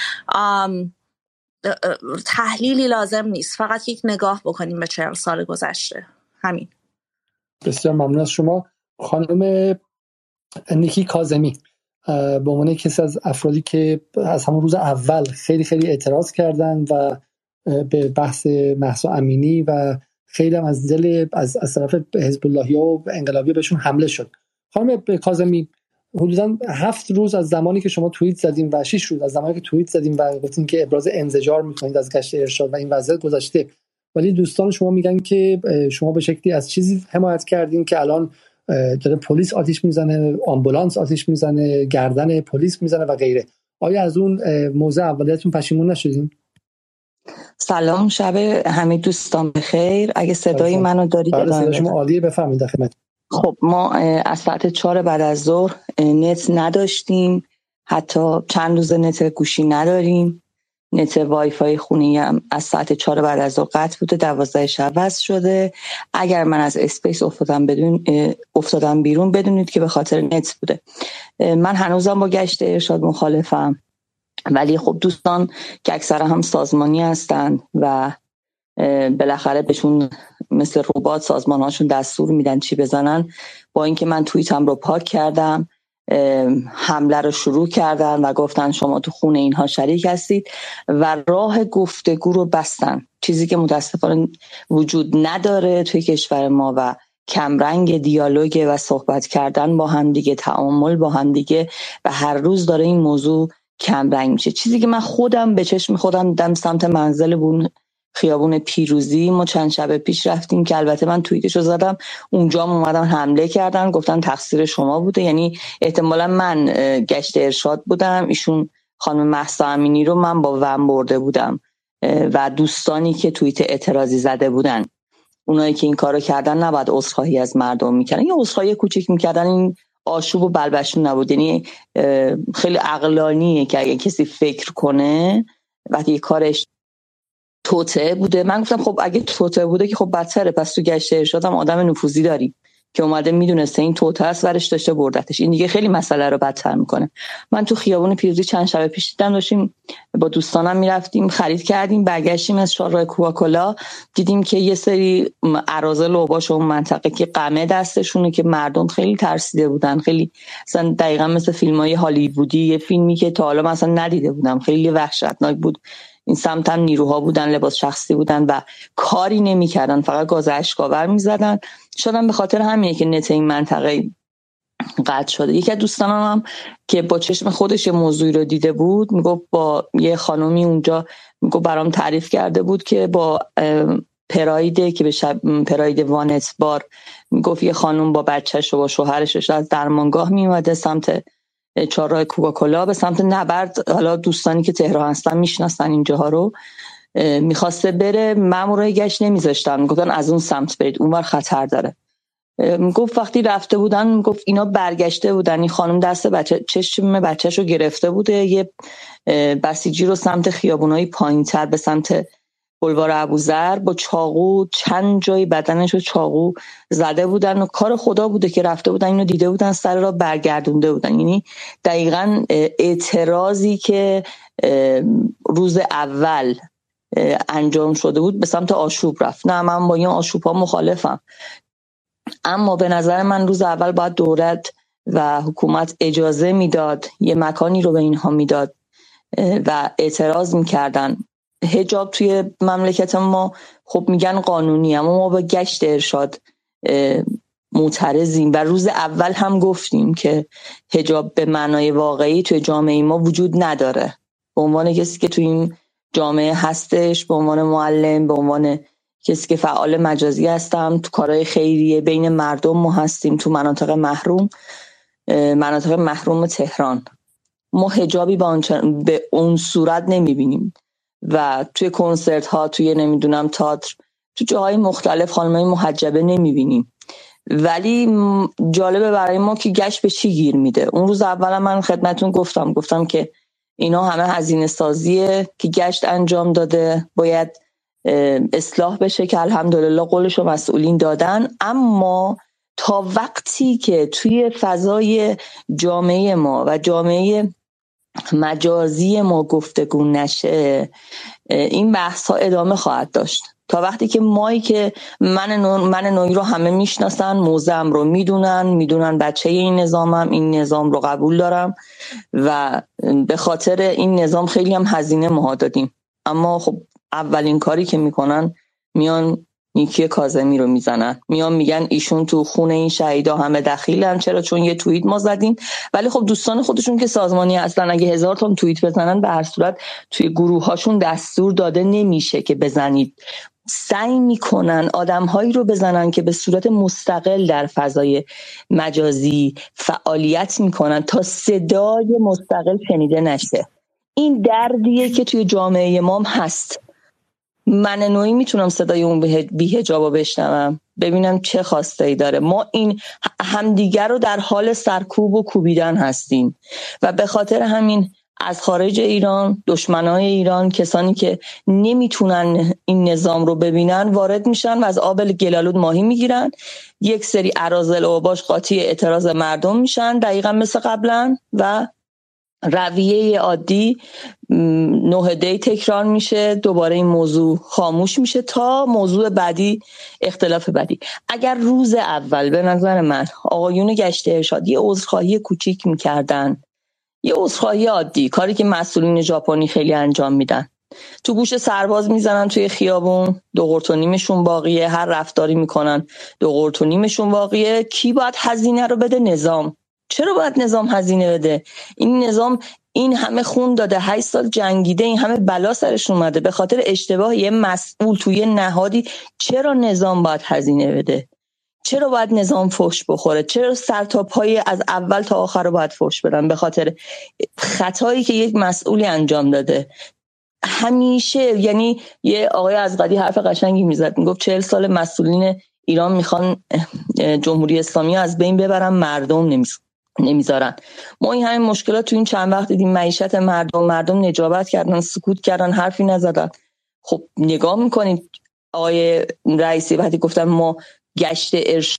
تحلیلی لازم نیست، فقط یک نگاه بکنیم به 40 سال گذشته. همین. بسیار ممنون از شما. خانم نیکی کاظمی به عنوان کسی از افرادی که از همون روز اول خیلی خیلی اعتراض کردن و به بحث مهسا امینی و خیلی هم از دل از طرف حزب اللهی و انقلابی بهشون حمله شد. خانم کاظمی، حدوداً 7 روز از زمانی که شما توییت زدیم و 6 روز از زمانی که توییت زدیم و گفتین که ابراز انزجار میکنید از گشت ارشاد و این وضعیت گذشته، ولی دوستان شما میگن که شما به شکلی از چیزی حمایت کردین که الان داره پلیس آتش میزنه، آمبولانس آتش میزنه، گردن پلیس میزنه و غیره. آیا از اون موضع اولیتون پشیمون نشدین؟ سلام، شب همه دوستان بخیر. اگه صدای منو دارید بله صدای شما عالیه، بفرمایید خدمت. خب ما از ساعت 4 بعد از ظهر نت نداشتیم، حتی چند روز نت گوشی نداریم. نت وای فای خونه‌ای هم از ساعت 4 بعد از ظهر قطع بوده، 12 شب وصل شده. اگر من از اسپیس افتادم بیرون بدونید که به خاطر نت بوده. من هنوزم با گشت ارشاد مخالفم، ولی خب دوستان که اکثرا هم سازمانی هستن و بالاخره بهشون مثل ربات سازمان‌هاشون دستور میدن چی بزنن، با اینکه من توییتم رو پاک کردم حمله رو شروع کردن و گفتن شما تو خون اینها شریک هستید و راه گفتگو رو بستن، چیزی که متاسفانه وجود نداره توی کشور ما و کمرنگ دیالوگ و صحبت کردن با هم دیگه، تعامل با هم دیگه و هر روز داره این موضوع کمرنگ میشه. چیزی که من خودم به چشم خودم دیدم سمت منزل خیابون پیروزی، ما چند شب پیش رفتیم که البته من توییتشو زدم، اونجا اومدن حمله کردن، گفتن تقصیر شما بوده. یعنی احتمالا من گشت ارشاد بودم، ایشون خانم مهسا امینی رو من با ون برده بودم و دوستانی که توییت اعتراضی زده بودن، اونایی که این کارو کردن نباید عذرخواهی از مردم میکردن، یه عذرخواهی کوچیک میکردن، این آشوب و بلبشون نبود. یعنی خیلی عقلانیه که اگه کسی فکر کنه وقتی کارش توطئه بوده، من گفتم خب اگه توطئه بوده که خب بدتره، پس تو گشت ارشادم آدم نفوذی داری که اومده میدونسته این توطئه است ورش داشته بردتش، این دیگه خیلی مسئله رو بدتر میکنه. من تو خیابون پیروزی چند شب پیش دیدم، داشتیم با دوستانم میرفتیم خرید کردیم، برگشتیم از چهارراه کوکاکولا دیدیم که یه سری اراذل اوباش اون منطقه که قمه دستشونه که مردم خیلی ترسیده بودن، خیلی مثلا دقیقاً مثل فیلم‌های هالیوودی، یه فیلمی که تا حالا مثلا ندیده بودم، خیلی وحشتناک بود. این سمت هم نیروها بودن، لباس شخصی بودن و کاری نمی‌کردن، فقط گاز اشک‌آور می‌زدن. شاید به خاطر همینه که نت این منطقه قطع شده. یکی از دوستانم هم که با چشم خودش موضوعی رو دیده بود، میگفت با یه خانومی اونجا، میگفت برام تعریف کرده بود که با پراید که به پراید وانت بار، میگفت یه خانوم با بچه‌ش و با شوهرش از درمانگاه میومده سمت چهارراه کوکاکولا به سمت نبرد. حالا دوستانی که تهران هستن میشناسن اینجاها رو، میخواسته بره، مامورای گشت نمیذاشتن، میگفتن از اون سمت برید، اونور خطر داره. میگفت وقتی رفته بودن، میگفت اینا برگشته بودن، این خانم دست چشم بچه‌شو گرفته بوده، یه بسیجی رو سمت خیابونای پایین‌تر به سمت بلوار ابوذر با چاقو چند جای بدنشو چاقو زده بودن و کار خدا بوده که رفته بودن اینو دیده بودن، سر را برگردونده بودن. یعنی دقیقاً اعتراضی که روز اول انجام شده بود به سمت آشوب رفت. نه، من با این آشوب ها مخالفم، اما به نظر من روز اول باید دولت و حکومت اجازه میداد، یه مکانی رو به اینها میداد و اعتراض میکردن. حجاب توی مملکت ما خب میگن قانونی، اما ما با گشت ارشاد معترضیم و روز اول هم گفتیم که حجاب به معنای واقعی توی جامعه ما وجود نداره. به عنوان کسی که توی این جامعه هستش، به عنوان معلم، به عنوان کسی که فعال مجازی هستم، تو کارهای خیریه بین مردم ما هستیم، تو مناطق محروم تهران، ما حجابی به اون صورت نمیبینیم و توی کنسرت ها، توی نمیدونم تئاتر، تو جاهای مختلف خانمای محجبه نمیبینیم. ولی جالبه برای ما که گشت به چی گیر میده. اون روز اول من خدمتون گفتم که اینا همه هزینه سازیه که گشت انجام داده، باید اصلاح بشه که الحمدلله قولشو مسئولین دادن، اما تا وقتی که توی فضای جامعه ما و جامعه مجازی ما گفتگو نشه، این بحث ها ادامه خواهد داشت. تا وقتی که مایی که من نوعی رو همه میشناسن، موضعم رو میدونن بچه این نظامم، این نظام رو قبول دارم و به خاطر این نظام خیلی هم هزینه ما دادیم. اما خب اولین کاری که میکنن میان نیکی کاظمی رو میزنن، میان میگن ایشون تو خون این شهیدا همه دخیلن. چرا؟ چون یه توییت ما زدیم. ولی خب دوستان خودشون که سازمانی هستن، اگه 1000 تا توییت بزنن به هر صورت توی گروه هاشون دستور داده نمیشه که بزنید سعی میکنن آدمهایی رو بزنن که به صورت مستقل در فضای مجازی فعالیت میکنن تا صدای مستقل شنیده نشه. این دردیه که توی جامعه ما هست. من نوعی میتونم صدای اون بی‌حجابو بشنوم، ببینم چه خواسته‌ای داره. ما این همدیگر رو در حال سرکوب و کوبیدن هستیم و به خاطر همین از خارج ایران، دشمنای ایران، کسانی که نمیتونن این نظام رو ببینن وارد میشن و از آب گلالود ماهی میگیرن. یک سری اراذل و باش قاطی اعتراض مردم میشن دقیقا مثل قبلا و رویه عادی 9 دی تکرار میشه، دوباره این موضوع خاموش میشه تا موضوع بعدی، اختلاف بعدی. اگر روز اول به نظر من آقایون گشت ارشاد یه عذرخواهی کوچیک میکردن، یه عذرخواهی عادی، کاری که مسئولین ژاپنی خیلی انجام میدن، تو گوش سرباز میزنن توی خیابون، 2 قرت و نیمشون باقیه، هر رفتاری میکنن 2 قرت و نیمشون باقیه. کی باید هزینه رو بده؟ نظام. چرا باید نظام هزینه بده؟ این نظام این همه خون داده، 8 سال جنگیده، این همه بلا سرش اومده به خاطر اشتباه یه مسئول توی نهادی. چرا نظام باید هزینه بده؟ چرا باید نظام فحش بخوره؟ چرا سر تا پای از اول تا آخر رو باید فحش بدن؟ به خاطر خطایی که یک مسئولی انجام داده. همیشه یعنی یه آقای از قدی حرف قشنگی میزد، میگفت 40 سال مسئولین ایران میخوان جمهوری اسلامی از بین ببرن، مردم نمیذارن. ما این همین مشکلات تو این چند وقت دیدیم، معیشت مردم نجابت کردن، سکوت کردن، حرفی نزدن. خب نگاه میکنید آقای رئیسی وقتی گفتن ما گشت ارشاد،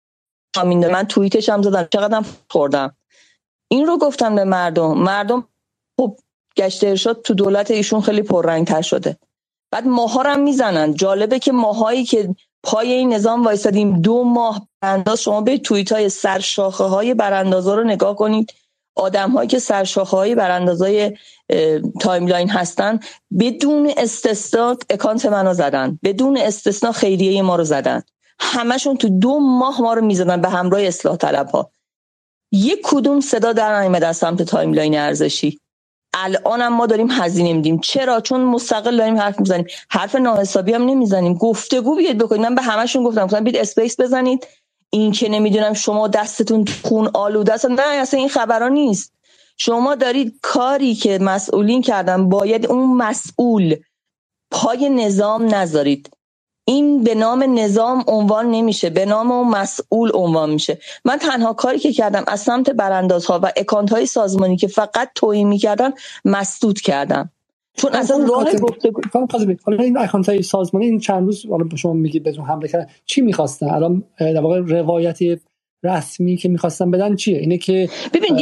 من توییتش هم زدم، چقدرم خوردم این رو گفتم به مردم خب گشت ارشاد تو دولت ایشون خیلی پررنگ‌تر شده. بعد ماها رو هم میزنن. جالبه که ماهایی که پای این نظام وایسادیم 2 ماه برانداز، شما به توییت‌های سرشاخه‌های براندازا رو نگاه کنید، آدم‌هایی که سرشاخه‌های براندازای تایملاین هستن بدون استثنا اکانت منو زدن، بدون استثنا خیریه ما رو زدن، همشون تو 2 ماه ما رو میزدن به همراه اصلاح طلب‌ها. یک کدوم صدا در نیامد از سمت تایملاین ارزشی. الانم ما داریم هزینه میدیم. چرا؟ چون مستقل داریم حرف میزنیم، حرف ناحسابی هم نمیزنیم، گفتگو بیاید بکنید. من به همشون گفتم بیاید اسپیس بزنید، این که نمیدونم شما دستتون خون آلوده است، نه اصلا این خبرا نیست. شما دارید کاری که مسئولین کردن، باید اون مسئول پای نظام نذارید. این به نام نظام عنوان نمیشه، به نام اون مسئول عنوان میشه. من تنها کاری که کردم از سمت براندازها و اکانت‌های سازمانی که فقط تویین میکردن مسدود کردم، چون اصلا راه گفتگو. حالا این اکانت‌های سازمانی این چند روز حالا شما میگید بهتون حمله کردن، چی می‌خواستن؟ الان در واقع روایت رسمی که می‌خواستن بدن چیه؟ اینه که ببینید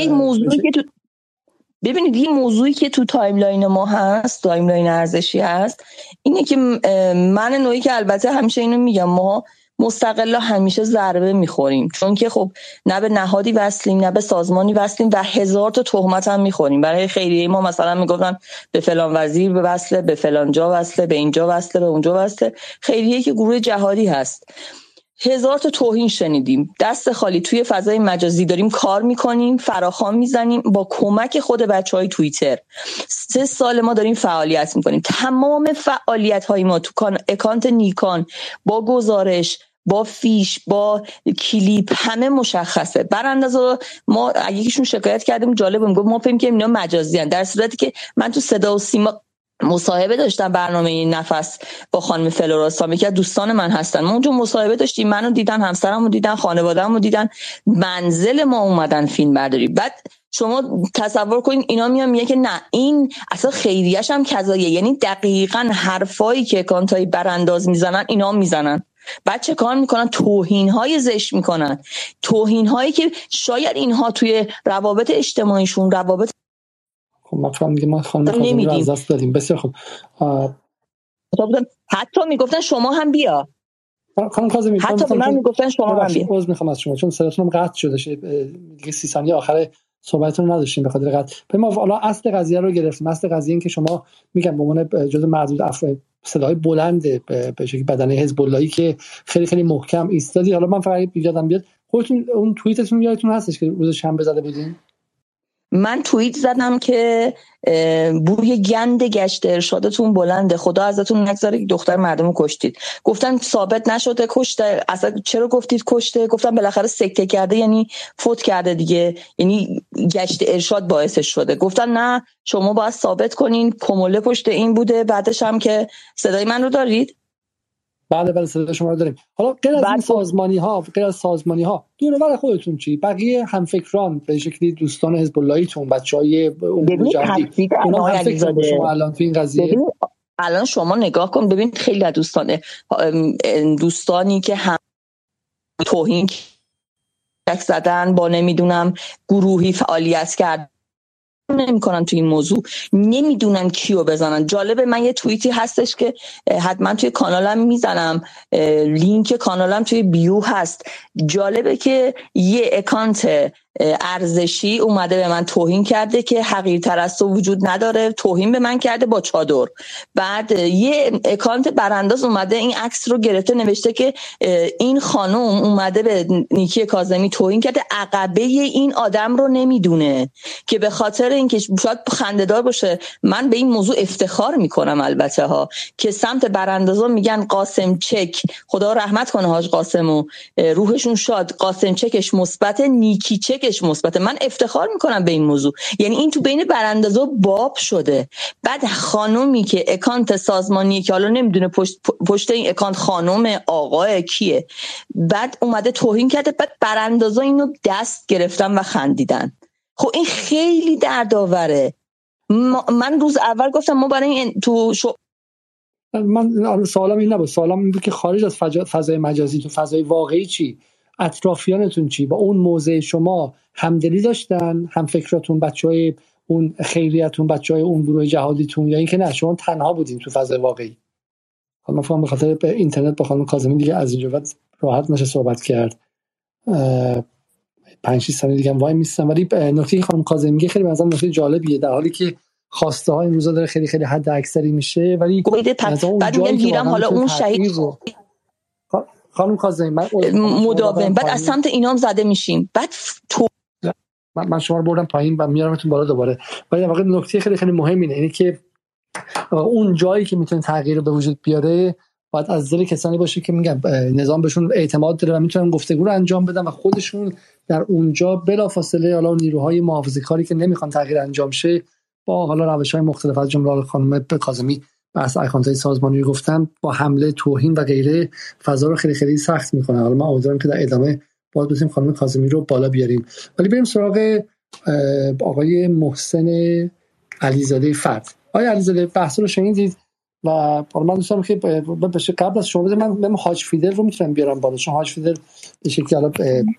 یه موضوعی که تو تایملاین ما هست، تایملاین ارزشی هست، اینه که من نوعی که البته همیشه اینو میگم، ما مستقلا همیشه ضربه میخوریم، چون که خب نه به نهادی وصلیم نه به سازمانی وصلیم و 1000 تا تهمت هم میخوریم. برای خیریه ما مثلا میگفتن به فلان وزیر به وصله، به فلان جا وصله، به اینجا وصله، به اونجا وصله. خیریه که گروه جهادی هست، 1000 تا توهین شنیدیم. دست خالی توی فضای مجازی داریم کار میکنیم، فراخوان میزنیم با کمک خود بچهای توییتر. 3 سال ما داریم فعالیت میکنیم. تمام فعالیت های ما تو اکانت نیکان با گزارش، با فیش، با کلیپ همه مشخصه. براندازا ما یکیشون شکایت کردیم، جالبه، میگفت ما فکر می‌کنیم اینا مجازی ان، در صورتی که من تو صدا و سیما مصاحبه داشتم، برنامه نفس با خانم فلورا سامی که دوستان من هستن، ما اونجا مصاحبه داشتیم، منو دیدن، همسرمو دیدن، خانواده‌مو دیدن، منزل ما اومدن فیلم برداری. بعد شما تصور کنین اینا میگه که نه این اصلا خیریه‌ش هم کذایه، یعنی دقیقاً حرفایی که اکانتای برانداز میزنن اینا میزنن. بعد چه کار میکنن؟ توهین‌های زشت میکنن، توهین‌هایی که شاید اینها توی روابط اجتماعیشون، روابط خب ما فهم میگه ما خانم خازمی رو از دست دادیم. بسیار خوب. حتی میگفتن شما هم بیا. خانم خازمی حتی من میگفتن شما هم بیا. عذر میخوام از شما چون صداتون قطع شده، دیگه 30 ثانیه آخر صحبتتون نداشتیم به خاطر قطع. ما حالا اصل قضیه رو گرفتیم. اصل قضیه این که شما میگم به عنوان جزء معدود افراد صدای بلند به شکلی بدنه حزب اللهی که خیلی خیلی محکم ایستادی. حالا من فقط یادم بیاد خودتون اون توییتتون یادتون هستش که روز شنبه زده بودین؟ من توییت زدم که بوی گند گشت ارشادتون بلنده، خدا ازتون نگذاره که دختر مردم کشتید. گفتن ثابت نشده کشته، اصلا چرا گفتید کشته؟ گفتم بالاخره سکته کرده یعنی فوت کرده دیگه، یعنی گشت ارشاد باعثش شده. گفتن نه شما باید ثابت کنین کموله پشت این بوده. بعدش هم که صدای من رو دارید؟ بله صدای شما رو داریم. حالا غیر از این سازمانی ها دور و بر خودتون چی؟ بقیه همفکران به شکلی دوستان حزب اللهیتون، بچهای اون مجاهدی، اونا همفکر با شما الان تو این قضیه؟ الان شما نگاه کن ببین، خیلی از دوستانی که هم توهین زدن با نمیدونم گروهی فعالیت کرد نمی‌کنن تو این موضوع، نمیدونن کیو بزنن. جالبه، من یه توییتی هستش که حتما توی کانالم میزنم، لینک کانالم توی بیو هست. جالبه که یه اکانت ارزشی اومده به من توهین کرده که حقیرتر از تو وجود نداره، توهین به من کرده با چادر. بعد یه اکانت برانداز اومده این عکس رو گرفته نوشته که این خانم اومده به نیکی کاظمی توهین کرده، عقبه این آدم رو نمیدونه، که به خاطر اینکه شاید خنده‌دار باشه من به این موضوع افتخار میکنم البته ها، که سمت براندازا میگن قاسم چک، خدا رحمت کنه حاج قاسمو، روحشون شاد، قاسم چکش مثبت، نیکی چکش مثبت. من افتخار میکنم به این موضوع. یعنی این تو بین براندازا باب شده. بعد خانومی که اکانت سازمانیه که حالا نمیدونه پشت این اکانت خانم آقا کیه، بعد اومده توهین کرده، بعد براندازا اینو دست گرفتن و خندیدن. خب این خیلی دردآوره. من روز اول گفتم ما برای این من سوالم این نبود، سوالم این بود که خارج از فضای مجازی تو فضای واقعی چی؟ اطرافیانتون چی؟ با اون موضع شما همدلی داشتن، هم فکراتون، بچهای اون خیریتون، بچهای اون گروه جهادیتون، یا اینکه نه شما تنها بودین تو فضای واقعی؟ من فهم به خاطر اینترنت با خانم کاظمی دیگه از اینجا بعد راحت نشه صحبت کرد. 5-6 ثانیه دیگه وای میستم. ولی نکته خانم کاظمی میگه خیلی مثلا نکته جالبیه، در حالی که خواسته ها این روزا داره خیلی خیلی حد اکثری میشه، ولی بعد میگن گیرم حالا اون شهید رو خانم کاظمی مداوم، بعد از سمت اینام زده میشیم، بعد تو من شما رو بردم پایین و میارمتون بالا دوباره. ولی در واقع نکته خیلی خیلی مهم اینه که اون جایی که میتونه تغییر به وجود بیاره باید از دل کسانی باشه که میگن نظام بهشون اعتماد داره و میتونن گفتگو رو انجام بدن و خودشون در اونجا بلافاصله حالا نیروهای محافظه‌کاری که نمیخوان تغییر انجام شه با حالا روش‌های مختلف، از جمله خانم کاظمی بحث اکانت‌های سازمانی رو گفتم، با حمله، توهین و غیره فضا رو خیلی خیلی سخت میکنه. حالا من امیدوارم که در ادامه باید بتونیم خانم کاظمی رو بالا بیاریم. ولی بریم سراغ آقای محسن علیزاده فرد. آقای علیزاده بحث رو شنیدید و من دوستم که بشه قبل از شما بده من حاج فیدل رو میتونم بیارم بالا، چون حاج فیدل به شکلی حالا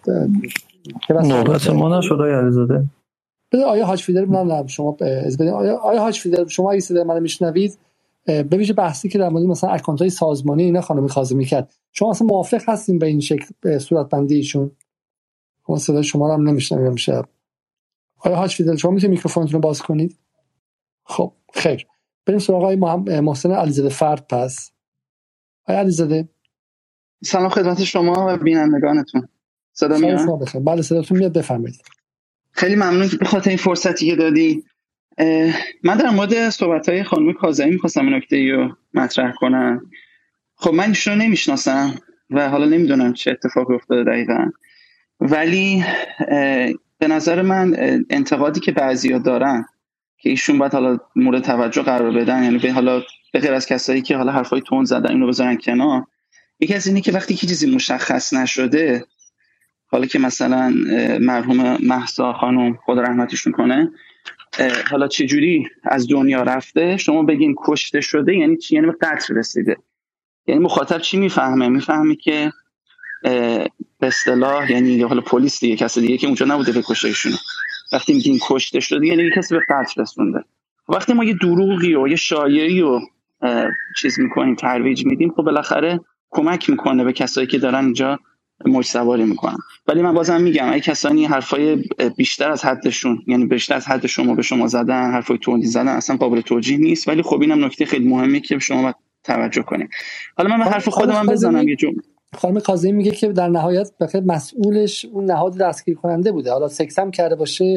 نوبت ما نشد. آقای علیزاده بده آیا حاج فیدل نه شما از بده آیا حاج فیدل شما اگه صدای منو میشنوید ببینید بحثی که در مورد مثلا اکانت‌های سازمانی اینا خانم کاظمی کرد، شما اصلا موافق هستین به این شکل صورت بندی ایشون؟ خب صدای شما رو هم نمیشنویم میشه. آیا حاج فیدل شما میتونید میکروفونتون رو باز کنید؟ خب خیر، بریم سراغ آقای محسن علیزاده فرد. پس آقای علیزاده سلام خدمت شما و بینندگانتون. صدا میاد؟ بله صداتون میاد، بفرمایید. خیلی ممنون به خاطر این فرصتی که دادی. من در مورد صحبت‌های خانم کاظمی می‌خواستم نکته‌ای رو مطرح کنم. خب من ایشون رو نمیشناسم و حالا نمیدونم چه اتفاقی افتاده دقیقاً، ولی به نظر من انتقادی که بعضیا دارن که ایشون باید حالا مورد توجه قرار بدن، یعنی به حالا به غیر از کسایی که حالا حرفای تند زدن اینو بذارن کنار، یکی از اینه که وقتی که چیزی مشخص نشده، حالا که مثلا مرحوم مهسا خانم خدا رحمتشون کنه حالا چه جوری از دنیا رفته، شما بگین کشته شده یعنی چی؟ یعنی به قتل رسیده. یعنی مخاطب چی میفهمه که به اصطلاح یعنی حالا پلیس دیگه کسی دیگه که اونجا نبوده بکشه ایشونو، وقتی میگین کشته شده یعنی کسی به قتل رسونده. وقتی ما یه دروغی و یه شایعی رو چیز میکنیم، ترویج میدیم، خب بالاخره کمک میکنه به کسایی که دارن اینجا موج سواری میکنن. ولی من بازم میگم اگه کسانی حرفای بیشتر از حدشون، یعنی بیشتر از حد شما به شما زدن، حرفای تندی زدن، اصلا قابل توجیه نیست. ولی خب اینم نکته خیلی مهمه که شما باید توجه کنید. حالا من به حرف خودم بزنم یه جمله. خانم کاظمی میگه که در نهایت بخیر مسئولش اون نهاد دستگیر کننده بوده، حالا سکس هم کرده باشه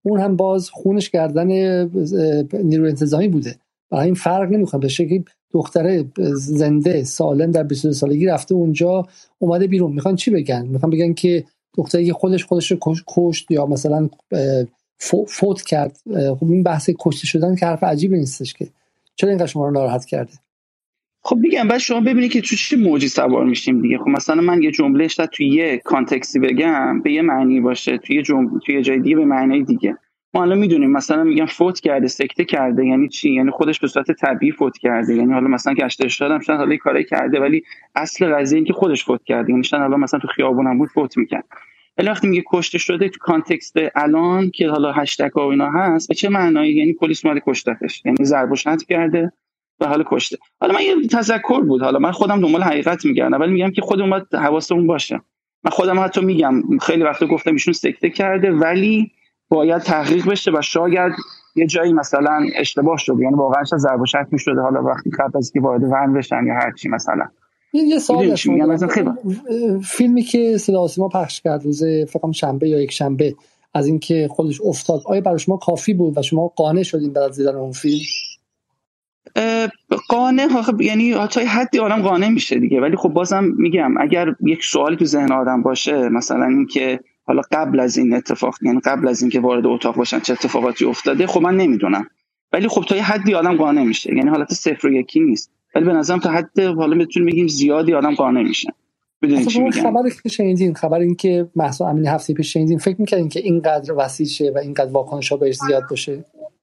اون هم باز خونش گردن نیروی انتظامی بوده. برای این فرق نمیکنه به شکلی دختره زنده سالم در 22 سالگی رفته اونجا اومده بیرون. میخوان چی بگن؟ میخوان بگن که دختری که خودش رو کشت یا مثلا فوت کرد. خب این بحث کشته شدن که حرف عجیبی نیستش که. چرا اینقدر شما رو ناراحت کرده؟ خب میگم بعد شما ببینید که تو چه موجی سوار میشیم دیگه. خب مثلا من یه جمله شاید تو یه کانتکستی بگم به یه معنی باشه، تو یه جای دیگه به معنی دیگه. ما الان میدونیم مثلا میگم فوت کرده، سکته کرده یعنی چی؟ یعنی خودش به صورت طبیعی فوت کرده. یعنی حالا مثلا گشت ارشاد هم شاید حالا یه کاری کرده ولی اصل قضیه این که خودش فوت کرده. یعنی شاید حالا مثلا تو خیابونم بود فوت میکرد. ولی وقتی میگه کشته شده تو کانتکست الان که حالا هشتگ و اینا هست، به چه معنایی؟ یعنی پلیس اومده کشتتش، یعنی ضرب و شتم کرده و حالا کشته. حالا من یه تذکر بود، حالا من خودم دنبال حقیقت میگردم ولی میگم که خودمون باید حواسمون باشه. من خودم حتی میگم خیلی وقتا گفتم ایشون سکته کرده ولی باید تحقیق بشه و شاید یه جایی مثلا اشتباه شده، یعنی واقعا ضرب و شتم میشده حالا وقتی قبل از که وارد ون بشن یا هر چی. مثلا این یه سوال مثلا فیلمی که صدا و سیما پخش کرد روز فکر کنم شنبه یا یک شنبه از اینکه خودش افتاد، آیا برای شما کافی بود و شما قانع شدین بعد از دیدن اون فیلم؟ قانع یعنی تا حدی آدم قانع میشه دیگه، ولی خب بازم میگم اگر یک سوالی تو ذهن آدم باشه مثلا اینکه حالا قبل از این اتفاق، یعنی قبل از اینکه وارد اتاق باشن چه اتفاقاتی افتاده، خب من نمیدونم ولی خب تا یه حدی آدم قانع میشه. یعنی حالت 0 و 1 نیست ولی به نظرم تا حد حالا میتونیم بگیم زیادی آدم قانع میشه. بدونید چی میگم؟ خبری که شنیدین، خبر این که مهسا امینی هفته پیش شنیدین، فکر می‌کردین که اینقدر وسیع شه و اینقدر واکنش‌ها بهش زیاد باشه؟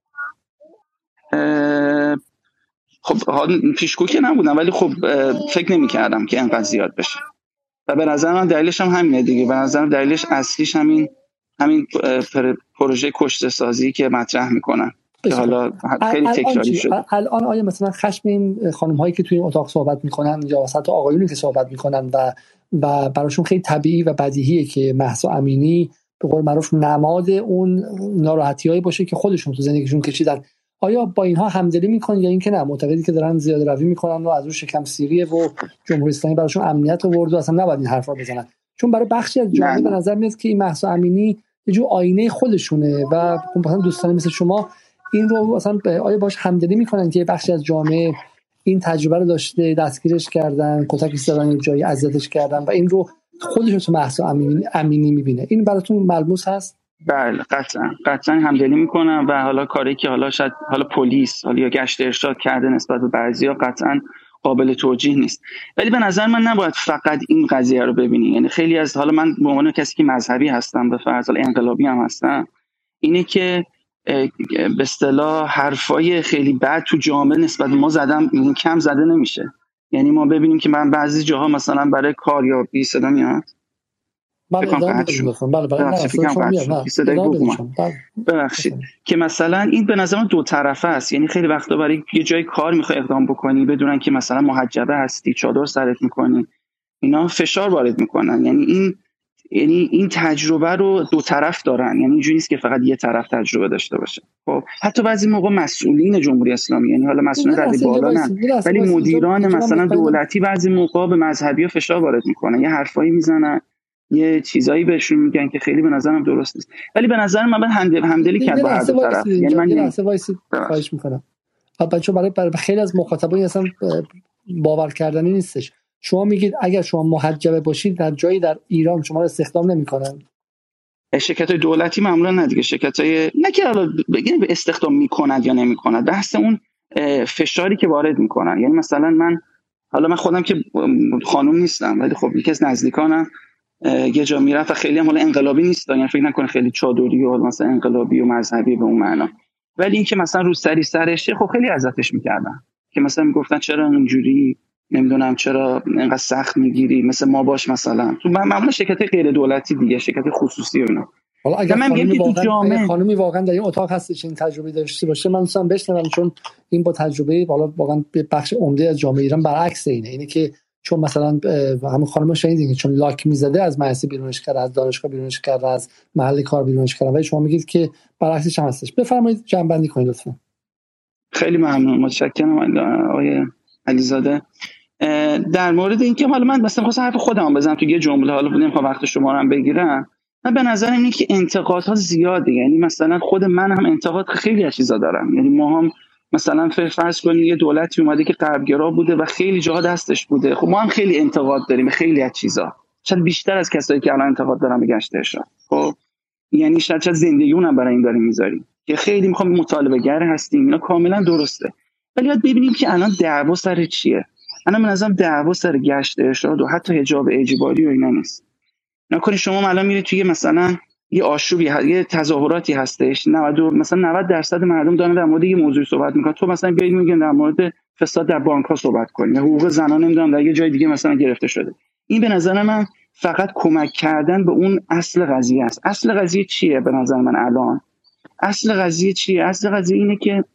خب پیشگو که نبودم ولی خب فکر نمی‌کردم که اینقدر زیاد بشه و به نظر من دلیلش هم همینه دیگه. به نظر دلیلش اصلیش همین پروژه کشته سازی که مطرح میکنن که حالا خیلی تکراری شده. الان آیا مثلا خشم این خانم هایی که توی این اتاق صحبت میکنن یا حتی آقایونی که صحبت میکنن و براشون خیلی طبیعی و بدیهیه که مهسا امینی به قول معروف نماد اون ناراحتیایی باشه که خودشون تو زندگیشون کشیدن، آیا با اینها همدلی میکنن یا اینکه نه معتقدی که دارن زیاده روی میکنن و از اون شکم سیریه و جمهوری اسلامی براشون امنیت آورد و اصلا نباید این حرفا بزنن؟ چون برای بخشی از جامعه به نظر میاد که این مهسا امینی یه جور آینه خودشونه و مثلا دوستان مثل شما این رو مثلا آیا باش همدلی میکنن که بخشی از جامعه این تجربه رو داشته، دستگیرش کردن، کتک زدن، یه جایی اذیتش کردن و این رو خودشون تو مهسا امینی میبینه؟ این براتون ملموس هست؟ بله قطعا همدلی میکنم و حالا کاری که حالا شاید حالا پلیس حالا یا گشت ارشاد کرده نسبت به بعضیا قطعا قابل توجیه نیست، ولی به نظر من نباید فقط این قضیه رو ببینی. یعنی خیلی از حالا من به عنوان کسی که مذهبی هستم به فرض انقلابی هم هستم، اینه که به اصطلاح حرفای خیلی بد تو جامعه نسبت ما زدم کم زده نمیشه. یعنی ما ببینیم که من بعضی جاها مثلا برای کار یا بی صدا میاد ببخشید که مثلا این به نظر من دو طرفه است. یعنی خیلی وقتا برای یه جای کار میخوای اقدام بکنی بدونن که مثلا محجبه هستی، چادر سرت میکنی، اینا فشار وارد میکنن. یعنی این تجربه رو دو طرف دارن، یعنی اینجوری نیست که فقط یه طرف تجربه داشته باشه. خب حتی بعضی موقع مسئولین جمهوری اسلامی، یعنی حالا مسئولین رده بالا نه ولی مدیران مثلا دولتی بعضی موقع به مذهبی‌ها فشار وارد میکنن، یه حرفایی میزنن، یه چیزایی بهشون میگن که خیلی به نظرم درست نیست. ولی به نظر من همدلی کرد با هر دو طرف. یعنی من خواهش میکنم بچه برای خیلی از مخاطبان اصلا باور کردنی نیستش. شما میگید اگر شما محجبه باشید در جایی در ایران شما رو استخدام نمیکنن؟ شرکت‌های دولتی معمولا نه دیگه، شرکت‌های نه که حالا بگیم به استخدام میکنند یا نمیکنند، بحث اون فشاری که وارد میکنن. یعنی مثلا من خودم که خانوم نیستم ولی خب یکی از نزدیکانم یه جا میرفت و خیلی هم حالا انقلابی نیست، یعنی فکر نکنه خیلی چادری و مثلا انقلابی و مذهبی به اون معنا، ولی این که مثلا رو سرشه خب خیلی ازتش میکردن که مثلا میگفتن چرا اینجوری، نمیدونم چرا اینقدر سخت میگیری، مثل ما باش مثلا. تو معمولا شرکت غیر دولتی دیگه، شرکت خصوصی و اینا. حالا اگر خانمی واقعا در این اتاق هستش این تجربه داشته باشه من دوستم بشنوم، چون این با تجربه حالا واقعا بخش عمده از جامعه ایران برعکس اینه که چون مثلا همون خانم شنیدین که چون لاک میزده از مدرسه بیرونش کرد، از دانشگاه بیرونش کرد، از محل کار بیرونش کرد، ولی شما میگید که برعکسش هم هستش. بفرمایید جمع‌بندی کنید لطفا. خیلی ممنون، متشکرم آقای علیزاده. در مورد اینکه حالا من مثلا خواستم حرف خودم بزنم تو یه جمله، حالا نمیخوام وقت شما رو هم بگیرم، من به نظر اینه که انتقادها زیاده. یعنی مثلا خود من هم انتقاد خیلی از چیزا دارم. یعنی ما هم مثلا فرض کنید یه دولتی اومده که غربگرا بوده و خیلی جاها دستش بوده، خب ما هم خیلی انتقاد داریم خیلی از چیزا، شاید بیشتر از کسایی که الان انتقاد دارن به گشت ارشاد. خب یعنی شاید زندگیمون هم برای این داریم میذاریم که خیلی میخوام مطالبه گر هستیم، اینا کاملا درسته، ولی باید ببینیم که الان دعوا سر چیه. الان من نظرم دعوا سر گشت ارشاد و حتی حجاب اجباری و اینا نیست. نکنی شما الان میرید توی مثلا یه آشوبی یه تظاهراتی هستش، 90% مردم دارن در مورد یه موضوع صحبت میکنن، تو مثلا بیاید میگن در مورد فساد در بانک ها صحبت کنیم یا حقوق زنان نمیدونم در یه جای دیگه مثلا گرفته شده. این به نظر من فقط کمک کردن به اون اصل قضیه است. اصل قضیه چیه به نظر من الان؟ اصل قضیه چیه؟ اصل قضیه اینه که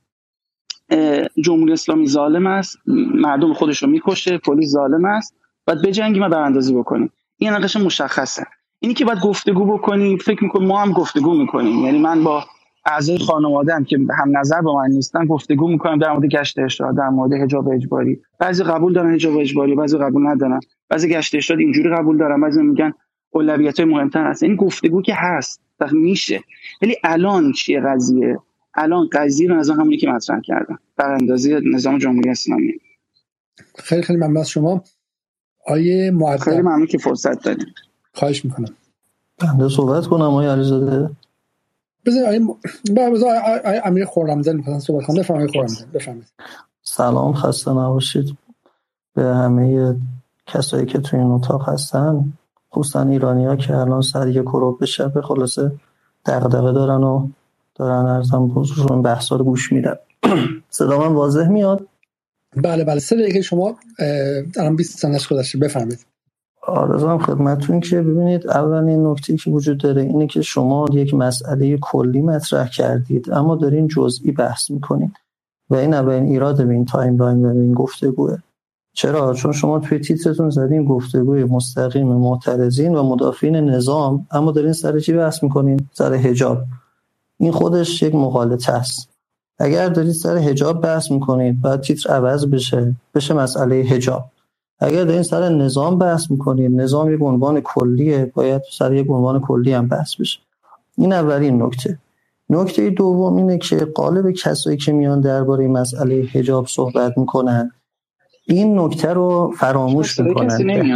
جمهوری اسلامی ظالم است، مردم خودش رو میکشه، پلیس ظالم است، باید بجنگیم و براندازی بکنیم. این نقش مشخصه. اینی که باید گفتگو بکنیم، فکر می‌کنم ما هم گفتگو می‌کنیم. یعنی من با اعضای خانواده‌ام که هم نظر با من نیستن گفتگو می‌کنم در مورد گشت ارشاد، در مورد حجاب اجباری. بعضی قبول دارن حجاب اجباری، بعضی قبول ندارن. بعضی گشت ارشاد اینجوری قبول دارن، بعضی میگن اولویت‌های مهم‌تر هست. این گفتگو که هست، میشه. ولی الان چیه قضیه؟ الان قضیه رو از همونی که مطرح کردم، براندازی نظام جمهوری اسلامی. خیلی خیلی ممنون از شما آیه معدب. خیلی ممنون که فرصت دادید. خواهش میکنم. بنده صحبت کنم آقای علیزاده؟ بذار امیر خرمدل میخواستن صحبت کنم. بفرمایید. سلام، خسته نباشید به همه کسایی که توی این اتاق هستن، خصوصا ایرانی‌ها که الان سر یک کروب به شب خلاصه دغدغه دارن و دارن ارزم بزرگشون بحثا رو گوش میدن. صدا من واضح میاد؟ بله 3 دقیقه شما الان 20 ثانیه گذشته، بفرمایید. آرزوام خدمتتون که ببینید اولین نکته که وجود داره اینه که شما یک مسئله کلی مطرح کردید اما دارین جزئی بحث میکنید و این اولین ایراد به این تایملاین و به این گفتگوه. چرا؟ چون شما توی تیترتون زدین گفتگوی مستقیم معترضین و مدافعین نظام، اما دارین سر چی بحث میکنین؟ سر حجاب. این خودش یک مغالطه است. اگر دارید سر حجاب بحث میکنید باید تیتر عوض بشه مسئله حجاب. اگر دارین سر نظام بحث میکنید، نظام یک عنوان کلیه، باید سر یک عنوان کلی هم بحث بشه. این اولین نکته. نکته دوم اینه که قالب کسایی که میان درباره مسئله حجاب صحبت میکنن این نکته رو فراموش میکنن.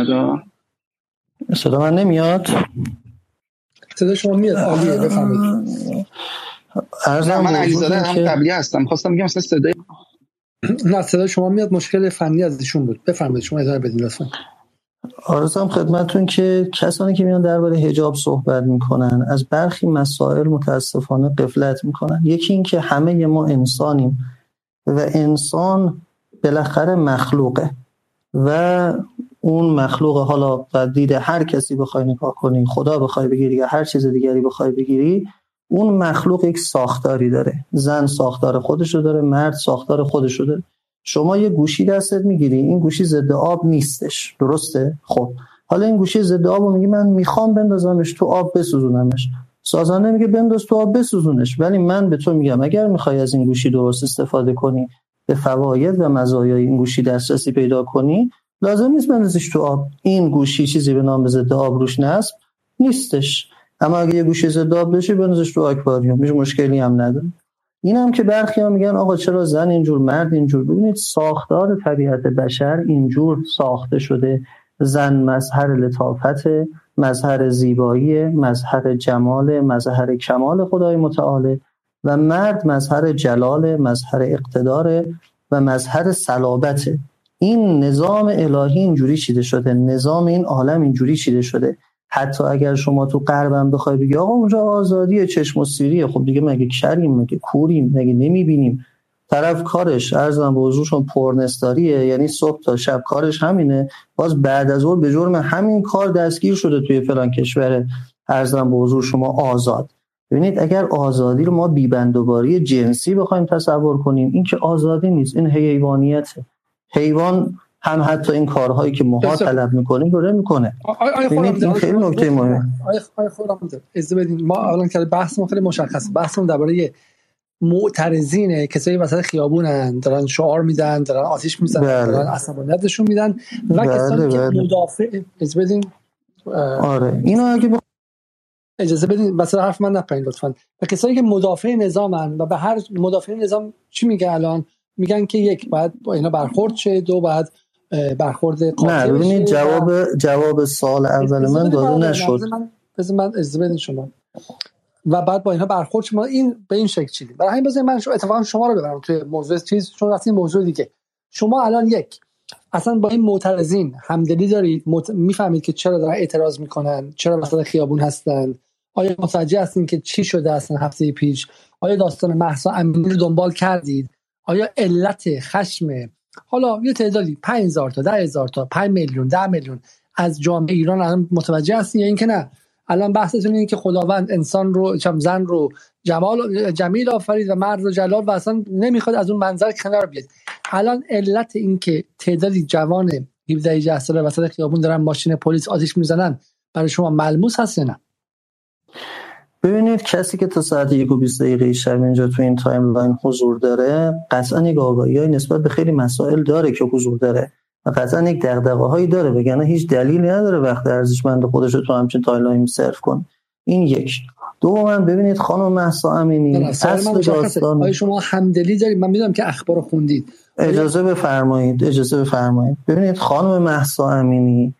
صدا من نمیاد؟ صدا شما میاد، عالیه، بفرمایید. من علیزاده هم قبلی هستم، خواستم بگم مثلا صدای نه صدا شما میاد، مشکل فنی از ایشون بود. بفرمایید شما ادامه بدین لطفا. آرزوام خدمتتون که کسانی که میان درباره حجاب صحبت میکنن از برخی مسائل متاسفانه غفلت میکنن. یکی این که همه ما انسانیم و انسان بالاخره مخلوقه و اون مخلوق، حالا بعد دیده هر کسی بخوای نگاه کنی، خدا بخوای بگیری یا هر چیز دیگری بخوای بگیری، اون مخلوق یک ساختاری داره. زن ساختار خودشو داره، مرد ساختار خودشو داره. شما یه گوشی دستت میگیری، این گوشی ضد آب نیستش، درسته؟ خب حالا این گوشی ضد آبو میگی من میخوام بندازمش تو آب بسوزونمش، سازنده میگه بنداز تو آب بسوزونش. ولی من به تو میگم اگر میخوای از این گوشی درست استفاده کنی، به فواید و مزایای این گوشی دسترسی پیدا کنی، لازم نیست بندازیش تو آب. این گوشی چیزی به نام ضد آب روش نصب نیستش. اما اگه یه گوشی ضد آب بشه بندازش تو آکواریوم، هیچ مشکلی هم نداره. اینم که برخی‌ها میگن آقا چرا زن اینجور مرد اینجور. ببینید ساختار طبیعت بشر اینجور ساخته شده. زن مظهر لطافت، مظهر زیبایی، مظهر جمال، مظهر کمال خدای متعال و مرد مظهر جلال، مظهر اقتدار و مظهر صلابت. این نظام الهی اینجوری چیده شده، نظام این عالم اینجوری چیده شده. حتی اگر شما تو غربم بخوای بگی آقا اونجا آزادیه، چشم و سیریه، خب دیگه مگه کریم، مگه کوریم، مگه نمیبینیم؟ طرف کارش ارزم به حضورشون پورنستاریه، یعنی صبح تا شب کارش همینه، باز بعد از اون به جرم همین کار دستگیر شده توی فلان کشور ارزم به حضور شما آزاد. ببینید اگر آزادی رو ما بی‌بندوباری جنسی بخوایم تصور کنیم، این که آزادی نیست، این حیوانیته. حیوان هم حتی این کارهایی که ما طلب میکنیم داره میکنه. این خیلی نکته مهمه. آقای خرمدل اجازه بدین، ما الان که بحث ما خیلی مشخصه، بحثمون درباره معترضینه، کسایی وسط خیابونن دارن شعار میدن، دارن آتش میزنن، دارن عصبانیت نشون میدن و کسانی که مدافع. اجازه بدین آره اینو اگه اجازه بدین واسه حرف من نپرین لطفاً. و کسایی که مدافع نظامن و به هر مدافع نظام چی میگه الان؟ میگن که یک باید با اینا برخورد شه، دو باید برخورد قاطع نه ببینید جواب سوال اول من داده نشد. بذار من اجازه بدین شما. و بعد با اینا برخورد شما این به این شکل چیدیم. برای همین بذارید من اتفاقا شما رو ببرم توی موضوع چیز، چون رفتیم موضوع دیگه. شما الان یک اصلا با این معترضین همدلی دارید؟ میفهمید که چرا دارن اعتراض میکنن؟ چرا مثلا خیابون هستن؟ آیا متوجه هستین که چی شده اصلا هفته پیش؟ آیا داستان مهسا امینی رو دنبال کردید؟ آیا علت خشم حالا یه تعدادی 5000 تا 10000 تا 5 میلیون 10 میلیون از جامعه ایران الان متوجه هستین یا اینکه نه؟ الان بحثتون اینه که خداوند انسان رو زن رو جمیل آفرید و مرد رو جلال و اصلا نمیخواد از اون منظر کنار بیاد. الان علت این که تعدادی جوان 17 ساله وسط خیابون دارن ماشین پلیس آتش میزنن برای شما ملموس هست یا نه؟ ببینید کسی که تا ساعت 1:20 شب اینجا تو این تایملاین حضور داره قطعا یک آگاهی نسبت به خیلی مسائل داره که حضور داره و قطعا یک دغدغه‌هایی داره، وگرنه هیچ دلیلی نداره وقت ارزشمند خودش رو تو همچین تایملاین صرف کنه. این یک. دوما ببینید خانم مهسا امینی اصل داستان آیا شما همدلی دارید؟ من میدونم که اخبار خوندید. اجازه بفرمایید. ببینید خانم مهسا امینی،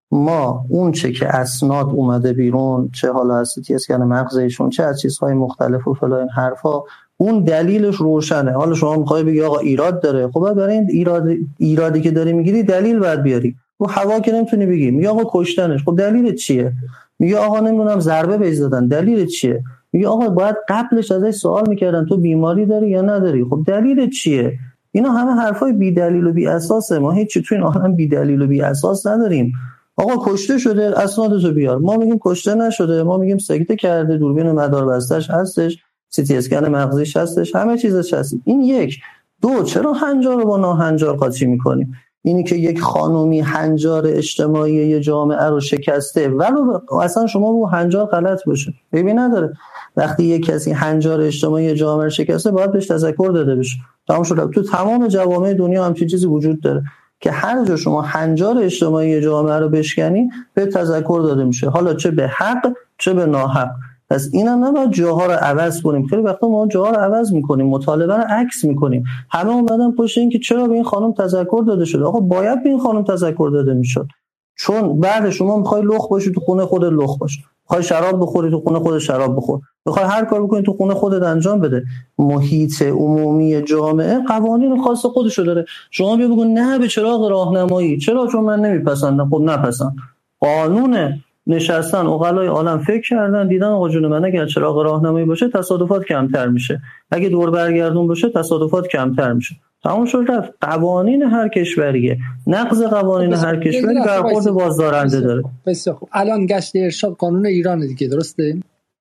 ما اون چه که اسناد اومده بیرون، چه حالا از تی اسکن مغزشون، چه از چیزهای مختلف و فلان حرفا، اون دلیلش روشنه. حالا شما میخوای بگی آقا ایراد داره، خب برای این ایرادی که داری میگیری دلیل باید بیاری. و هوا که نمیتونی بگی، میگه آقا کشتنش، خب دلیل چیه؟ میگه آقا نمیدونم ضربه بهش زدن، دلیل چیه؟ میگه آقا باید قبلش ازش سوال میکردن تو بیماری داری یا نداری، خب دلیل چیه؟ اینا همه حرفای بی دلیل و بی اساسه. ما هیچ چیزی تو این عالم بی دلیل و بی اساس نداریم. آقا کشته شده، اسنادتو بیار. ما میگیم کشته نشده، ما میگیم سکته کرده، دوربین مداربستش هستش، سی تی اسکن مغزیش هستش، همه چیزش هست. این یک. دو، چرا هنجار رو با ناهنجار قاطی میکنیم؟ اینی که یک خانومی هنجار اجتماعی یه جامعه رو شکسته ولو اصلا شما رو هنجار غلط باشه، ببین نداره. وقتی یک کسی هنجار اجتماعی جامعه رو شکسته باید بهش تذکر داده بشه. تمام شد. تو تمام جوامع دنیا همچین چیزی وجود داره که هر جا شما هنجار اجتماعی جامعه رو بشکنی به تذکر داده میشه، حالا چه به حق چه به ناحق. پس اینا نباید جاها رو عوض کنیم. خیلی وقتا ما جاها رو عوض میکنیم، مطالبه رو عکس میکنیم. همه اومدن پشت این که چرا به این خانم تذکر داده شده. آقا باید به این خانم تذکر داده میشد، چون بعد شما میخوای لخ باشی تو خونه خودت لخ باش، میخوای شراب بخوری تو خونه خودت شراب بخور، میخوای هر کار بکنی تو خونه خودت انجام بده. محیط عمومی جامعه قوانین خاص خودشو داره. شما بیا بگو نه به چراغ راهنمایی، چرا؟ چون من نمیپسندم. خب نپسند، قانونه. نشستن عقلای عالم فکر کردن دیدن آقا جون من اگر چراغ راهنمایی باشه تصادفات کمتر میشه، اگه دور برگردون باشه تصادفات کمتر میشه. تمام شد رفت. قوانین هر کشوریه، نقض قوانین هر کشوری برخورد بازدارنده داره. بسیار خوب. الان گشت ارشاد قانون ایران دیگه، درسته؟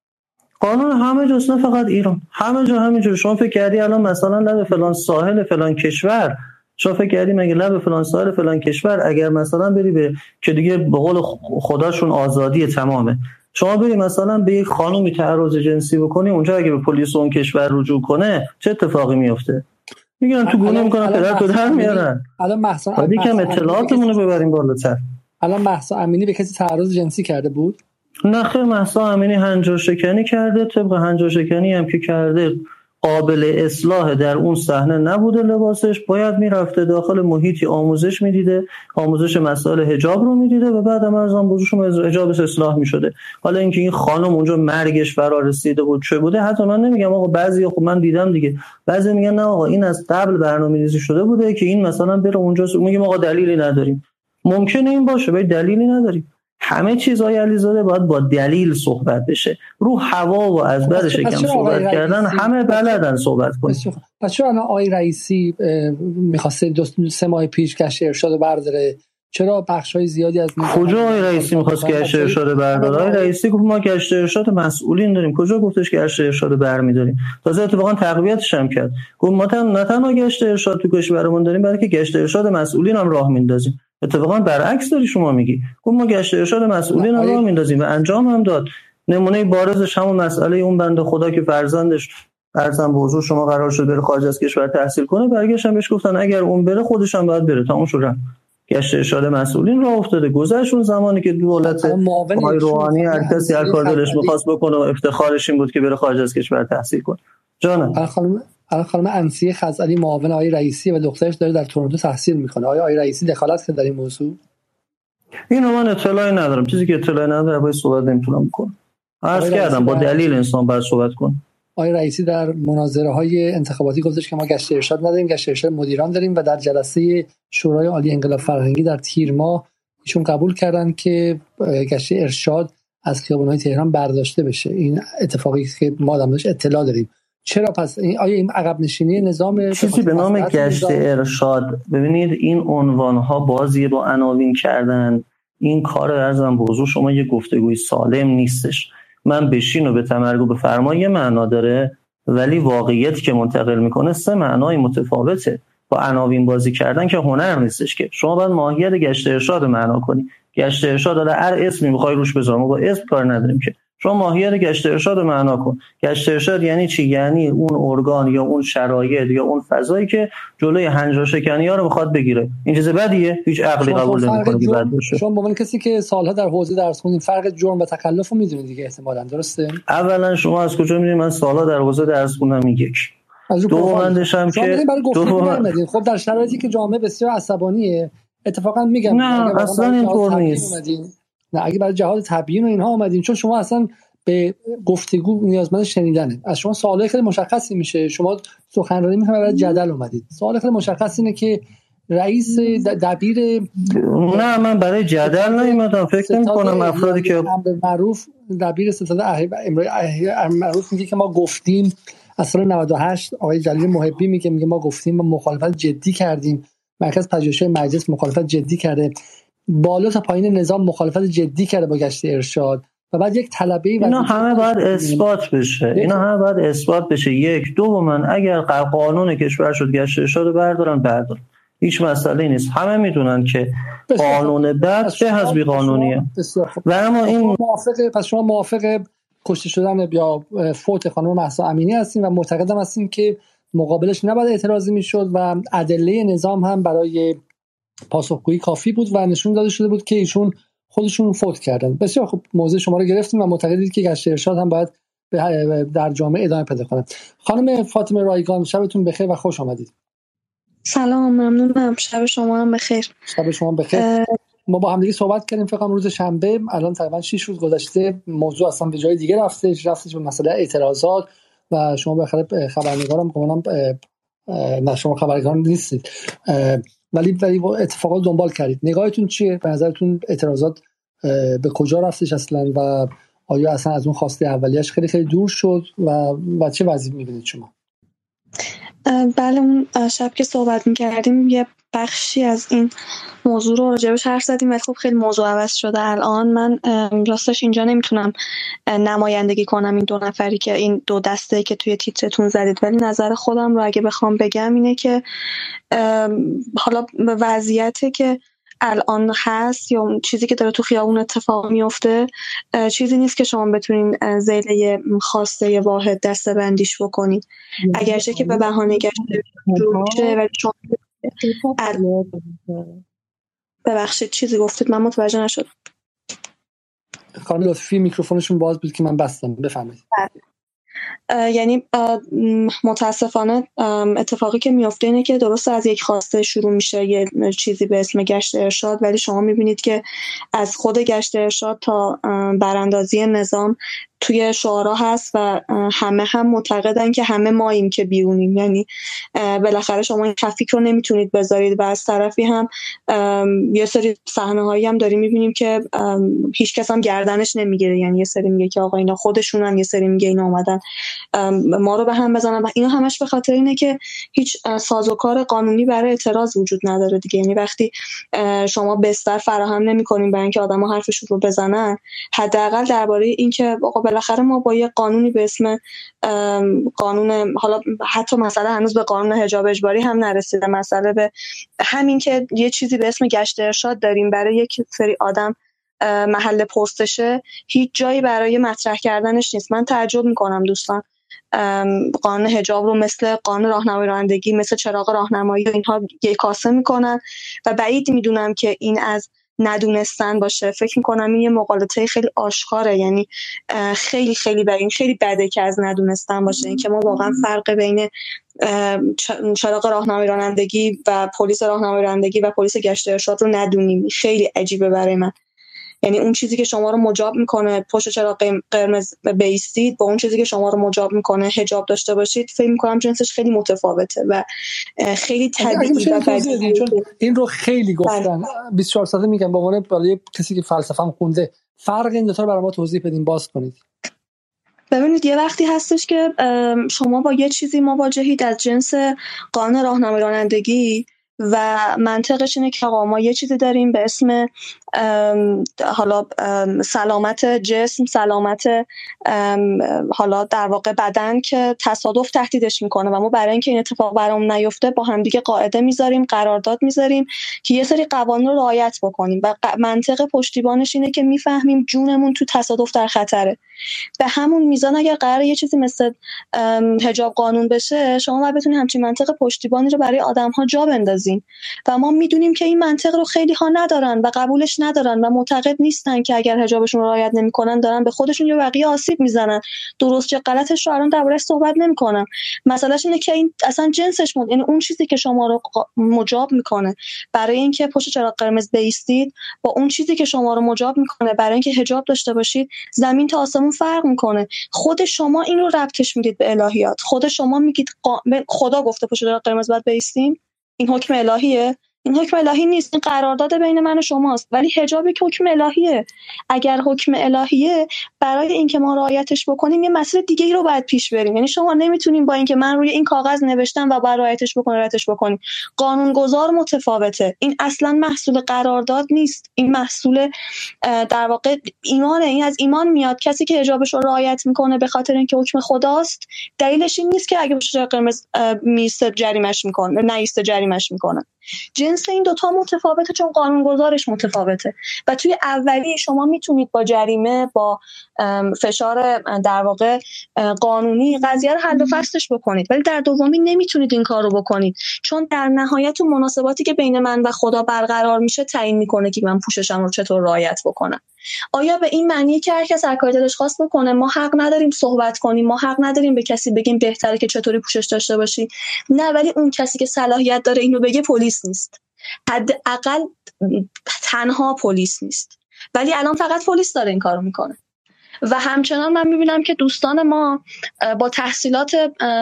قانون همه جاست، نه فقط ایران، همه جا همینجوری. شما فکر کردی الان مثلا لب فلان ساحل فلان کشور، شما فکر کردی مگه لب فلان ساحل فلان کشور اگر مثلا بری به که دیگه به قول خداشون آزادی تمامه، شما بری مثلا به یک خانومی تعرض جنسی بکنی، اونجا اگه به پلیس اون کشور رجوع کنه چه اتفاقی میفته؟ میگن تو گونه میکنن، پدر تو در میارن. الان مهسا امینی کم اطلاعاتمون رو ببریم بالاتر. الان مهسا امینی به کسی تعرض جنسی کرده بود؟ نه خیر، مهسا امینی هنجار شکنی کرده، طبق هنجار شکنی هم که کرده قابل اصلاح در اون صحنه نبوده لباسش، باید میرفته داخل محیطی آموزش میدیده، آموزش مسائل حجاب رو میدیده و بعد هم ارزان بزرگشون حجابش اصلاح میشده. حالا اینکه این خانم اونجا مرگش فرا رسیده بود چه بوده، حتی من نمیگم آقا، بعضیا خب من دیدم دیگه، بعضی میگن نه آقا این از قبل برنامه‌ریزی شده بوده که این مثلا بره اونجا. میگیم آقا دلیلی نداریم، ممکنه این باشه ولی دلیلی نداریم. همه چیز آقای علیزاده باید با دلیل صحبت بشه. رو هوا و از بعد شکم صحبت کردن همه بلدن صحبت کنن. پس چرا الان آقای رئیسی می‌خواسته 2-3 ماه پیش گشت ارشاد برداره؟ چرا بخش‌های زیادی از کجا آقای رئیسی می‌خواست گشت ارشاد برداره؟ آقای رئیسی گفت ما گشت ارشاد مسئولین داریم. کجا گفتش گشت ارشاد برمی‌داریم؟ تازه اتفاقا تقویتش هم کرد. گفت ما نه تنها گشت ارشاد تو کشورمون داریم، بلکه گشت ارشاد مسئولین هم راه میندازیم. اتفاقا برعکس داری شما میگی. گفت ما گشت ارشاد مسئولین هم راه میندازیم و انجام هم داد. نمونه بارزش همون مسئله اون بنده خدا که فرزندش ارزم به حضور شما قرار شد بره خارج از کشور تحصیل کنه، برگشتن بهش گفتن اگر اون بره خودش هم باید بره. تموم شد. گشت ارشاد مسئولین راه افتاده. گذشت زمانی که دولت آقای روحانی هر کسی هر کار دلش می‌خواست بکنه و افتخارش این بود که بره خارج از کشور تحصیل کنه. جانم خانم انسیه خزعلی معاون آقای رئیسی و دخترش داره در تورنتو تحصیل میکنه. آقای رئیسی دخالت کرده در این موضوع؟ اینو من اطلاعی ندارم. چیزی که اطلاعی ندارم باید صحبت نمیتونم بکنم. عرض کردم با دلیل انسان باید صحبت کنه. آقای رئیسی در مناظره‌های انتخاباتی گفتش که ما گشت ارشاد نداریم، گشت ارشاد مدیران داریم و در جلسه شورای عالی انقلاب فرهنگی در تیر ماه ایشون قبول کردن که گشت ارشاد از خیابان‌های تهران برداشته بشه. این اتفاقی که ما دامش اطلاع داریم. چرا پس آیا این عقب نشینی نظام چیزی به نام گشت ارشاد؟ ببینید این عنوان‌ها بازی با عناوین کردن، این کار ارزم به حضور شما یه گفتگوی سالم نیستش. من بشین و به تمرگ و به فرما یه معنا داره، ولی واقعیت که منتقل میکنه 3 معنای متفاوته. با عناوین بازی کردن که هنر نیستش که شما باید ماهیت گشت ارشاد معنا کنی. گشت ارشاد حالا هر اسمی میخوای روش بذار، ما با اسم کار نداریم که. شما ماهیت گشت ارشاد معنا کن. گشت ارشاد یعنی چی؟ یعنی اون ارگان یا اون شرایط یا اون فضایی که جلوی هنجارشکنی‌ها رو میخواد بگیره. این چیز بدیه؟ هیچ عقلی قبول نمی‌کنه که بد باشه. شما به عنوان کسی که سالها در حوزه درس خوندین فرق جرم و تکلف رو میدونید دیگه احتمالاً، درسته؟ اولا شما از کجا میدونید من سالها در حوزه درس خوندم؟ یک. دومندش هم که خب در شرایطی که جامعه بسیار عصبانیه اتفاقا میگم نه اصلا اینطور نیست. نه اگه برای جهاد تبیین و اینها اومدین، چون شما اصلا به گفتگو نیازمند شنیدنه. از شما سوال خیلی مشخصی میشه، شما سخنرانی میخواید برای جدل اومدید. سوال خیلی مشخص اینه که رئیس دبیر نه من برای جدل نیومدم. فکر نمی‌کنم افرادی که امر معروف دبیر ستاد امر معروف میگه که ما گفتیم از سال 98 آقای جلیل محبی میگه ما گفتیم و مخالفت جدی کردیم. مرکز پژوهش‌های مجلس مخالفت جدی کرده، بالا تا پایین نظام مخالفت جدی کرده با گشت ارشاد و بعد یک طلبه‌ای اینا همه باید اثبات بشه. یک. دوما اگر قانون کشور شد گشت ارشاد رو بردارن هیچ مسئله نیست. همه میدونن که قانون بد چه حزبی قانونیه. و اما این شما موافق کشته شدن یا فوت خانم مهسا امینی هستین و معتقدم هستین که مقابلش نباید اعتراضی میشد و ادله نظام هم برای پاسخگویی کافی بود و نشون داده شده بود که ایشون خودشون فوت کردن. بسیار خوب، موضوع شما رو گرفتیم و معتقدید که گشت ارشاد هم باید در جامعه ادامه پیدا کنه. خانم فاطمه رایگان شبتون بخیر و خوش آمدید. سلام، ممنونم. شب شما هم بخیر. شب شما بخیر. ما با هم دیگه صحبت کردیم فکر کنم روز شنبه، الان تقریبا 6 روز گذشته موضوع اصلا به جای دیگه رفتش به مسئله اعتراضات و شما بالاخره خبرنگارم گمانم نه شما خبرنگار نیستید ولی اتفاقات دنبال کردید. نگاهتون چیه؟ به نظرتون اعتراضات به کجا رفتش اصلا و آیا اصلا از اون خواسته اولیش خیلی خیلی دور شد و چه وضعی می‌بینید شما؟ بله، اون شب که صحبت می‌کردیم یه بخشی از این موضوع رو راجبش حرف زدیم ولی خب خیلی موضوع عوض شده الان. من راستش اینجا نمیتونم نمایندگی کنم این 2 نفری که این 2 دسته که توی تیترتون زدید، ولی نظر خودم رو اگه بخوام بگم اینه که حالا وضعیتی که الان هست یا چیزی که داره تو خیابون اتفاق میفته چیزی نیست که شما بتونین ذیل یه خواسته واحد دسته بندیش بکنید، اگرچه که به بهانه گشته میشه. ولی شما ببخشید چیزی گفتید من متوجه نشدم. خانم لطفی میکروفونشون باز بود که من بستم، بفرمایید. یعنی متاسفانه اتفاقی که میفته اینه که درسته از یک خواسته شروع میشه یه چیزی به اسم گشت ارشاد، ولی شما میبینید که از خود گشت ارشاد تا براندازی نظام توی شعارا هست و همه هم معتقدن که همه ماییم که بیرونیم. یعنی بالاخره شما این تفکیک رو نمیتونید بذارید و از طرفی هم یه سری صحنه‌هایی هم داریم میبینیم که هیچ کس هم گردنش نمیگیره. یعنی یه سری میگه که آقا اینا خودشونن، یه سری میگه اینا اومدن ما رو به هم بزنن و اینا همش به خاطر اینه که هیچ سازوکار قانونی برای اعتراض وجود نداره دیگه. یعنی وقتی شما بستر فراهم نمی‌کنین برای اینکه آدم‌ها حرفشون رو بزنن، حداقل درباره اینکه آقا بالاخره ما با یه قانونی به اسم قانون، حالا حتی مسئله هنوز به قانون حجاب اجباری هم نرسیده، مسئله به همین که یه چیزی به اسم گشت ارشاد داریم برای یک سری آدم محل پستشه، هیچ جایی برای مطرح کردنش نیست. من تعجب میکنم دوستان قانون حجاب رو مثل قانون راهنمایی رانندگی، مثل چراغ راهنمایی و اینها یکاسه میکنن و بعید میدونم که این از ندونستن باشه. فکر میکنم این یه مغالطه خیلی آشکاره، یعنی خیلی خیلی خیلی بده که از ندونستن باشه. این که ما واقعا فرق بین چراغ راهنمایی رانندگی و پلیس راهنمایی رانندگی و پلیس گشت ارشاد رو ندونیم خیلی عجیبه برای من. یعنی اون چیزی که شما رو مجاب میکنه پشت چراغ قرمز بایستید با اون چیزی که شما رو مجاب میکنه حجاب داشته باشید، فکر میکنم جنسش خیلی متفاوته و خیلی طبیعی و بدیهیه. چون این رو خیلی گفتن 24 ساعته میگن به عنوان برای کسی که فلسفه هم خونده، فرق این دو تا رو برای ما توضیح بدین، باز کنید. ببینید یه وقتی هستش که شما با یه چیزی مواجهید از جنس قانون راهنمایی رانندگی و منطقش اینه که آقا ما یه چیزی داریم به اسم حالا سلامت جسم، سلامت حالا در واقع بدن که تصادف تهدیدش میکنه و ما برای اینکه این اتفاق برامون نیفته با هم دیگه قاعده میذاریم، قرارداد میذاریم که یه سری قوانین رو رعایت بکنیم و منطق پشتیبانش اینه که میفهمیم جونمون تو تصادف در خطره. به همون میزان اگر قراره یه چیزی مثل حجاب قانون بشه، شما باید بتونید همچین منطق پشتیبانی رو برای آدم‌ها جا بندازین و ما میدونیم که این منطق رو خیلی ها ندارن و قبولش ندارن و معتقد نیستن که اگر حجابشون رو رعایت نمی‌کنن دارن به خودشون یا بقیه آسیب میزنن. درست چه غلطش رو الان درباره‌اش صحبت نمی‌کنم. مسئلهش اینه که این اصلا جنسش یعنی اون چیزی که شما رو مجاب میکنه برای اینکه پشت چراغ قرمز بایستید با اون چیزی که شما رو مجاب میکنه برای اینکه حجاب داشته باشید زمین تا آسمون فرق میکنه. خود شما این رو ربطش میدید به الهیات. خود شما میگید خدا گفته پشت چراغ قرمز باید بایستیم. این حکم الهیه؟ این حکم الهی نیست، این قرارداد بین من و شماست. ولی حجابی که حکم الهیه. اگر حکم الهیه برای اینکه ما رعایتش بکنیم یه مسیر دیگه ای رو باید پیش بریم. یعنی شما نمیتونیم با اینکه من روی این کاغذ نوشتم و باید رعایتش بکنیم. قانونگذار متفاوته. این اصلا محصول قرارداد نیست. این محصول در واقع ایمانه. این از ایمان میاد. کسی که حجابش رو رعایت میکنه به خاطر اینکه حکم خداست، دلیلش این نیست که اگه پشت قرمز میسته جریمش میکنه، نایسته جریمش میکنه. جنس این دوتا متفاوته چون قانونگذارش متفاوته و توی اولی شما میتونید با جریمه، با فشار در واقع قانونی قضیه رو حل و فصلش بکنید، ولی در دومی نمیتونید این کار رو بکنید چون در نهایت اون مناسباتی که بین من و خدا برقرار میشه تعیین میکنه که من پوششم رو چطور رعایت بکنم. آیا به این معنی که هر کس هر کاری دلش خواست بکنه ما حق نداریم صحبت کنیم، ما حق نداریم به کسی بگیم بهتره که چطوری پوشش داشته باشی؟ نه، ولی اون کسی که صلاحیت داره اینو بگه پلیس نیست. حداقل تنها پلیس نیست، ولی الان فقط پلیس داره این کارو میکنه. و همچنان من میبینم که دوستان ما با تحصیلات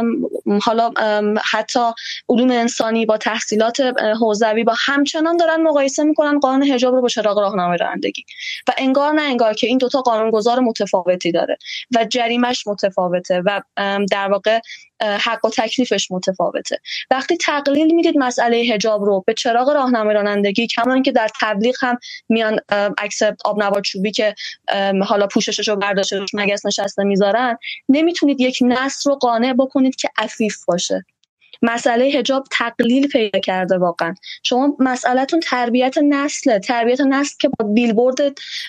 حالا حتی علوم انسانی، با تحصیلات حوزوی، با همچنان دارن مقایسه میکنن قانون حجاب رو با چراغ راهنمایی رانندگی و انگار نه انگار که این دوتا قانونگذار متفاوتی داره و جریمش متفاوته و در واقع حق و تکلیفش متفاوته. وقتی تقلیل میدید مسئله حجاب رو به چراغ راهنمایی رانندگی، کما اینکه در تبلیغ هم میان عکس آب نبات چوبی که حالا پوششش رو برداشته روش مگس نشسته میذارن، نمیتونید یک نسل رو قانع بکنید که عفیف باشه. مسئله حجاب تقلیل پیدا کرده. واقعا شما مسئلهتون تربیت نسل که با بیلبورد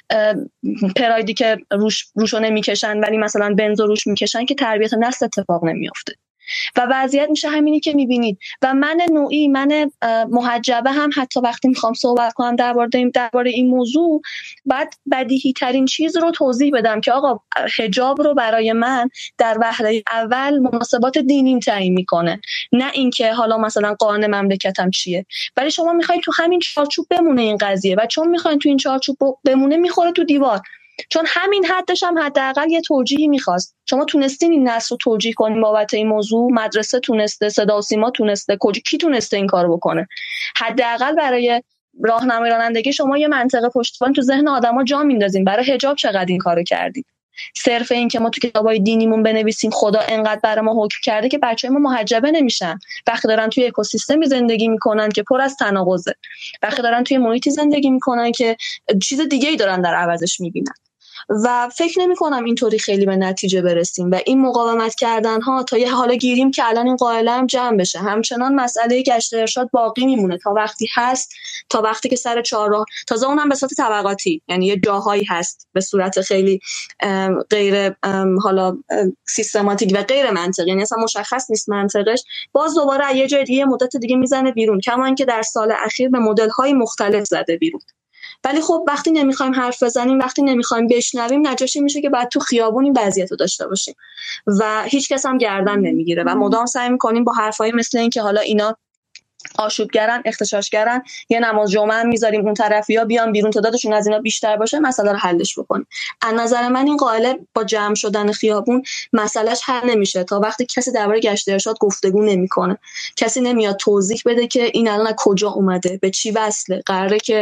پرایدی که روشو نمیکشن ولی مثلا بنزو روش میکشن که تربیت نسل اتفاق نمیافته و وضعیت میشه همینی که میبینید. و من نوعی، من محجبه هم حتی وقتی میخوام صحبت کنم درباره این موضوع بعد بدیهی ترین چیز رو توضیح بدم که آقا حجاب رو برای من در وهله اول مناسبات دینیم تعیین میکنه، نه اینکه حالا مثلا قانون مملکتم چیه. ولی شما میخواید تو همین چارچوب بمونه این قضیه و چون میخواید تو این چارچوب بمونه میخوره تو دیوار، چون همین حدش هم حداقل یه توجیهی میخواست. شما تونستین این نسل رو توجیه کنین بابت این موضوع؟ مدرسه تونسته، صدا و سیما تونسته، کی تونسته این کارو بکنه؟ حداقل برای راهنمایی رانندگی شما یه منطقه پشتیبان تو ذهن آدما جا میندازین. برای حجاب چقدر این کارو کردید؟ صرف این که ما تو کتابای دینیمون بنویسیم خدا انقدر برای ما حکم کرده که بچه‌ها ما محجبه نمیشن، وقتی دارن توی اکوسیستمی زندگی میکنن که پر از تناقضه، وقتی دارن توی محیطی زندگی میکنن که چیز دیگه‌ای دارن در عوضش میبینن. و فکر نمی‌کنم اینطوری خیلی به نتیجه برسیم و این مقاومت کردن ها تا یه حالا گیریم که الان این قائله هم جمع بشه. همچنان مسئله گشت ارشاد باقی میمونه تا وقتی هست، تا وقتی که سر چهارراه، تازه اونم به صورت طبقاتی، یعنی یه جاهایی هست به صورت خیلی غیر حالا سیستماتیک و غیر منطقی، یعنی اصلا مشخص نیست منطقش، باز دوباره یه جای دیگه مدت دیگه میزنه بیرون، کما اینکه در سال اخیر به مدل‌های مختلف زده بیرون. ولی خب وقتی نمیخوایم حرف بزنیم، وقتی نمیخوایم بشنویم، نجاشی میشه که بعد تو خیابون این وضعیت رو داشته باشیم و هیچ کس هم گردن نمیگیره و مدام سعی میکنیم با حرفایی مثل این که حالا اینا آشوبگرن، اختشاشگرن، یه نماز جمعه هم میذاریم اون طرفیا بیان بیرون، تعدادشون از اینا بیشتر باشه، مسئله رو حلش بکنیم. از نظر من این قائله با جمع شدن خیابون مسئلهش حل نمیشه تا وقتی کسی درباره گشت ارشاد گفتگو نمیکنه، کسی نمیاد توضیح بده که این الان از کجا اومده، به چی وصله، قراره که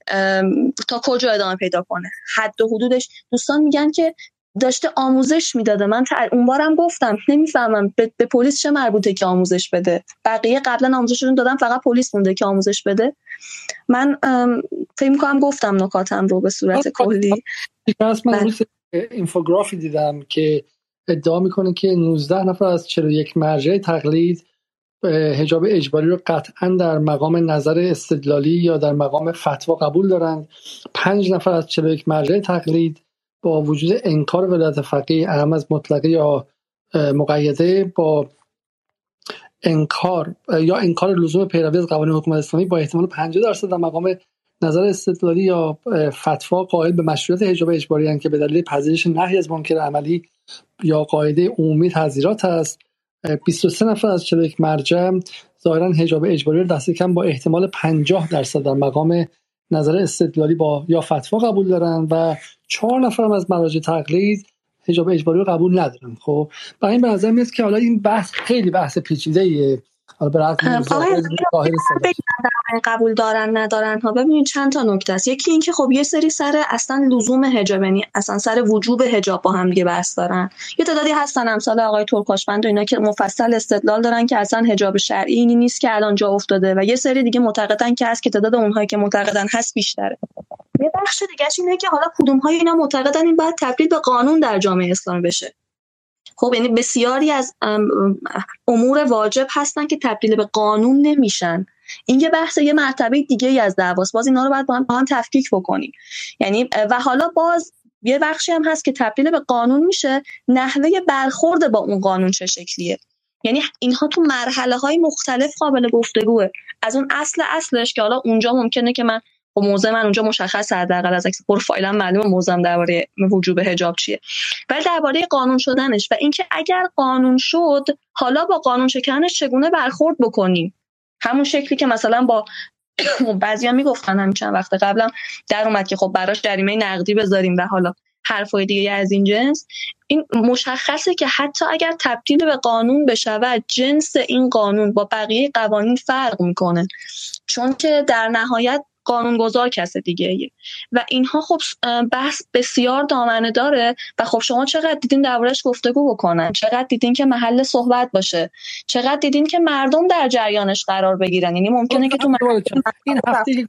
تا کجا ادامه پیدا کنه، حد و حدودش. دوستان میگن که داشته آموزش میداده. من اون بارم گفتم نمیفهمم به پلیس چه مربوطه که آموزش بده، بقیه قبلا آموزششون دادن، فقط پلیس مونده که آموزش بده. من فکر می‌کنم گفتم نکاتم رو به صورت کلی. من روز اینفوگرافی دیدم که ادعا میکنه که 19 نفر از 41 مرجع تقلید حجاب اجباری رو قطعا در مقام نظر استدلالی یا در مقام فتوا قبول دارند. 5 نفر از 41 مرجع تقلید با وجود انکار ولایت فقیه اهم از مطلقه یا مقیده، با انکار لزوم پیروی از قوانین حکومت اسلامی، با احتمال 50% در مقام نظر استدلالی یا فتوا قائل به مشروعیت حجاب اجباری هستند که به دلیل پذیرش نهی از منکر عملی یا قاعده عمومی تعزیرات است. 23 نفر از 41 مرجع ظاهرا حجاب اجباری رو دست کم با احتمال 50% در مقام نظر استدلالی با یا فتوا قبول دارن و 4 نفر هم از مراجع تقلید حجاب اجباری رو قبول ندارن. خب برای این به نظر میاد که حالا این بحث خیلی بحث پیچیده‌ایه. حالا برای قبول دارن ندارن ها، ببینید چند تا نکته است. یکی این که خب یه سری سر اصلا لزوم حجاب، یعنی اصلا سر وجوب حجاب با هم دیگه بحث دارن. یه تعدادی هستن امثال آقای ترکاشبند و اینا که مفصل استدلال دارن که اصلا حجاب شرعی اینی نیست که الان جا افتاده و یه سری دیگه معتقدن که هست که تعداد اونهایی که معتقدن هست بیشتره. یه بخش دیگه‌اش اینه که حالا کدوم‌های اینا معتقدن این باید تبدیل به قانون در جامعه اسلامی بشه. خب یعنی بسیاری از امور واجب هستن که تبدیل به قانون نمیشن. این یه بحث یه مرتبه دیگه ای از دعواست، باز اینا رو باید با هم تفکیک بکنیم. یعنی و حالا باز یه بخشی هم هست که تبدیل به قانون میشه، نحوه برخورد با اون قانون چه شکلیه. یعنی اینها تو مرحله‌های مختلف قابل گفتگوه. از اون اصلش که حالا اونجا ممکنه که من و موضوع من اونجا مشخصه، حداقل از عکس پروفایلم معلومه موضوعم درباره وجوب حجاب چیه، ولی درباره قانون شدنش و اینکه اگر قانون شد حالا با قانون شکنش چگونه برخورد بکنیم. همون شکلی که مثلا با بعضیا میگفتن همین چند وقت قبلا در اومد که خب براش جریمه نقدی بذاریم و حالا حرفای دیگه از این جنس. این مشخصه که حتی اگر تبدیل به قانون بشود، جنس این قانون با بقیه قوانین فرق میکنه، چون که در نهایت قانونگذار کسی دیگه و اینها خب بحث بسیار دامنه داره و خب شما چقدر دیدین دربارش گفتگو بکنن، چقدر دیدین که محل صحبت باشه، چقدر دیدین که مردم در جریانش قرار بگیرن. یعنی ممکنه که تو این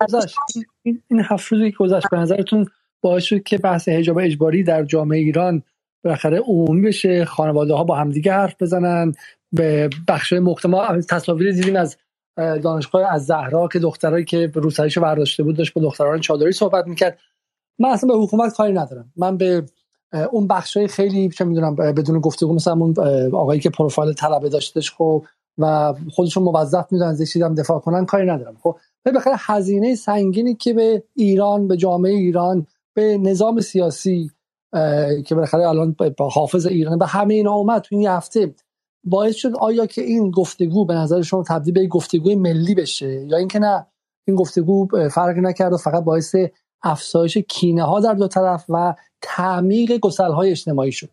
هفته روزی که گذشت به نظرتون باعث شد که بحث حجاب اجباری در جامعه ایران بالاخره عمومی بشه، خانواده‌ها با همدیگه حرف بزنن، به بخش‌های مختلف تصاویر دیدیم از دانشگاه از زهرا که دخترایی که روسریشو برداشته بود داشت با دختران چادری صحبت میکرد. من اصلا به حکومت کاری ندارم، من به اون بخشای خیلی چه میدونم بدون گفتگو مثلا اون آقایی که پروفایل طلبه داشتش خب و خودشون موظف میدونن از چیزام دفاع کنن کاری ندارم. خب بالاخره هزینه سنگینی که به ایران، به جامعه ایران، به نظام سیاسی که بالاخره الان با حافظ ایران به همه اینا اومد تو این هفته باعث شد آیا که این گفتگو به نظر شما تبدیل به گفتگوی ملی بشه یا اینکه نه این گفتگو فرقی نکرد و فقط باعث افزایش کینه ها در دو طرف و تعمیق گسل‌های اجتماعی شد؟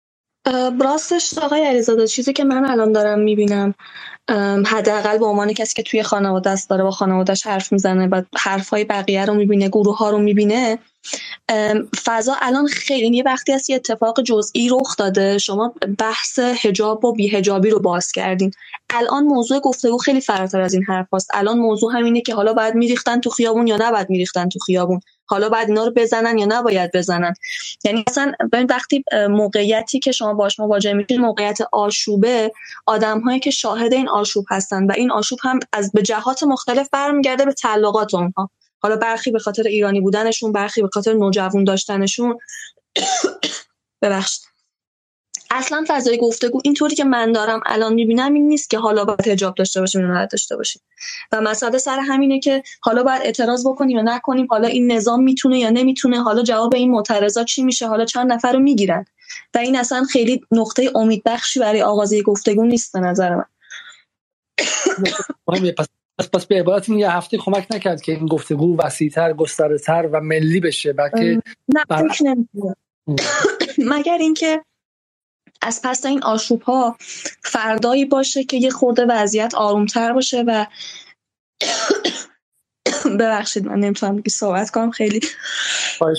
راستش آقای علیزاده چیزی که من الان دارم میبینم، حداقل به عنوان کسی که توی خانواده است، داره با خانواده‌اش حرف میزنه و حرفای بقیه رو میبینه، گروه ها رو میبینه، فضا الان خیلی یه وقتی هست یه اتفاق جزئی رخ داده، شما بحث حجاب و بی‌حجابی رو باز کردین. الان موضوع گفتگو خیلی فراتر از این حرف هست. الان موضوع همینه که حالا باید میریختن تو خیابون یا نباید میریختن تو خیابون، حالا باید اینا رو بزنن یا نباید بزنن. یعنی اصلا ببین وقتی موقعیتی که شما باهاش مواجه میشین موقعیت آشوبه، آدم‌هایی که شاهد این آشوب هستن و این آشوب هم از به جهات مختلف برمیگرده به تعلقات اونها، حالا برخی به خاطر ایرانی بودنشون، برخی به خاطر نوجوان داشتنشون. ببخشید. اصلا فضای گفتگو اینطوری که من دارم الان میبینم این نیست که حالا باید حجاب داشته باشیم یا نباید داشته باشیم، و مسئله سر همینه که حالا باید اعتراض بکنیم یا نکنیم، حالا این نظام میتونه یا نمیتونه، حالا جواب این معترضا چی میشه، حالا چند نفر رو میگیرن، و این اصلا خیلی نقطه امیدبخشی برای آغاز گفتگو نیست به نظر من. پس به عبارت یه هفته کمک نکرد که این گفتگو وسیع‌تر، گسترده‌تر و ملی بشه، بلکه نه فکر نمی‌کنم. مگر اینکه از پس این آشوب‌ها فردایی باشه که یه خورده وضعیت آرومتر باشه و ببخشید من نمیتونم دیگه صحبت کنم، خیلی خواهش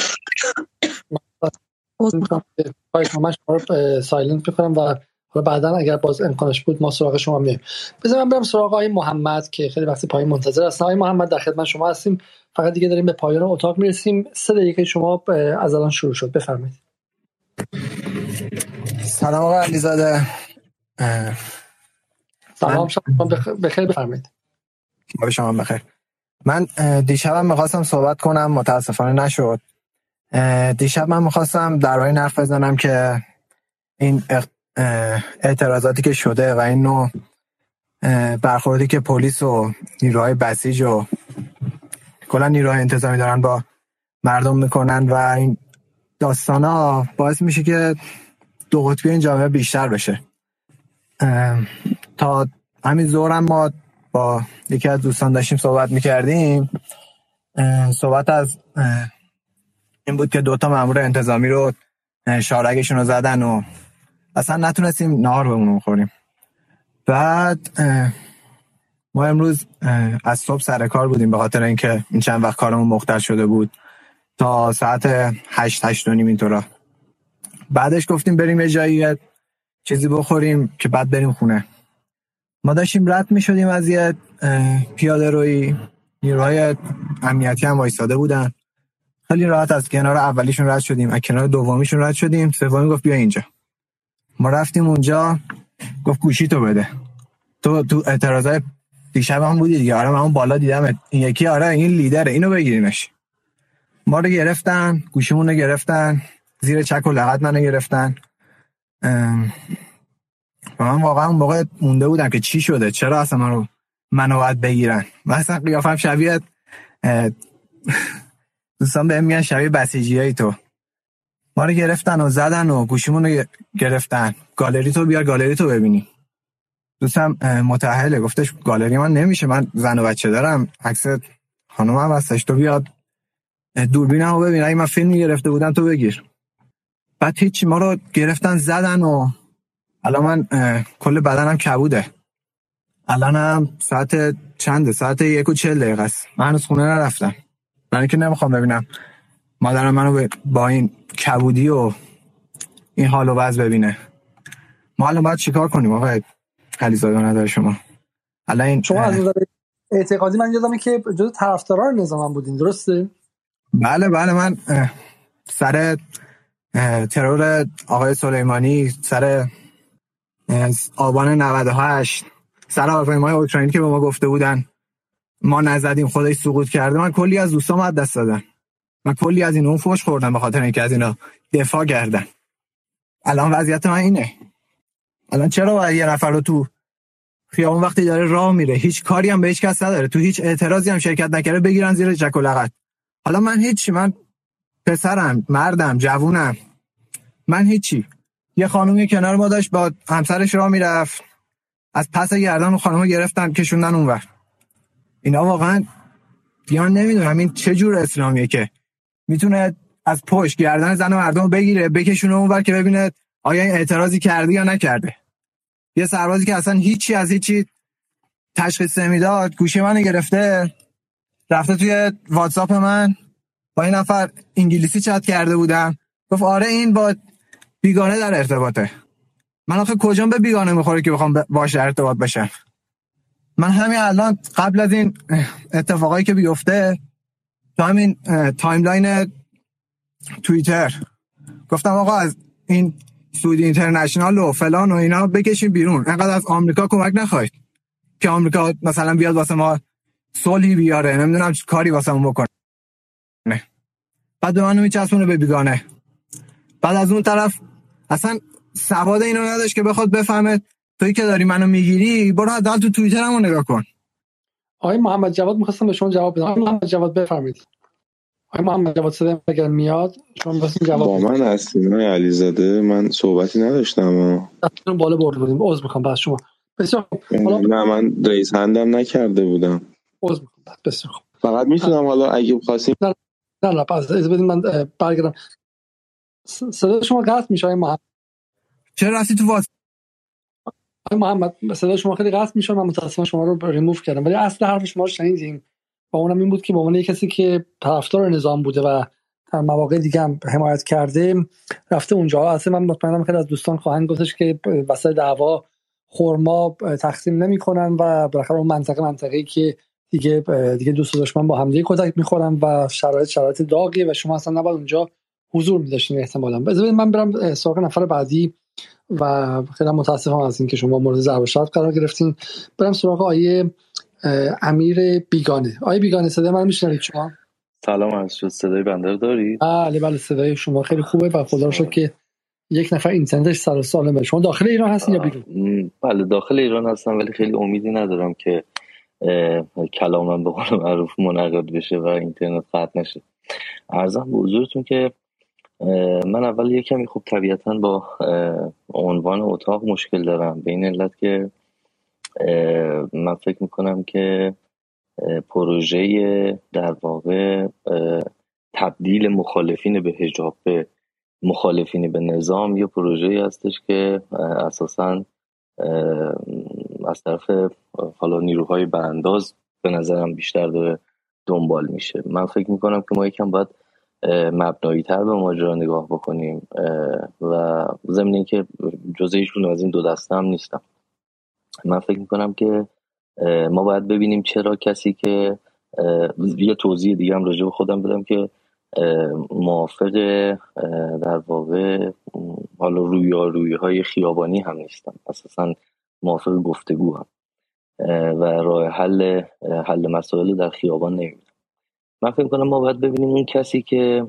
می‌کنم من شما رو سایلنت بکنم و بعدا اگر باز امکانش بود ما سراغ شما میایم. بذار من برم سراغ آقای محمد که خیلی وقتی پایین منتظر هستن. آقای محمد در خدمت شما هستیم، فقط دیگه داریم به پایان اتاق میرسیم. 3 دقیقه شما از الان شروع شد، بفرمایید. سلام آقای علیزاده. سلام، شما بخیر، بفرمایید. با شما بخیر. من دیشبم می‌خواستم صحبت کنم، متاسفانه نشد. دیشب من می‌خواستم درباره این حرف بزنم که این اعتراضاتی که شده و این نوع برخوردی که پلیس و نیروهای بسیج و کلا نیروهای انتظامی دارن با مردم میکنن و این داستانا باعث میشه که دو قطبی این جامعه بیشتر بشه. تا همین ظهرم ما با یکی از دوستان داشتیم صحبت میکردیم، صحبت از این بود که 2 مأمور انتظامی رو شارگشون رو زدن و اصلا نتونستیم نهار بمونم خوریم. بعد ما امروز از صبح سر کار بودیم به خاطر اینکه این چند وقت کارمون مختل شده بود تا ساعت 8:30 اینطورا. بعدش گفتیم بریم یه جایی چیزی بخوریم که بعد بریم خونه. ما داشتیم رد می شدیم از یه پیاده روی، نیروهای امنیتی هم وایساده بودن، خیلی راحت از کنار اولیشون رد شدیم، از کنار دومیشون رد شدیم، سومی گفت بیا اینجا. ما رفتیم اونجا، گفت گوشی تو بده. تو اعتراضای دیشب هم بودی دیگه. آره من اون بالا دیدم این یکی، آره این لیدره، اینو بگیرینش. ما رو گرفتن، گوشیمون رو گرفتن، زیر چک و لغت منو گرفتن. و من واقعا اون موقع مونده بودم که چی شده، چرا اصلا منو باید بگیرن. من اصلا قیافم شبیه دوستان بهم میگن شبیه بسیجیایی. تو ما رو گرفتن و زدن و گوشیمون رو گرفتن. گالری تو بیار، گالری تو ببینی. دوستم متأهله، گفتش گالری من نمیشه، من زن و بچه دارم، عکس خانومم هستش، تو بیاد دوربینمو ببین، اگه من فیلمی گرفته بودم تو بگیر. بعد هیچی، ما رو گرفتن زدن و الان من کل بدنم کبوده. الانم ساعت چنده؟ ساعت 1:40 است. من هنوز خونه نرفتم، من که نمیخوام ببینم مادرم منو با این کبودی و این حال و وضع ببینه. ما الان باید چیکار کنیم آقای علیزاده نداره شما؟ الان این شما از نظر اعتقادی من یادمه که جزو طرفداران نظام بودین، درسته؟ بله من سر ترور آقای سلیمانی، سر آبان 98، سر هواپیمای اوکراینی که به ما گفته بودن ما نزدیم خودش سقوط کرده، من کلی از دوستام از دست دادم، من کلی از اینو فوش خوردم به خاطر اینکه از اینا دفاع کردن. الان وضعیت من اینه. الان چرا باید یه نفر رو تو خیابون وقتی داره راه میره، هیچ کاری هم به هیچ کس نداره، تو هیچ اعتراضی هم شرکت نکرده، بگیرن زیر چک و لغت؟ حالا من هیچی، من پسرم، مردم، جوونم، من هیچی. یه خانومی کنار ما داشت با همسرش راه میرفت، از پس گردن خانومو گرفتن کشوندن اونور. اینا واقعا بیان نمیدونم این چه جور اسلامیه که میتونه از پشت گردن زن و مردم بگیره بکشونه اونور که ببینه آیا این اعتراضی کرده یا نکرده. یه سربازی که اصلا هیچی از هیچی تشخیص نمیداد، گوشی منو گرفته، رفته توی واتساپ من با این نفر انگلیسی چت کرده بودم، گفت آره این با بیگانه در ارتباطه. من آخه کجام به بیگانه میخوره که بخوام باش در ارتباط بشم؟ من همین الان قبل از این اتفاقایی که بیفته تو همین تایملاین توییتر گفتم آقا از این سعود اینترنشنال و فلان و اینا بکشین بیرون، انقدر از آمریکا کمک نخواید که آمریکا مثلا بیاد واسه ما صلحی بیاره، نمیدونم کاری واسه ما بکنه، بعد به منو میچسبونه به بیگانه. بعد از اون طرف اصلا سواد اینو نداشت که بخواد بفهمه تویی که داری منو میگیری برو حداقل تو توییترمو نگاه کن. آقای محمد جواد می‌خواستم به شما جواب بدم. آقای محمد جواد بفرمایید. آقای محمد جواد صدا اگر میاد شما بسیم جواب با من هستین آقای علیزاده؟ من صحبتی نداشتم. بالا برده بودیم. عذر میخوام از شما. بسیار حالا نه من ریز هندم نکرده بودم. عذر میخوام. بسیار خوب. فقط میتونم حالا اگه خواستیم نه پس از بدید من برگردم. صدا شما قطع میشه آقای محمد. چرا رفتی تو واتس؟ آقای محمد صدا شما خیلی قطع میشه، من متأسفانه شما رو ریموو کردم، ولی اصل حرف شما رو شنیدیم و اونم این بود که به عنوان کسی که طرفدار نظام بوده و در مواقع دیگه هم حمایت کرده رفته اونجا. اصلا من مطمئنم خیلی از دوستان خواهند گفتش که وسط دعوا خرما تقسیم نمی‌کنن و بالاخره اون منطقه‌ای که دیگه دوست و دشمن با هم دیگه کتک می‌خورن و شرایط داغیه و شما اصلا نباید اونجا حضور می‌داشتین احتمالاً. بذارید من برم سراغ نفر بعدی و خیلی متاسفم از این که شما مورد ضرب و شتم قرار گرفتین. برم سراغ آیه امیر بیگانه. آیه بیگانه صدای من میشنوید شما؟ سلام عرض شد. صدای بنده رو دارید؟ بله صدای شما خیلی خوبه و خدا رو شکر که یک نفر اینترنتش سر و سالمه. شما داخل ایران هستین یا بیرون؟ بله داخل ایران هستم، ولی خیلی امیدی ندارم که کلامم به قول معروف منعقد بشه و اینترنت قطع نشه. عرضم به حضورتون که من اول یه کمی خوب طبیعتاً با عنوان اتاق مشکل دارم، به این علت که من فکر میکنم که پروژه در واقع تبدیل مخالفین به حجاب به مخالفین به نظام یه پروژه‌ای هستش که اساساً از طرف حالا نیروهای برانداز به نظرم بیشتر داره دنبال میشه. من فکر میکنم که ما یکم باید مبنایی تر به ماجرا نگاه بکنیم و ضمن اینکه جزء هیچکدوم از این دو دسته هم نیستم. من فکر میکنم که ما باید ببینیم چرا کسی که یه توضیح دیگه هم راجع به خودم بدم که موافق در واقع حالا رویارویی‌های خیابانی هم نیستم، اساساً موافق گفتگو هم و راه حل مسائل در خیابان نمی‌بینم. من فکر کنم ما باید ببینیم اون کسی که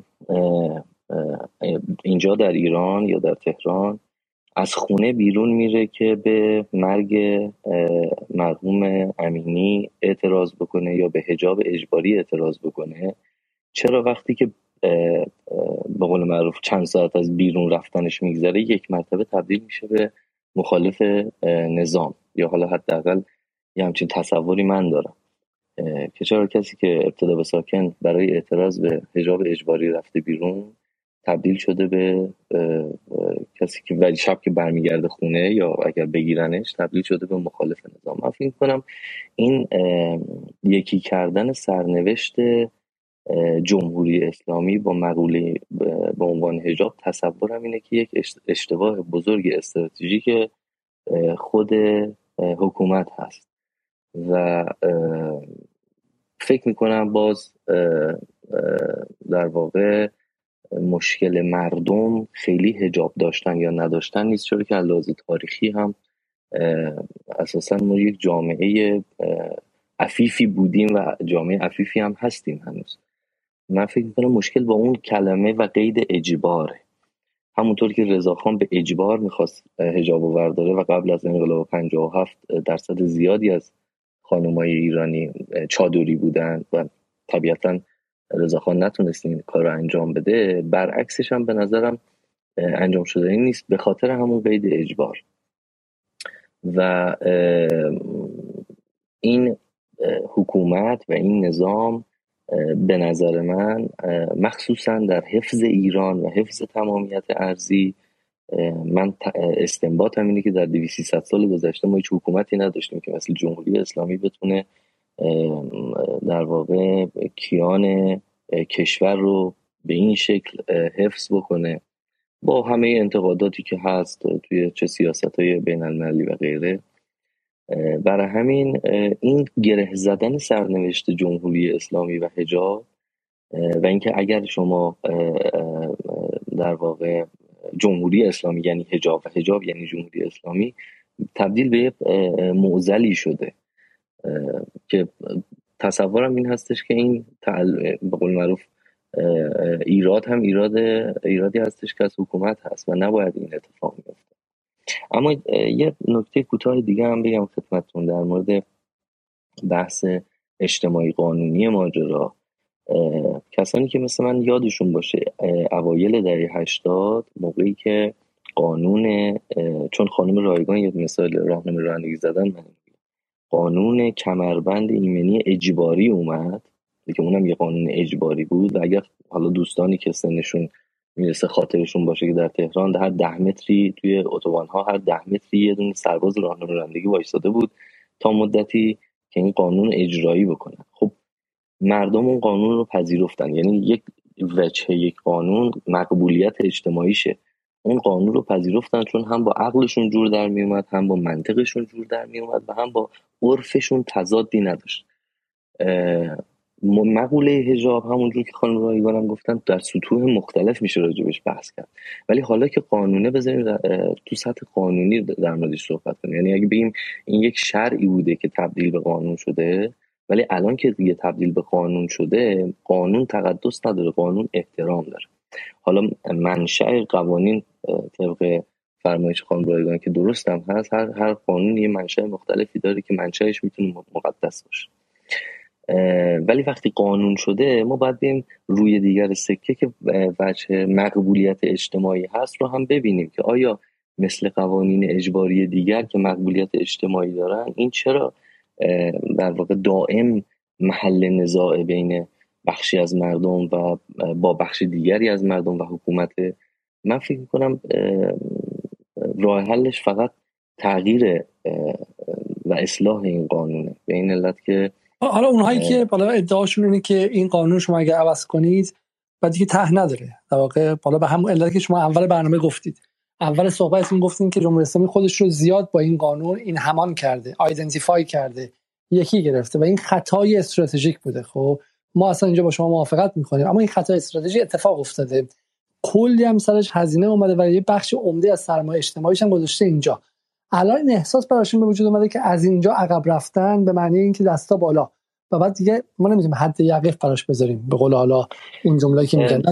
اینجا در ایران یا در تهران از خونه بیرون میره که به مرگ مرحوم امینی اعتراض بکنه یا به حجاب اجباری اعتراض بکنه، چرا وقتی که به قول معروف چند ساعت از بیرون رفتنش میگذره یک مرتبه تبدیل میشه به مخالف نظام؟ یا حالا حداقل یه همچین تصوری من دارم که چرا کسی که ابتدا به ساکن برای اعتراض به حجاب اجباری رفته بیرون تبدیل شده به کسی که ولی شب که برمیگرده خونه یا اگر بگیرنش تبدیل شده به مخالف نظام. من فکر کنم این یکی کردن سرنوشت جمهوری اسلامی با مقوله به عنوان حجاب تصورم اینه که یک اشتباه بزرگ استراتژیک خود حکومت هست و فکر میکنم باز در واقع مشکل مردم خیلی حجاب داشتن یا نداشتن نیست، چون که از لحاظ تاریخی هم اساسا ما یک جامعه عفیفی بودیم و جامعه عفیفی هم هستیم هنوز. من فکر میکنم مشکل با اون کلمه و قید اجباره. همونطور که رضاخان به اجبار میخواست حجابو ورداره و قبل از انقلاب 57% زیادی از خانمای ایرانی چادری بودن و طبیعتاً رضاخان نتونست این کار رو انجام بده، برعکسش هم به نظرم انجام شده این نیست به خاطر همون قید اجبار. و این حکومت و این نظام به نظر من مخصوصا در حفظ ایران و حفظ تمامیت ارضی، من استنباطم اینه که در 200-300 سال گذشته ما هیچ حکومتی نداشتیم که مثل جمهوری اسلامی بتونه در واقع کیان کشور رو به این شکل حفظ بکنه با همه انتقاداتی که هست توی چه سیاست‌های بین‌المللی و غیره. برای همین این گره زدن سرنوشت جمهوری اسلامی و حجاب و اینکه اگر شما در واقع جمهوری اسلامی یعنی حجاب و حجاب یعنی جمهوری اسلامی تبدیل به معضلی شده که تصورم این هستش که این به قول معروف ایراد هم ایرادی هستش که از حکومت هست و نباید این اتفاق بیفته. اما یه نکته کوتاه دیگه هم بگم خدمتتون در مورد بحث اجتماعی قانونی ماجرا. کسانی که مثل من یادشون باشه اوایل دهه 80 موقعی که قانون چون خانم رایگان یه مثال راهنمای رانندگی زدن من قانون کمربند ایمنی اجباری اومد که اونم یه قانون اجباری بود و اگر حالا دوستانی که سنشون میرسه خاطرشون باشه که در تهران هر 10 متری توی اتوبان‌ها هر 10 متری یه دونه سرباز راهنمای رانندگی وایساده بود تا مدتی که این قانون اجرایی بکنن. خب مردم اون قانون رو پذیرفتن، یعنی یک وجه یک قانون مقبولیت اجتماعیشه، اون قانون رو پذیرفتن چون هم با عقلشون جور در می اومد، هم با منطقشون جور در می اومد و هم با عرفشون تضادی نداشت. مقوله حجاب همونجور که خانم رایگان هم گفتن در سطوح مختلف میشه راجبش بحث کرد، ولی حالا که قانونه بذاریم تو سطح قانونی در موردش صحبت کنیم. یعنی اگه بگیم این یک شرعی بوده که تبدیل به قانون شده، ولی الان که دیگه تبدیل به قانون شده، قانون تقدس نداره، قانون احترام داره. حالا منشأ قوانین طبق فرمایش خانم رایگان که درست هم هست، هر قانون یه منشأ مختلفی داره که منشأش میتونه مقدس باشه، ولی وقتی قانون شده ما باید بیم روی دیگر سکه که وجه مقبولیت اجتماعی هست رو هم ببینیم که آیا مثل قوانین اجباری دیگر که مقبولیت اجتماعی دارن این چرا در واقع دائم محل نزاع بین بخشی از مردم و با بخش دیگری از مردم و حکومت. من فکر میکنم راه حلش فقط تغییر و اصلاح این قانونه، به این علت که حالا اونهایی که بالا ادعاشون اینه که این قانون شما اگه عوض کنید بعد دیگه ته نداره، در واقع بالا به همون علت که شما اول برنامه گفتید، اول صحبتتون گفتین که جمهوری اسلامی خودش رو زیاد با این قانون این همان کرده، آیدنتیفای کرده، یکی گرفته و این خطای استراتژیک بوده. خب ما اصلا اینجا با شما موافقت میکنیم، اما این خطای استراتژیک اتفاق افتاده، کلی هم سرش هزینه اومده و یه بخش عمده از سرمایه اجتماعیش هم گذاشته اینجا. الان این احساس براشون به وجود اومده که از اینجا عقب رفتن به معنی اینکه دستا بالا و بعد دیگه ما نمیتونیم حد یقف براش بذاریم، به قول حالا این جمله‌ای که میگن.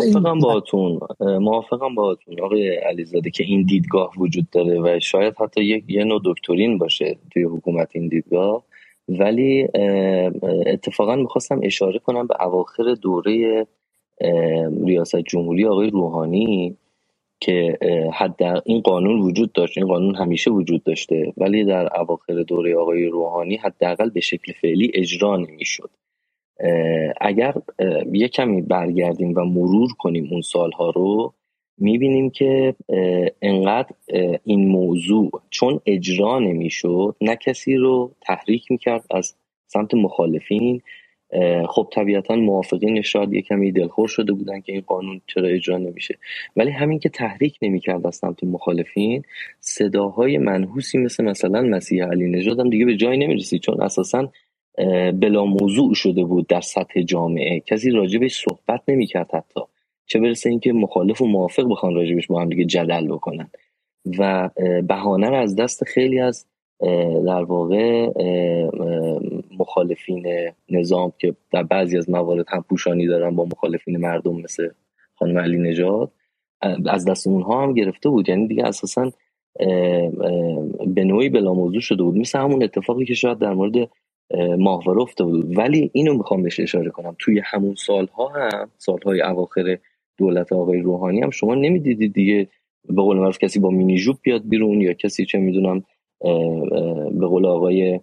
موافقم باهاتون آقای علیزاده که این دیدگاه وجود داره و شاید حتی یه نوع دکترین باشه توی حکومت این دیدگاه، ولی اتفاقا میخواستم اشاره کنم به اواخر دوره ریاست جمهوری آقای روحانی که حد این قانون وجود داشت، این قانون همیشه وجود داشته، ولی در اواخر دوره آقای روحانی حداقل به شکل فعلی اجرا نمیشد. اگر یه کمی برگردیم و مرور کنیم اون سالها رو، میبینیم که انقدر این موضوع چون اجرا نمیشد نه کسی رو تحریک میکرد از سمت مخالفین. خب طبیعتا موافقین شاید یه کمی دلخور شده بودن که این قانون چرا اجرا نمیشه، ولی همین که تحریک نمیکرد از سمت مخالفین، صداهای منحوسی مثلا مسیح علی نژاد هم دیگه به جای نمیرسید، چون اساسا بلا موضوع شده بود در سطح جامعه، کسی راجبش صحبت نمیکرد، حتی چه برسه اینکه مخالف و موافق بخوان راجبش با هم دیگه جدل بکنن و بهانه رو از دست خیلی از در واقع مخالفین نظام که در بعضی از موارد هم پوشانی دارن با مخالفین مردم مثل خانم علی نژاد، از دست اونها هم گرفته بود. یعنی دیگه اساسا به نوعی بلا موضوع شده بود، مثل همون اتفاقی که شاید در مورد ماهواره افتاده بود. ولی اینو میخوام بهش اشاره کنم، توی همون سالها هم سالهای اواخر دولت آقای روحانی هم شما نمیدیدید دیگه به قول معروف کسی با مینی جوب بیاد بیرون یا کسی چه میدونم به قول آقای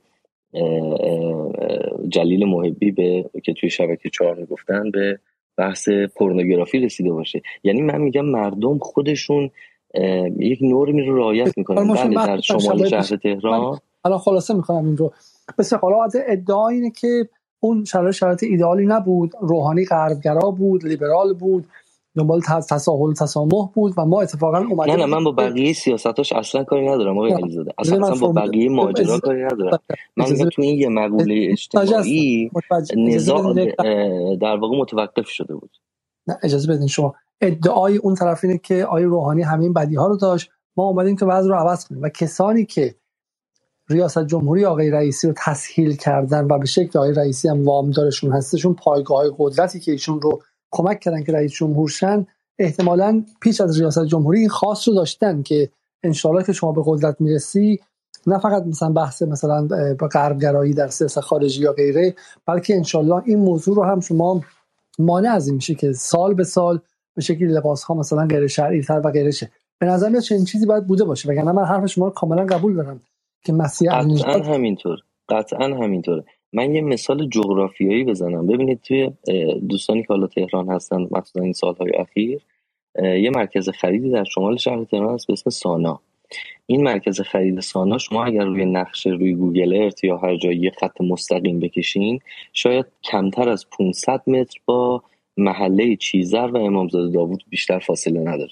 جلیل محبی که توی شبکه 4 میگفتن به بحث پورنوگرافی رسیده باشه. یعنی من میگم مردم خودشون یک نرمی رو رعایت میکنن. بله در شمال شهر تهران الان خلاصه میکنم این رو بسیار. حالا ادعا اینه که اون شرایط ایدئالی نبود. روحانی غربگرا بود، لیبرال بود، دنبال تساهل تسامح بود و ما اتفاقا اومدیم. نه من با بقیه سیاستاش اصلا کاری ندارم آقای علیزاده، اصلا با بقیه ماجرا کاری ندارم. من میگم تو این یه مقوله اجتماعی نزاع در واقع متوقف شده بود. نه اجازه بدین شما. ادعای اون طرف اینه که آقای روحانی همین بدیها رو داشت، ما اومدیم که وضع رو عوض کنیم و کسانی که ریاست جمهوری آقای رئیسی رو تسهیل کردن و به شکل آقای رئیسی هم وامدارشون هستشون، پایگاه‌های قدرتی که ایشون رو کمک کردن که رئیس جمهور شن، احتمالاً پیش از ریاست جمهوری این خاص رو داشتن که انشالله که شما به قدرت میرسی نه فقط مثلا بحث مثلا غربگرایی در سیاست خارجی یا غیره، بلکه انشالله این موضوع رو هم شما مانع از این میشه که سال به سال به شکلی لباس‌ها مثلا غیر شرعی تر و غیره شه. به نظر میاد چنین چیزی باید بوده باشه، وگرنه من حرف شما رو کاملا قبول دارم که مسیح قطعاً همینطوره. من یه مثال جغرافیایی بزنم. ببینید توی دوستانی که حالا تهران هستن مثلا این سالهای اخیر یه مرکز خریدی در شمال شهر تهران هست به اسم سانا. این مرکز خرید سانا شما اگر روی نقشه روی گوگل ارت یا هر جایی یه خط مستقیم بکشین شاید کمتر از 500 متر با محله چیزر و امامزاده داوود بیشتر فاصله نداره.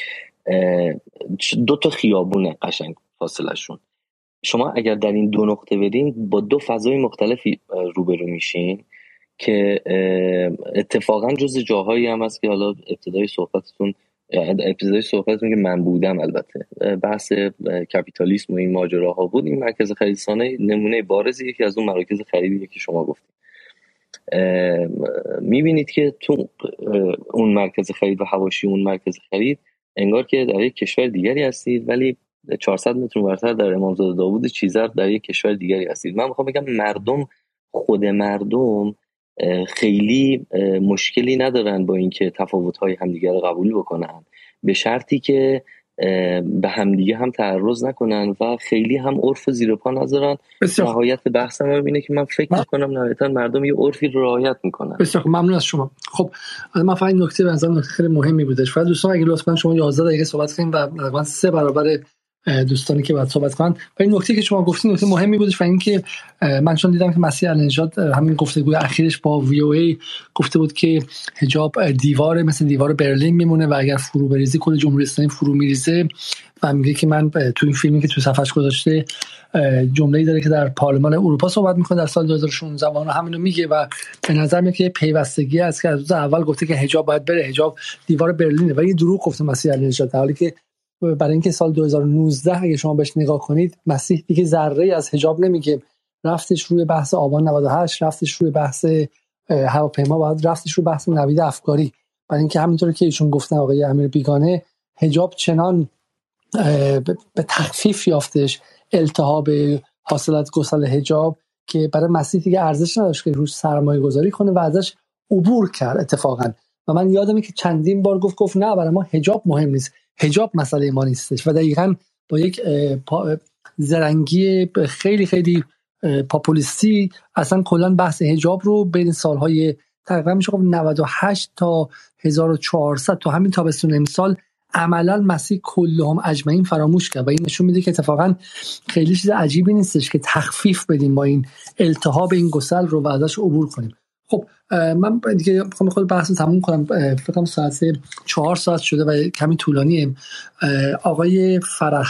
2 تا خیابونه قشنگ فاصله شون. شما اگر در این 2 نقطه برین با 2 فضای مختلفی روبرو میشین که اتفاقا جز جاهایی هم هست که حالا ابتدای صحبتتون که من بودم البته بحث کپیتالیسم و این ماجراها بود. این مرکز خرید سانه نمونه بارزی یکی از اون مراکز خریدیه که شما گفتید. میبینید که تو اون مرکز خرید و حواشی اون مرکز خرید انگار که در یک کشور دیگری هستید، ولی 400 متر اونورتر در امامزاده داوود چیزر در یک کشور دیگری هستید. من میخوام بگم خود مردم خیلی مشکلی ندارن با اینکه تفاوت‌های همدیگه رو قبول بکنن، به شرطی که به همدیگه هم تعرض نکنن و خیلی هم عرف زیر پا نذارن. نهایت بحثم اینه که من فکر می‌کنم نهایتاً مردم یه عرفی رو رعایت میکنن. بسیار ممنون از شما. خب من فقط این نکته به نظرم خیلی مهمی بودش. فقط دوستان اگه لطفاً شما 11 دقیقه صحبت کنیم و تقریباً 3 برابر دوستانی که باید صحبت کنن. و این نکته که شما گفتین نکته مهمی بودش و اینکه من چون دیدم که مسیح النژاد همین گفتگوی اخیرش با VOA گفته بود که حجاب دیوار مثل دیوار برلین میمونه و اگر فرو بریزی کل جمهوری اسلامی فرو میریزه. و میگه که من تو این فیلمی که تو صفحش گذاشته جمله‌ای داره که در پارلمان اروپا صحبت میکنه در سال 2016 و اون همین رو میگه و به نظر میاد که پیوستگی است که از اول گفته که حجاب باید بره، حجاب دیوار برلینه، ولی دروغ گفته مسیح النژاد، در حالی که برای اینکه سال 2019 اگه شما بهش نگاه کنید مسیح دیگه ذره از حجاب نمیگه، رفتش روی بحث آبان 98، رفتش روی بحث هواپیما، بعد رفتش روی بحث نوید افکاری. برای اینکه همینطوری که ایشون گفتن آقای امیر بیگانه حجاب چنان به تخفیف یافتش التهاب حاصلات گسل حجاب که برای مسیح دیگه ارزش نداشت که روش سرمایه گذاری کنه و ازش عبور کرد اتفاقا. و من یادمه که چندین بار گفت نه برای ما حجاب مهم نیست، حجاب مسئله ما نیستش و دقیقاً با یک زرنگی خیلی خیلی پاپولیستی اصلا کلا بحث حجاب رو بین سالهای تقریبا میشه گفت 98 تا 1400 تا همین تابستون امسال عملا مسیح کلهم اجمعین فراموش کرد و این نشون میده که اتفاقا خیلی چیز عجیبی نیستش که تخفیف بدیم با این التهاب این گسل رو و ازش عبور کنیم. خب من دیگه میخوام خود بحث رو تموم کنم، فکر کنم ساعت 4 ساعت شده و کمی طولانیه. آقای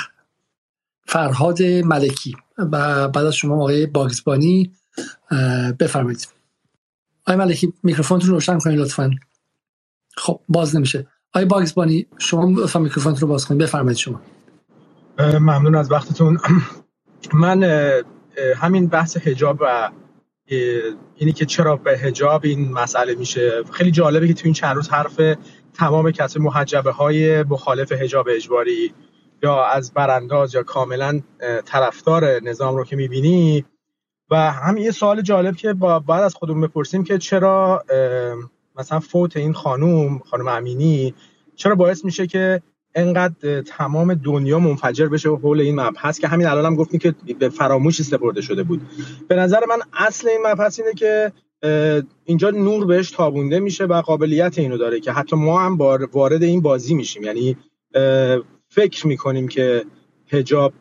فرهاد ملکی و بعد از شما آقای باگزبانی بفرمایید. آقای ملکی میکروفونتون رو روشن کنید لطفاً. خب باز نمیشه. آقای باگزبانی شما لطفاً میکروفونتون رو باز کنید، بفرمایید شما. ممنون از وقتتون. من همین بحث حجاب و اینی که چرا به حجاب این مسئله میشه خیلی جالبه که تو این چند روز حرف تمام کسب محجبه های مخالف حجاب اجباری یا از برانداز یا کاملا طرفدار نظام رو که میبینی و همین یه سوال جالب که باید از خودمون بپرسیم که چرا مثلا فوت این خانم امینی چرا باعث میشه که انقدر تمام دنیا منفجر بشه حول این مبحث که همین الان هم گفتیم که به فراموشی سپرده شده بود. به نظر من اصل این مبحث اینه که اینجا نور بهش تابونده میشه و قابلیت اینو داره که حتی ما هم وارد این بازی میشیم، یعنی فکر میکنیم که حجاب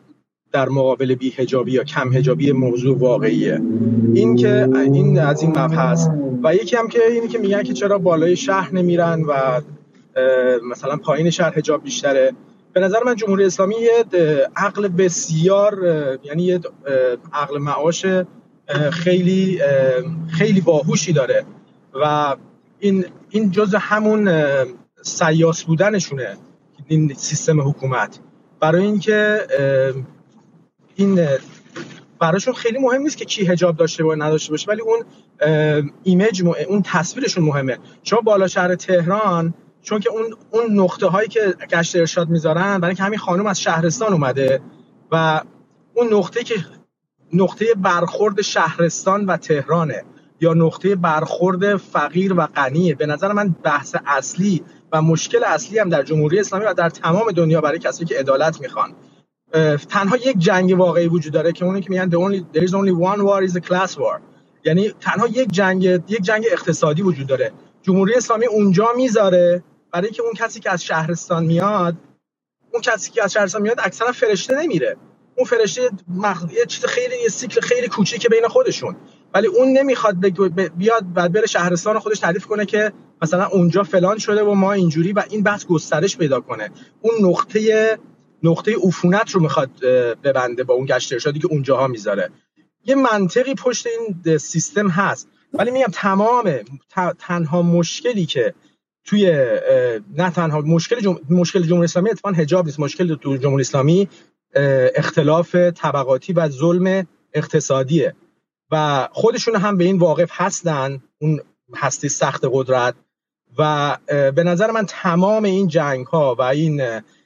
در مقابل بی‌حجابی یا کم حجابی موضوع واقعیه. این از این مبحث. و یکی هم که اینی که میگن که چرا بالای شهر نمیرن و مثلا پایین شهر حجاب بیشتره. به نظر من جمهوری اسلامی یه عقل بسیار، یعنی یه عقل معاش خیلی خیلی باهوشی داره و این جزء همون سیاس بودنشونه، این سیستم حکومت. برای اینکه این براشون خیلی مهم نیست که کی حجاب داشته باشه نداشته باشه، ولی اون ایمیج اون تصویرشون مهمه. شما بالا شهر تهران، چون که اون نقطه هایی که گشت ارشاد میذارن، برای اینکه همین خانم از شهرستان اومده و اون نقطه که نقطه برخورد شهرستان و تهرانه یا نقطه برخورد فقیر و غنیه. به نظر من بحث اصلی و مشکل اصلی هم در جمهوری اسلامی و در تمام دنیا برای کسی که عدالت میخوان، تنها یک جنگ واقعی وجود داره که اونی که میگن there is only one war is the class war، یعنی تنها یک جنگ اقتصادی وجود داره. جمهوری اسلامی اونجا میذاره برای اینکه اون کسی که از شهرستان میاد اکثرا فرشته نمیره. اون فرشته یه چیز یه سیکل خیلی کوچیکه بین خودشون، ولی اون نمیخواد بیاد بعد بره شهرستان خودش تعریف کنه که مثلا اونجا فلان شده و ما اینجوری، و این بحث گسترش پیدا کنه. اون نقطه عفونت رو میخواد ببنده با اون گشت ارشادی که اونجاها میذاره. یه منطقی پشت این سیستم هست، ولی میگم تنها مشکلی که توی نه تنها مشکل جمهوری اسلامی اتفاقا حجاب نیست. مشکل تو جمهوری اسلامی اختلاف طبقاتی و ظلم اقتصادیه و خودشون هم به این واقف هستن، اون هستی سخت قدرت. و به نظر من تمام این جنگ ها و این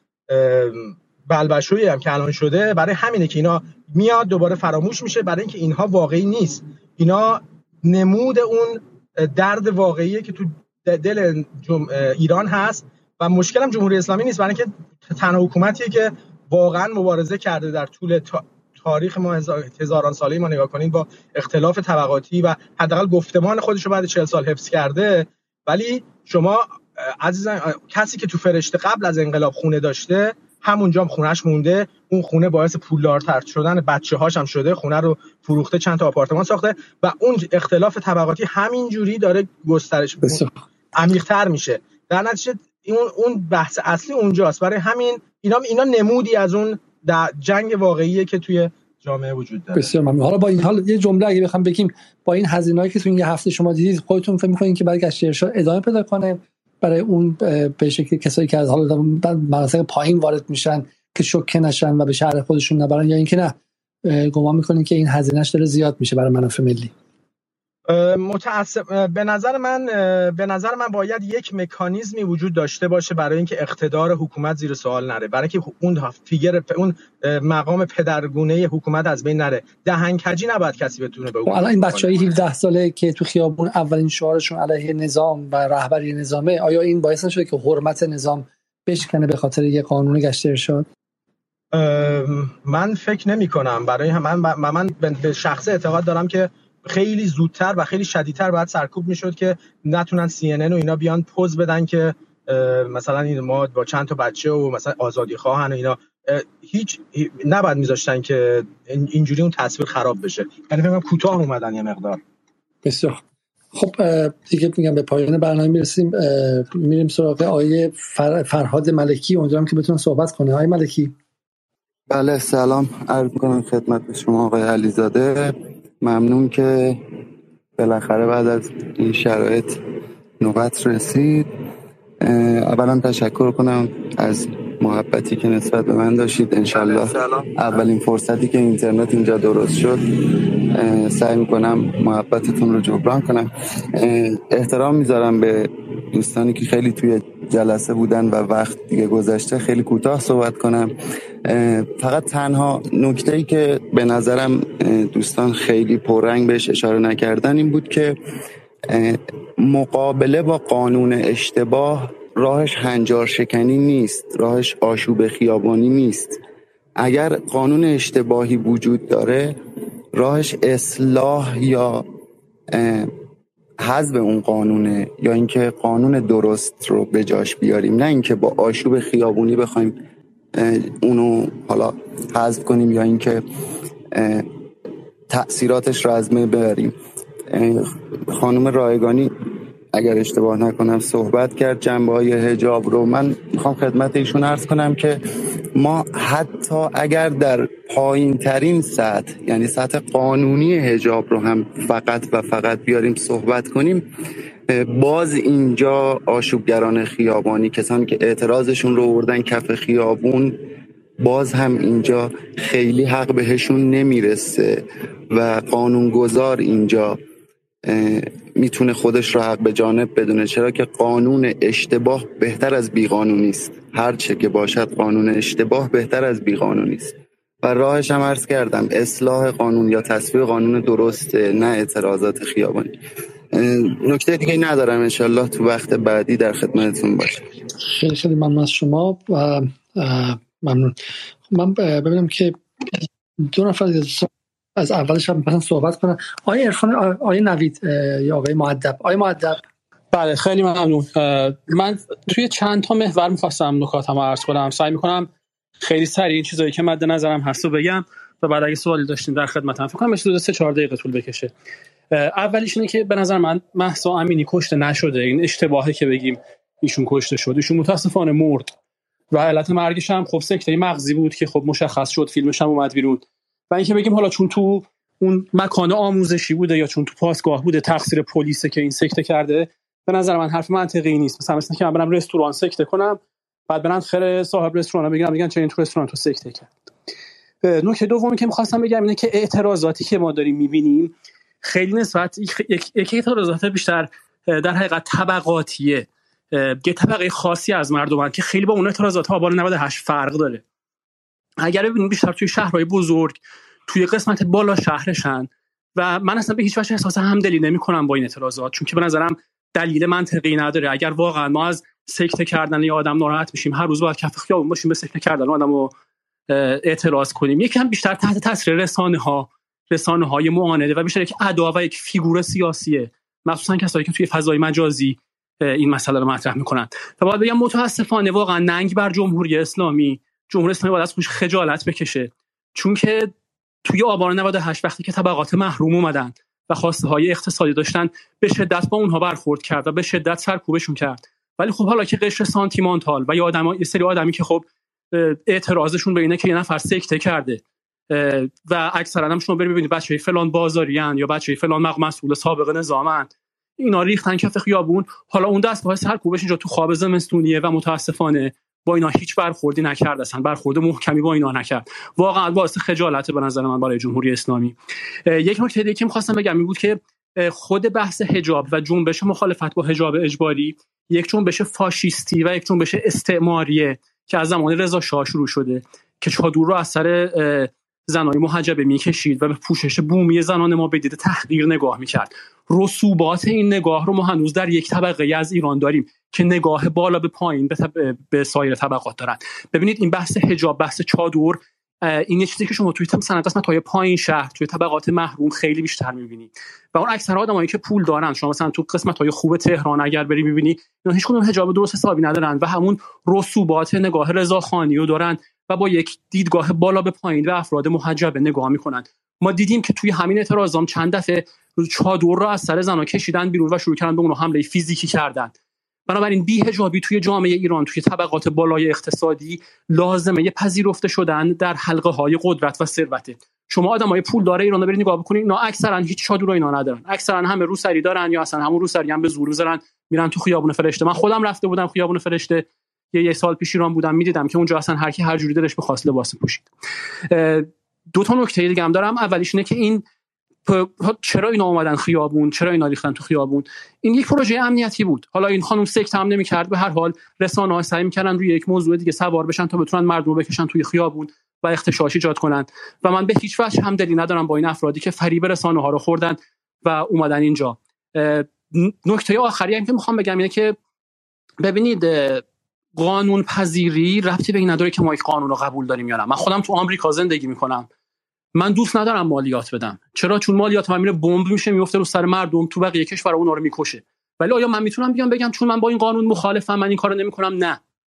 بلبشویی هم که الان شده برای همینه که اینا میاد دوباره فراموش میشه، برای اینکه اینها واقعی نیست. اینا نمود اون درد واقعیه که تو دل ایران هست و مشکل هم جمهوری اسلامی نیست، برای اینکه تنها حکومتیه که واقعا مبارزه کرده در طول تاریخ ما هزاران ساله ما نگاه کنین با اختلاف طبقاتی و حداقل گفتمان خودش رو بعد 40 سال حفظ کرده. ولی شما عزیزان، کسی که تو فرشته قبل از انقلاب خونه داشته همونجا خونهش مونده، اون خونه باعث پولدارتر شدن بچه‌هاش هم شده، خونه رو فروخته چند تا آپارتمان ساخته و اون اختلاف طبقاتی همینجوری داره گسترش عمیق‌تر میشه. در نتیجه اون بحث اصلی اونجاست. برای همین اینا نمودی از اون جنگ واقعیه که توی جامعه وجود داره. بسیار ممنون. حالا با این حال یه جمله اگه بخوام بگیم، با این هزینه‌ای که تو این یه هفته شما دیدید، خودتون فکر می‌کنین که برگشت ارشاد ادامه پیدا کنه برای اون به شکلی کسایی که از حالا مناطق پایین وارد میشن که شوکه نشن و به شهر خودشون نبرن، یا اینکه نه گمان می‌کنین که این هزینه‌اش داره زیاد میشه برای منافع ملی؟ متاسف به نظر من باید یک مکانیزمی وجود داشته باشه برای اینکه اقتدار حکومت زیر سوال نره، برای اینکه اون مقام پدرگونه حکومت از بین نره. دهنکجی نباید کسی بتونه به حکومت. الان این بچهای 17 ساله که تو خیابون اولین شعارشون علیه نظام و رهبری نظامه، آیا این باعث نشده که حرمت نظام بشکنه به خاطر یک قانون گشت ارشاد؟ من فکر نمی‌کنم. برای من به شخص اعتقاد دارم که خیلی زودتر و خیلی شدیدتر باید سرکوب میشد که نتونن CNN و اینا بیان پوز بدن که مثلا این ما با چند تا بچه و مثلا آزادی خواهن و اینا. هیچ نباید میذاشتن که اینجوری اون تصویر خراب بشه. یعنی فکر کنم کوتاه اومدن یه مقدار. بسیار خب، دیگه میگم به پایان برنامه میرسیم. میریم سراغ آقای فرهاد ملکی. امیدوارم که بتونن صحبت کنه. آقای ملکی. بله، سلام عرض می‌کنم خدمت شما آقای علیزاده. ممنون که بالاخره بعد از این شرایط نوبت رسید. اولا تشکر کنم از محبتی که نسبت به من داشتید. انشالله اولین فرصتی که اینترنت اینجا درست شد سعی میکنم محبتتون رو جبران کنم. احترام میذارم به دوستانی که خیلی توی جلسه بودن و وقت دیگه گذشته. خیلی کوتاه صحبت کنم. فقط تنها نکته‌ای که به نظرم دوستان خیلی پررنگ بهش اشاره نکردن این بود که مقابله با قانون اشتباه راهش هنجار شکنی نیست، راهش آشوب خیابانی نیست. اگر قانون اشتباهی وجود داره راهش اصلاح یا حذف اون قانونه، یا اینکه قانون درست رو به جاش بیاریم، نه اینکه با آشوب خیابانی بخوایم اونو حالا حذف کنیم یا اینکه تأثیراتش رو از بین ببریم. خانم رایگانی اگر اشتباه نکنم صحبت کرد جنبه‌های حجاب رو. من میخوام خدمت ایشون عرض کنم که ما حتی اگر در پایین ترین سطح، یعنی سطح قانونی حجاب رو هم فقط بیاریم صحبت کنیم، باز اینجا آشوبگران خیابانی، کسانی که اعتراضشون رو آوردن کف خیابون، باز هم اینجا خیلی حق بهشون نمیرسه و قانونگذار اینجا میتونه خودش رو حق به جانب بدونه، چرا که قانون اشتباه بهتر از بیقانونی است. هر چه که باشد قانون اشتباه بهتر از بیقانونی است و راهش هم عرض کردم اصلاح قانون یا تصویب قانون درسته، نه اعتراضات خیابانی. نکته دیگه ندارم، انشالله تو وقت بعدی در خدمتتون باشم. خیلی خیلی ممنون از شما و ممنون. من ببینم که دو نفر از اولش هم مثلا صحبت کنن. آقای عرفان، آقای نوید یا آقای مؤدب. آقای مؤدب. بله خیلی ممنون. من توی چند تا محور می‌خواستم نکاتمو عرض کنم. سعی می‌کنم خیلی سریع این چیزایی که مد نظرم هست رو بگم و بعد اگه سوالی داشتین در خدمتم. فکر کنم 3-4 دقیقه طول بکشه. اولیش اینه که به نظر من مهسا امینی کشته نشده. این اشتباهه که بگیم ایشون کشته شد. ایشون متاسفانه مرد و علت مرگش هم خب سکته مغزی بود که خب مشخص شد، فیلمش هم اومد بیرون. و اینکه بگیم حالا چون تو اون مکان آموزشی بوده یا چون تو پاسگاه بوده تقصیر پلیسه که این سکته کرده، به نظر من حرف منطقی نیست. مثلا که من برم رستوران سکته کنم، بعد برن خیر صاحب رستوران میگن چه این تو رستوران تو سکته کرد. نکته دومی که می‌خواستم بگم اینه که اعتراضاتی که ما داریم می‌بینیم خیلی نسبت یک اعتراضات بیشتر در حقیقت طبقاتیه، یه طبقه خاصی از مردم که خیلی با اون اعتراضات آبان 98 فرق داره. اگر ببینیم بیشتر توی شهرهای بزرگ توی قسمت بالا شهرشن و من اصلا به هیچ وجه احساس همدلی نمی‌کنم با این اعتراضات، چون که به نظرم دلیل منطقی نداره. اگر واقعا ما از سکته کردن یه آدم ناراحت میشیم، هر روز باید کف خیابون باشیم به سکته کردن آدمو اعتراض کنیم. یکم بیشتر تحت تاثیر رسانه‌های معانده و بیشتر یک ادا و یک فیگور سیاسیه، مخصوصا کسایی که توی فضای مجازی این مسئله رو مطرح میکنن. و باید بگم متاسفانه واقعا ننگ بر جمهوری اسلامی باید از خودش خجالت بکشه، چون که توی آبان 98 وقتی که طبقات محروم اومدن و خواسته های اقتصادی داشتن به شدت با اونها برخورد کرد و به شدت سرکوبشون کرد. ولی خب حالا که قشر سانتیمانتال و یه سری آدمی که خب اعتراضشون به اینه که یه نفر سکته کرده و اکثرا هم شما ببینید بچه‌های فلان بازاریان یا بچه‌های فلان مسئول سابق نظامن، اینا ریختن کف خیابون، حالا اون دستگاه سرکوبش اینجا تو خواب زمستونیه و متاسفانه با اینا هیچ برخوردی نکرد، اصلا برخورد محکمی با اینا نکرد. واقعا باعث خجالت به نظر من برای جمهوری اسلامی. یک نکته دیگه که می‌خواستم بگم این بود که خود بحث حجاب و جنبش مخالفت با حجاب اجباری یک جنبش فاشیستی و یک جنبش استعماریه که از زمان رضا شاه شروع شده که چادر رو از سر زنای محجبه میکشید و به پوشش بومی زنان ما به دید تحقیر نگاه میکرد. رسوبات این نگاه رو ما هنوز در یک طبقه از ایران داریم که نگاه بالا به پایین به سایر طبقات دارن. ببینید این بحث حجاب، بحث چادر، این یه چیزی که شما توی قسمت‌های پایین شهر توی طبقات محروم خیلی بیشتر می‌بینید و اون اکثر آدمایی که پول دارن، شما مثلا تو قسمت‌های خوب تهران اگر بری می‌بینی اینا هیچ کدوم حجاب درست حسابی ندارن و همون رسوبات نگاه رضاخانی رو دارن و با یک دیدگاه بالا به پایین به افراد محجب نگاه می‌کنن. ما دیدیم که توی همین اعتراضام چند دفعه چادر رو از سر زنا کشیدن بیرون و شروع کردن به اونها حمله فیزیکی کردن. بنابراین بی‌حجابی توی جامعه ایران توی طبقات بالای اقتصادی لازمه پذیرفته شدن در حلقه‌های قدرت و ثروت. شما آدمای پولدار ایران رو برید نگاه بکنید، اینا اکثرا هیچ چادر اینا ندارن، اکثرا همه روسری دارن یا اصلا همون روسری هم به زور می‌ذارن میرن تو خیابون فرشته. من خودم رفته بودم خیابون فرشته یه سال پیش ایران بودم، می‌دیدم که اونجا اصلا هر کی هر جوری دلش بخواست لباس پوشید. دو تا نکته دیگه هم دارم. اولیش اینه که این چرا اینا اومدن خیابون، چرا اینا ریختن تو خیابون؟ این یک پروژه امنیتی بود. حالا این خانم سکت هم نمی‌کرد، به هر حال رسانه‌ها سعی می‌کردن روی یک موضوع دیگه سوار بشن تا بتونن مردم رو بکشن توی خیابون و اختشاش ایجاد کنن و من به هیچ وجه همدلی ندارم با این افرادی که فریب رسانه‌ها رو خوردن و اومدن اینجا. نکته آخری هم که می‌خوام بگم اینه که ببینید قانون پذیری ربطی به این نداره که ما یک قانون رو قبول داریم یا نه. من خودم تو آمریکا زندگی می‌کنم، من دوست ندارم مالیات بدم. چرا؟ چون مالیات من میره بمب میشه میفته رو سر مردم تو بقیه کشور اونا رو میکشه. ولی آیا من میتونم بگم چون من با این قانون مخالفم من این کارو نمیکنم؟ نه.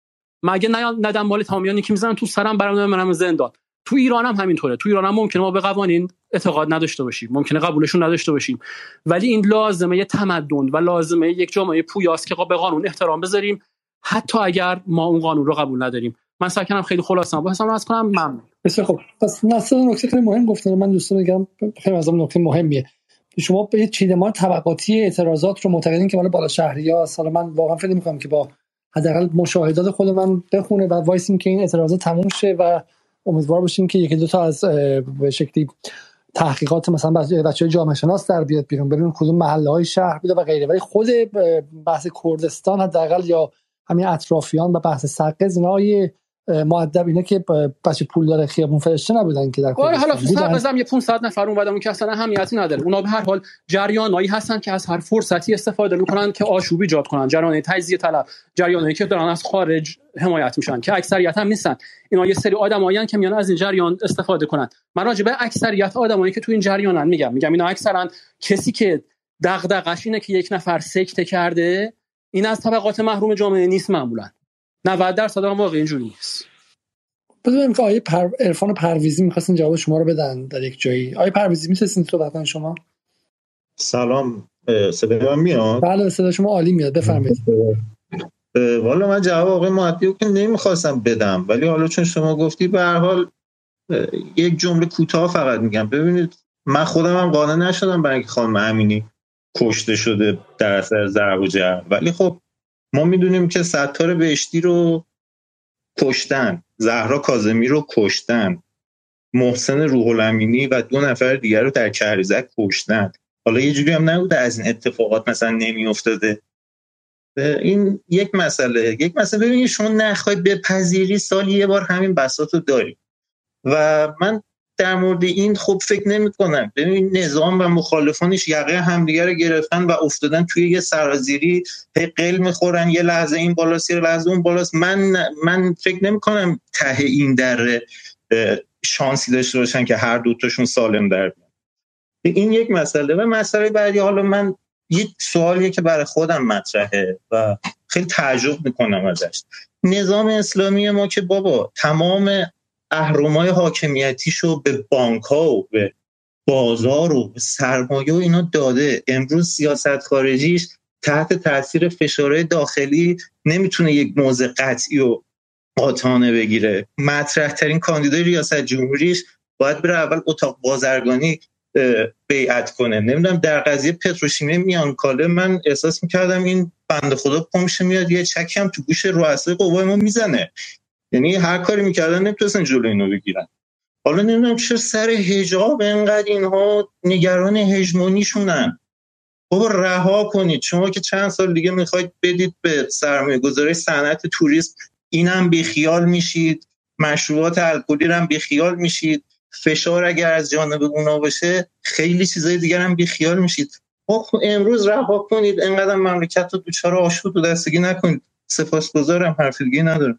مگه ندم مال تامیانی که میزنن تو سرم برام منم زندان. تو ایران هم همینطوره. تو ایران هم ممکنه ما به قوانین اعتقاد نداشته باشیم، ممکنه قبولشون نداشته باشیم، ولی این لازمه یه تمدن و لازمه یک جامعه پویاست که به قانون احترام بذاریم حتی اگر ما اون قانون رو قبول نداریم. من سعی کردم خیلی خلاصه بحثم رو کنم. ممنون. بسیار خوب. پس نکته خیلی مهم گفتن. من دوستان میگم خیلی از نکته مهمیه. شما به چیدمان طبقاتی اعتراضات رو معتقدین که مال بالا شهری‌ها است. من واقعا فکر نمی‌کنم که با حداقل مشاهدات خود من بخونه و وایسیم که این اعتراضات تموم شه و امیدوار باشیم که یکی دو تا از به شکلی تحقیقات مثلا بچه‌های جامعه شناس در بیاد بیرون، ببینیم کدوم محله‌های شهر بوده و غیره. ولی خود بحث کردستان حداقل یا همین اطرافیان و بحث سقز اینای مؤدب اینا که بچه پول داره خیابون فرشته نبودن که در کردستان. حالا تو سقزم یه 500 نفر اونم که اصلا اهمیتی نداره. اونا به هر حال جریانایی هستن که از هر فرصتی استفاده میکنن که آشوب ایجاد کنن، جریان تجزیه طلب، جریانایی که دارن از خارج حمایت میشن که اکثریت هم نیستن. اینا یه سری آدمایین که میان از این جریان استفاده کنن. من راجع به اکثریت آدمایی که تو این جریانن میگم اینا اکثرا کسی که دغدغش اینه که یک نفر سکته کرده، این از طبقات محروم جامعه نیست. معمولا 90% هم واقعا اینجوری نیست. بذاریم که آیه عرفان پرویزی می‌خواستن جواب شما رو بدن در یک جایی. آیه پرویزی می‌تونید صحبت کنید شما؟ سلام، صدای من میاد؟ بله صدای شما عالی میاد، بفرمایید. والا من جواب آقای مهدی رو که نمی‌خواستم بدم، ولی حالا چون شما گفتی به هر حال یک جمله کوتاه فقط میگم. ببینید من خودم هم قانع نشدم برای اینکه خانم امینی کشته شده در اثر ضرب و جرح، ولی خب ما میدونیم که ستار بهشتی رو کشتن، زهرا کاظمی رو کشتن، محسن روح الامینی و 2 نفر دیگر رو در کهریزک کشتن. حالا یه جوری هم نبوده از این اتفاقات مثلا نمی افتاده. این یک مسئله ببینید شما نخواهی بپذیری سالی یه بار همین بساط رو داری و من در مورد این خب فکر نمی کنم. ببین نظام و مخالفانش یقه همدیگه رو گرفتن و افتادن توی یه سرازیری، قل میخورن، یه لحظه این بالاست یه لحظه اون بالاست. من فکر نمی کنم ته این در شانسی داشته باشن که هر دوتاشون سالم در بیان. این یک مسئله. و مسئله بعدی، حالا من یک سوالیه که برای خودم مطرحه و خیلی تعجب میکنم ازش. نظام اسلامی ما که بابا تمام اهرم‌های حاکمیتیشو به بانک‌ها و به بازار و به سرمایه و اینا داده، امروز سیاست خارجیش تحت تاثیر فشارهای داخلی نمیتونه یک موضع قطعی و قاطعانه بگیره. مطرح ترین کاندیدای ریاست جمهوریش باید بره اول اتاق بازرگانی بیعت کنه. نمیدونم در قضیه پتروشیمی میانکاله من احساس میکردم این بنده خدا پمش میاد یه چکی هم تو گوش رؤسای قوای ما میزنه. یعنی هر کاری میکردن نمیتونستن جلوی اینو بگیرن. حالا نمیدونم چرا سر حجاب اینقدر اینها نگران هژمونیشونن. بابا رها کنید. شما که چند سال دیگه میخواید بدید به سرمایه‌گذاری صنعت توریسم، اینم بیخیال میشید، مشروبات الکلی هم بیخیال میشید، فشار اگر از جانب اونا باشه خیلی چیزای دیگر هم بیخیال میشید. خب امروز رها کنید، اینقدر مملکت رو دوچار آشوب و دستگی نکنید. سپاسگزارم، حرف دیگه ندارم.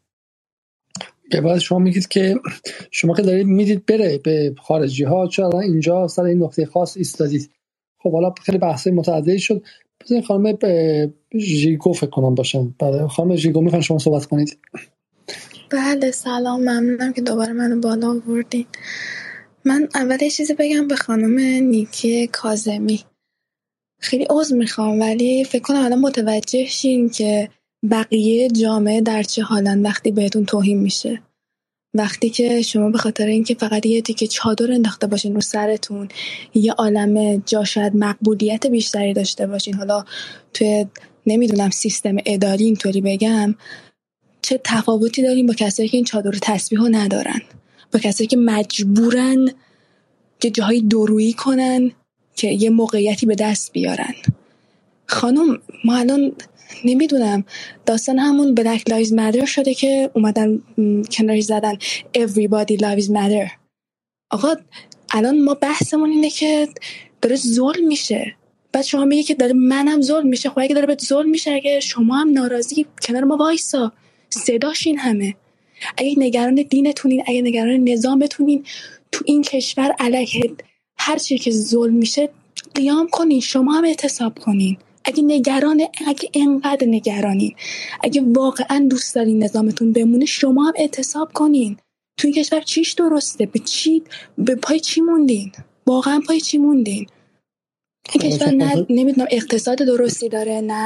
بعد شما میگید که شما که دارید میدید بره به خارجی ها، چرا اینجا سر این نقطه خاص ایستادید؟ خب حالا خیلی بحث متعددی شد. بذارید خانم ژیگو فکر کنم باشن. بله خانم ژیگو میخوان شما صحبت کنید. بله سلام، ممنونم که دوباره منو بالا آوردین. من اول یه چیزی بگم به خانم نیکی کاظمی. خیلی عذر میخوام ولی فکر کنم الان متوجه شین که بقیه جامعه در چه حالن وقتی بهتون توهین میشه. وقتی که شما به خاطر اینکه فقط یه تیکه چادر انداخته باشین رو سرتون، یه عالمه جا شاید مقبولیت بیشتری داشته باشین، حالا توی نمیدونم سیستم اداری اینطوری بگم، چه تفاوتی دارین با کسایی که این چادر تسبیحو ندارن، با کسایی که مجبورن که جاهای دورویی کنن که یه موقعیتی به دست بیارن. خانم ما الان نمیدونم داستان همون Black Lives Matter شده که اومدن کنارش زدن Everybody Lives Matter. آقا الان ما بحثمون اینه که داره ظلم میشه، بعد شما میگه که داره منم ظلم میشه. خب اگه داره بهت ظلم میشه، اگه شما هم ناراضی کنار ما وایسا، صداشین همه. اگه نگران دینتونین، اگه نگران نظامتونین، تو این کشور علیه هر چی که ظلم میشه قیام کنین، شما هم اعتصاب کنین. اگه انقدر نگرانین، اگه واقعا دوست دارین نظامتون بمونه، شما هم اعتصاب کنین. توی کشور چیش درسته؟ به پای چی موندین؟ واقعا پای چی موندین؟ این کشور نه نمیدونم اقتصاد درستی داره، نه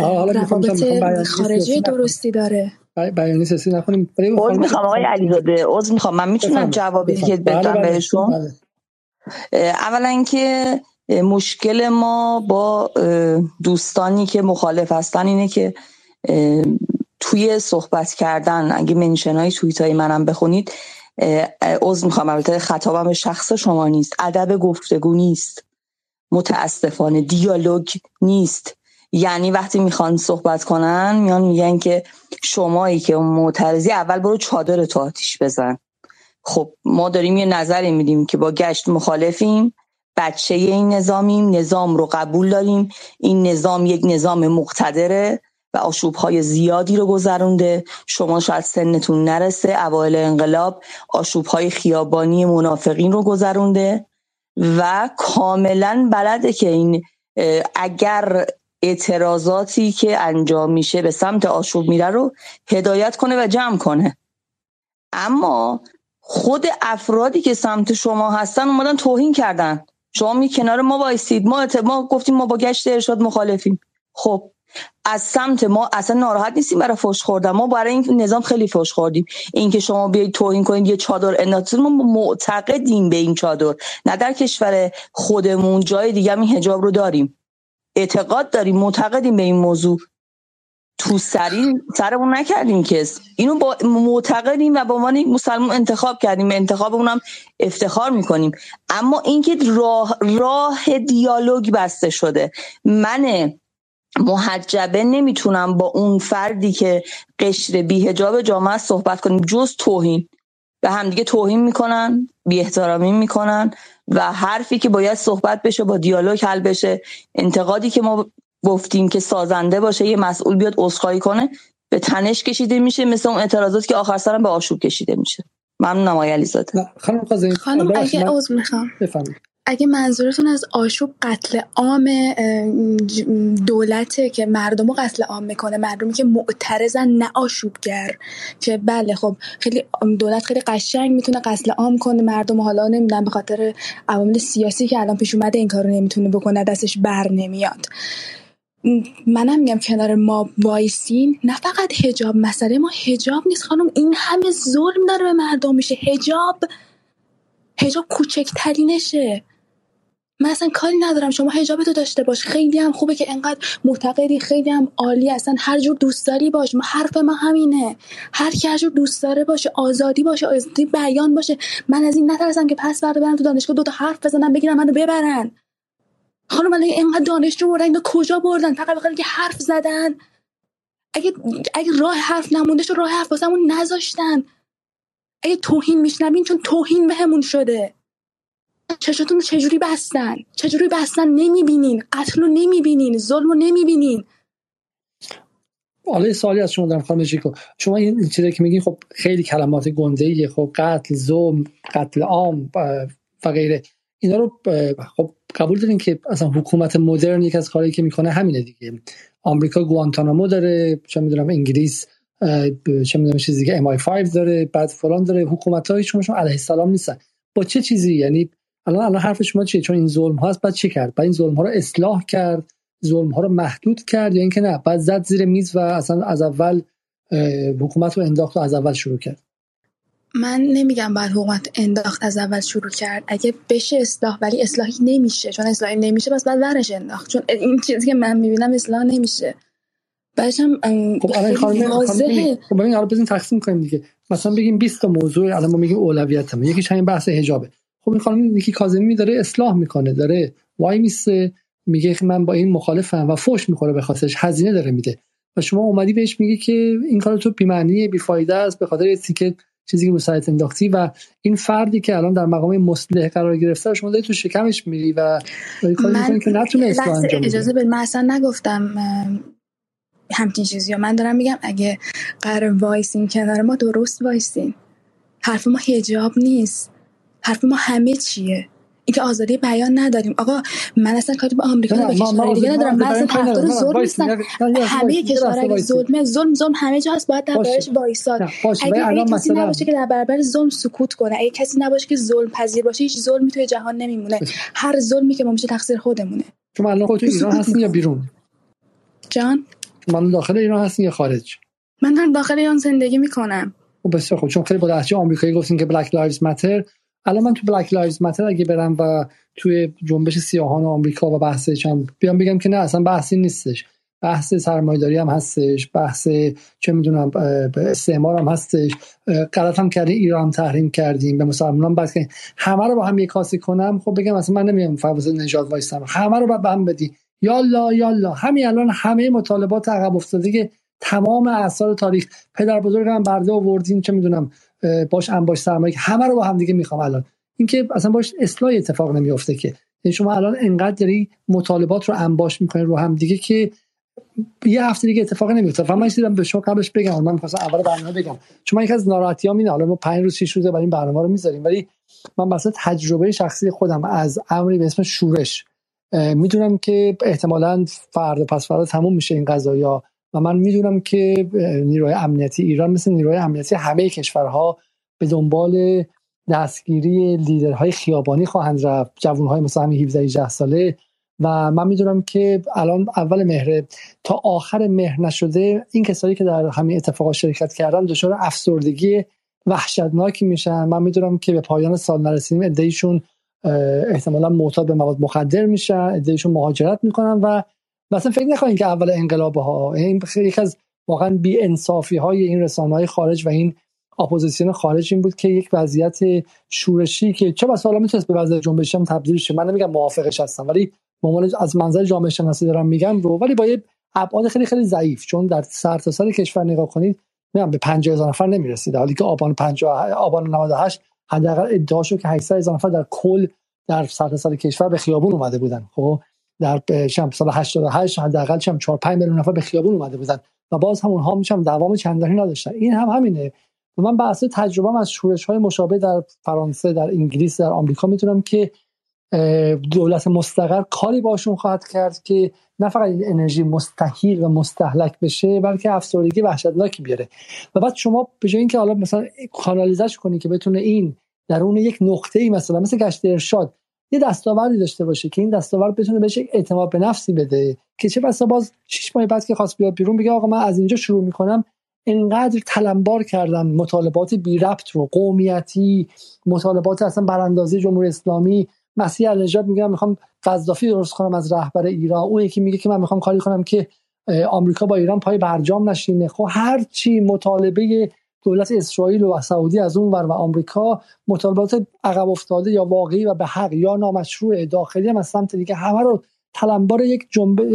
روابط خارجی درستی داره. بیانیه سیاسی نکنیم. عذر میخوام آقای علیزاده، عذر میخوام، من میتونم جوابی که بدم بهشون؟ اولا اینکه مشکل ما با دوستانی که مخالف هستن اینه که توی صحبت کردن، اگه منشنای توییتای منم بخونید، عذر میخوام البته خطابم به شخص شما نیست، ادب گفتگو نیست، متاسفانه دیالوگ نیست. یعنی وقتی میخوان صحبت کنن میان میگن که شمایی که معترضی اول برو چادرتو آتیش بزن. خب ما داریم یه نظری میدیم که با گشت مخالفیم، بچه این نظامیم، نظام رو قبول داریم، این نظام یک نظام مقتدره و آشوب‌های زیادی رو گذرونده. شما شاید سنتون نرسه، اوایل انقلاب آشوب‌های خیابانی منافقین رو گذرونده و کاملا بلده که این اگر اعتراضاتی که انجام میشه به سمت آشوب میره رو هدایت کنه و جمع کنه. اما خود افرادی که سمت شما هستن اومدن توهین کردن. شما می کنار ما وایسید، ما گفتیم ما با گشت ارشاد مخالفیم. خب از سمت ما اصلا ناراحت نیستیم برای فحش خوردن، ما برای این نظام خیلی فحش خوردیم. این که شما بیاید توهین کنید یه چادر انداختید، ما معتقدیم به این چادر، نه در کشور خودمون جای دیگه این حجاب رو داریم، اعتقاد داریم، معتقدیم به این موضوع، تو سرمون نکردیم که اینو با معتقدیم و با عنوان یک مسلمان انتخاب کردیم، انتخابمون هم افتخار میکنیم. اما اینکه راه دیالوگ بسته شده، من محجبه نمیتونم با اون فردی که قشر بی‌حجاب جامعه صحبت کنیم جز توهین. به همدیگه توهین میکنن، بی احترامی میکنن و حرفی که باید صحبت بشه با دیالوگ حل بشه، انتقادی که ما گفتیم که سازنده باشه، یه مسئول بیاد عذرخواهی کنه، به تنش کشیده میشه، مثل اون اعتراضاتی که آخر سرم به آشوب کشیده میشه. ممنونم آقای علیزاده. خانم اگه عذر میخوام، اگه منظورتون از آشوب قتل عام دولته که مردمو قتل عام میکنه، مردمی که معترضن نه آشوبگر، که بله خب خیلی دولت خیلی قشنگ میتونه قتل عام کنه مردم، حالا نمیدونم به خاطر عوامل سیاسی که الان پیش اومده این کارو نمیتونه بکنه، دستش بر نمیاد. منم میگم کنار ما وایسین. نه فقط حجاب، مسئله ما حجاب نیست خانم، این همه ظلم داره به مردم میشه. حجاب کوچکترینشه. من اصلا کاری ندارم شما حجابتو داشته باش، خیلی هم خوبه که انقدر معتقدی، خیلی هم عالی، اصلا هر جور دوست داری باش. حرف ما همینه، هر کی هر جور دوست داره باشه، آزادی باشه، آزادی بیان باشه. من از این نترسم که پس فردا برم تو دانشگاه 2 تا حرف بزنم بگیرم منو ببرن. خانم من اینقدر دانشجو بردن، اینا کجا بردن؟ فقط بخاطر که حرف زدن. اگه راه حرف نمونده شو، راه حرف واسمون نذاشتن. اگه توهین میشنوین چون توهین بهمون شده. چشاتون چجوری بستن نمیبینین، قتل رو نمیبینین، ظلم رو نمیبینین. حالا سوالی از شما دارم خانم جیکو، شما این چیزی که میگین خب خیلی کلمات گنده‌ایه، خب قتل، ظلم، قتل عام و غیره، اینا رو خب قبول دارین که اصلا حکومت مدرن یک از کارهایی که میکنه همینه دیگه. آمریکا گوانتانامو داره، چه میدونم انگلیس چه میدونم چیز دیگه MI5 داره، بعد فلان داره. حکومت‌های شما علیه السلام نیستن. با چه چیزی؟ یعنی الان حرف شما چیه؟ چون این ظلم هاست بعد چی کرد؟ بعد این ظلم ها رو اصلاح کرد، ظلم ها رو محدود کرد، یا اینکه نه بعد زد زیر میز و اصلا از اول حکومت رو انداخت و از اول شروع کرد؟ من نمیگم بعد حکومت انداخت از اول شروع کرد، اگه بشه اصلاح، ولی اصلاحی نمیشه. چون اصلاحی نمیشه بس بعد ورش انداخت، چون این چیزی که من میبینم اصلاح نمیشه. بعدش هم خیلی واضحه. خب ببین الان بزنین تقسیم کنیم دیگه. مثلا بگیم 20 تا موضوع الان ما میگیم اولویتمه، یکیش همین بحث حجابه. خب این خانم نیکی کاظمی داره اصلاح میکنه، داره وای میسه میگه من با این مخالفم و فوش میخوره به خاطرش، هزینه داره میده، و شما اومدی بهش میگی که این کار تو بی معنیه، بی فایده است، به خاطر تیکت چیزی که رو سایت انداختی. و این فردی که الان در مقام مصلح قرار گرفته شما داری تو شکمش میری و کاری میکنی که نتونه اصلاح انجام بده. اجازه بده، من اصلا نگفتم همچین چیزی. من دارم میگم اگه قرار وایسین کنار ما، درست وایسین. حرف ما حجاب نیست، حرف ما همه چیه. اینکه آزادی بیان نداریم. آقا من اصلا کاری با آمریکا و کشورهای دیگه ندارم. من اصلا طرفدار ظلم نیستم. همه کشورها ظلم همه جا هست، باید دربارش وایساد. اگه کسی نباشه که در برابر ظلم سکوت کنه، اگه کسی نباشه که ظلم پذیر باشه، هیچ ظلمی توی جهان نمیمونه. هر ظلمی که ما میشه تقصیر خودمونه. شما الان خودتون ایران هستین یا بیرون؟ جان من داخل ایران هستین یا خارج؟ من در داخل ایران زندگی میکنم. بسیار خوب، چون خیلی با لهجه آمریکایی گفتین که بلک لایوز ماتر. الان من تو بلک لایوز ماتر اگه برم و توی جنبش سیاهان آمریکا و بحثش هم بیام بگم که نه اصلا بحثی نیستش، بحث سرمایه‌داری هم هستش، بحث چه میدونم استعمار هم هستش، غلط هم کردیم، ایران تحریم کردیم، به مسلمانان بس که همه رو با هم یک کاسه کنم، خب بگم اصلا من نمیام فوز نژاد وایسم، همه رو با هم بدی یالا یالا. همین الان همه مطالبات عقب افتاده، تمام آثار تاریخ پدر بزرگم برده آوردین، چه میدونم باش انباش سرمایه، همه رو با هم دیگه میخوام. الان اینکه اصلا باش اصلاح اتفاق نمیافته که شما الان انقدر داری مطالبات رو انباش میکنین رو هم دیگه که یه هفته دیگه اتفاق نمیفته. فقط من دیدم به شما قبلش بگم، من می‌خواستم اول برنامه بگم، چون من یکی از ناراحتیام اینه، حالا ما 5 روز 6 روزه برای این برنامه رو میذاریم، ولی من واسه تجربه شخصی خودم از امری به اسم شورش میدونم که احتمالاً فردا پس فردا تموم میشه این قضایا، و من میدونم که نیروهای امنیتی ایران مثل نیروهای امنیتی همه کشورها به دنبال دستگیری لیدرهای خیابانی خواهند رفت، جوانهای مثلا 17-18 ساله، و من میدونم که الان اول مهر تا آخر مهر نشده این کسایی که در همین اتفاقات شرکت کردن دچار افسردگی وحشتناکی میشن. من میدونم که به پایان سال نرسیدیم عده‌ایشون احتمالاً معتاد به مواد مخدر میشن، عده‌ایشون مهاجرت میکنن و مثلا فکر نکنین که اول انقلاب‌ها، این یکی از واقعا بی‌انصافی‌های این رسانه‌های خارج و این اپوزیسیون خارج این بود که یک وضعیت شورشی که چه بسا حالا میتونست به وضعیت جنبشی هم تبدیل شه، من نمیگم موافقش هستم، ولی به عنوان از منظر جامعه شناسی دارم میگم رو، ولی با یه ابعاد خیلی خیلی ضعیف، چون در سرتاسر کشور نگاه کنید میگم به 50,000 نفر نمیرسید، حالی که آبان 98 حداقل ادعا شد که 800,000 نفر در کل در سرتاسر کشور به خیابون اومده بودن. خب در سال 88 حداقل 4-5 میلیون نفر به خیابون اومده بودن و باز هم اونها میشم دوام چندانی نداشتن. این هم همینه. و من به اساس تجربه‌ام از شورش‌های مشابه در فرانسه، در انگلیس، در آمریکا میتونم که دولت مستقر کاری باشون خواهد کرد که نه فقط این انرژی مستحیل و مستهلک بشه، بلکه افسردگی وحشتناکی بیاره. و بعد شما به جای اینکه حالا مثلا کانالیزش کنی که بتونه این درون یک نقطه‌ای مثلا مثل گشت ارشاد یه دستاوردی داشته باشه که این دستاورد بتونه بهش اعتماد به نفسی بده، که چه بسا باز 6 ماه بعد که خواست بیاد بیرون بگه آقا من از اینجا شروع میکنم، انقدر تلمبار کردم مطالبات بی ربط رو، قومیتی، مطالبات اصلا براندازی جمهوری اسلامی، مسیح النژاد میگم میخوام قذافی درست کنم از رهبر ایران، اون یکی میگه که من میخوام کاری کنم که آمریکا با ایران پای برجام نشینه. خب هر چی مطالبه دولت اسرائیل و سعودی از اون ور و آمریکا، مطالبات عقب افتاده یا واقعی و به حق یا نامشروع داخلی هم از سمت دیگه، همه رو تلمبار یک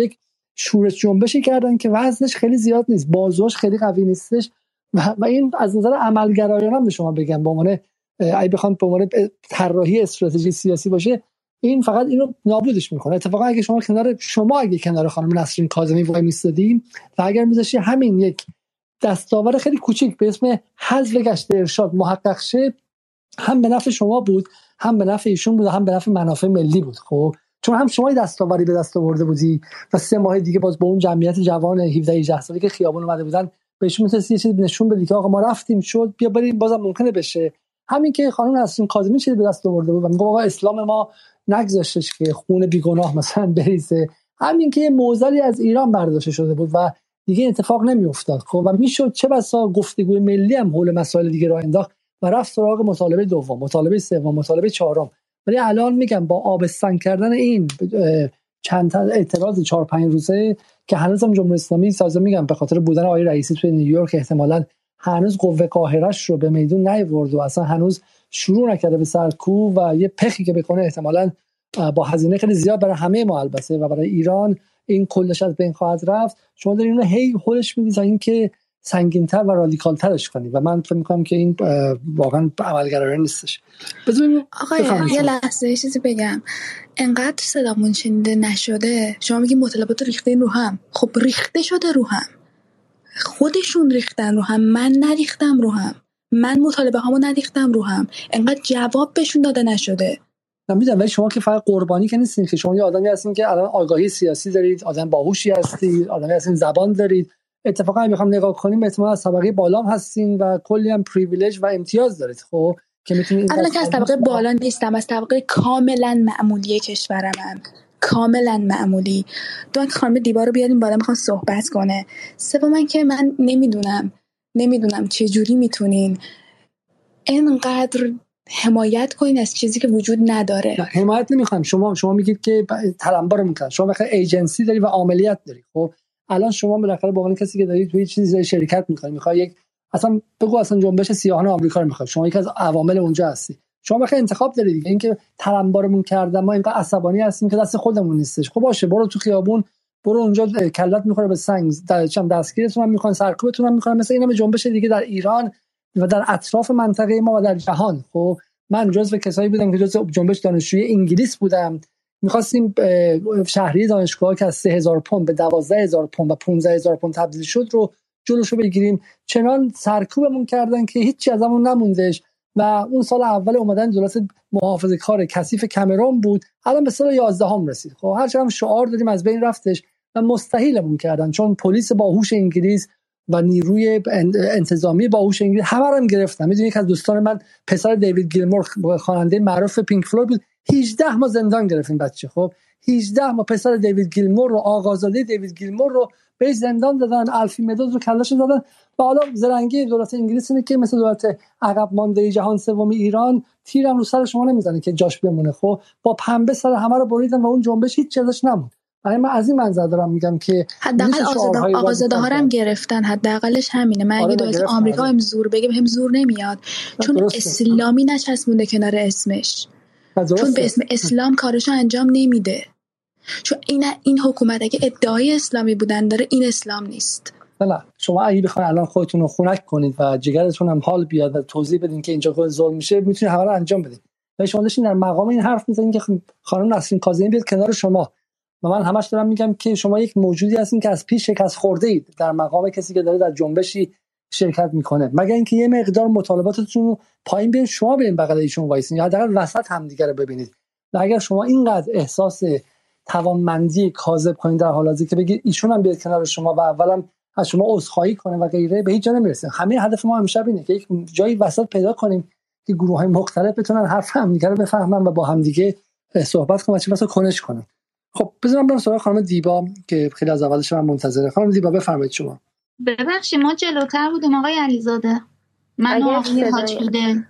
شورش جنبشی کردن که وزنش خیلی زیاد نیست، بازوش خیلی قوی نیستش و این از نظر عملگرایانه هم به شما بگم، به عنوان اگه بخوام به عنوان طراحی استراتژی سیاسی باشه، این فقط اینو نابودش میکنه. اتفاقا اگه اگه کنار خانم نسرین کاظمی وای میستادیم و اگر میذاشی همین یک دستاورد خیلی کوچیک به اسم حذف گشت ارشاد محقق شه، هم به نفع شما بود، هم به نفع ایشون بود، هم به نفع منافع ملی بود. خب چون هم شما دستاوری به دست آورده بودی و 3 ماه دیگه باز با اون جمعیت جوان 17-18 ساله که خیابون اومده بودن بهشون میتونستی یه چیزی نشون بدی که آقا ما رفتیم شد، بیا بریم، بازم ممکنه بشه. همین که خانم نسرین کاظمی چیزی به دست آورده بود و میگه آقا اسلام ما نگذاشتش که خون بیگناه مثلا بریزه، همین که یه معضلی از ایران برداشته شده بود و دیگه اتفاق نمیافتاد. خب و میشد چه بسا گفتگوی ملی هم حول مسائل دیگه راه انداخت و رفت سراغ مطالبه دوم، مطالبه سوم، مطالبه چهارم. ولی الان میگم با آبستن کردن این چند تا اعتراض 4-5 روزه که هنوزم جمهوری اسلامی سازه میگم به خاطر بودن آقای رئیسی توی نیویورک احتمالاً هنوز قوه قاهرش رو به میدون نیاورد و اصلا هنوز شروع نکرده به سرکوب و یه پخی که بکنه احتمالاً با هزینه خیلی زیاد برای همه ما البته و برای ایران این کلش از بین خواهد رفت. شما دارین اینو هی هولش میدید تا اینکه سنگین‌تر و رادیکال‌ترش کنید و من فکر می‌کنم که این واقعا عملگرایانه نیستش. آقای یه لحظه چیزی بگم، انقدر صدامون شنیده نشده، شما میگی مطالبات ریختین رو هم، خب ریخته شده رو هم، خودشون ریختن رو هم، من نریختم رو هم، من مطالبه هامو نریختم رو هم، انقدر جواب بهشون داده نشده. من میدونم ولی شما که فقط قربانی که نیستین، که شما یه آدمی هستین که الان آگاهی سیاسی دارید، آدم باهوشی هستید، آدمی هستین زبان دارید. اتفاقا میخوام نگاه کنیم احتمال از طبقه بالا هستین و کلی هم پریویلیج و امتیاز دارید. خب که میتونید الان که از طبقه بالا نیستم، از طبقه کاملا معمولی کشورم، کاملا معمولی. دو که خانم دیبا رو بیاریم بالا میخوان صحبت کنه. سوم که من نمیدونم چه جوری میتونین اینقدر حمایت کنین از چیزی که وجود نداره. حمایت نمیخوام. شما میگید که تلمبار میکنن. شما بخاطر ایجنسی داری و عاملیت داری. خب الان شما بالاخره به عنوان کسی که دارید توی چیزی شرکت میکنید، میخوای یک اصلا بگو اصلا جنبش سیاهان آمریکا رو میخواد، شما یکی از عوامل اونجا هستی. شما بخاطر انتخاب دارید دیگه. اینکه تلمبارمون کردن ما اینقدر عصبانی هستیم که دست خودمون نیستش. خب باشه، برو تو خیابون، برو اونجا کلت میخوره به سنگ، دستگیرتون هم میکنن، سرکوبتون هم میکنن، مثل اینم جنبش دیگه در ایران و در اطراف منطقه ما و در جهان. خب من جزو کسایی بودم که جزو جنبش دانشجوی انگلیس بودم، می‌خواستیم شهری دانشگاه که از 3000 پوند به 12000 پوند و 15000 پوند تبدیل شد رو جلوشو بگیریم. چنان سرکوبمون کردن که هیچی ازمون نموندش و اون سال اول اومدن دولت محافظه‌کار کثیف کامرون بود، الان به سال 11 رسید. خب هر چقدر شعار دادیم از بین رفتش و مستحیلمون کردن، چون پلیس باهوش انگلیس و نیروی انتظامی باهوش انگلیس همه رو هم گرفتن. میدونی که از دوستان من پسر دیوید گیلمور خواننده معروف پینک فلوید بود، 18 ماه زندان گرفت این بچه. خب 18 ماه پسر دیوید گیلمور رو، آقازاده دیوید گیلمور رو به زندان دادن، الفی مدوز رو کلهش دادن. و حالا زرنگی دولت انگلیس اینه که مثل دولت عقب مانده جهان سوم ایران تیرم رو سر شما نمیزنه که جاش بمونه. خب با پنبه سر همه رو بریدن و اون جنبش هیچ چیزش نموند. من از این منظر دارم میگم که حداقل آقازاده ها هم گرفتن، حداقلش همینه. من اگه دولت آمریکا هم زور بگم هم زور نمیاد، چون اسلامی نچسبونده کنار اسمش، چون به اسم اسلام کارشو انجام نمیده. چون این حکومت اگه ادعای اسلامی بودن داره، این اسلام نیست. نه شما اگه بخواید الان خودتون رو خنک کنید و جگرتون هم حال بیاد و توضیح بدین که اینجا ظلم میشه، میتونید همه رو انجام بدید. ولی شما داشتین در مقام این حرف میزنین که خانم نسرین کاظمی بیاد کنار شما و من همش دارم میگم که شما یک موجودی هستین که از پیش شکست خورده اید در مقام کسی که داره در جنبشی شرکت میکنه، مگر اینکه یه مقدار مطالباتتون رو پایین بیارین، شما برین بغل ایشون وایسین یا حداقل وسط همدیگه رو ببینید. و اگر شما اینقدر احساس توانمندی کاذب کنید در حال حاضر که بگید ایشون هم بیاد کنار شما و اولا از شما عذرخواهی کنه و غیره، به هیچ جا نمیرسیم. همه هدف ما همیشه اینه که یک جایی وسط پیدا کنیم که گروه‌های مختلف بتونن حرف همدیگه رو بفهمن و با همدیگه صحبت کنن و چه بسا کنش کنن. خب بذارم برم سراغ خانم دیبا که خیلی از اولش من منتظره. خانم دیبا بفرمایید شما. ببخشید ما جلوتر بودیم آقای علیزاده. من آقای حاج بوده.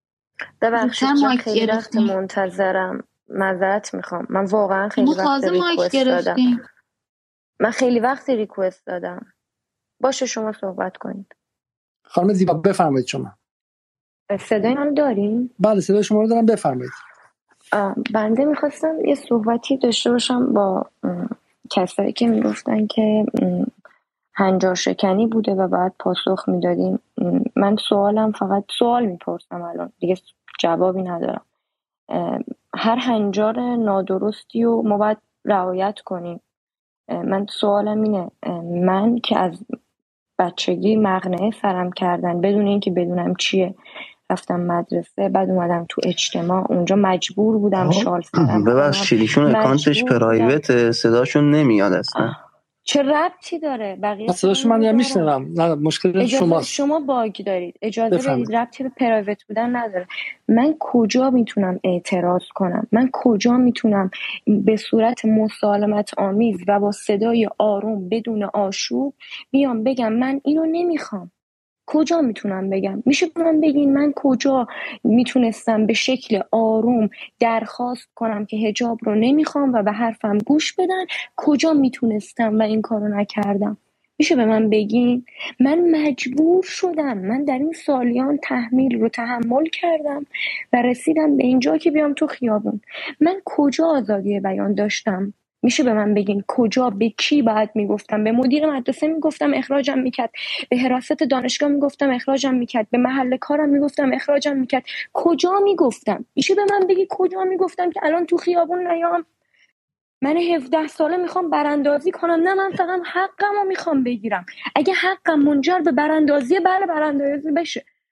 ببخشید من خیلی وقت منتظرم. معذرت میخوام. من واقعا خیلی وقت ریکوست دادم. من خیلی وقت ریکوست دادم. باشه شما صحبت کنید. خانم دیبا بفرمایید شما. صدای من دارین؟ بله صدای شما رو دارم، بفرمایید. بنده میخواستم یه صحبتی داشته باشم با کسایی که میگفتن که هنجار شکنی بوده و بعد پاسخ میدادیم. من سوالم فقط سوال میپرسم الان دیگه جوابی ندارم. هر هنجار نادرستی رو ما باید رعایت کنیم. من سوالم اینه، من که از بچگی مقنعه سرم کردن بدون اینکه بدونم چیه، رفتم مدرسه، بعد اومدم تو اجتماع، اونجا مجبور بودم شال سرم. ببخشید ایشون اکانتش پرایوته، صداشون نمیاد اصلا. چه ربطی داره؟ بقیه صداشون من میشنوم. نه مشکل شماست. شما باگ دارید. اجازه بدید. ربطی به پرایوت بودن نداره. من کجا میتونم اعتراض کنم؟ من کجا میتونم به صورت مسالمت آمیز و با صدای آروم بدون آشوب بیام بگم من اینو نمیخوام؟ کجا میتونم بگم؟ میشه به من بگین من کجا میتونستم به شکل آروم درخواست کنم که حجاب رو نمیخوام و به حرفم گوش بدن؟ کجا میتونستم و این کارو نکردم؟ میشه به من بگین؟ من مجبور شدم. من در این سالیان تحمیل رو تحمل کردم و رسیدم به اینجا که بیام تو خیابون. من کجا آزادی بیان داشتم؟ میشه به من بگین کجا؟ به کی باید میگفتم؟ به مدیر مدرسه میگفتم اخراجم میکرد، به حراست دانشگاه میگفتم اخراجم میکرد، به محل کارم میگفتم اخراجم میکرد. کجا میگفتم؟ میشه به من بگی کجا میگفتم که الان تو خیابون نیام؟ من 17 ساله میخوام براندازی کنم. نه، من فقط حقمو میخوام بگیرم. اگه حقم منجر به براندازی، بله براندازی بشه.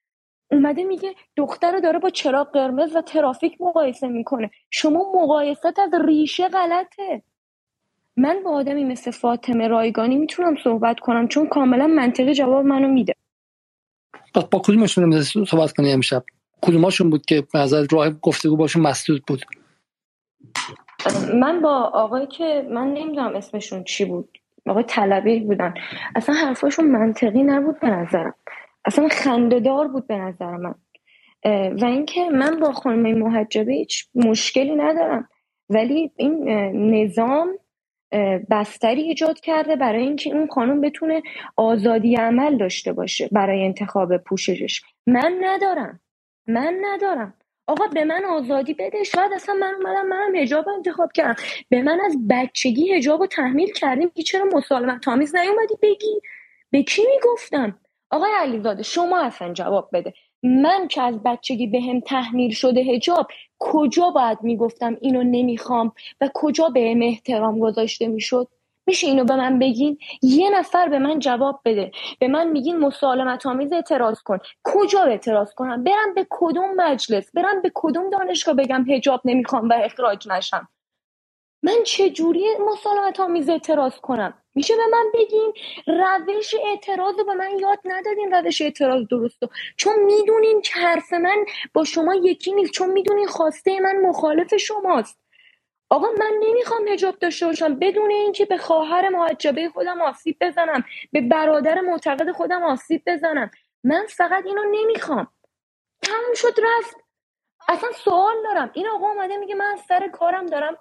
اومده میگه دختر رو داره با چراغ قرمز و ترافیک مقایسه میکنه. شما مقایست از ریشه غلطه. من با آدمی مثل فاطمه رایگانی میتونم صحبت کنم چون کاملا منطقی جواب منو میده. با کدومشون رو صحبت کنی امشب؟ کدوماشون بود که به نظر راه گفتگو باشون مسدود بود؟ من با آقایی که من نمیدونم اسمشون چی بود، آقای طلبی بودن، اصلا حرفاشون منطقی نبود به نظرم، اصلا خنده‌دار بود به نظر من. و اینکه من با خانم محجبه هیچ مشکلی ندارم، ولی این نظام بستری ایجاد کرده برای اینکه اون خانم بتونه آزادی عمل داشته باشه برای انتخاب پوششش. من ندارم. آقا به من آزادی بده. شاید اصلا منم حجاب انتخاب کردم، به من از بچگی حجاب رو تحمیل کردیم که چرا مسالمت آمیز نیومدی بگی؟ به کی میگفتم؟ آقای علیزاده شما اصلا جواب بده. من که از بچگی بهم تحمیل شده حجاب، کجا باید میگفتم اینو نمیخوام و کجا بهم احترام گذاشته میشد؟ میشه اینو به من بگین؟ یه نفر به من جواب بده. به من میگین مسالمت آمیز اعتراض کن، کجا اعتراض کنم؟ برم به کدوم مجلس؟ برم به کدوم دانشگاه بگم حجاب نمیخوام و اخراج نشم؟ من چجوری مسالمت آمیز اعتراض کنم؟ میشه به من بگین روش اعتراض رو به من یاد ندادین، روش اعتراض درسته، چون میدونین که حرف من با شما یکی نیست، چون میدونین خواسته من مخالف شماست. آقا من نمیخوام حجاب داشته باشم بدون اینکه به خواهر محجبه خودم آسیب بزنم، به برادر معتقد خودم آسیب بزنم. من فقط اینو نمیخوام. تموم شد رفت. اصلا سوال دارم. این آقا اومده میگه من از سر کارم دارم.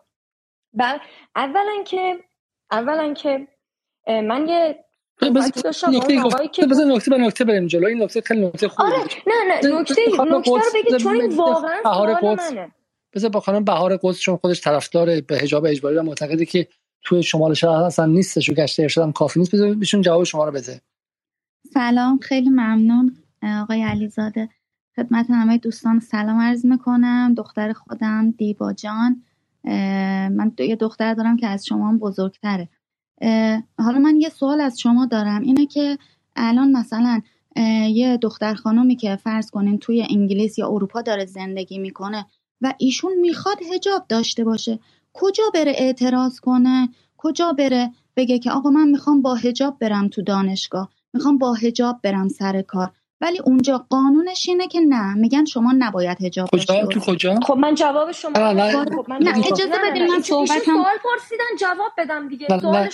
اولا که من یه صحبتی داشتم با اون آقایی که نکته بریم جلو. این نکته خیلی نکته خوبه. آره نه نکته رو بگید چون این واقعا سوال منه. بذار با خانم بهار قدس، چون خودش طرفدار به حجاب اجباری و معتقده که توی شمال شهر اصلا نیستش و گشت ارشاد هم کافی نیست، بذار بهشون جواب شما رو بده. سلام، خیلی ممنون آقای علیزاده. خدمت همه دوستان سلام عرض میکنم. دختر خودم دیبا جان، من یه دختر دارم که از شما هم بزرگتره. حالا من یه سوال از شما دارم، اینه که الان مثلا یه دختر خانومی که فرض کنین توی انگلیس یا اروپا داره زندگی میکنه و ایشون میخواد حجاب داشته باشه، کجا بره اعتراض کنه؟ کجا بره بگه که آقا من میخوام با حجاب برم تو دانشگاه، میخوام با حجاب برم سر کار؟ ولی اونجا قانونش اینه که نه، میگن شما نباید حجاب داشته باشی. کجا؟ خب من جواب شما نه اجازه بدید من صحبتم. سوال پرسیدن جواب بدم دیگه.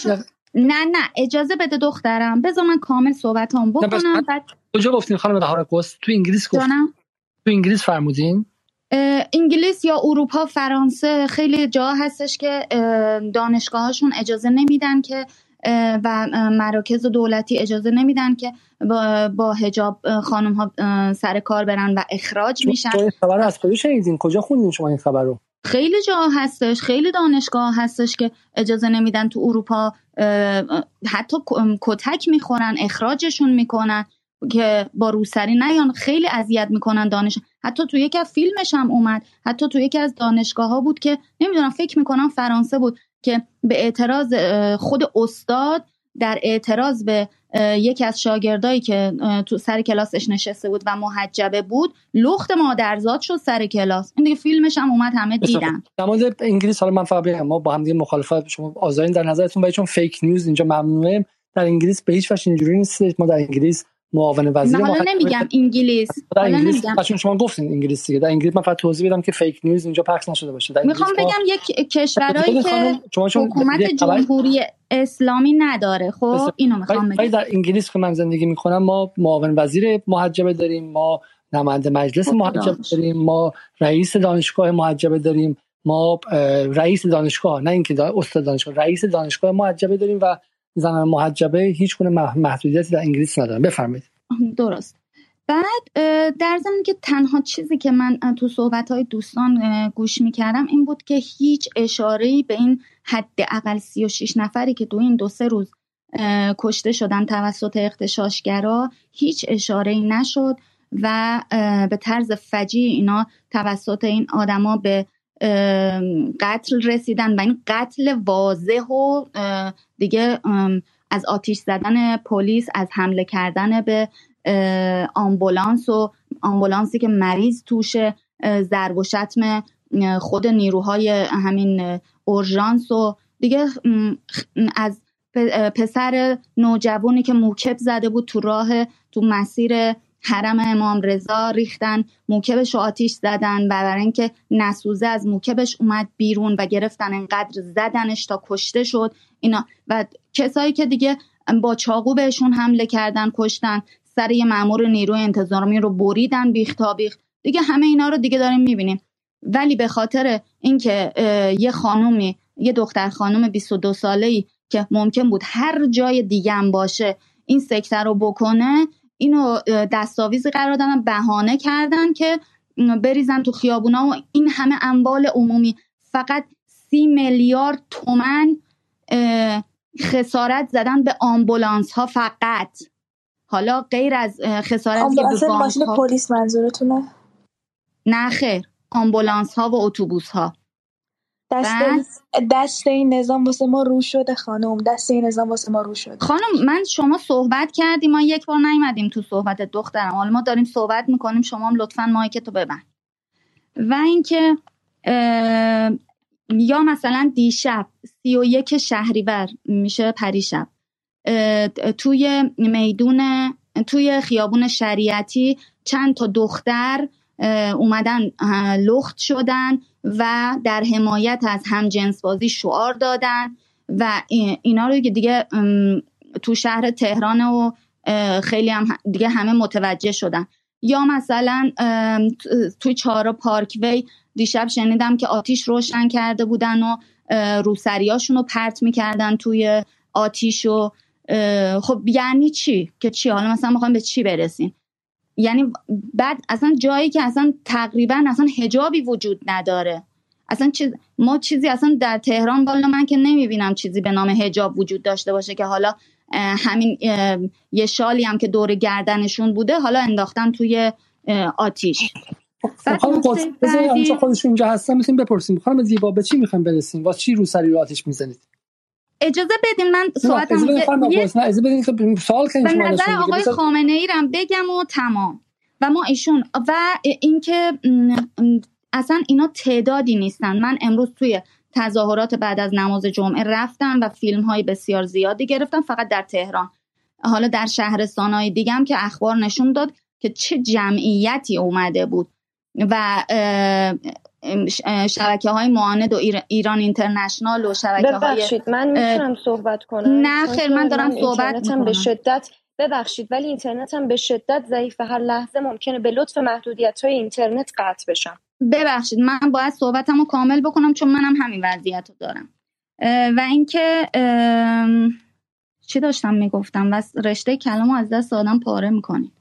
نه اجازه بده دخترم، بذار من کامل صحبتام بکنم. بعد کجا گفتین خانم بهار قدس؟ تو انگلیس گفتین؟ تو انگلیس فرمودین؟ انگلیس یا اروپا، فرانسه، خیلی جا هستش که دانشگاهاشون اجازه نمیدن که و مراکز دولتی اجازه نمیدن که با حجاب خانم ها سر کار برن و اخراج میشن. این خبر رو از کجا شنیدین؟ کجا خوندین شما این خبر رو؟ خیلی جا هستش، خیلی دانشگاه هستش که اجازه نمیدن. تو اروپا حتی کتک میخورن، اخراجشون میکنن که با روسری نیان، خیلی اذیت میکنن دانش. حتی تو یکی از فیلمش هم اومد، حتی تو یکی از دانشگاه ها بود که نمیدونم، فکر میکنم فرانسه بود، که به اعتراض خود استاد در اعتراض به یکی از شاگردایی که تو سر کلاسش نشسته بود و محجبه بود، لخت مادرزاد شد سر کلاس. این دیگه فیلمش هم اومد، همه دیدن. در مورد انگلیس حالا من فقط بگم ما با هم دیگه مخالفت، شما آزارین در نظرتون، ولی چون فیک نیوز اینجا ممنوعه، در انگلیس به هیچ وجه اینجوری نیست. ما در انگلیس معاون وزیر ما حالا نمیگم انگلیس، حالا نمیگم، چون شما گفتین انگلیس دیگه. در انگلیس من فقط توضیح بدم که فیک نیوز اینجا پخش نشده باشه. میخوام بگم یک کشورایی که حکومت جمهوری اسلامی نداره. خب اینو میخوام بگم. در انگلیس که من زندگی میکنم ما معاون وزیر محجبه داریم، ما نماینده مجلس محجبه داریم، ما رئیس دانشگاه محجبه داریم، ما رئیس دانشگاه، نه اینکه استاد دانشگاه، رئیس دانشگاه محجبه داریم و زنان محجبه هیچ گونه محدودیتی در انگلیس ندارن. بفرمایید. درست. بعد در ضمن که تنها چیزی که من تو صحبت‌های دوستان گوش می‌کردم این بود که هیچ اشاره‌ای به این حداقل 36 نفری که تو این 2-3 روز کشته شدن توسط اغتشاشگرا هیچ اشاره‌ای نشد و به طرز فجیع اینا توسط این آدما به قتل رسیدن و این قتل واضح و دیگه از آتش زدن پلیس، از حمله کردن به آمبولانس و آمبولانسی که مریض توشه، ضرب و شتم خود نیروهای همین اورژانس و دیگه از پسر نوجوانی که موکب زده بود تو راه تو مسیر حرم امام رضا ریختن موکبش رو آتیش زدن و برای اینکه نسوزه از موکبش اومد بیرون و گرفتن انقدر زدنش تا کشته شد اینا. و کسایی که دیگه با چاقو بهشون حمله کردن کشتن، سر یه مأمور نیروی انتظامی رو بریدن بیخ تا بیخ دیگه. همه اینا رو دیگه داریم میبینیم. ولی به خاطر اینکه یه خانومی، یه دختر خانم 22 ساله‌ای که ممکن بود هر جای دیگه هم باشه این سکته رو بکنه، اینو دستاویزی قرار دادن، بهانه کردن که بریزن تو خیابونا و این همه اموال عمومی. فقط 30 میلیارد تومان خسارت زدن به آمبولانس ها فقط. حالا غیر از خسارتی آمبولانس ماشین پلیس منظورتونه؟ نه خیر، آمبولانس ها و اتوبوس ها. دست این نظام واسه ما رو شده خانم، دست این نظام واسه ما رو شده. خانم شما صحبت کردیم، ما یک بار نیومدیم تو صحبت دخترم، حالا ما داریم صحبت میکنیم، شما هم لطفاً مایکتو ببند. و اینکه یا مثلا دیشب 31 شهریور میشه پریشب توی میدون توی خیابون شریعتی چند تا دختر اومدن لخت شدن و در حمایت از همجنسبازی شعار دادن و اینا رو دیگه تو شهر تهران و خیلی هم دیگه همه متوجه شدن. یا مثلا توی چهارراه پارکوی دیشب شنیدم که آتیش روشن کرده بودن و روسریاشون رو پرت میکردن توی آتیش. و خب یعنی چی؟ که چی؟ حالا مثلا میخوایم به چی برسیم؟ یعنی بعد اصلا جایی که اصلا تقریبا اصلا حجابی وجود نداره، اصلا ما چیزی اصلا در تهران والا من که نمیبینم چیزی به نام حجاب وجود داشته باشه که حالا همین یه شالی هم که دور گردنشون بوده حالا انداختن توی آتیش. خانم همچون خودشون اینجا هستن میتونیم بپرسیم خانم زیبا به چی میخوایم برسیم؟ واسه چی روسری رو آتیش میزنید؟ اجازه بدین من صحبتم اجازه بدین که سوال کنیم. به نظر آقای خامنه ای رم بگم و تمام. و ما ایشون و اینکه اصلا اینا تعدادی نیستن. من امروز توی تظاهرات بعد از نماز جمعه رفتم و فیلم های بسیار زیادی گرفتم فقط در تهران. حالا در شهرستان‌های دیگه هم که اخبار نشون داد که چه جمعیتی اومده بود و شبکه‌های معاند و ایران اینترنشنال و شبکه‌های ببخشید من میتونم صحبت کنم؟ نه خیر من دارم صحبت میکنم. به شدت ببخشید ولی اینترنتم به شدت ضعیفه، هر لحظه ممکنه به لطف محدودیت‌های اینترنت قطع بشم. ببخشید من باید صحبتمو کامل بکنم چون منم همین وضعیت رو دارم. و اینکه چی داشتم میگفتم و رشته کلامو از دست آدم پاره میکنید.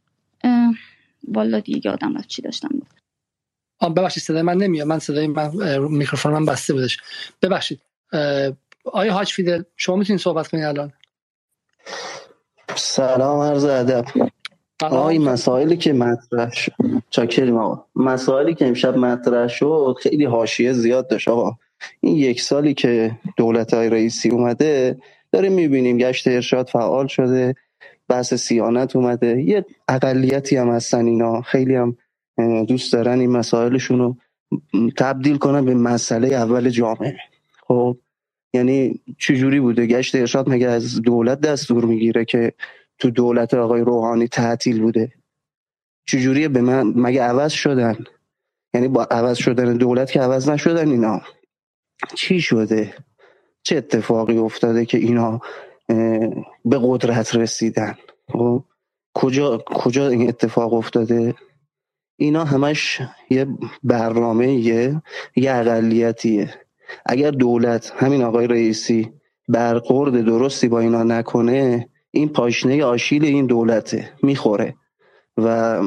والا دیگه یادم رفت چی داشتم گفتم. ببخشید صدای من نمیاد، من صدای من میکروفون من بسته بودش، ببخشید. آیا حاج فیدل شما میتونید صحبت کنید الان؟ سلام عرض ادب. آقای مسائلی که مطرح شد چاکریم آقا، مسائلی که امشب مطرح شد خیلی حاشیه زیاد داشت آقا. این یک سالی که دولت‌های رئیسی اومده داریم میبینیم گشت ارشاد فعال شده، بحث صیانت اومده، یه اقلیتی هم هستن اینا خیلی هم دوست دارن این مسائلشون رو تبدیل کنن به مسئله اول جامعه. خب یعنی چجوری بوده گشت ارشاد؟ مگه از دولت دستور میگیره که تو دولت آقای روحانی تعطیل بوده؟ چجوریه به من مگه عوض شدن؟ یعنی با عوض شدن دولت که عوض نشدن اینا. چی شده؟ چه اتفاقی افتاده که اینا به قدرت رسیدن؟ کجا این اتفاق افتاده؟ اینا همش یه برنامه یه اقلیتیه. اگر دولت همین آقای رئیسی برخورد درستی با اینا نکنه این پاشنه آشیل این دولته میخوره. و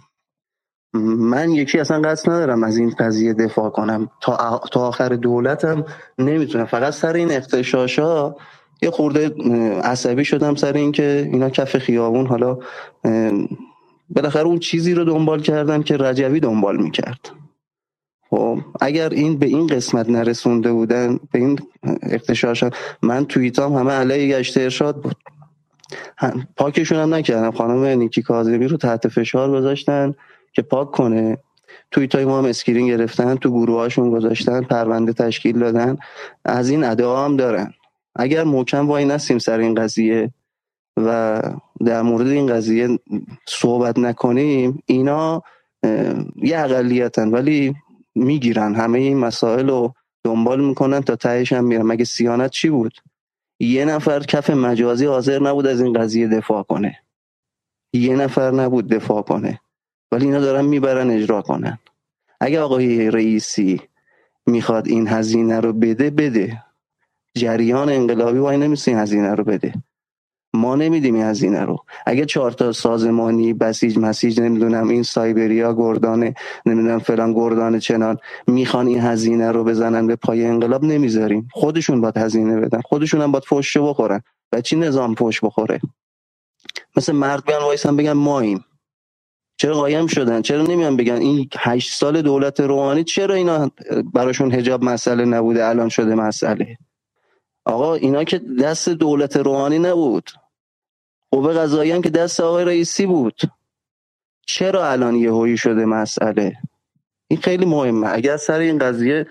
من یکی اصلا قصد ندارم از این قضیه دفاع کنم، تا آخر دولتم نمیتونم. فقط سر این اغتشاشا یه خورده عصبی شدم سر این که اینا کف خیابون حالا بالاخره اون چیزی رو دنبال کردن که رجوی دنبال میکرد. خب اگر این به این قسمت نرسونده بودن، به این اغتشاشا، من توییتام همه علیه گشت ارشاد بود. پاکشون هم نکردن. خانم نیکی کاظمی رو تحت فشار گذاشتن که پاک کنه، توییتای ما هم اسکرین گرفتن، تو گروهاشون گذاشتن، پرونده تشکیل دادن. از این ادعا هم دارن. اگر محکم وای نستیم سر این قضیه و در مورد این قضیه صحبت نکنیم، اینا یه اقلیتن ولی میگیرن همه این مسائل رو دنبال میکنن تا تهش هم میرن. مگه صیانت چی بود؟ یه نفر کف مجازی حاضر نبود از این قضیه دفاع کنه، یه نفر نبود دفاع کنه، ولی اینا دارن میبرن اجرا کنن. اگه آقای رئیسی میخواد این هزینه رو بده، جریان انقلابی وای نمیشه این هزینه رو بده، ما نمیدیم این هزینه رو. اگه 4 تا سازمانی بسیج مسیج نمیدونم این سایبریا گردان نمیدونم فلان گردان چنان میخوان این هزینه رو بزنن به پای انقلاب، نمیذاریم. خودشون باید هزینه بدن، خودشون هم باید فحش بخورن. و چی نظام فحش بخوره؟ مثل مرد بیان وایسن بگن ماییم. چرا قایم شدن؟ چرا نمیان بگن این 8 سال دولت روحانی چرا اینا براشون حجاب مسئله نبوده الان شده مسئله؟ آقا اینا که دست دولت روحانی نبود، قوه قضاییه هم که دست آقای رئیسی بود، چرا الان یهویی شده مسئله؟ این خیلی مهمه. اگر سر این قضیه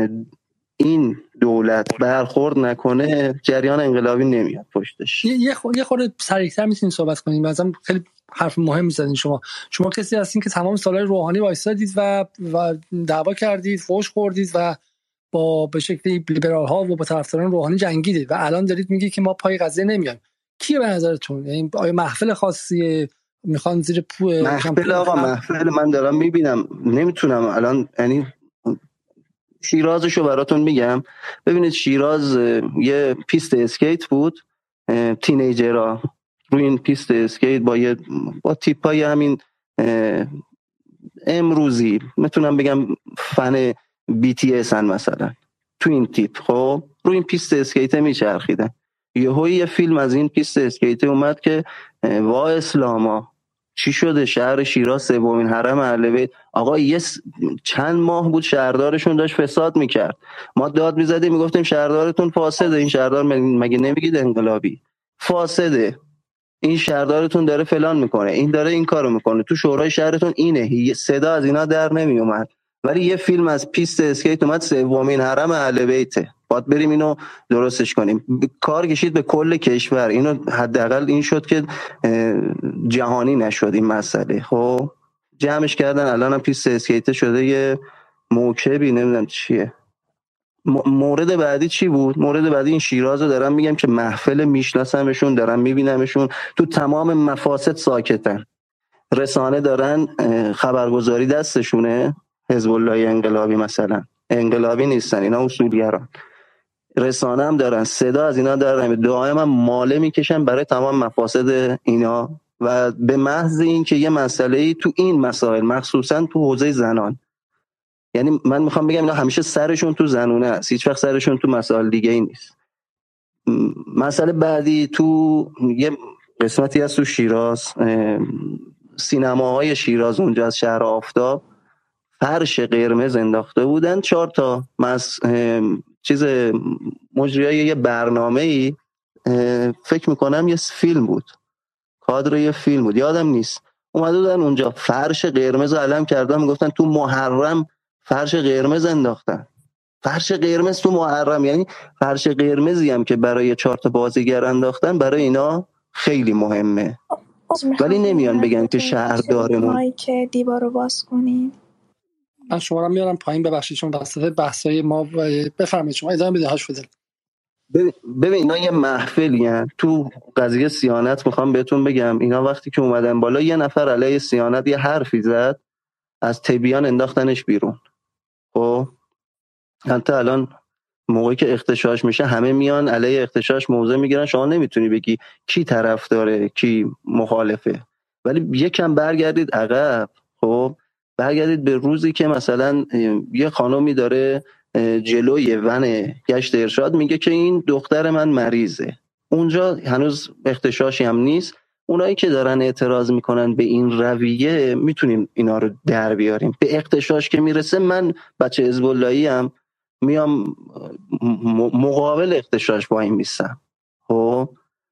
این دولت برخورد نکنه جریان انقلابی نمیاد پشتش. یه خورده سریعتر میتونین صحبت کنیم؟ مثلا خیلی حرف مهم زدین. شما کسی هستین که تمام سالهای روحانی وایسادید و دعوا کردید، فحش خوردید و با به شکلی لیبرال ها و با طرفداران روحانی جنگیدید و الان دارید میگی که ما پای قضیه نمیایم. کیه به نظرتون؟ یعنی آیا محفل خاصی میخوان زیر محفل؟ آقا محفل من دارم میبینم، نمیتونم الان، یعنی شیرازشو براتون میگم. ببینید شیراز یه پیست اسکیت بود، تینیجرها روی این پیست اسکیت با تیپای همین امروزی میتونم بگم فن BTS هن مثلا، تو این تیپ خب روی این پیست اسکیت میچرخیدن. یهو یه فیلم از این پیست اسکیت اومد که وا اسلاما چی شده، شهر شیراز سومین حرم اهل بیت. آقا چند ماه بود شهردارشون داشت فساد میکرد، ما داد میزدیم میگفتیم شهردارتون فاسده. این شهردار مگه نمیگید انقلابی؟ فاسده، این شهردارتون داره فلان میکنه، این داره این کارو میکنه، تو شورای شهرتون اینه. صدا از اینا در نمیومد. ولی یه فیلم از پیست اسکیت اومد سومین حرم اهل بیته، باید بریم اینو درستش کنیم. کار کشید به کل کشور، اینو حداقل این شد که جهانی نشد این مسئله. خب جمعش کردن، الان هم پیست اسکیت شده یه موکبی، نمیدونم چیه. مورد بعدی چی بود؟ مورد بعدی این شیرازو دارم میگم که محفل میشناسمشون، دارم میبینمشون، تو تمام مفاسد ساکتن. رسانه دارن خبرگزاری دستشونه، حزب الله انقلابی مثلا انقلابی نیستن، اینا اصولگران. رسانه هم دارن، صدا از اینا دارن، دائما ماله میکشن برای تمام مفاسد اینا. و به محض این که یه مسئله‌ای تو این مسائل مخصوصا تو حوزه زنان، یعنی من میخوام بگم اینا همیشه سرشون تو زنونه است، هیچ وقت سرشون تو مسائل دیگه ای نیست. مسئله بعدی تو یه قسمتی از تو شیراز، سینماهای شیراز اونجا از شهر آفتاب فرش قرمز انداخته بودن، 4 تا چیز مجریای یه برنامه‌ای، فکر میکنم یه فیلم بود، کادر یه فیلم بود یادم نیست، اومده بودن اونجا فرش قرمز علم کردن، میگفتن تو محرم فرش قرمز انداختن. فرش قرمز تو محرم، یعنی فرش قرمزی هم که برای 4 تا بازیگر انداختن برای اینا خیلی مهمه. ولی نمیان بگن که شهردارمون که دیوارو باز کنین. من شما رو میارم پایین، ببخشید چون وسط بحثای ما بفرمایید شما ادامه بدید. هاش ببین اینا یه محفلی هن. تو قضیه صیانت میخوام بهتون بگم، اینا وقتی که اومدن بالا یه نفر علیه صیانت یه حرفی زد، از تبیان انداختنش بیرون. خب حتی الان موقعی که اغتشاش میشه همه میان علیه اغتشاش موضع میگیرن، شما نمیتونی بگی کی طرف داره کی مخالفه. ولی یکم برگردید عقب، خب برگردید به روزی که مثلا یه خانومی داره جلوی ون گشت ارشاد میگه که این دختر من مریضه، اونجا هنوز اغتشاشی هم نیست. اونایی که دارن اعتراض میکنن به این رویه میتونیم اینا رو در بیاریم. به اغتشاش که میرسه، من بچه حزب اللهی ام، میام مقابل اغتشاش با این میستم. خب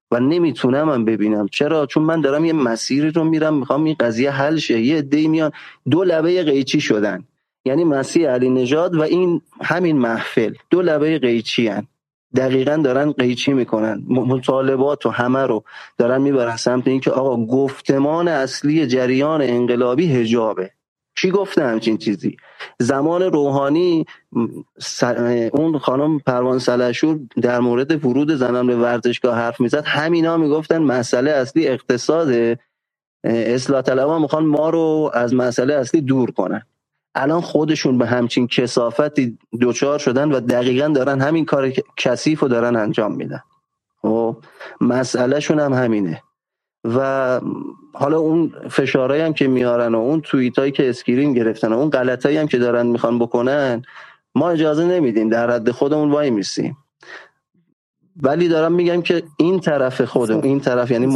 و نمیتونم من ببینم. چرا؟ چون من دارم یه مسیری رو میرم، میخوام این قضیه حل شه. یه عده‌ای میان دو لبه قیچی شدن، یعنی مسیح علی نژاد و این همین محفل دو لبه قیچی هن. دقیقاً دارن قیچی میکنن، مطالبات و همه رو دارن میبرن سمت این که آقا گفتمان اصلی جریان انقلابی حجابه. کی گفته همچین چیزی؟ زمان روحانی اون خانم پروان سلحشور در مورد ورود زنان به ورزشگاه حرف میزد، همینا میگفتن مسئله اصلی اقتصاده، اصلاح طلبها میخوان ما رو از مسئله اصلی دور کنن. الان خودشون به همچین کثافتی دوچار شدن و دقیقاً دارن همین کار کثیف رو دارن انجام میدن. مسئله شون هم همینه. و حالا اون فشارهایی هم که میارن و اون توییتایی که اسکرین گرفتن و اون غلطایی هم که دارن میخوان بکنن، ما اجازه نمیدیم، در حد خودمون وای میسیم. ولی دارم میگم که این طرف خودم، این طرف یعنی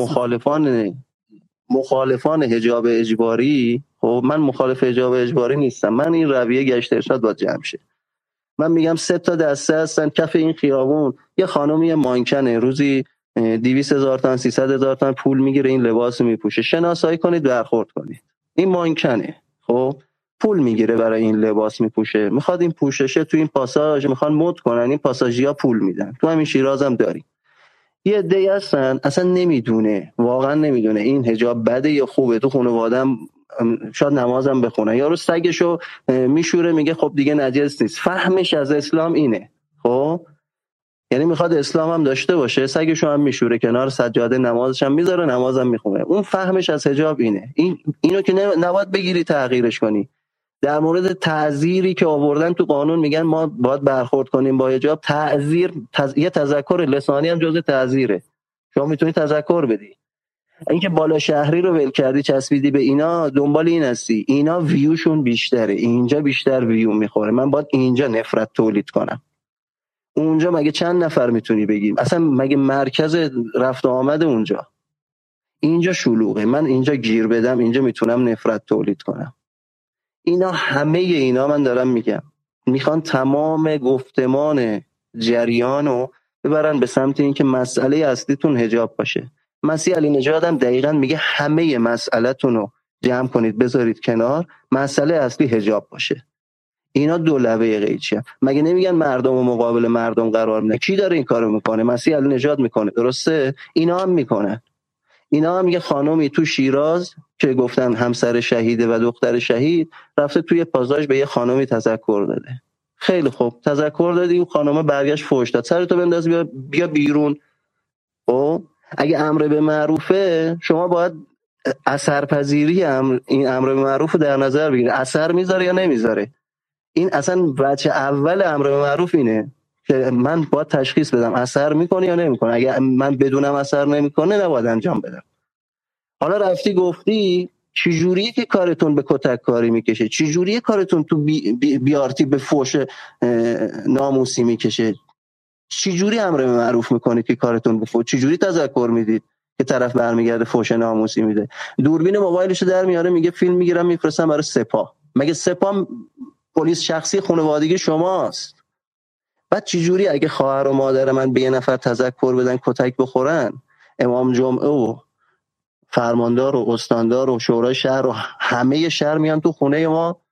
مخالفان حجاب اجباری، خب من مخالف حجاب اجباری نیستم، من این رویه گشت ارشاد باید جمع شه. من میگم 3 تا دسته هستن کف این خیابون، یه خانومی مانکنه روزی 200,000 تومان 300,000 تومان پول میگیره این لباس میپوشه، شناسایی کنید برخورد کنید. این مانکنه، خب پول میگیره برای این لباس میپوشه، میخواد این پوششه تو این پاساژ میخوان مد کنن، این پاساژیا پول میدن. تو همین شیراز هم داریم یه عده‌ای هستن اصلا نمیدونه، واقعا نمیدونه این حجاب بده یا خوبه. تو خانواده‌ام شاید نمازم بخونه، یارو سگشو میشوره میگه خب دیگه نجس نیست. فهمش از اسلام اینه، خب یعنی میخواد اسلام هم داشته باشه، سگشو هم میشوره کنار سجاده، نمازش هم میذاره، نمازم میخونه. اون فهمش از حجاب اینه. اینو که نباید بگیری تغییرش کنی. در مورد تعذیری که آوردن تو قانون میگن ما باید برخورد کنیم با حجاب، تعذیر یه تذکر لسانی هم جزء تعذیره، شما میتونی تذکر بدی. اینکه بالا شهری رو ول کردی چسبیدی به اینا، دنبال این هستی اینا ویوشون بیشتره، اینجا بیشتر ویو میخوره، من باید اینجا نفرت تولید کنم. اونجا مگه چند نفر میتونی بگیم؟ اصلا مگه مرکز رفت و آمد اونجا؟ اینجا شلوغه، من اینجا گیر بدم اینجا میتونم نفرت تولید کنم. اینا همه اینا من دارم میگم میخوان تمام گفتمان جریان رو ببرن به سمت این که مسئله اصلیتون حجاب باشه. مسیح علی نژاد هم دقیقاً میگه همه مسئله‌تون رو جمع کنید بذارید کنار، مسئله اصلی حجاب باشه. اینا دو لبه قیچی هم. مگه نمیگن مردم و مقابل مردم قرار میدن؟ کی داره این کارو میکنه؟ مسیح علی نژاد میکنه، درسته؟ اینا هم میکنن. اینا هم میگه خانومی تو شیراز که گفتن همسر شهیده و دختر شهید رفته توی پاساژ به یه خانومی تذکر داده. خیلی خوب، تذکر دادی، اون خانومه برگشت فحش داد، سرتو بنداز بیا بیرون. خب اگه امر به معروفه شما باید اثرپذیری این امر به معروف رو در نظر بگیرید. اثر میذاره یا نمیذاره؟ این اصلا بچه اول امر به معروف اینه که من باید تشخیص بدم اثر میکنه یا نمیکنه. اگه من بدونم اثر نمیکنه نباید انجام بدم. حالا رفتی گفتی چجوریه که کارتون به کتک کاری میکشه؟ چجوریه کارتون تو بیارتی به فوش ناموسی میکشه؟ چجوری امر به معروف میکنید که کارتون به فوش؟ چجوری تذکر میدید که طرف برمیگرده فوش ناموسی میده؟ دوربین موبایلشو در میاره میگه فیلم میگیرم میفرستم برای سپاه. مگه سپاه پلیس شخصی خانوادگی شماست؟ بعد چجوری اگه خواهر و مادر من به یه نفر تذکر بدن کتک بخورن، امام جمعه و فرماندار و استاندار و شورای شهر و همه شهر میان تو خونه ما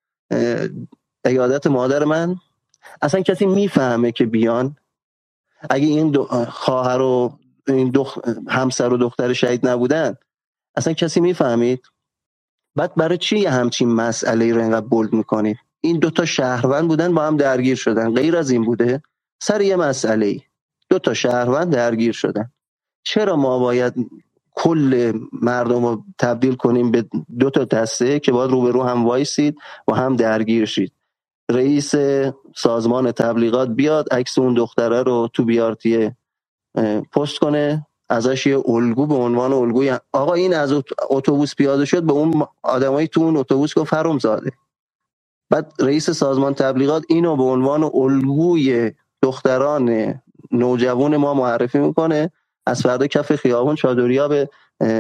عیادت مادر من؟ اصلا کسی میفهمه که بیان؟ اگه این خواهر و این همسر و دختر شهید نبودن اصلا کسی میفهمید؟ بعد برای چی همچین مسئله رو اینقدر بولد میکنید؟ این دوتا شهروند بودن با هم درگیر شدن، غیر از این بوده؟ سر یه مسئله دوتا شهروند درگیر شدن. چرا ما باید کل مردم رو تبدیل کنیم به دوتا دسته که باید روبرو هم وایسید و هم درگیر شید؟ رئیس سازمان تبلیغات بیاد عکس اون دختره رو تو بیارتی پست کنه، ازش یه الگو به عنوان الگوی آقا این از اتوبوس پیاده شد به اون آدمایی تو اون اتوبوس گفت حرومزاده. بعد رئیس سازمان تبلیغات اینو به عنوان الگوی دختران نوجوان ما معرفی میکنه، از فردا کف خیابون چادریا به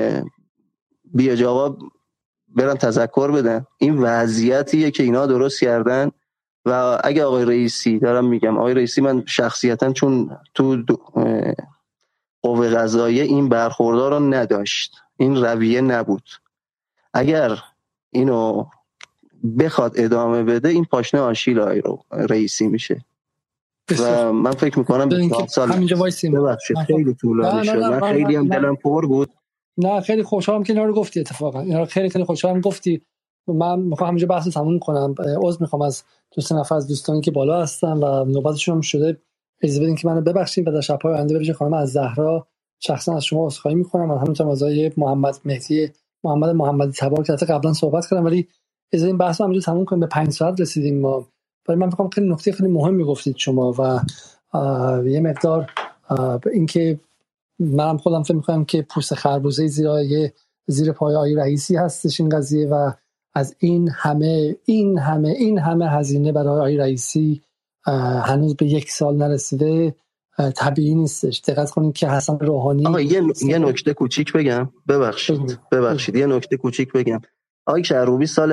بی‌جواب برن تذکر بدن. این وضعیتیه که اینا درست کردن. و اگه آقای رئیسی، دارم میگم آقای رئیسی، من شخصیتا چون تو قوه قضاییه این برخوردار رو نداشت، این رویه نبود. اگر اینو بخواد ادامه بده این پاشنه آشیل رئیسی میشه و من فکر میکنم 4 سال ببخشید خیلی طولانی شد. من خیلی هم دلم پر بود. نه خیلی خوشحالم که اینا رو گفتی. اتفاقا اینا رو خیلی خوشحالم گفتی. من میخوام همینجا بحث رو تموم کنم. عذر میخوام از 2 نفر از دوستانی که بالا هستن و نوبتشون هم شده. اجازه بدین که منو ببخشید و در شب‌های آینده ببخشید خانم از زهرا شخصا از شما عذرخواهی میکنم و همینطور از آقای محمد مهدی محمدی تبار که قبلا صحبت کردم، ولی از این بحث رو همینجا تموم کنیم. به 5 ساعت رسیدیم ما، ولی من میخوام خیلی نکته خیلی مهمی گفتید شما و یه مقدار اینکه منم خودم فکر میکنم که پوست خربوزه زیر پای آقای رئیسی هستش این قضیه و از این همه هزینه برای آقای رئیسی هنوز به 1 سال نرسیده طبیعی نیستش. دقت کنید که حسن روحانی یه نکته کوچیک بگم، ببخشید یه نکته کوچیک بگم. آقای کروبی سال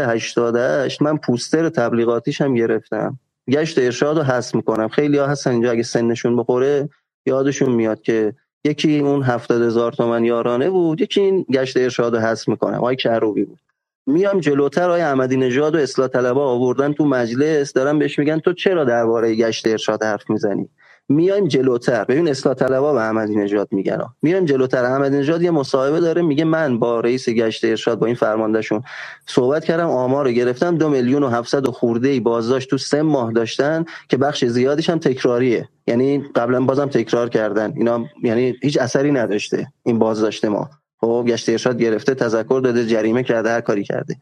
88 من پوستر تبلیغاتیش هم گرفتم، گشت ارشاد رو حذف میکنم. خیلی ها هستن اینجا اگه سنشون بخوره یادشون میاد که یکی اون 70,000 تومان یارانه بود، یکی این گشت ارشاد رو حذف میکنم. آقای کروبی بود. میام جلوتر آقای احمدی نژاد و اصلاح طلبها آوردن تو مجلس، دارن بهش میگن تو چرا درباره گشت ارشاد حرف میزنی؟ میایم جلوتر، ببین اصلاح طلبها به احمدی نژاد میگن. میایم جلوتر، احمدی نژاد یه مصاحبه داره میگه من با رئیس گشت ارشاد با این فرماندهشون صحبت کردم، آمار رو گرفتم، 2,700,000 خورده بازداشت تو 3 ماه داشتن که بخش زیادیش هم تکراریه، یعنی قبلا بازم تکرار کردن اینا، یعنی هیچ اثری نداشته این بازداشت ما. خب گشت ارشاد گرفته، تذکر داده، جریمه کرده، هر کاری کرده.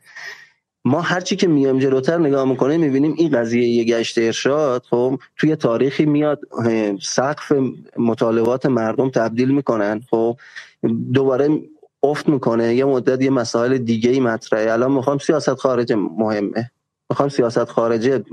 ما هرچی که میایم جلوتر نگاه میکنیم میبینیم این قضیه یه گشت ارشاد خب توی تاریخی میاد سقف مطالبات مردم تبدیل میکنن، خب دوباره افت میکنه، یه مدت یه مسائل دیگه ای مطرحه. الان میخوام سیاست خارجه مهمه، میخوام سیاست خارجه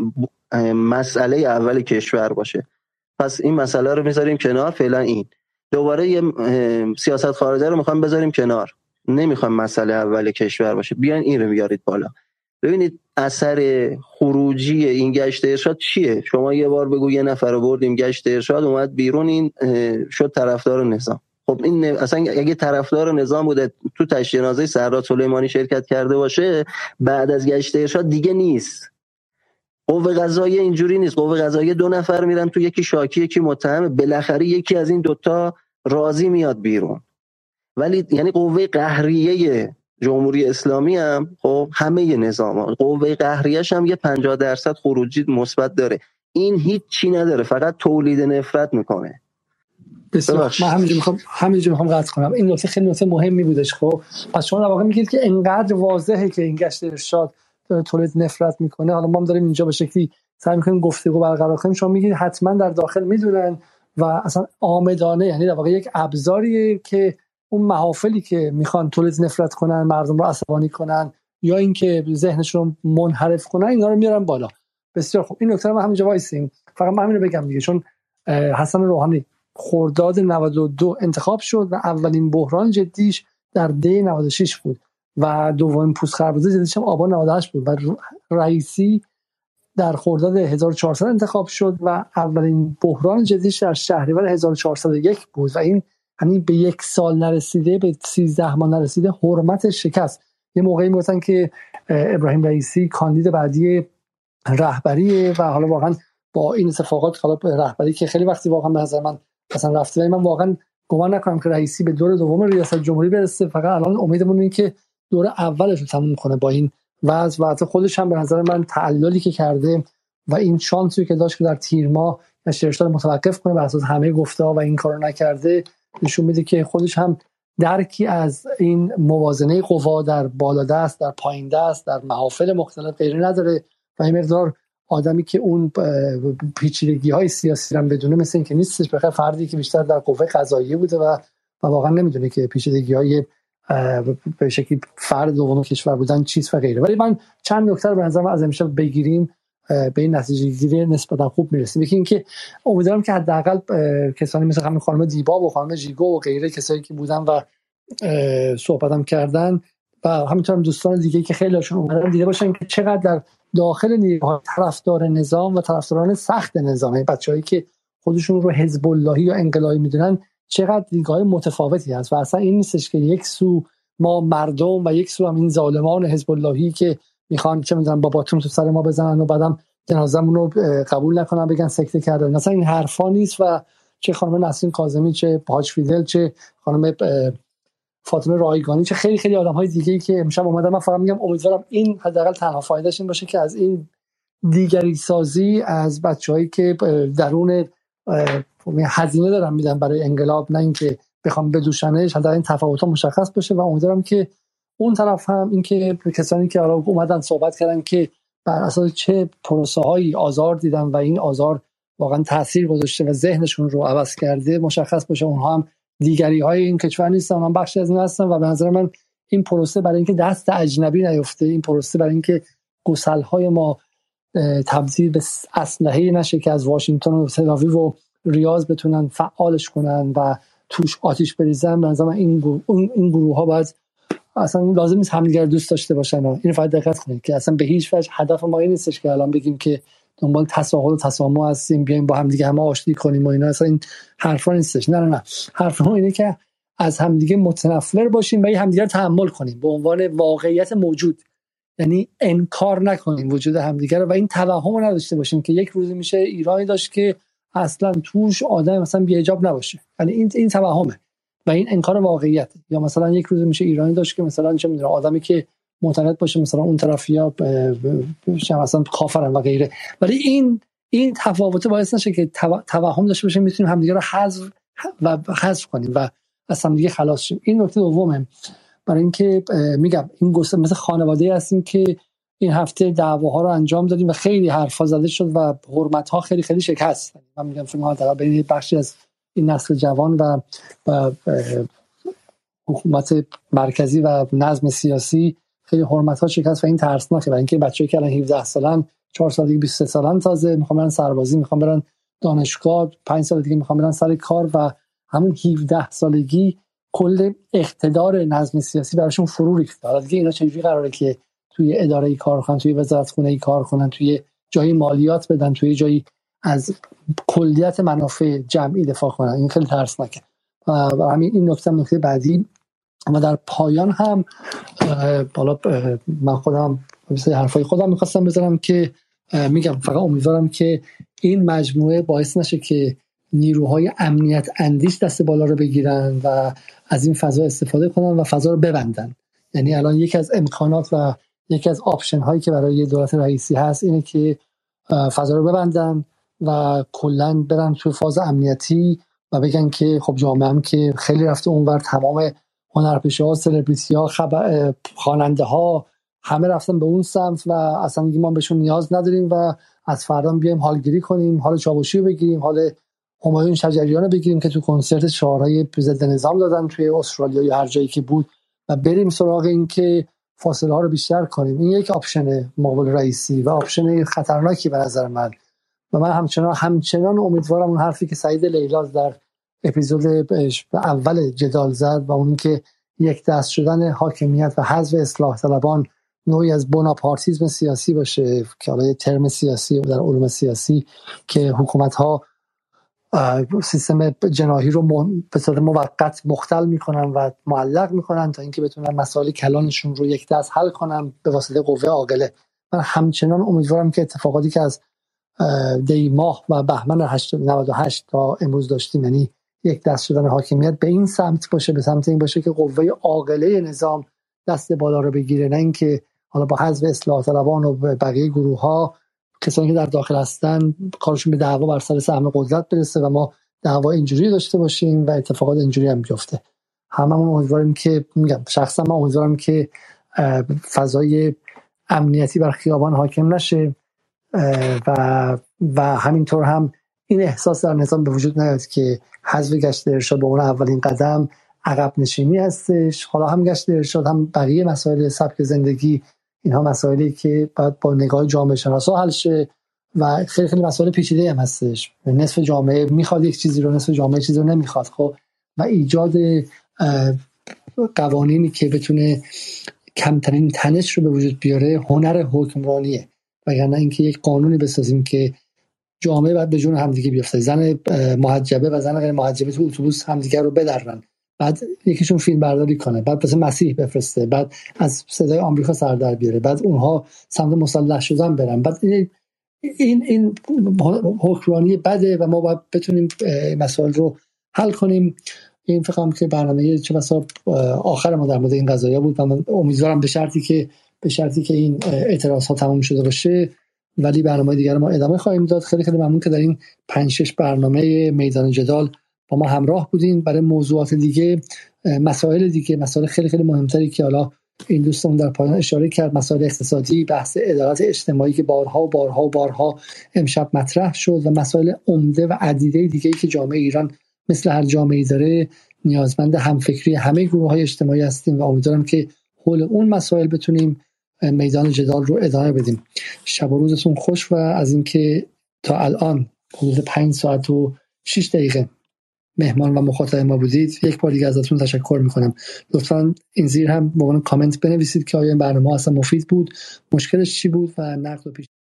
مسئله اول کشور باشه، پس این مسئله رو میذاریم کنار فعلا. این دوباره یه سیاست خارجه رو میخوام بذاریم کنار، نمیخوام مسئله اول کشور باشه، بیاین این رو بیارید بالا. ببینید اثر خروجی این گشت ارشاد چیه؟ شما یه بار بگو یه نفر رو بردیم گشت ارشاد اومد بیرون این شد طرفدار نظام. خب این اصلا اگه طرفدار نظام بوده تو تشییع جنازه سردار سلیمانی شرکت کرده باشه بعد از گشت ارشاد دیگه نیست. قوه قضاییه اینجوری نیست. قوه قضاییه 2 نفر میرن تو، یکی شاکی یکی متهم، بالاخره یکی از این دوتا راضی میاد بیرون. ولی یعنی قوه قهریه جمهوری اسلامی هم خب همه نظام قوه قهریه‌اش هم یه 50% خروجی مثبت داره. این هیچ چی نداره، فقط تولید نفرت میکنه. بسیار من همینجا میخوام قطع کنم. این نکته خیلی نکته مهمی بودش. خب پس شما در واقع میگید که انقدر واضحه که این گشت ارشاد داره تولید نفرت میکنه. حالا ما هم داریم اینجا به شکلی سعی میکنیم گفتگو برقرار کنیم، شما میگید حتما در داخل میدونن و اصلا عامدانه، یعنی در واقع یک ابزاریه که اون محافلی که میخوان تولید نفرت کنن، مردم رو عصبانی کنن یا اینکه ذهنشون رو منحرف کنن، اینا رو میارن بالا. بسیار خوب، این نکته رو ما همینجا وایسیم. فقط من همین رو بگم دیگه، چون حسن روحانی خرداد 92 انتخاب شد و اولین بحران جدیش در دی 96 بود و دومین پوست خربوزه جدیش هم آبان 98 بود و رئیسی در خرداد 1400 انتخاب شد و اولین بحران جدیش در شهریور 1401 بود و این یعنی به 1 سال نرسیده، به 13 ماه نرسیده حرمت شکست. یه موقعی میگفتن که ابراهیم رئیسی کاندید بعدی رهبریه و حالا واقعا با این اتفاقات حالا رهبری که خیلی وقتی واقعا به نظر من اصلا رفته، من واقعا گمان نکنم که رئیسی به دور دوم ریاست جمهوری برسه. فقط الان امیدمون اینه که دور اولش رو تموم کنه با این وضع و خودش هم به نظر من تعللی که کرده و این شانسی که داشت که در تیر ماه ارشاد متوقف کنه بر اساس همه گفته‌ها و این کارو نکرده، نشون میده که خودش هم درکی از این موازنه قوا در بالا دست، در پایین دست، در محافل مختلف غیره نداره و این مقدار آدمی که اون پیچیدگی‌های سیاسی رو بدونه مثل این که نیستش. بخاطر فردی که بیشتر در قوه قضاییه بوده و واقعا نمیدونه که پیچیدگی‌های به شکلی فرد دوم کشور بودن چیز و غیره. ولی من چند نکته رو به نظرم از امشب بگیریم به این نتیجه گیری نسبتا خوب میرسیم. یکی این که امیدوارم که حداقل کسانی مثل همین خانم دیبا و خانم جیگو و غیره کسایی که بودن و صحبتام کردن و همینطور دوستان دیگه که خیلی هاشون اومدن دیده باشن که چقدر در داخل نیروها طرفدار نظام و طرفداران سخت نظام، بچه‌هایی که خودشون رو حزب اللهی یا انقلابی میدونن، چقدر دیدگاه متفاوتی هست و اصلا این نیستش که یک سو ما مردم و یک سو هم این ظالمان حزب اللهی که میخوان چه میدونم باباتون تو سر ما بزنن و بعدم جنازمون رو قبول نکنن بگن سکته کردن. مثلا این حرفا نیست و چه خانم نسرین کاظمی، چه حاج فیدل، چه خانم فاطمه رایگانی، چه خیلی خیلی آدم‌های دیگه‌ای که امشب اومدن، من فقط میگم امیدوارم این حداقل تنها فایدهش این باشه که از این دیگری سازی از بچه‌هایی که درون هزینه دارن میدن برای انقلاب، نه اینکه بخوام بدوشنش، حداقل این تفاوت‌ها مشخص بشه. و امیدوارم که اون طرف هم این که کسانی که حالا اومدن صحبت کردن که بر اساس چه پروسه‌هایی آزار دیدن و این آزار واقعا تاثیر گذاشته و ذهنشون رو عوض کرده مشخص باشه اونها هم دیگری‌های این کشور نیستن، اونها بخشی از این هستن. و به نظر من این پروسه برای اینکه دست اجنبی نیفته، این پروسه برای اینکه گسل‌های ما تبدیل به اسلحه نشه که از واشنگتن و تل‌آویو و ریاض بتونن فعالش کنن و توش آتش بریزن. به نظر من این گروه‌ها باید اصلا لازم نیست همدیگر دوست داشته باشن. اینو فقط دقت کنید که اصلا به هیچ وجه هدف ما این نیستش که الان بگیم که دنبال تساهل و تسامح هستیم، بیایم با همدیگه هم آشتی کنیم و اینا، اصلا این حرفا نیستش. نه حرف ما اینه که از همدیگه متنفر باشیم و این همدیگه رو تحمل کنیم به عنوان واقعیت موجود، یعنی انکار نکنیم وجود همدیگه رو و این توهم رو نداشته باشیم که یک روزی میشه ایرانی داشت که اصلا توش آدم مثلا بی حجاب نباشه. یعنی این توهمه و این انکار واقعیت. یا مثلا یک روز میشه ایرانی داشت که مثلا چه میدونم آدمی که معتقد باشه مثلا اون طرفیا مثلا کافرن و غیره. ولی این تفاوت باعث نشه که توهم داشته باشیم میتونیم همدیگه رو حذف کنیم و از همدیگه خلاص شیم. این نکته دومه. برای اینکه میگم این گسته مثل خانواده هستیم که این هفته دعواها رو انجام دادیم و خیلی حرفا زده شد و حرمت‌ها خیلی خیلی شکست. من میگم شما حداقل ببینید بخشی از این نسل جوان و حکومت مرکزی و نظم سیاسی خیلی حرمت‌ها شکست و این ترسناکه. برای اینکه بچه‌ای که الان 17 سالن، 4 سال دیگه 23 سالن، تازه میخوام برن سربازی، میخوام برن دانشگاه، 5 سال دیگه میخوام برن سر کار و همون 17 سالگی کل اقتدار نظم سیاسی براشون فرو ریخته. حالا دیگه اینا چجوری قراره که توی اداره کار کنن، توی وزارتخونه کار کنن، توی جایی مالیات بدن، توی جایی از کلیت منافع جمعی دفاع کنن؟ این خیلی ترسناکه. و همین این نکته بعدی. اما در پایان هم بالا من خودم مثل حرفای خودم میخواستم بذارم که میگم فقط امیدوارم که این مجموعه باعث نشه که نیروهای امنیت اندیش دست بالا رو بگیرن و از این فضا استفاده کنن و فضا رو ببندن. یعنی الان یکی از امکانات و یکی از آپشن هایی که برای دولت رئیسی هست اینه که فضا رو ببندن و کلا برن توی فاز امنیتی و بگن که خب جامعه هم که خیلی رفته اونور، تمام هنرپیشه‌ها، سلبریتی‌ها، خواننده ها همه رفتن به اون سمت و اصلا دیگه ما بهشون نیاز نداریم و از فردا بیایم حالگیری کنیم، حال چاوشی رو بگیریم، حال همایون شجریان رو بگیریم که تو کنسرت شعارهای ضد نظام دادن توی استرالیا یا هر جایی که بود و بریم سراغ این که فاصله ها رو بیشتر کنیم. این یک آپشن مقابل رئیسی و آپشن خطرناکی به نظر من. و من همچنان امیدوارم اون حرفی که سعید لیلاز در اپیزود اول جدال زد و اون که یک دست شدن حاکمیت و حذف اصلاح طلبان نوعی از بوناپارتیسم سیاسی باشه که حالا ترم سیاسی و در علوم سیاسی که حکومت ها سیستم جناحی رو به صورت موقت مختل میکنن و معلق میکنن تا اینکه بتونن مسائل کلانشون رو یک دست حل کنن به واسطه قوه عاقله. من همچنان امیدوارم که اتفاقاتی که از دی ماه و بهمن 98 تا امروز داشتیم، یعنی یک دست شدن حاکمیت، به این سمت باشه، به سمت این باشه که قوه عاقله نظام دست بالا رو بگیره، نه اینکه حالا با حذف اصلاح طلبان و بقیه گروه ها کسانی که در داخل هستن کارشون به دعوا بر سر سهم قدرت برسه و ما دعوا اینجوری داشته باشیم و اتفاقات اینجوری هم بیفته. هممون امیدواریم که میگم شخصا من امیدوارم که فضای امنیتی بر خیابان حاکم نشه و همینطور هم این احساس در نظام به وجود نیاد که حذف گشت ارشاد به عنوان اولین قدم عقب نشینی هستش. حالا هم گشت ارشاد هم بقیه مسائل سبک زندگی، اینها مسائلی که باید با نگاه جامعه شناسا حل شه و خیلی خیلی مسائل پیچیده هم هستش. نصف جامعه میخواد یک چیزی رو، نصف جامعه چیزی رو نمیخواد. خب و ایجاد قوانینی که بتونه کمترین تنش رو به وجود بیاره هنر حکمرانیه، وگرنه اینکه یک قانونی بسازیم که جامعه باید به جون همدیگه بیفته، زن محجبه و زن غیر محجبه تو اتوبوس همدیگه رو بدرن، بعد یکیشون فیلم برداری کنه، بعد مثلا مسیح بفرسته، بعد از صدای آمریکا سر در بیاره، بعد اونها سمت مسلح شدن برن. بعد این حکمرانی بده و ما باید بتونیم مسائل رو حل کنیم. این فکر کنم که برنامه چه بسا آخر ما در مورد این قضایا بود و من امیدوارم به شرطی که این اعتراض ها تمام شده باشه، ولی برنامه دیگر ما ادامه خواهیم داد. خیلی خیلی ممنون که در این 5-6 برنامه میدان جدال با ما همراه بودین. برای موضوعات دیگه، مسائل خیلی خیلی مهمتری که حالا این دوستان در پایان اشاره کرد، مسائل اقتصادی، بحث عدالت اجتماعی که بارها امشب مطرح شد و مسائل عمده و عدیده دیگه‌ای که جامعه ایران مثل هر جامعه‌ای داره نیازمند همفکری همه گروه‌های اجتماعی هستیم و امیدوارم که حول اون مسائل بتونیم میدان جدال رو ادامه بدیم. شب و روزتون خوش و از اینکه تا الان حدود 5 ساعت و 6 دقیقه مهمان و مخاطب ما بودید، یک بار دیگه ازتون تشکر میکنم. لطفاً این زیر هم به عنوان کامنت بنویسید که آیا این برنامه اصلا مفید بود، مشکلش چی بود و نقد و پیش